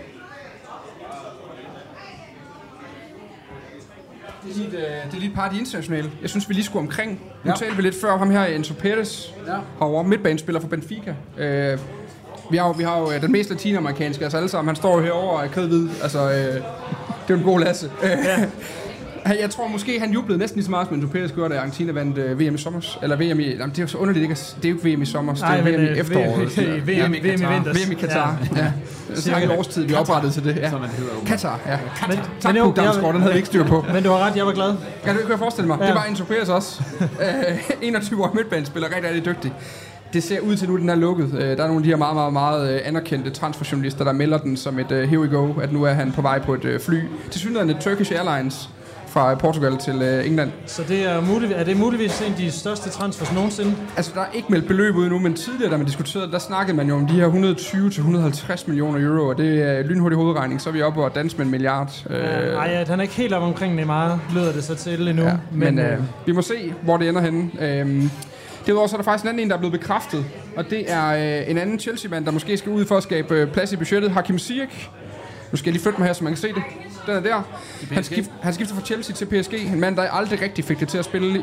Det er lige et par af de internationale. Jeg synes, vi lige skulle omkring. Nu talte vi lidt før om ham her, Enzo Perez. Herovre, midtbanespiller for Benfica. Vi har jo den mest latinamerikanske, altså alle sammen. Han står jo herovre og er kødhvid. Altså, det er jo en god Lasse. Jeg tror måske, han jublede næsten lige så meget, som Enzo Perez gjorde, da Argentina vandt VM i sommer. Eller VM i... Jamen, det er jo så underligt, det er jo ikke VM i sommer, det er VM i efteråret. VM i vinters. VM i Katar. Ja. Det er en årstid, vi er oprettet til det. Ja. Katar, ja. Tak, Damsgaard, den havde vi ikke styr på. Men du har ret, jeg var glad. Ja, det kan jeg forestille mig. Det var Enzo Perez også. 21 år midtbanespiller, rigtig dygtig. Det ser ud til nu, den er lukket. Der er nogle af de her meget, meget, meget anerkendte transferjournalister, der melder den som et here we go, at nu er han på vej på et fly. Tilsyneladende Turkish Airlines fra Portugal til England. Så det er det muligvis en af de største transfers nogensinde? Altså, der er ikke meldt beløb ud nu, men tidligere, da man diskuterede, der snakkede man jo om de her 120-150 millioner euro, og det er lynhurtig hovedregning, så er vi oppe og danse med 1 milliard. Han er ikke helt op omkring det meget, lyder det så til endnu. Ja, men vi må se, hvor det ender henne. Derudover så er der faktisk en anden en, der er blevet bekræftet, og det er en anden Chelsea-mand, der måske skal ud for at skabe plads i budgettet, Hakim Ziyech. Nu skal jeg lige flytte mig her, så man kan se det. Den er der. Han skifter fra Chelsea til PSG. En mand, der aldrig rigtig fik det til at spille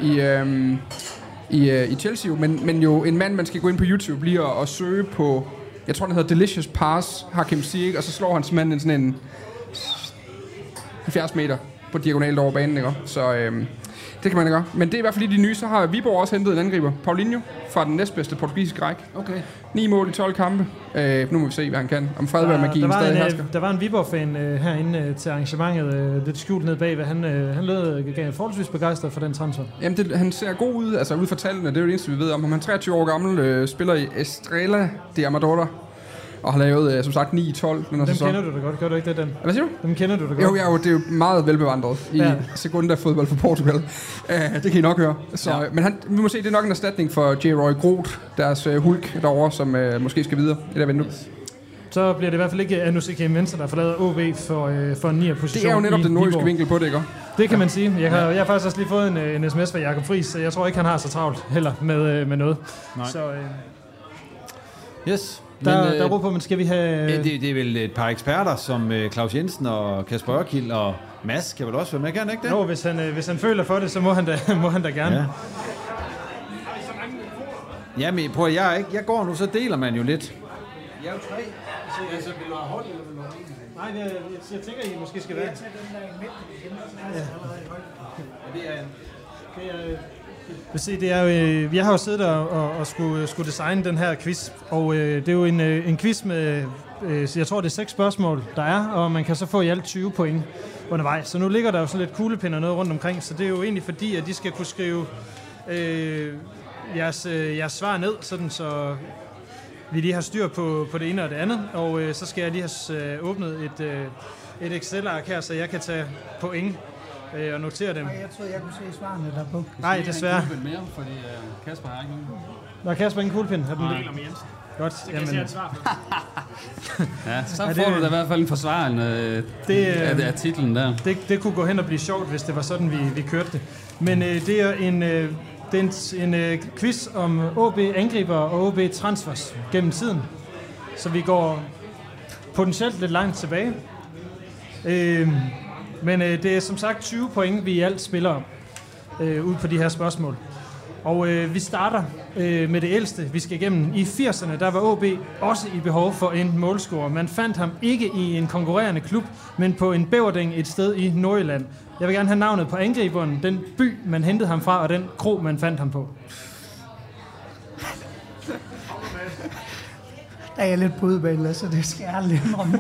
i Chelsea, men jo en mand, man skal gå ind på YouTube lige og søge på, jeg tror, den hedder Delicious Pass, Hakim Ziyech, og så slår han simpelthen sådan en 70 meter på diagonalt over banen, ikke? Så det kan man gøre. Men det er i hvert fald lige de nye. Så har Viborg også hentet en angriber, Paulinho, fra den næstbedste portugisiske række. Okay. 9 mål i 12 kampe. Nu må vi se, hvad han kan. Om Fredberg-magien stadig hersker. Der var en Viborg-fan herinde til arrangementet, lidt skjult ned bagved. Han lød forholdsvis begejstret for den transfer. Jamen, han ser god ud, altså ud fra tallene. Det er jo det eneste, vi ved om. Han er 23 år gammel, spiller i Estrela de Amadora. Og har lavet, som sagt, 9-12. Dem kender du da godt, gør du ikke det, Dan? Hvad siger du? Dem kender du da godt. Jo, det er jo meget velbevandret i sekunda-fodbold for Portugal. Det kan I nok høre. Så, men vi må se, det er nok en erstatning for J. Roy Groth, deres hulk derovre, som måske skal videre i det vindue. Så bliver det i hvert fald ikke Anusike Mensa, der forlader OB for en 9'er position. Det er jo netop den nordiske vinkel på det, ikke? Det kan man sige. Jeg har faktisk også lige fået en sms fra Jakob Friis, så jeg tror ikke, han har så travlt heller med noget. Nej. Så, yes. Der råber på, men skal vi have... Ja, det er vel et par eksperter, som Claus Jensen og Kasper Ørkild og Mads kan vel også være med, kan han ikke det? Jo, hvis han føler for det, så må han da gerne. Ja. Jamen, prøv jeg går nu, så deler man jo lidt. Jeg er jo 3. Altså, vil du have hold, eller vil du have en? Nej, jeg tænker, I måske skal være... Det er jo, jeg har jo siddet og skulle designe den her quiz, og det er jo en quiz med, jeg tror det er 6 spørgsmål, der er, og man kan så få i alt 20 point undervejs. Så nu ligger der jo så lidt kuglepind og noget rundt omkring, så det er jo egentlig fordi, at de skal kunne skrive jeres svar ned, sådan så vi lige har styr på det ene og det andet, og så skal jeg lige have åbnet et Excel-ark her, så jeg kan tage point og notere dem. Jeg troede, jeg kunne se svarene der på. Nej, desværre. Mere, fordi Kasper har ikke nogen. Nå, Kasper ingen kuglepind. Har den deler med Jensen. Godt. Så kan jeg se et svar for. Ja, så får du da i hvert fald en forsvarelse af titlen der. Det kunne gå hen og blive sjovt, hvis det var sådan, vi kørte det. Men det er en quiz om OB angriber og OB transfers gennem tiden. Så vi går potentielt lidt langt tilbage. Men det er som sagt 20 point, vi i alt spiller om ud på de her spørgsmål. Og vi starter med det ældste, vi skal igennem. I 80'erne, der var OB også i behov for en målscorer. Man fandt ham ikke i en konkurrerende klub, men på en bæverding et sted i Nordjylland. Jeg vil gerne have navnet på angriberen, den by, man hentede ham fra, og den kro, man fandt ham på. Der er jeg lidt på udebane, så det skal jeg aldrig indrømme.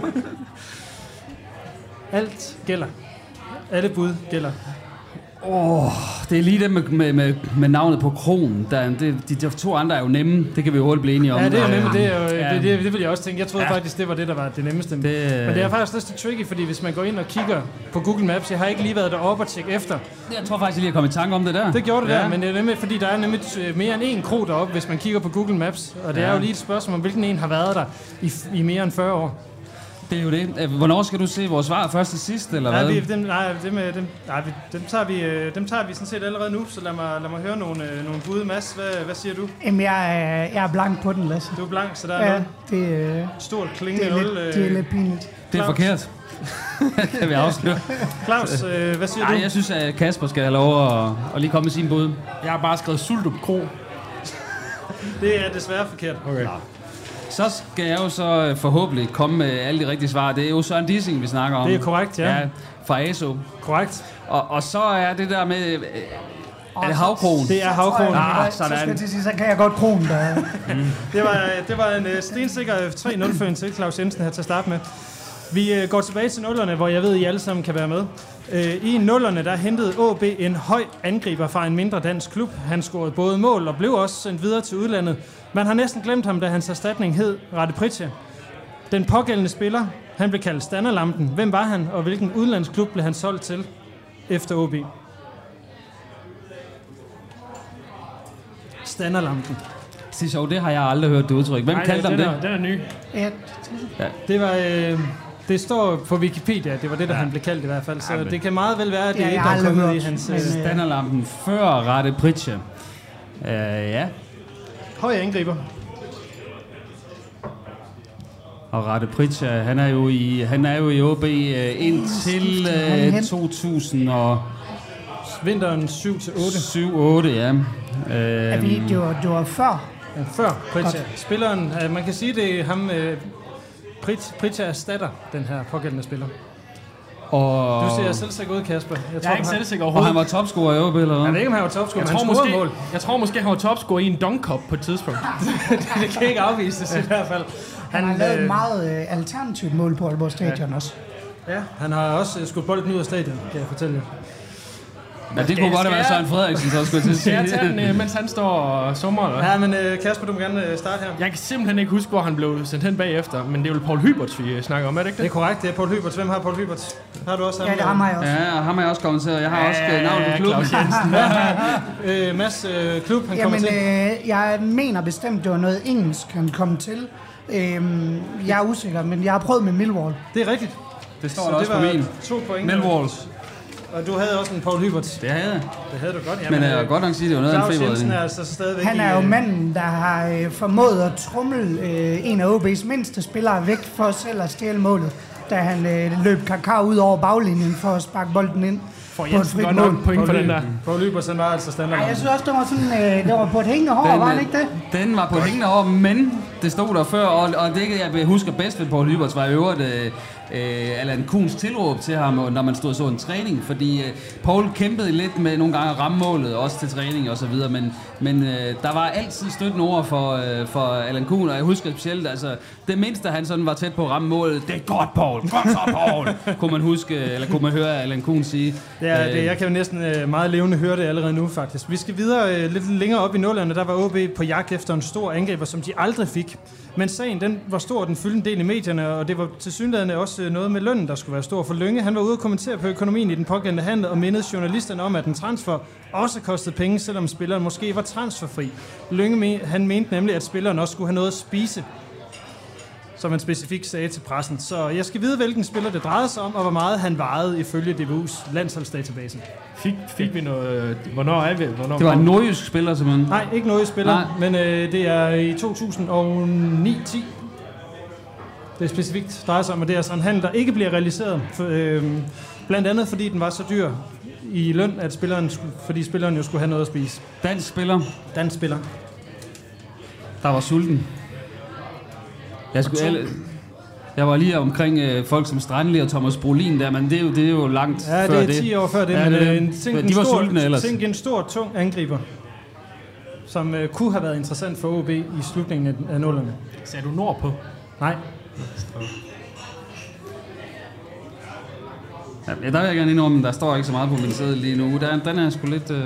Alt gælder. Alle bud gælder. Det er lige det med navnet på kronen. De 2 andre er jo nemme. Det kan vi jo hurtigt blive enige om. Ja, det er jo nemme. Det vil jeg også tænke. Jeg troede faktisk, det var det, der var det nemmeste. Men det er faktisk lidt tricky, fordi hvis man går ind og kigger på Google Maps, jeg har ikke lige været deroppe og tjekke efter. Jeg tror faktisk, jeg lige har kommet i tanke om det der. Det gjorde det der, men det er nemlig, fordi der er nemlig mere end en kro deroppe, hvis man kigger på Google Maps. Og det er jo lige et spørgsmål om, hvilken en har været der i mere end 40 år. Det er jo det. Hvornår skal du se vores svar først til sidst, eller hvad? Dem tager vi sådan set allerede nu, så lad mig høre nogle bud. Mads, hvad siger du? Jamen, jeg er blank på den, Lasse. Du er blank, så der er noget. Stort klingende 0. Det er lidt pinligt. Det er forkert. Kan vi afsløre. Claus, hvad siger du? Jeg synes, at Kasper skal have lov at lige komme med sin bud. Jeg har bare skrevet Sultup Kro. Det er desværre forkert. Okay. Så skal jeg jo så forhåbentlig komme med alle de rigtige svar. Det er jo Søren Dissing, vi snakker om. Det er korrekt, ja. Fra ASO. Korrekt. Og så er det der med... er det havkronen? Det er havkronen. Så skal jeg til sige, så kan jeg godt kronen der. Det var en stensikker 3-0-føring til Claus Jensen her til at starte med. Vi går tilbage til 0'erne, hvor jeg ved, at I alle sammen kan være med. I 0'erne, der hentede OB en høj angriber fra en mindre dansk klub. Han scorede både mål og blev også sendt videre til udlandet. Man har næsten glemt ham, da hans erstatning hed Rade Pritja. Den pågældende spiller, han blev kaldt Standerlampen. Hvem var han, og hvilken udlandsklub blev han solgt til efter OB? Standerlampen. Det har jeg aldrig hørt det udtryk. Hvem kaldte ham det? Den er ny. Ja. Det var... Det står på Wikipedia, det var det, der han blev kaldt i hvert fald. Så det kan meget vel være, at det er der er kommet i hans... Standerlampen før Rade Pritja. Ja. Høj angriber. Og Rade Pritja, han er jo i OB indtil 2000 og... Vinteren 7-8. 7-8, ja. Det var før. Ja, før Pritja. Spilleren, man kan sige, det er ham... Pritja erstatter den her pågældende spiller. Og du ser selvsikker ud, Kasper. Jeg er ikke selvsikker overhovedet. Og han var topscorer i OB, eller hvad? Jeg ved ikke, om han var topscorer, men han scorede mål. Jeg tror måske, han var topscorer i en dunk-up på et tidspunkt. Det kan ikke afvises i hvert fald. Han har lavet et meget alternativt mål på Aalborg Stadion også. Ja, han har også skudt bolden ud af stadion, kan jeg fortælle jer. Ja, det kunne godt have været Søren Frederiksen, så skulle jeg til at sige. Skal jeg tage den, mens han står og summer? Eller? Ja, men Kasper, du må gerne starte her. Jeg kan simpelthen ikke huske, hvor han blev sendt hen bagefter, men det er jo Paul Hyberts, vi snakker om, er det ikke det? Det er korrekt, det er Paul Hyberts. Hvem har Paul Hyberts? Har du også ham? Ja, det har mig også. Ja, ham har jeg også kommenteret. Jeg har også navnet på klubben. Mads, klub, han kommer til. Jeg mener bestemt, det var noget engelsk, han kom til. Jeg er usikker, men jeg har prøvet med Millwall. Det er rigtigt. Det står der også på min. 2 point. Millwalls. Og du havde også en Paul Hyberts. Det havde jeg. Det havde du godt, ja. Men jeg kan godt nok sige, det var noget af en feberredning. Er altså stadigvæk han er jo manden, der har formået at tromle en af OB's mindste spillere væk for selv at stjæle målet, da han løb Kaká ud over baglinjen for at sparke bolden ind. For Jensen godt nok point for den der. Paul Hyberts, han var altså standard. Nej, jeg synes også, det var sådan, det var på et hængende hår, var det ikke det? Den var på et hængende hår, men det stod der før, og det jeg husker bedst ved Paul Hyberts var i øvrigt Allan Kuhns tilråb til ham, når man stod så en træning, fordi Paul kæmpede lidt med nogle gange at ramme målet, også til træning og så videre, men der var altid støttende ord for Allan Kuhn, og jeg husker specielt, altså det mindste han sådan var tæt på at ramme målet, det er godt, Paul, kom så, Paul, kunne man huske, eller kunne man høre Allan Kuhn sige. Ja, jeg kan jo næsten meget levende høre det allerede nu, faktisk. Vi skal videre lidt længere op i 0'erne, der var OB på jagt efter en stor angriber, som de aldrig fik. Men sagen, den var stor, og den fyldte en del i medierne, og det var tilsyneladende også noget med lønnen, der skulle være stor for Lynge. Han var ude og kommentere på økonomien i den pågældende handel, og mindede journalisterne om, at en transfer også kostede penge, selvom spilleren måske var transferfri. Lynge, han mente nemlig, at spilleren også skulle have noget at spise, som han specifikt sagde til pressen. Så jeg skal vide, hvilken spiller det drejede sig om, og hvor meget han vejede ifølge DBU's landsholdsdatabasen. Fik vi noget... Hvornår er vi? Det var en nordjysk spiller, simpelthen. Nej, ikke nordjysk spiller, men det er i 2009-10. Det er specifikt drejer sig om, at det er sådan en handel, der ikke bliver realiseret. Blandt andet fordi den var så dyr i løn, at fordi spilleren jo skulle have noget at spise. Dansk spiller. Dansk spiller. Der var sulten. Jeg var lige omkring folk som Strandli og Thomas Brolin der, men det er jo langt før det. Ja, det er 10 år før det, ja, men de var sultne ellers. Tænk en stor, tung angriber, som kunne have været interessant for OB i slutningen af nullerne. Sagde du nordpå? Nej. Ja, der vil jeg gerne indrømme, der står ikke så meget på min sæde lige nu. Den er sgu lidt...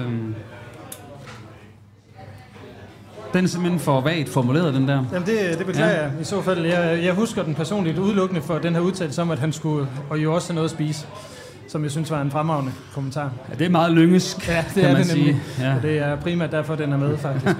Den er simpelthen for vagt formuleret, den der. Jamen det beklager jeg i så fald. Jeg husker den personligt udelukkende for den her udtalelse om, at han skulle og jo også have noget at spise. Som jeg synes var en fremragende kommentar. Ja, det er meget lyngesk, ja, det kan man sige. Ja. Og det er primært derfor, den er med, faktisk.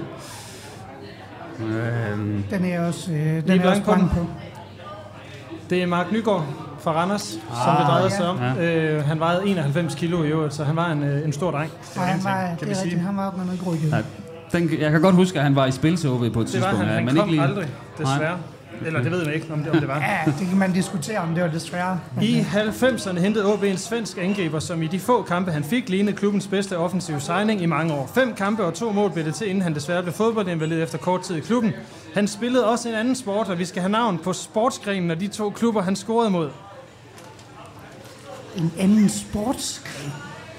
Den er også på. Det er Mark Nygaard fra Randers, som det drejede sig om. Ja. Han vejede 91 kilo i øvrigt, så han var en stor dreng. Ja, han var op med noget grød. Jeg kan godt huske, at han var i spil til OB på et tidspunkt. Det var han, men kom ikke aldrig, desværre. Nej. Eller det ved man ikke, om det var. Ja, det kan man diskutere, om det var desværre. I 90'erne hentede OB en svensk angriber, som i de få kampe, han fik, lignede klubbens bedste offensive signing i mange år. 5 kampe og 2 mål blev det til, inden han desværre blev fodboldinvalid efter kort tid i klubben. Han spillede også en anden sport, og vi skal have navn på sportsgrenen af de 2 klubber, han scorede mod. En anden sportsgren?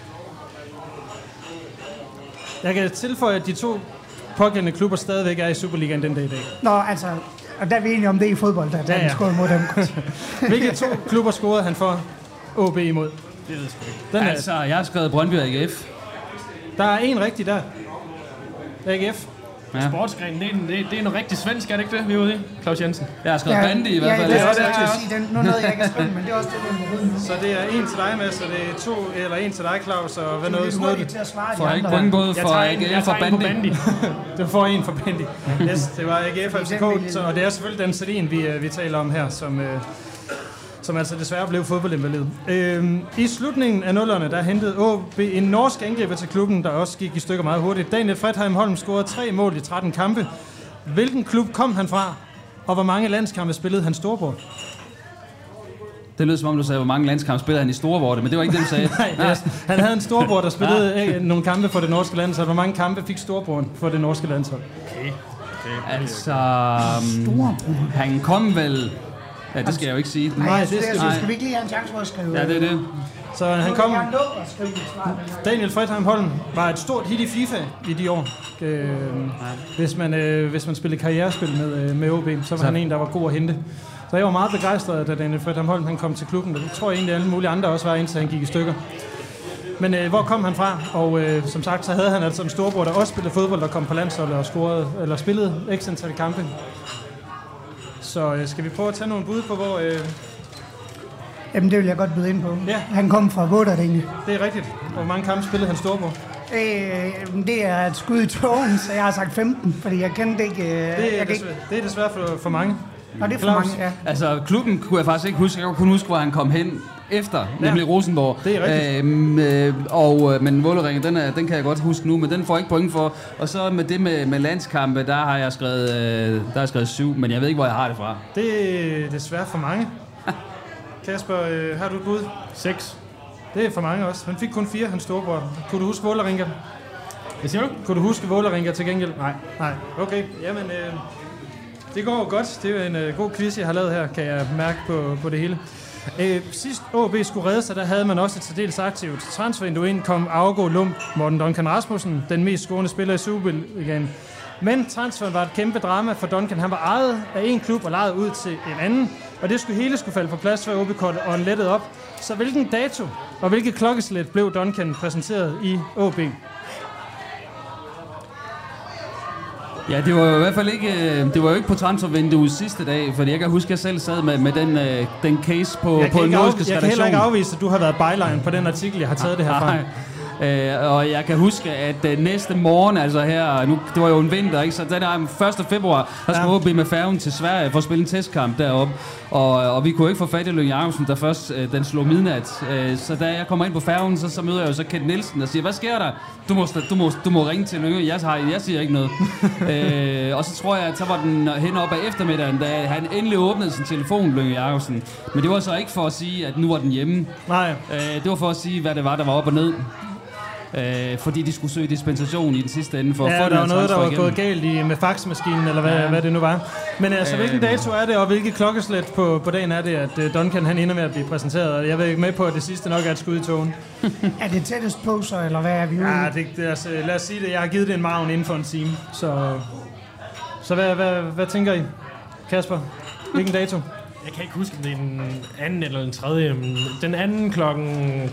Jeg kan tilføje, at de 2 pågældende klubber stadigvæk er i Superligaen den dag i dag. Nå, altså, og der er vi enige om det i fodbold, der han scorede mod dem. Hvilke 2 klubber scorede han for OB imod? Det ved jeg ikke. Altså, jeg har skrevet Brøndby og AGF. Der er en rigtig der. AGF. Ja. Sportsgrenen, det er noget rigtig svensk, er det ikke det, vi er ude i? Claus Jensen. Jeg har skrevet bandy i hvert fald. Ja, det er også det, jeg sige. Nu nåede jeg ikke at skrive, men det er også det, Så det er en til dig, Mads, og det er 2, eller en til dig, Claus, og hvad noget sådan noget. Får jeg ikke point både for AGF og bandy? Du får en for bandy. Yes, det var AGF og FCK, og det er selvfølgelig Dan Sedin, vi taler om her, som altså desværre blev fodboldinvalid. I slutningen af nullerne, der hentede OB en norsk angriber til klubben, der også gik i stykker meget hurtigt. Daniel Fredheim Holm scorede 3 mål i 13 kampe. Hvilken klub kom han fra, og hvor mange landskampe spillede han storbror? Det lød som om, du sagde, hvor mange landskampe spillede han i Storvorte, men det var ikke det, du sagde. Nej, han havde en storbror, der spillede nogle kampe for det norske landshold. Hvor mange kampe fik storbroren for det norske landshold? Okay. Altså, han kom vel... Ja, det skal jeg jo ikke sige. Nej, det skal vi ikke lige have en chance for at skrive. Ja, det er det. Så han kom... Daniel Fredheim Holm var et stort hit i FIFA i de år. Hvis man spillede karrierespil med OB, så var han en, der var god at hente. Så jeg var meget begejstret, da Daniel Fredheim Holm han kom til klubben. Det tror jeg egentlig, alle mulige andre også var, indtil han gik i stykker. Men hvor kom han fra? Og som sagt, så havde han altså en storbror, der også spillede fodbold, der kom på landsholdet og scorede, eller spillede x antal kampe. Så skal vi prøve at tage nogle bud på, hvor... Jamen, det vil jeg godt byde ind på. Ja. Han kom fra Vårderdinge. Det er rigtigt. Hvor mange kampe spillede han storbror? Det er et skud i tågen, så jeg har sagt 15, fordi jeg kendte ikke... Det er desværre for mange. Og det er for mange, ja. Altså, klubben kunne jeg faktisk ikke huske. Jeg kunne kun huske, hvor han kom hen efter, nemlig Rosenborg. Det er rigtigt. Men Vålerenga, den kan jeg godt huske nu, men den får jeg ikke point for. Og så med det med landskampe, der har jeg skrevet 7, men jeg ved ikke, hvor jeg har det fra. Det er desværre for mange. Kasper, har du et bud? 6. Det er for mange også. Han fik kun 4, hans storebror. Kunne du huske Vålerenga? Hvad siger du? Kunne du huske Vålerenga til gengæld? Nej. Okay, jamen... Det går godt. Det er en god quiz, jeg har lavet her, kan jeg mærke på det hele. Sidst OB skulle redde sig, der havde man også et særdeles aktivt transfervindue ind, kom Augo Lund, Morten Duncan Rasmussen, den mest scorende spiller i Superligaen. Men transferen var et kæmpe drama for Duncan. Han var ejet af en klub og lejet ud til en anden, og det hele skulle falde på plads, før OB-kortet og en lettet op. Så hvilken dato og hvilket klokkeslæt blev Duncan præsenteret i OB? Ja, det var jo i hvert fald ikke, det var jo ikke på transfervinduet sidste dag, fordi jeg kan huske, at jeg selv sad med den case på Nordjyskes redaktion. Jeg kan heller ikke afvise, at du har været byline på den artikel, jeg har taget det herfra. Og jeg kan huske, at næste morgen, altså her, nu, det var jo en vinter, ikke? Så den der 1. februar, der skulle OB med færgen til Sverige for at spille en testkamp deroppe. Og vi kunne ikke få fat i Lyng Jacobsen, der først den slog midnat. Så da jeg kommer ind på færgen, så møder jeg jo så Kent Nielsen og siger, hvad sker der? Du må ringe til Lyng. Jeg siger ikke noget. Og så tror jeg, at så var den hen op ad eftermiddagen, da han endelig åbnede sin telefon, Lyng Jacobsen. Men det var så ikke for at sige, at nu var den hjemme. Nej. Det var for at sige, hvad det var, der var op og ned. Fordi de skulle søge dispensation i den sidste ende for at få den der var noget, der var igennem. gået galt med faxmaskinen, eller hvad det nu var. Men altså, hvilken dato er det, og hvilke klokkeslæt på dagen er det, at Duncan han ender med at blive præsenteret? Jeg ved ikke med på, at det sidste nok er et skud i togen. Er det tættest på så, eller hvad er vi ude? Ja, altså, lad os sige det. Jeg har givet det en margen inden for en time. Så hvad tænker I? Kasper, hvilken dato? Jeg kan ikke huske, om det er den anden eller den tredje. Den anden klokken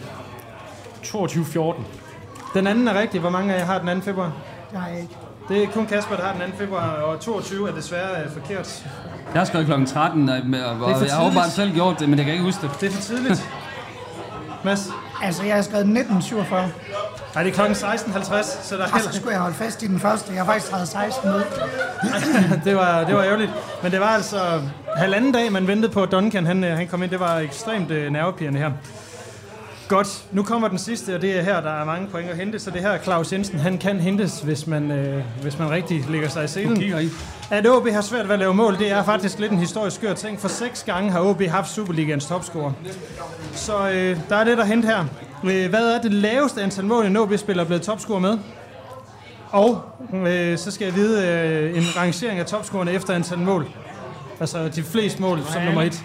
22.14. Den anden er rigtig. Hvor mange af jer har den 2. februar? Det har jeg ikke. Det er kun Kasper, der har den 2. februar, og 22 er desværre forkert. Jeg har skrevet klokken 13, og jeg har åbenbart selv gjort det, men jeg kan ikke huske det. Det er for tidligt. Mads? Altså, jeg har skrevet 1947. Nej, det er klokken 16.50, så der er så skulle jeg holde fast i den første. Jeg har faktisk taget 16 med. det var ærgerligt. Men det var altså halvanden dag, man ventede på, at Duncan han kom ind. Det var ekstremt nervepirrende her. Godt. Nu kommer den sidste, og det er her, der er mange point at hente. Så det her, Claus Jensen, han kan hentes, hvis man rigtig lægger sig i selen. At OB har svært ved at lave mål, det er faktisk lidt en historisk skør ting. For 6 gange har OB haft Superligaens topscorer. Så der er det, der hente her. Hvad er det laveste antal mål, en OB-spiller er blevet topscorer med? Og så skal jeg vide en rangering af topscorerne efter antal mål. Altså de fleste mål som nummer 1.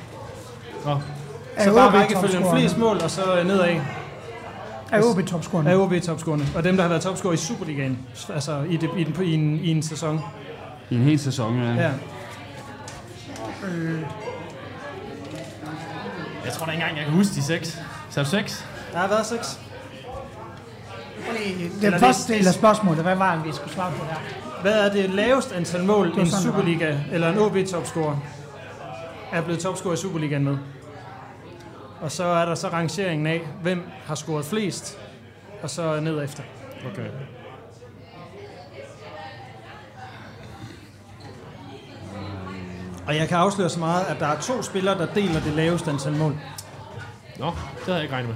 Så bare rækkefølgen flest mål, og så nedad. Er OB-topscorerne? Er OB-topscorerne. Og dem, der har været topscorer i Superligaen. Altså i en sæson. I en hel sæson, ja. Ja. Jeg tror da ikke engang, jeg kan huske de 6. Så 6? Der har været 6. Det første del af spørgsmålet, hvad var det, vi skulle svare på her? Hvad er det laveste antal mål, en Superliga eller en OB-topscorer er blevet topscorer i Superligaen med? Og så er der så rangeringen af, hvem har scoret flest, og så ned efter. Okay. Og jeg kan afsløre så meget, at der er 2 spillere, der deler det laveste antal mål. Nå, det havde jeg ikke regnet med.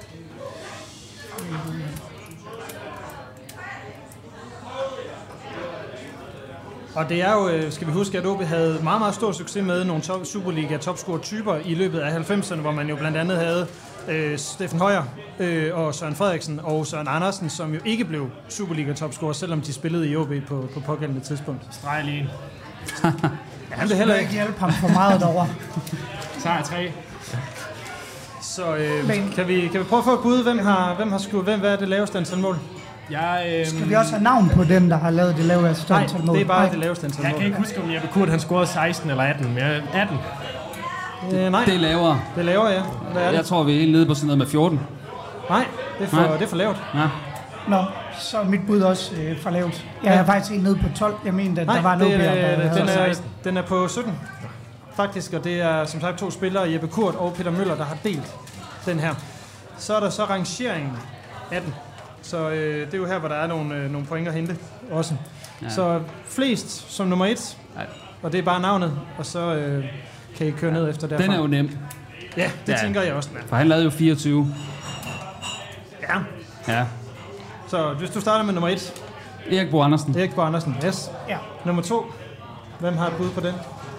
Og det er jo, skal vi huske, at OB havde meget, meget stor succes med nogle Superliga-topscorer-typer i løbet af 90'erne, hvor man jo blandt andet havde Steffen Højer og Søren Frederiksen og Søren Andersen, som jo ikke blev Superliga-topscorer, selvom de spillede i OB på pågældende tidspunkt. Streg lige. Ja, han vil heller ikke hjælpe ham for meget derovre. Sejr 3. Så kan vi prøve at få et bud? Hvem er det laveste antal mål? Skal vi også have navn på den, der har lavet det laveste antal mål? Nej, det er bare det laveste antal mål. Jeg kan ikke huske, om Jeppe Kurt han scorede 16 eller 18, men 18. Nej. Det er lavere. Det er lavere, ja. Hvad er det? Jeg tror, vi er helt nede på sådan noget med 14. Nej, det er for lavt. Ja. Nå, så er mit bud også for lavt. Jeg er faktisk helt nede på 12. Jeg mente, at der var noget den er på 17. Faktisk, og det er som sagt 2 spillere, Jeppe Kurt og Peter Møller, der har delt den her. Så er der så rangeringen 18. Så det er jo her, hvor der er nogle point at hente også. Ja. Så flest som nummer 1, og det er bare navnet, og så kan I køre ned efter derfra. Den er jo nem. Ja, det tænker jeg også. For han lavede jo 24. Ja. Så hvis du starter med nummer 1. Erik Bo Andersen. Erik Bo Andersen, yes. Ja. Nummer 2. Hvem har et bud på den?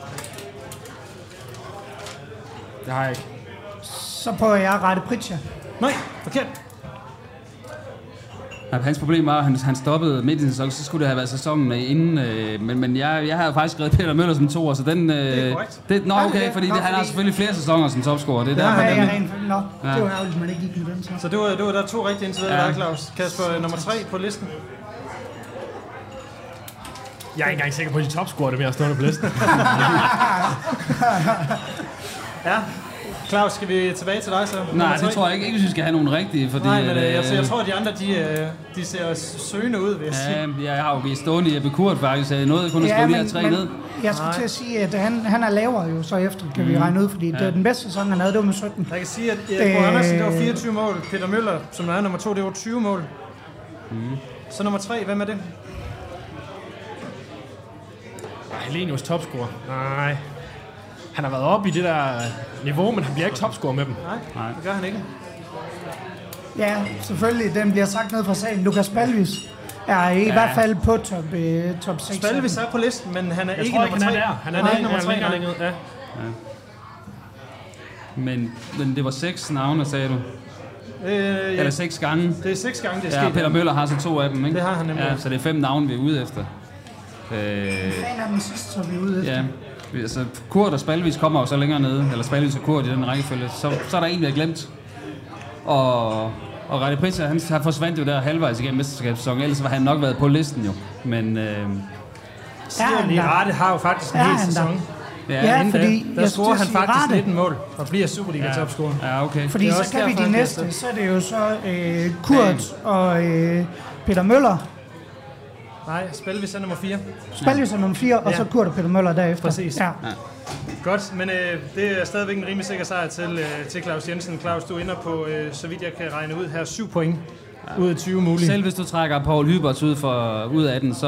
Det har jeg ikke. Så prøver jeg at rette Pritja. Nej, forkert. Ja, hans problem var, at han stoppede midt i en sæson, så skulle det have været sæsonen inden. Men jeg havde faktisk skrevet Peter Møller som 2'er, så den... Det er korrekt. Okay, fordi han har selvfølgelig flere sæsoner som topscorer. Det er derfor, det var ærgerligt, man ikke gik med den. Så det var der 2 rigtige indtil videre, Claus. Kasper, nummer 3 på listen. Jeg er ikke engang sikker på, at de topscorer det mere stående på listen. Ja. Claus, skal vi tilbage til dig så? Nej, det tror jeg ikke, hvis vi skal have nogen rigtige, fordi... Nej, men jeg tror, at de andre, de ser søgende ud, vil jeg sige. Ja, jeg har jo vist stående i Ebbe Kurt faktisk, jeg nåede kun at skrive de her 3 ned. Jeg skal til at sige, at han er lavere jo så efter, kan vi regne ud, fordi det er den bedste sæson, han havde, det var med 17. Jeg kan sige, at Erik Bo Andersen, det var 24 mål. Peter Møller, som er nummer 2, det var 20 mål. Så nummer 3, hvem er det? Helenius topscorer. Nej. Han har været oppe i det der niveau, men han bliver ikke topscorer med dem. Nej, det gør han ikke. Ja, selvfølgelig. Den bliver sagt ned fra salen. Lukas Spalvis er i hvert fald på top 6. Spalvis er på listen, men han er jeg ikke tror nummer 3. Han er ikke nummer 3. Ja. Men det var 6 navne, sagde du? Eller 6 gange. Det er 6 gange, det er sket. sket. Peter Møller har så 2 af dem, ikke? Det har han nemlig. Ja, så det er 5 navne, vi er ude efter. Fan af den sidste, så vi er ude efter. Ja. Altså, Kurt og Spalvis kommer jo så længere nede, eller Spalvis og Kurt i den rækkefølge, så er der en, vi har glemt. Og Rette Pritza, han forsvandt jo der halvvejs igennem mesterskabssæsonen, ellers var han nok været på listen jo. Men... Sian i Rette har jo faktisk en hel sæson. Ja, fordi der scorer han faktisk 19 mål og bliver Superliga-topscorer. Ja, okay. Fordi så kan vi de næste, så er det jo så Kurt og Peter Møller. Nej, Spalvis er nummer 4. Spalvis er nummer 4, og så Kurt og Peter Møller derefter. Præcis. Ja. Godt, men det er stadigvæk en rimelig sikker sejr til Claus Jensen. Claus, du ender på, så vidt jeg kan regne ud her, 7 point ud af 20 mulige. Selv hvis du trækker Paul Hyberts ud af den,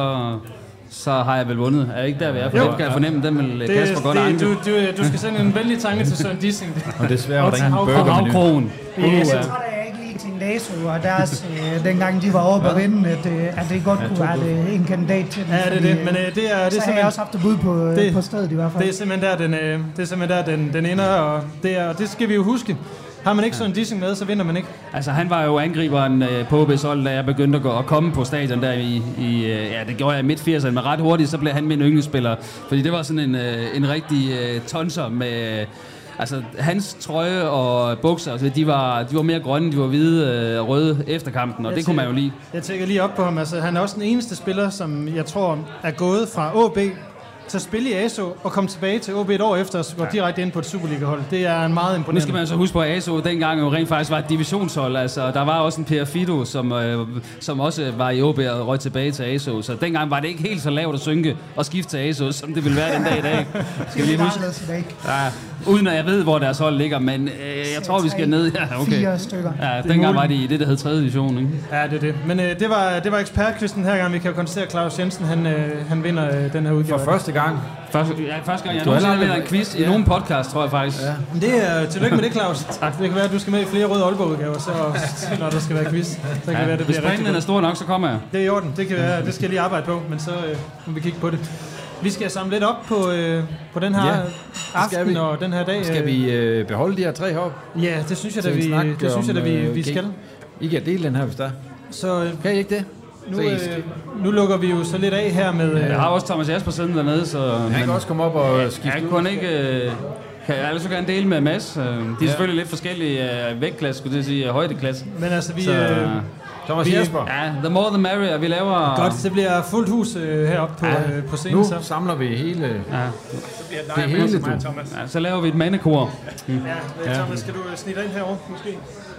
så har jeg vel vundet. Er ikke der, vi er? For det kan jeg fornemme, den vil Kasper godt anke. Du skal sende en venlig tanke til Søren Dissing. Og desværre var der ingen burgermenu. Afkrogen. Jeg tror da ikke lige til Lasso og deres, dengang de var oppe og vinde, at det godt kunne være en kandidat til den. Ja, det er det. Men det er så har jeg også haft et bud på stedet i hvert fald. Det er simpelthen der, den ender, og det skal vi jo huske. Har man ikke sådan en Dissing med, så vinder man ikke. Altså, han var jo angriberen på OB's hold, da jeg begyndte at komme på stadion der det gjorde jeg i midt-80'erne, men ret hurtigt, så blev han min yndlingsspiller. Fordi det var sådan en rigtig tonser med... Altså, hans trøje og bukser, altså, de var mere grønne, de var hvide og røde efter kampen, og det kunne man jo lide. Jeg tænker lige op på ham. Altså, han er også den eneste spiller, som jeg tror er gået fra OB til at spille i ASO og komme tilbage til OB et år efter og gå direkte ind på et Superliga-hold. Det er en meget imponerende. Nu skal man så huske på, at ASO dengang jo rent faktisk var et divisionshold. Altså, der var også en Per Fido, som også var i OB og røg tilbage til ASO. Så dengang var det ikke helt så lavt at synke og skifte til ASO, som det vil være den dag i dag. Skal vi lige huske? Ja, uden at jeg ved, hvor deres hold ligger, men jeg tror, vi skal ned. Ja, okay. 4 stykker. Ja, dengang var de i det, der hed 3. division, ikke? Ja, det er det. Men det var ekspertkvisten her gang. Vi kan jo konstatere, at Claus Jensen, han vinder den her udgave. For første gang. Første gang jeg nogensinde vinder en quiz i nogen podcast, tror jeg faktisk. Ja. Men det er tillykke med det, Claus. Tak. Det kan være, at du skal med i flere Røde Aalborg-udgaver, så når der skal være quiz. Så kan det være, det hvis præmien er stor nok, så kommer jeg. Det er i orden. Det kan være, det skal jeg lige arbejde på, men så må vi kigge på det. Vi skal samle lidt op på den her aften og den her dag. Skal vi beholde de her 3 heroppe? Ja, det synes jeg, da vi skal. I kan dele den her, hvis der. Så kan I ikke det? Nu lukker vi jo så lidt af her med... Jeg har også Thomas Jasper siddende dernede, så... Han kan også komme op og skifte ud. Jeg kunne ikke... Kan jeg altså gerne dele med Mads. De er selvfølgelig lidt forskellige vægtklasse, skulle jeg sige, højdeklasse. Men altså, Thomas Jasper. Ja, the more the merrier. Vi laver... Godt, det bliver fuldt hus heroppe på scenen. Nu samler vi hele... Ja. Det hele, du. Ja, så laver vi et mandekor. Ja, Thomas, skal du snitte ind herovre, måske?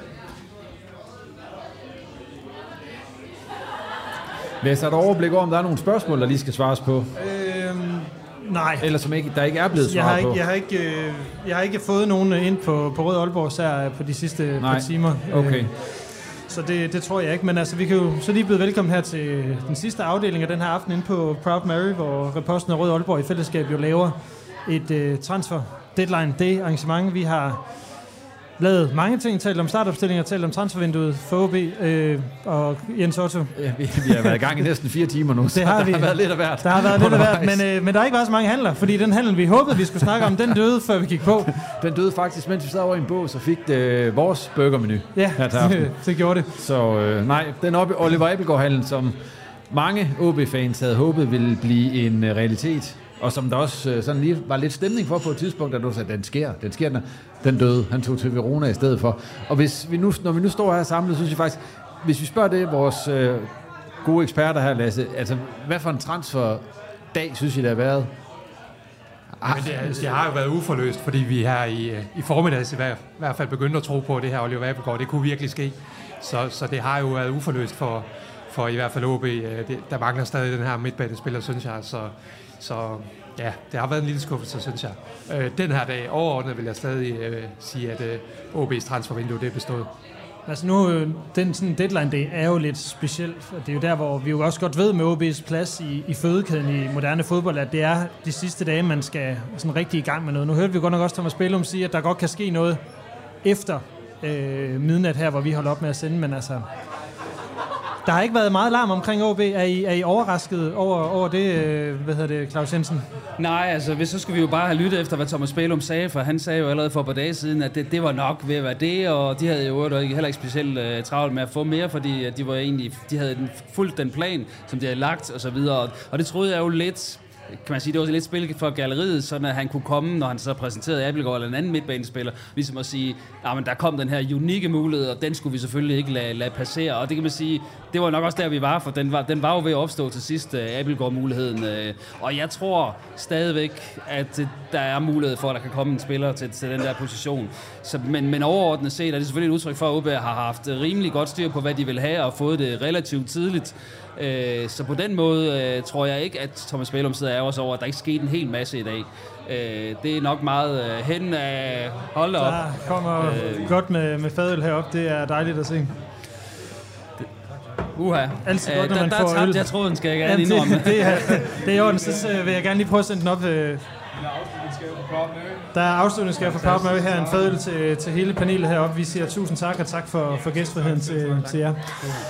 Vil jeg sætte overblik over, om der er nogle spørgsmål, der lige skal svares på? Nej. Eller som der ikke er blevet svaret på? Jeg har ikke fået nogen ind på Røde Aalborg sær på de sidste par timer. Okay. Så det tror jeg ikke. Men altså, vi kan jo så lige byde velkommen her til den sidste afdeling af den her aften inde på Proud Mary, hvor Reposten og Røde Aalborg i fællesskab jo laver et transfer deadline day arrangement. Vi har lavet mange ting, talt om startopstillinger, talt om transfervinduet for OB og Jens Otto. Ja, vi har været i gang i næsten 4 timer nu, så der har været lidt af hvert. Der har været lidt af hvert, men der har ikke været så mange handler, fordi den handel, vi håbede, vi skulle snakke om, den døde, før vi gik på. Den døde faktisk, mens vi sad over i en bås og fik vores burgermenu. Ja, det gjorde det. Så nej, den Oliver Abelgaard-handel, som mange OB-fans havde håbet ville blive en realitet, og som der også sådan lige var lidt stemning for på et tidspunkt, da du sagde, den sker, den døde. Han tog til Verona i stedet for. Og når vi nu står her samlet, synes jeg faktisk, hvis vi spørger det, vores gode eksperter her, Lasse, altså, hvad for en transferdag synes I, der har været? Det har jo været uforløst, fordi vi her i formiddags i hvert fald begyndte at tro på, at det her Oliver Abildgaard, det kunne virkelig ske. Så det har jo været uforløst for i hvert fald OB. Der mangler stadig den her midtbanespiller, synes jeg. Så ja, det har været en lille skuffelse, synes jeg. Den her dag overordnet vil jeg stadig sige, at OB's transfervindue, det er bestået. Altså nu, den sådan deadline day er jo lidt speciel. Det er jo der, hvor vi jo også godt ved med OB's plads i fødekæden i moderne fodbold, at det er de sidste dage, man skal sådan rigtig i gang med noget. Nu hørte vi godt nok også Thomas Bælum sige, at der godt kan ske noget efter midnat her, hvor vi holder op med at sende, men altså... Der har ikke været meget larm omkring OB. Er I overrasket over det, Claus Jensen? Nej, altså så skulle vi jo bare have lyttet efter, hvad Thomas Bælum sagde, for han sagde jo allerede for et par dage siden, at det var nok ved at være det, og de havde jo heller ikke specielt travlt med at få mere, fordi de havde fulgt den plan, som de havde lagt og så videre, og det troede jeg jo lidt... Kan man sige, det var lidt spil for galleriet, sådan at han kunne komme, når han så præsenterede Abildgaard eller en anden midtbanespiller, ligesom at sige, men der kom den her unikke mulighed, og den skulle vi selvfølgelig ikke lade passere, og det kan man sige, det var nok også der, vi var, for den var jo ved at opstå til sidst, Abildgaard-muligheden, og jeg tror stadigvæk, at der er mulighed for, at der kan komme en spiller til den der position. Men overordnet set er det selvfølgelig et udtryk for, at OB har haft rimelig godt styr på, hvad de vil have, og fået det relativt tidligt. Så på den måde tror jeg ikke, at Thomas Bælum sidder af os over, at der ikke skete en hel masse i dag. Det er nok meget hen af hold op. Der kommer godt med fadøl herop. Det er dejligt at se. Altid godt, når man får øl. Jeg troede, den skal jeg gerne indrømme. Det er i orden, så vil jeg gerne lige prøve at sende den op. Der er afslutningsgave for Pop Mø her, en fadøl til hele panelet heroppe. Vi siger tusind tak, og tak for gæstfriheden til jer.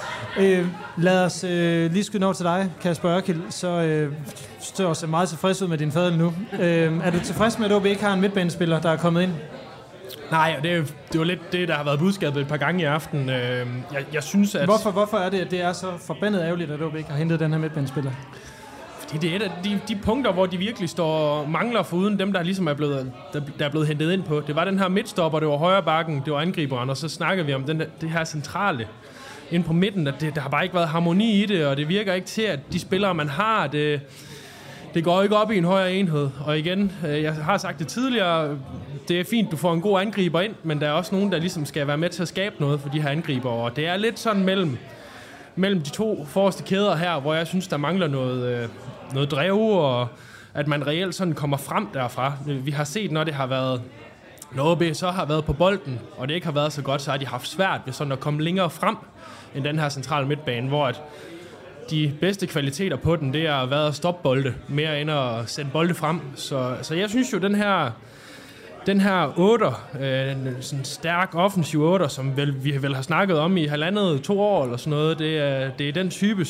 Lad os lige skyde over til dig, Kasper Ørkild. Så står også meget tilfreds ud med din fadøl nu. Er du tilfreds med, at OB ikke har en midtbanespiller, der er kommet ind? Nej, det var lidt det, der har været budskabet et par gange i aften. Jeg synes, at... Hvorfor er det, at det er så forbandet ærgerligt, at OB ikke har hentet den her midtbanespiller? Fordi det er et af de punkter, hvor de virkelig mangler foruden dem, der ligesom er blevet hentet ind på. Det var den her midtstopper, det var højre bakken, det var angriberen, og så snakker vi om det her centrale ind på midten, at der har bare ikke været harmoni i det, og det virker ikke til, at de spillere, man har, det går ikke op i en højere enhed. Og igen, jeg har sagt det tidligere, det er fint, du får en god angriber ind, men der er også nogen, der ligesom skal være med til at skabe noget for de her angriber, og det er lidt sådan mellem de to forreste kæder her, hvor jeg synes, der mangler noget drev, og at man reelt sådan kommer frem derfra. Vi har set, når det har været, når OB så har været på bolden, og det ikke har været så godt, så har de haft svært ved sådan at komme længere frem end den her centrale midtbane, hvor at de bedste kvaliteter på den, det har været at stoppe bolde, mere end at sende bolde frem. Så jeg synes jo, den her 8'er, sådan stærk offensiv 8'er, som vi vel har snakket om i 1,5-2 år eller sådan noget, det er den type,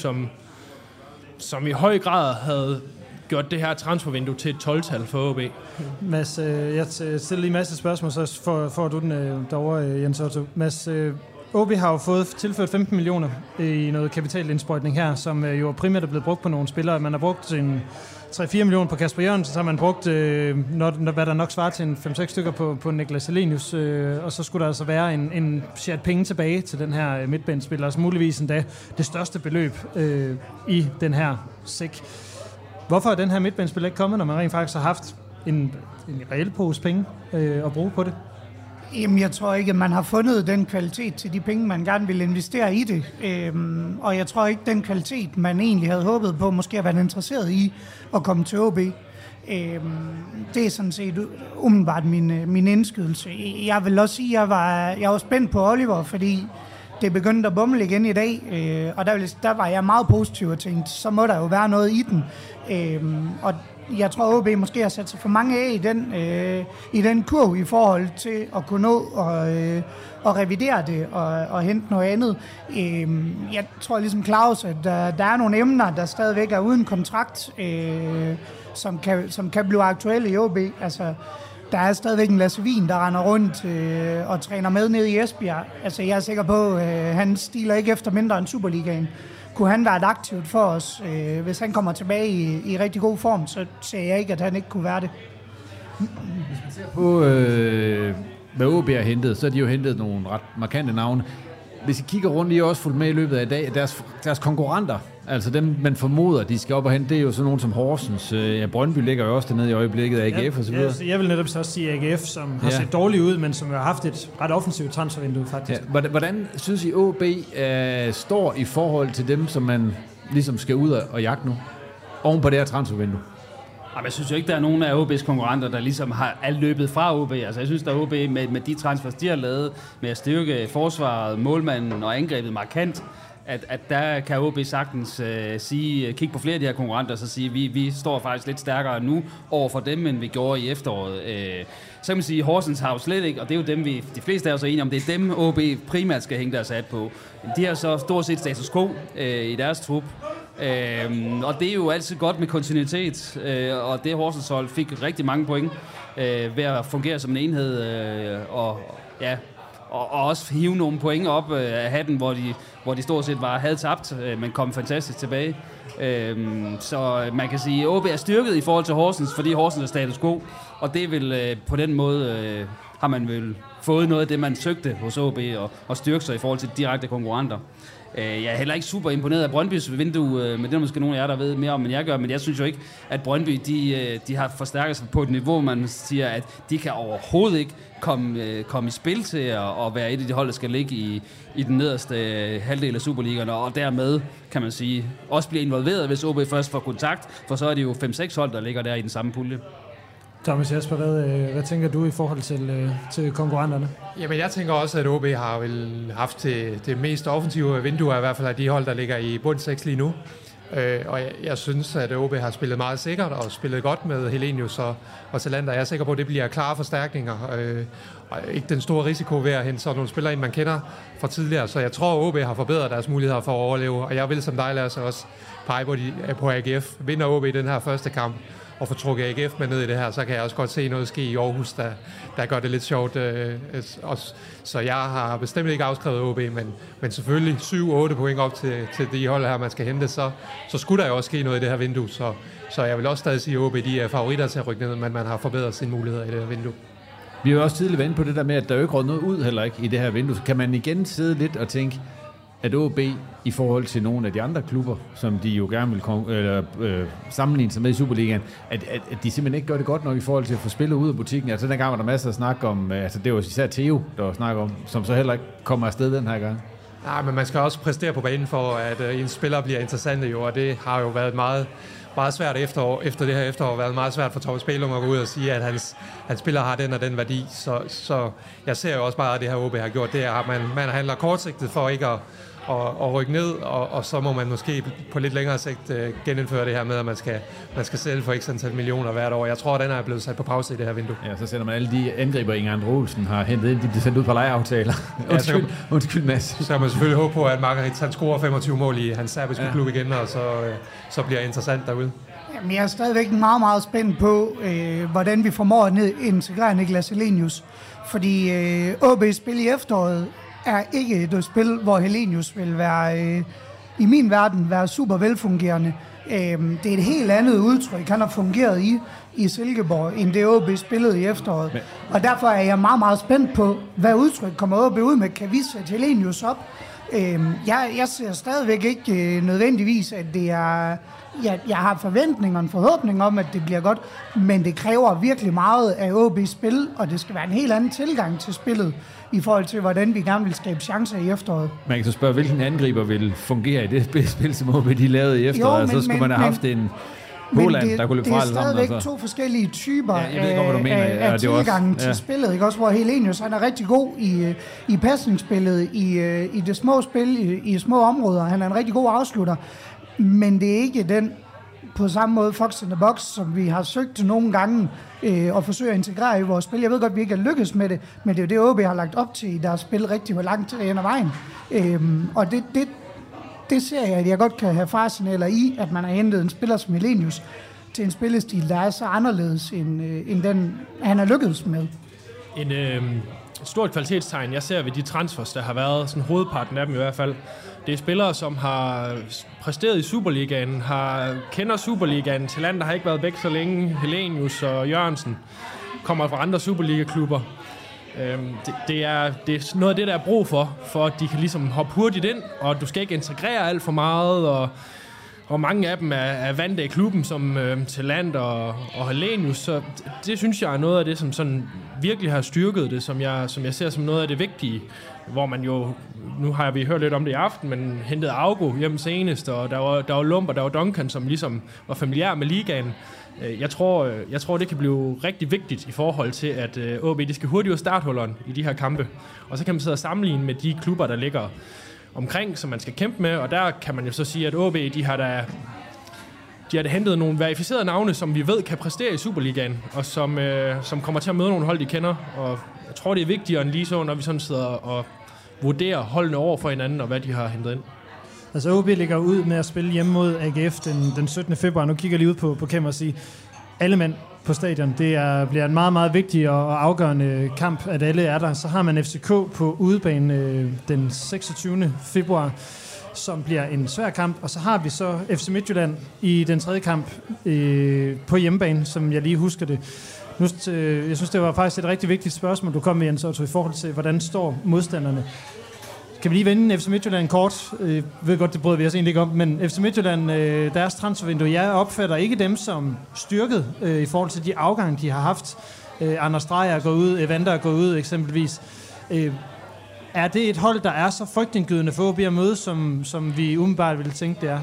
som i høj grad havde gjort det her transfervindue til et 12-tal for OB. Mads, jeg stiller lige en masse spørgsmål, så får du den derovre, Jens Otto. Mads, OB har jo fået tilført 15 millioner i noget kapitalindsprøjtning her, som jo primært er blevet brugt på nogle spillere. Man har brugt en 3-4 millioner på Kasper Jørgensen, så har man brugt, hvad der nok svarer til en 5-6 stykker på Niklas Helenius, og så skulle der altså være en chat penge tilbage til den her midtbanespiller, altså muligvis endda det største beløb i den her sæk. Hvorfor er den her midtbanespiller ikke kommet, når man rent faktisk har haft en reel pose penge at bruge på det? Jamen, jeg tror ikke, at man har fundet den kvalitet til de penge, man gerne vil investere i det. Og jeg tror ikke, den kvalitet, man egentlig havde håbet på, måske har været interesseret i at komme til OB. Det er sådan set umiddelbart min indskydelse. Jeg vil også sige, at jeg var spændt på Oliver, fordi det begyndte at bumle igen i dag. Og der var jeg meget positiv og tænkte, så må der jo være noget i den. Og jeg tror, OB måske har sat sig for mange af i den kurv i forhold til at kunne nå og revidere det og hente noget andet. Jeg tror ligesom Claus, at der er nogle emner, der stadigvæk er uden kontrakt, som kan blive aktuelle i OB. Altså, der er stadigvæk en Lasse Wien, der render rundt og træner med nede i Esbjerg. Altså, jeg er sikker på, at han stiler ikke efter mindre end Superligaen. Kunne han være et aktivt for os? Hvis han kommer tilbage i rigtig god form, så ser jeg ikke, at han ikke kunne være det. Hvis man ser på, hvad OB har hentet, så har de jo hentet nogle ret markante navne. hvis I kigger rundt, I har også fulgt med i løbet af i dag, deres konkurrenter, altså dem, man formoder, de skal op og hente, det er jo sådan nogen som Horsens. Brøndby ligger jo også dernede i øjeblikket, AGF og så videre. Jeg vil netop så også sige AGF, som har set dårligt ud, men som har haft et ret offensivt transfervindue, faktisk. Ja. Hvordan synes I, OB står i forhold til dem, som man ligesom skal ud og jagte nu, oven på det her transfervindue? Jeg synes jo ikke, der er nogen af OB's konkurrenter, der ligesom er løbet fra OB. Altså, jeg synes, der er OB med de transfers, de har lavet, med at styrke forsvaret, målmanden og angrebet markant, at der kan OB sagtens kigge på flere af de her konkurrenter, og så sige, vi står faktisk lidt stærkere nu over for dem, end vi gjorde i efteråret. Så kan man sige, Horsens har jo slet ikke, og det er jo dem, de fleste af os er enige om, det er dem, OB primært skal hænge deres hat på. De har så stort set status quo i deres trup. Og det er jo altid godt med kontinuitet, og det Horsens hold fik rigtig mange point ved at fungere som en enhed, og også hive nogle point op af hatten, hvor de stort set havde tabt, men kom fantastisk tilbage. Så man kan sige, at OB er styrket i forhold til Horsens, fordi Horsens er status quo, og det vil på den måde har man vel fået noget af det, man søgte hos OB, og styrke sig i forhold til direkte konkurrenter. Jeg er heller ikke super imponeret af Brøndbys vindue, men det er måske nogen af jer, der ved mere om, end jeg gør, men jeg synes jo ikke, at Brøndby, de har forstærket sig på et niveau, man siger, at de kan overhovedet ikke komme i spil til at være et af de hold, der skal ligge i den nederste halvdel af Superligaen, og dermed, kan man sige, også bliver involveret, hvis OB først får kontakt, for så er det jo 5-6 hold, der ligger der i den samme pulje. Thomas Jesper, hvad tænker du i forhold til konkurrenterne? Jamen, jeg tænker også, at OB har vel haft det mest offensive vindue, i hvert fald af de hold, der ligger i bund 6 lige nu. Og jeg synes, at OB har spillet meget sikkert og spillet godt med Helenius og Talander. Jeg er sikker på, at det bliver klare forstærkninger. Og ikke den store risiko ved at hente sådan nogle spillere ind, man kender fra tidligere. Så jeg tror, at OB har forbedret deres muligheder for at overleve. Og jeg vil som dig, Lasse, også pege på AGF. Vinder OB i den her første kamp og få trukket AGF med ned i det her, så kan jeg også godt se noget ske i Aarhus, der gør det lidt sjovt. Så jeg har bestemt ikke afskrevet OB, men selvfølgelig 7-8 point op til de hold her, man skal hente, så skulle der jo også ske noget i det her vindue. Så jeg vil også stadig sige, at OB de er favoritter til at rykke ned, men man har forbedret sine muligheder i det her vindue. Vi har jo også tidligere været inde på det der med, at der jo ikke råd noget ud heller ikke i det her vindue. Så kan man igen sidde lidt og tænke, at OB i forhold til nogle af de andre klubber, som de jo gerne vil sammenligne sig med i Superligaen, at de simpelthen ikke gør det godt nok i forhold til at få spillet ud af butikken. Altså den gang var der masser af snak om, altså det var især Theo, der var snak om, som så heller ikke kommer afsted den her gang. Nej, men man skal også præstere på banen for, at en spiller bliver interessant jo, og det har jo været meget svært efter det her efterår, været meget svært for Thomas Bælum at gå ud og sige, at hans spiller har den og den værdi. Så jeg ser jo også bare, at det her OB har gjort, det er, at man handler kortsigtet for ikke at rykke ned, og så må man måske på lidt længere sigt genindføre det her med, at man skal sælge for x antal millioner hvert år. Jeg tror, at den er blevet sat på pause i det her vindue. Ja, så sender man alle de angriber, Inger Andre Olsen har hentet ind, de bliver sendt ud på lejeaftaler. Undskyld Mads. Så kan man selvfølgelig håbe på, at Margaret han scorer 25 mål i hans serbiske klub igen, og så bliver interessant derude. Jamen, jeg er stadigvæk meget, meget spændt på, hvordan vi formår at integrere Niklas Helenius. Fordi OB's spil i efteråret er ikke et spil, hvor Helenius vil være, i min verden, være super velfungerende. Det er et helt andet udtryk, han har fungeret i Silkeborg, end det OB spillede i efteråret. Og derfor er jeg meget, meget spændt på, hvad udtryk kommer OB ud med. Kan vi sætte Helenius op? Jeg ser stadigvæk ikke nødvendigvis, at det er... Jeg har forventninger og en forhåbning om, at det bliver godt, men det kræver virkelig meget af OB's spil, og det skal være en helt anden tilgang til spillet, i forhold til, hvordan vi gerne vil skabe chancer i efteråret. Man kan så spørge, hvilken angriber vil fungere i det spil, som OB de lavede i efteråret, og så skulle man have haft en Håland, der kunne løbe fra alle sammen. Det er stadigvæk to forskellige typer af tilgangen til spillet, ikke? Også hvor Helenius, han er rigtig god i pasningsspillet, i det små spil, i små områder. Han er en rigtig god afslutter. Men det er ikke den på samme måde Fox in the Box, som vi har søgt til nogle gange at forsøge at integrere i vores spil. Jeg ved godt, at vi ikke har lykkes med det, men det er jo det, OB har lagt op til i deres spil rigtig langt hen ad vejen. Og det ser jeg, at jeg godt kan have faresignaler i, at man har hentet en spiller som Helenius til en spillestil, der er så anderledes end den, han har lykkedes med. Et stort kvalitetstegn, jeg ser ved de transfers, der har været, sådan hovedparten af dem i hvert fald, det er spillere, som har præsteret i Superligaen, kender Superligaen. Talander har ikke været væk så længe. Helenius og Jørgensen kommer fra andre Superliga-klubber. Det er noget af det, der er brug for at de kan ligesom hoppe hurtigt ind, og du skal ikke integrere alt for meget, og mange af dem er vant af klubben, som Talant og Hellenius, så det synes jeg er noget af det, som sådan virkelig har styrket det, som jeg ser som noget af det vigtige, hvor man jo, nu har vi hørt lidt om det i aften, men hentede Augo hjem senest, og der var Lump, og der var Duncan, som ligesom var familiær med ligaen. Jeg tror, det kan blive rigtig vigtigt i forhold til, at OB de skal hurtigt ud af starthulleren i de her kampe. Og så kan man sidde og sammenligne med de klubber, der ligger omkring, som man skal kæmpe med. Og der kan man jo så sige, at OB de har da hentet nogle verificerede navne, som vi ved kan præstere i Superligaen, og som kommer til at møde nogle hold, de kender. Og jeg tror, det er vigtigere end lige så, når vi sådan sidder og vurderer holdene over for hinanden, og hvad de har hentet ind. Altså OB ligger ud med at spille hjemme mod AGF den 17. februar. Nu kigger jeg lige ud på Kæmmer og siger, alle mænd på stadion. Det bliver en meget, meget vigtig og afgørende kamp, at alle er der. Så har man FCK på udebane den 26. februar, som bliver en svær kamp. Og så har vi så FC Midtjylland i den tredje kamp på hjemmebane, som jeg lige husker det. Jeg synes, det var faktisk et rigtig vigtigt spørgsmål, du kom med, Jens Otto, i forhold til, hvordan står modstanderne. Kan vi lige vende FC Midtjylland kort? Jeg ved godt, det brød vi os egentlig ikke om, men FC Midtjylland, deres transfervindue, jeg opfatter ikke dem som styrket i forhold til de afgange, de har haft. Anders Dreyer er gået ud, Evander er gået ud eksempelvis. Er det et hold, der er så frygtindgydende for OB at møde, som vi umiddelbart ville tænke, det er?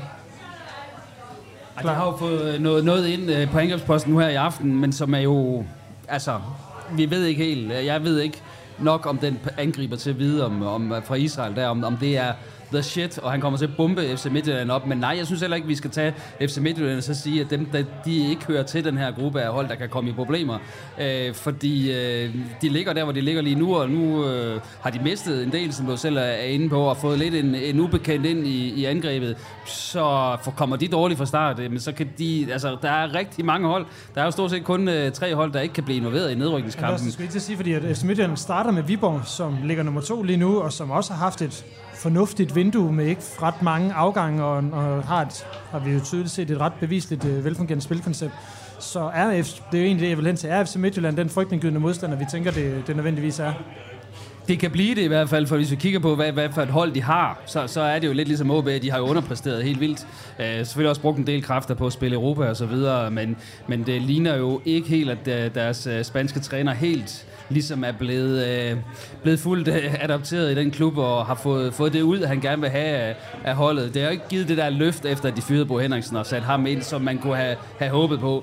De har jo fået noget ind på angrebsposten nu her i aften, men som er jo... Altså, vi ved ikke helt. Jeg ved ikke nok om den angriber til at vide om fra Israel der, om det er the shit, og han kommer til at bombe FC Midtjylland op. Men nej, jeg synes heller ikke, vi skal tage FC Midtjylland og så sige, at de ikke hører til den her gruppe af hold, der kan komme i problemer. Fordi de ligger der, hvor de ligger lige nu, og nu har de mistet en del, som du selv er inde på, og fået lidt en ubekendt ind i angrebet. Så kommer de dårligt fra start, men så kan de... Altså, der er rigtig mange hold. Der er jo stort set kun 3 hold, der ikke kan blive involveret i nedrykningskampen. Jeg skal ikke sige, fordi at FC Midtjylland starter med Viborg, som ligger nummer 2 lige nu, og som også har haft et fornuftigt vindue med ikke ret mange afgange, og har vi jo tydeligt set et ret bevisligt velfungerende spilkoncept. Så det er jo egentlig det, jeg vil hen til. Er FC Midtjylland den frygtindgydende modstander, vi tænker, det nødvendigvis er? Det kan blive det i hvert fald, for hvis vi kigger på, hvad for et hold de har, så er det jo lidt ligesom OB, de har jo underpræsteret helt vildt. Selvfølgelig også brugt en del kræfter på at spille Europa og så videre, men det ligner jo ikke helt, at deres spanske træner helt ligesom er blevet fuldt adopteret i den klub og har fået det ud, han gerne vil have af holdet. Det har jo ikke givet det der løft efter, at de fyrede Bo Henriksen og satte ham ind, som man kunne have håbet på.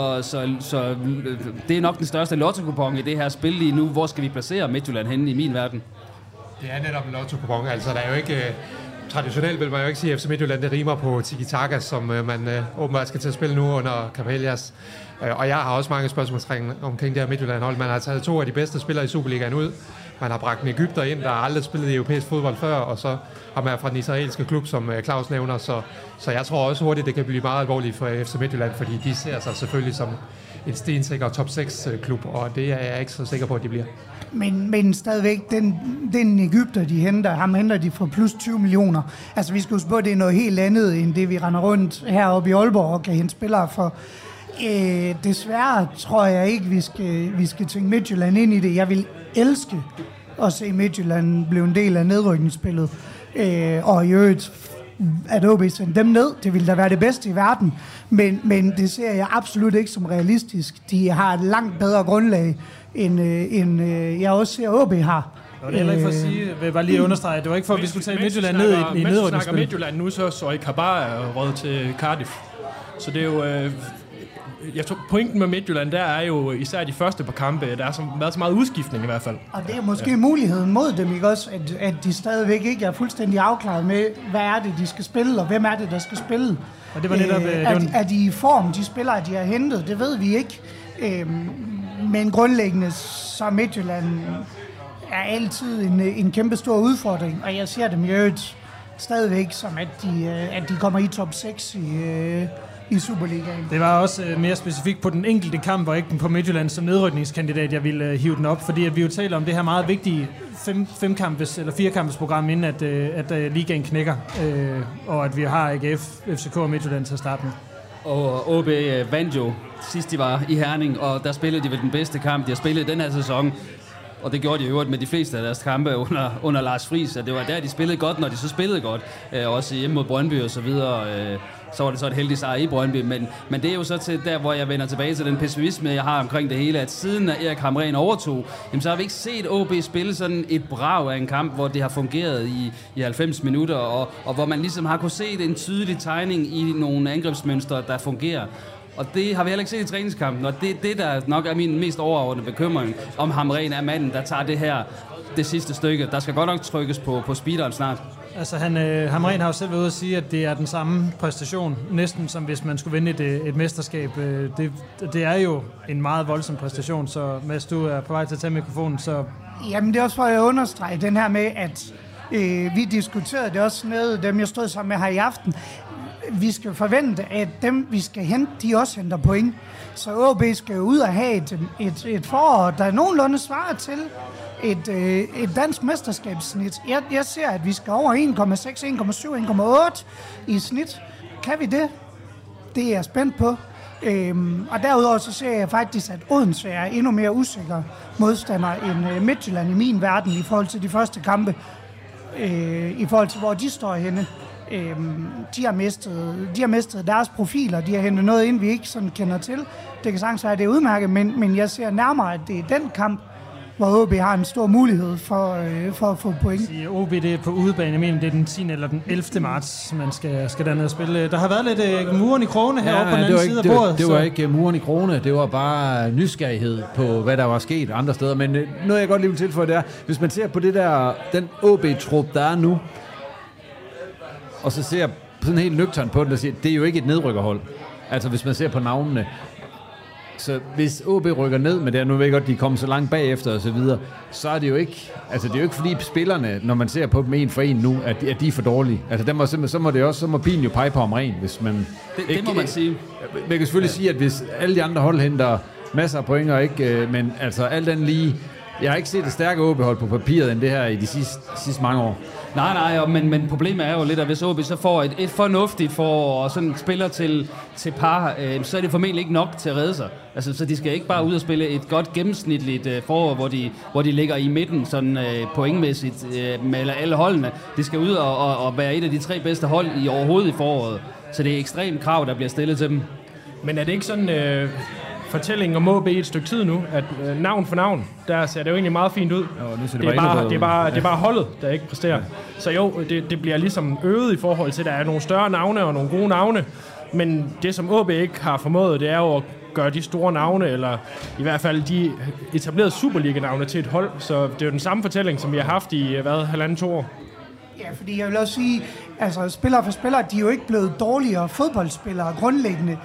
Så det er nok den største lotto-kupon i det her spil lige nu. Hvor skal vi placere Midtjylland henne i min verden? Det er netop en lotto-kupon. Altså, der er jo ikke... Traditionelt vil man jo ikke sige, at FC Midtjylland det rimer på tiki-taka, som man åbenbart skal til at spille nu under Capellas. Og jeg har også mange spørgsmål omkring det her Midtjylland-hold. Man har taget 2 af de bedste spillere i Superligaen ud. Man har bragt en egypter ind, der aldrig spillet i europæisk fodbold før, og så har man fra den israelske klub, som Claus nævner. Så jeg tror også hurtigt, det kan blive meget alvorligt for FC Midtjylland, fordi de ser sig selvfølgelig som en stensikker top 6-klub, og det er jeg ikke så sikker på, at de bliver. Men stadigvæk, den Egypter, de henter, ham henter de for plus 20 millioner. Altså, vi skal huske på, at det er noget helt andet, end det vi render rundt heroppe i Aalborg og kan hente spillere for. Desværre tror jeg ikke, vi skal tænke Midtjylland ind i det. Jeg vil elske at se Midtjylland blive en del af nedrykningsspillet. Og i øvrigt, at OB sender dem ned, det ville da være det bedste i verden. Men det ser jeg absolut ikke som realistisk. De har et langt bedre grundlag, end jeg også ser OB har. Det var heller ikke for at sige, jeg vil bare lige understrege, det var ikke for, at vi skulle tage Midtjylland ned i nedrykningsspillet. Mens vi snakker Midtjylland nu, så er Kabar røget til Cardiff. Så det er jo... Jeg tror, pointen med Midtjylland, der er jo især de første par kampe, der har været så meget udskiftning i hvert fald. Og det er måske muligheden mod dem, ikke også? At de stadigvæk ikke er fuldstændig afklaret med, hvad er det, de skal spille, og hvem er det, der skal spille. Og det var netop... Er de i form, de spillere, de har hentet? Det ved vi ikke. Men grundlæggende, så Midtjylland er altid en kæmpe stor udfordring, og jeg ser dem i øvrigt stadigvæk som, at de kommer i top 6 i Superligaen. Det var også mere specifikt på den enkelte kamp, og ikke på Midtjylland som nedrykningskandidat, jeg ville hive den op, fordi at vi jo taler om det her meget vigtige 5-kampes eller 4-kampes program, inden at ligaen knækker, og at vi har AGF, FCK og Midtjylland til at starte med. Og OB vandt jo sidst de var i Herning, og der spillede de vel den bedste kamp, de har spillet den her sæson. og det gjorde de jo med de fleste af deres kampe under Lars Friis, at det var der, de spillede godt, når de så spillede godt, også hjemme mod Brøndby og så videre. Så var det så et heldigt sejr i Brøndby, men det er jo så til der, hvor jeg vender tilbage til den pessimisme, jeg har omkring det hele, at siden Erik Hamrén overtog, jamen, så har vi ikke set OB spille sådan et brag af en kamp, hvor det har fungeret i 90 minutter, og hvor man ligesom har kunne se en tydelig tegning i nogle angrebsmønstre, der fungerer. Og det har vi heller ikke set i træningskampen, og det der nok er min mest overordnede bekymring, om Hamrén er manden, der tager det sidste stykke. Der skal godt nok trykkes på speederen snart. Altså Hamrén har jo selv været ude at sige, at det er den samme præstation, næsten som hvis man skulle vinde et mesterskab. Det er jo en meget voldsom præstation, så Mads, du er på vej til at tage mikrofonen, så... Jamen det er også for at understrege den her med, at vi diskuterede det også med dem, jeg stod sammen med her i aften. Vi skal forvente, at dem, vi skal hente, de også henter point. Så OB skal ud og have et forår, der nogenlunde svarer til et dansk mesterskabssnit. Jeg ser, at vi skal over 1,6, 1,7, 1,8 i snit. Kan vi det? Det er jeg spændt på. Og derudover så ser jeg faktisk, at Odense er endnu mere usikker modstander end Midtjylland i min verden i forhold til de første kampe. I forhold til, hvor de står henne. De har mistet deres profiler, de har hentet noget ind, vi ikke sådan kender til. Det kan sagtens være, at det er udmærket, men jeg ser nærmere, at det er den kamp, hvor OB har en stor mulighed for at få point. OB det er på udebane, jeg mener, det er den 10. eller den 11. marts, man skal derned og spille. Der har været lidt muren i krogene heroppe på den anden side af bordet. Det var ikke muren i krogene, det var bare nysgerrighed på, hvad der var sket andre steder. Men noget, jeg godt lige vil tilføje, det er, hvis man ser på den OB-trup, der er nu, og så ser sådan helt nøgtern på den, og siger, det er jo ikke et nedrykkerhold. Altså hvis man ser på navnene. Så hvis OB rykker ned med det, nu ved jeg godt, de kommer så langt bagefter og så videre, så er det jo ikke, altså det er jo ikke fordi spillerne, når man ser på dem en for en nu, at de er for dårlige. Altså så må pilen jo pege på Hamrén, hvis man... Det må man sige. Man kan selvfølgelig sige, at hvis alle de andre hold henter masser af point, og ikke, men altså alt andet lige, jeg har ikke set et stærkere OB-hold på papiret end det her i de sidste mange år. Nej, men problemet er jo lidt, at hvis OB så får et fornuftigt forår og sådan spiller til par, så er det formentlig ikke nok til at redde sig. Altså, så de skal ikke bare ud og spille et godt gennemsnitligt forår, hvor de ligger i midten sådan pointmæssigt med alle holdene. De skal ud og være et af de 3 bedste hold i overhovedet i foråret. Så det er ekstremt krav, der bliver stillet til dem. Men er det ikke sådan... fortællingen om OB i et stykke tid nu, at navn for navn, der ser det jo egentlig meget fint ud. Jo, det er bare holdet, der ikke præsterer. Ja. Så jo, det bliver ligesom øget i forhold til, at der er nogle større navne og nogle gode navne, men det som OB ikke har formået, det er jo at gøre de store navne, eller i hvert fald de etablerede Superliga-navne til et hold. Så det er jo den samme fortælling, som vi har haft i 1,5-2 år. Ja, fordi jeg vil også sige, altså spillere for spillere, de er jo ikke blevet dårligere fodboldspillere grundlæggende.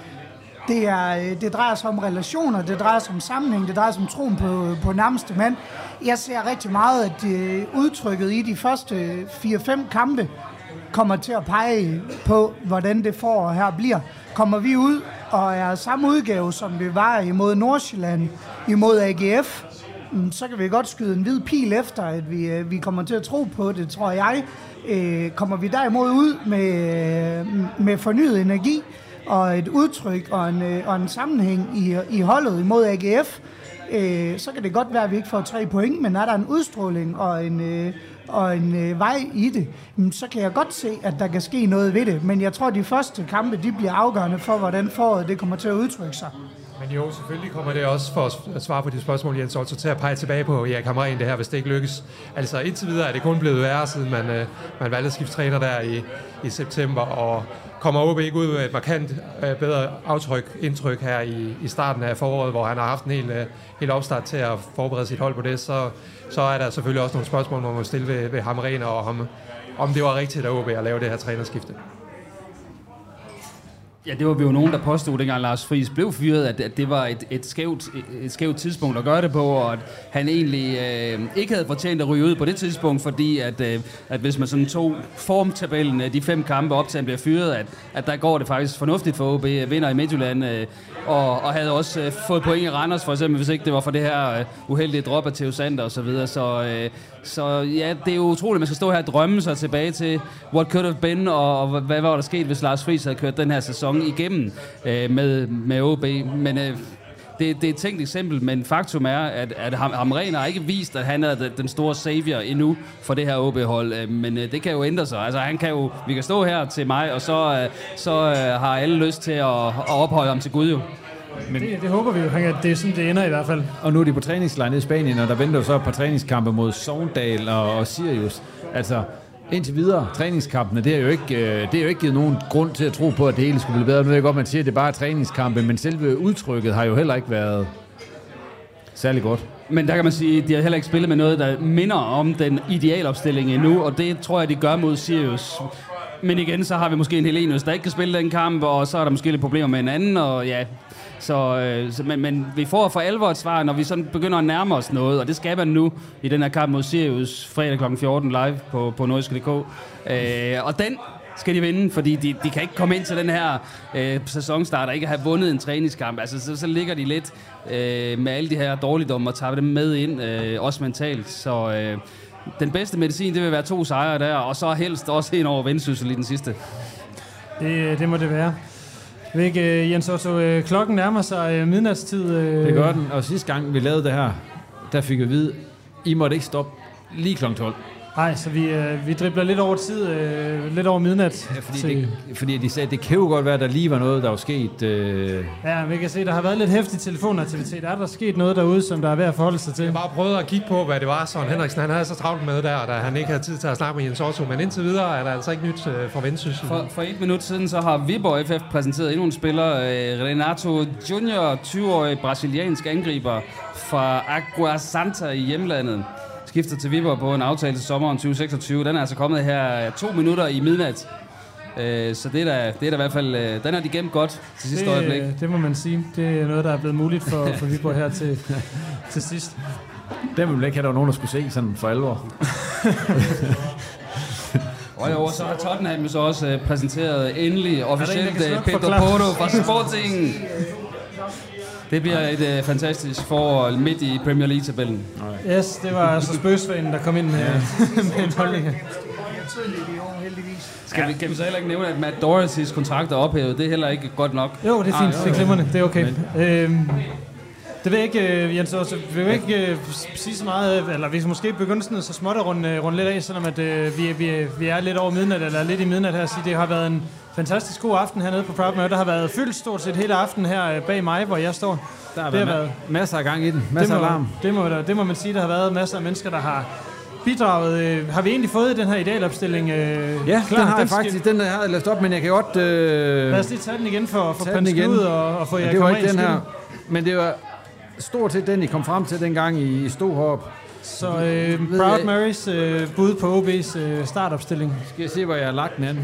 Det drejer sig om relationer, det drejer sig om sammenhæng, det drejer sig om troen på nærmeste mand. Jeg ser rigtig meget, at udtrykket i de første 4-5 kampe kommer til at pege på, hvordan det forår her bliver. Kommer vi ud og er samme udgave, som det var imod Nordsjælland, imod AGF, så kan vi godt skyde en hvid pil efter, at vi kommer til at tro på det, tror jeg. Kommer vi derimod ud med fornyet energi, og et udtryk og en sammenhæng i holdet imod AGF, så kan det godt være, at vi ikke får 3 point, men er der en udstråling og en vej i det, så kan jeg godt se, at der kan ske noget ved det. Men jeg tror, at de første kampe, de bliver afgørende for, hvordan foråret det kommer til at udtrykke sig. Men jo, selvfølgelig kommer det også, for at svare på de spørgsmål, Jens, også til at pege tilbage på Erik Hamrén, det her, hvis det ikke lykkes. Altså indtil videre er det kun blevet værre, siden man valgte at skifte træner der i september, og kommer OB ikke ud med et markant bedre indtryk her i starten af foråret, hvor han har haft en helt opstart til at forberede sit hold på det, så er der selvfølgelig også nogle spørgsmål, man må stille ved Hamrén, og om det var rigtigt af OB at lave det her trænerskifte. Ja, det var vi jo nogen, der påstod, dengang Lars Friis blev fyret, at det var et skævt tidspunkt at gøre det på, og at han egentlig ikke havde fortjent at ryge ud på det tidspunkt, fordi at hvis man sådan tog formtabellen af de 5 kampe op til han bliver fyret, at der går det faktisk fornuftigt for OB, vinder i Midtjylland, og havde også fået point i Randers, for eksempel, hvis ikke det var for det her uheldige drop af Theo Sander og så videre. Så ja, det er jo utroligt, at man skal stå her og drømme sig tilbage til what could have been, og hvad var der sket, hvis Lars Friis havde kørt den her sæson igennem med OB. Men det er et tænkt eksempel, men faktum er, at Hamrén har ikke vist, at han er den store savior endnu for det her OB-hold, men det kan jo ændre sig. Altså, vi kan stå her til mig, og så har alle lyst til at ophøje ham til Gud jo. Men det håber vi jo, at det er sådan, det ender i hvert fald. Og nu er de på træningslejr nede i Spanien, og der venter jo så et par træningskampe mod Sogndal og Sirius. Altså, indtil videre, træningskampene, det er jo ikke givet nogen grund til at tro på, at det hele skulle blive bedre. Nu ved jeg godt, man siger, at det er bare træningskampe, men selve udtrykket har jo heller ikke været særlig godt. Men der kan man sige, at de har heller ikke spillet med noget, der minder om den idealopstilling endnu, og det tror jeg, de gør mod Sirius. Men igen, så har vi måske en Helenius, der ikke kan spille den kamp, og så er der måske lidt problemer med en anden, og ja... Men vi får for alvor et svar, når vi sådan begynder at nærme os noget, og det skal man nu i den her kamp mod Sirius fredag kl. 14 live på Nordjyske.dk. Og den skal de vinde, fordi de kan ikke komme ind til den her sæsonstart og ikke have vundet en træningskamp. Altså, så ligger de lidt med alle de her dårligdomme og tager dem med ind, også mentalt. Så den bedste medicin, det vil være 2 sejre der, og så helst også en over Vendsyssel i den sidste. Det må det være. Jens Otto, klokken nærmer sig midnatstid. Det gør den, og sidste gang vi lavede det her, der fik vi at vide, I måtte ikke stoppe lige kl. 12. Nej, så vi dribler lidt over tid, lidt over midnat. Ja, fordi de sagde, at det kan jo godt være, at der lige var noget, der var sket. Ja, vi kan se, der har været lidt heftig telefonaktivitet. Er der sket noget derude, som der er ved at forholde sig til? Jeg bare prøvede at kigge på, hvad det var, Søren Henriksen han havde så travlt med der, da han ikke havde tid til at snakke med Jens Otto. Men indtil videre er der altså ikke nyt for Vendsyssel. For 1 minut siden, så har Viborg FF præsenteret endnu en spiller. Renato Junior, 20-årig brasiliansk angriber fra Água Santa i hjemlandet. Skifter til Viborg på en aftale til sommeren 2026. Den er altså kommet her 2 minutter i midnat. Så det er da i hvert fald... Den har de gemt godt til sidste øjeblik. Det må man sige. Det er noget, der er blevet muligt for Viborg her til sidst. Den ville ikke have, der var nogen, der skulle se sådan for alvor. Og så har Tottenham så også præsenteret endelig officielt Pedro Porro fra Sporting. Det bliver et fantastisk forhold midt i Premier League-tabellen. Yes, det var altså Spurs-fanen, der kom ind med en holdning. Kan vi så heller ikke nævne, at Matt Doherty's kontrakt er ophævet? Det er heller ikke godt nok. Jo, det er fint. Det er glimrende. Det er okay. Det vil jeg ikke, Jens, også. Vi vil ikke sige så meget, eller vi skal måske begynde sådan så småt at runde lidt af, selvom at vi er lidt over midnat, eller lidt i midnat her. Det har været en fantastisk god aften hernede på Proud Mary. Der har været fyldt stort set hele aften her bag mig, hvor jeg står. Der har været masser af gang i den. Masser af larm. Det må man sige. Der har været masser af mennesker, der har bidraget. Har vi egentlig fået den her idealopstilling ja, klar? Den har jeg faktisk. Den har jeg læst op, men jeg kan godt... Lad os lige tage den igen for prins Knud og få jer. Det var ikke den her, men det var stort set den, I kom frem til dengang I stod heroppe. Så Proud Marys bud på OB's startopstilling. Skal jeg se, hvor jeg har lagt den anden?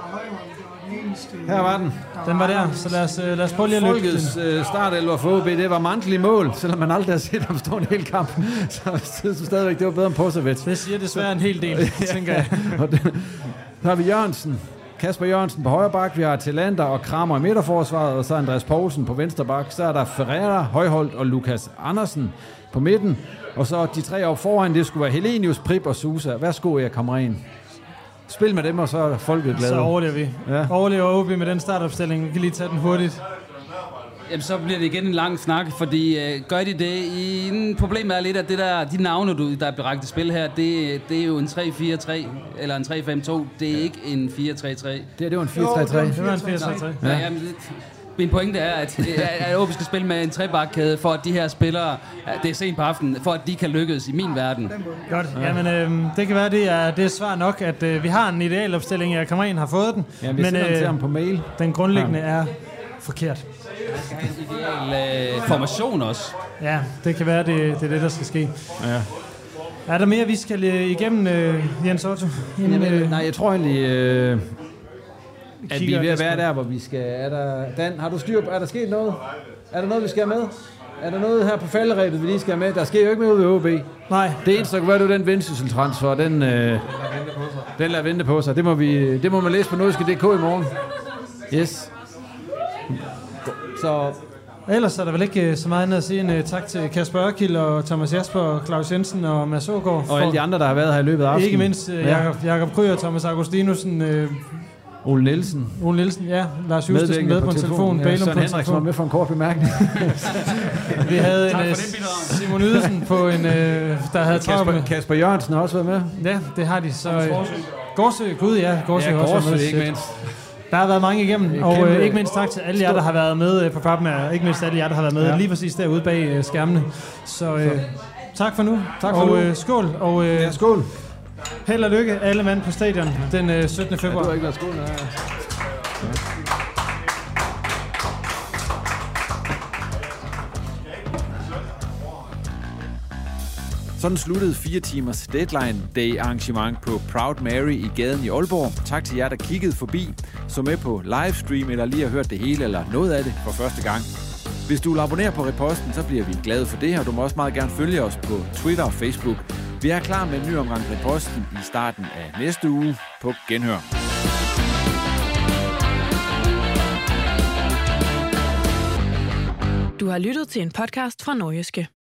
Her var den. Den var der, så lad os prøve lige at løbe den. Folkets startelver for OB, det var Mantel i mål, selvom man aldrig har set ham stå en hel kamp. Så stadigvæk, det var bedre end Posevic. Det siger desværre en hel del, tænker jeg. Så har vi Jørgensen. Kasper Jørgensen på højre bak, vi har Tillander og Kramer i midterforsvaret, og så Andreas Poulsen på venstre bak. Så er der Ferreira, Højholdt og Lukas Andersen på midten. Og så de 3 op foran, det skulle være Helenius, Prip og Sousa. Værsgo, jeg kommer ind. Spil med dem, og så er folket glade. Så overlever vi. Ja. Overlever OB med den startopstilling. Vi kan lige tage den hurtigt. Jamen, så bliver det igen en lang snak, fordi gør de det? Problemet er lidt, at de navne, der er berettet i spil her, det er jo en 3-4-3 eller en 3-5-2. Det er ikke en 4-3-3. Det var en 4-3-3. Det var en 4-3-3. Ja. Jamen, min pointe er, at OB skal spille med en trebakkæde, for at de her spillere, det er sent på aftenen, for at de kan lykkes i min verden. Godt. Jamen, det kan være, det er svar nok, at vi har en idealopstilling, jeg kommer ind har fået den. Ja, vi sender den til ham på mail. Den grundlæggende er forkert. Der skal have en ideal formation også. Ja, det kan være, det er det, der skal ske. Ja. Er der mere, vi skal igennem, Jens Otto? Nej, jeg tror egentlig, at vi er ved at være der, hvor vi skal... Dan, har du styr på? Er der sket noget? Er der noget, vi skal have med? Er der noget her på falderæbet, vi lige skal have med? Der sker jo ikke mere ud ved OB. Nej. Det eneste, der kan være, det er den Vendsyssel-transfer. Den lader vente på sig. Det må man læse på Nordjyske.dk i morgen. Yes. Så ellers er der vel ikke så meget andet at sige end tak til Kasper Ørkild og Thomas Jasper og Claus Jensen og Mads Ågaard. Og alle de andre, der har været her i løbet af aftenen. Ikke mindst Jakob Krøger og Thomas Augustinussen. Ole Nielsen. Ole Nielsen, ja. Lars Justesen med på en telefon. Ja, Bælum Søren på en Henriksen var telefon. med for en kort bemærkning. Vi havde en Simon Ydelsen på en, der havde travlt med. Kasper Jørgensen har også været med. Ja, det har de. Så Gårdsø, gud ja. Gårdsø har også været med. Ikke mindst. Der har været mange igennem, og ikke mindst tak til alle jer, der har været med på Papmager. Ikke mindst alle jer, der har været med lige præcis derude bag skærmene. Så tak for nu. Tak for nu. Skål. Og skål. Held og lykke alle mand på stadion den 17. februar. Ja, du har ikke været skål, Sådan sluttede 4 timers Deadline Day arrangement på Proud Mary i gaden i Aalborg. Tak til jer, der kiggede forbi, så med på livestream eller lige har hørt det hele eller noget af det for første gang. Hvis du vil abonnere på Reposten, så bliver vi glade for det, og du må også meget gerne følge os på Twitter og Facebook. Vi er klar med en ny omgang Reposten i starten af næste uge. På genhør. Du har lyttet til en podcast fra Nordjyske.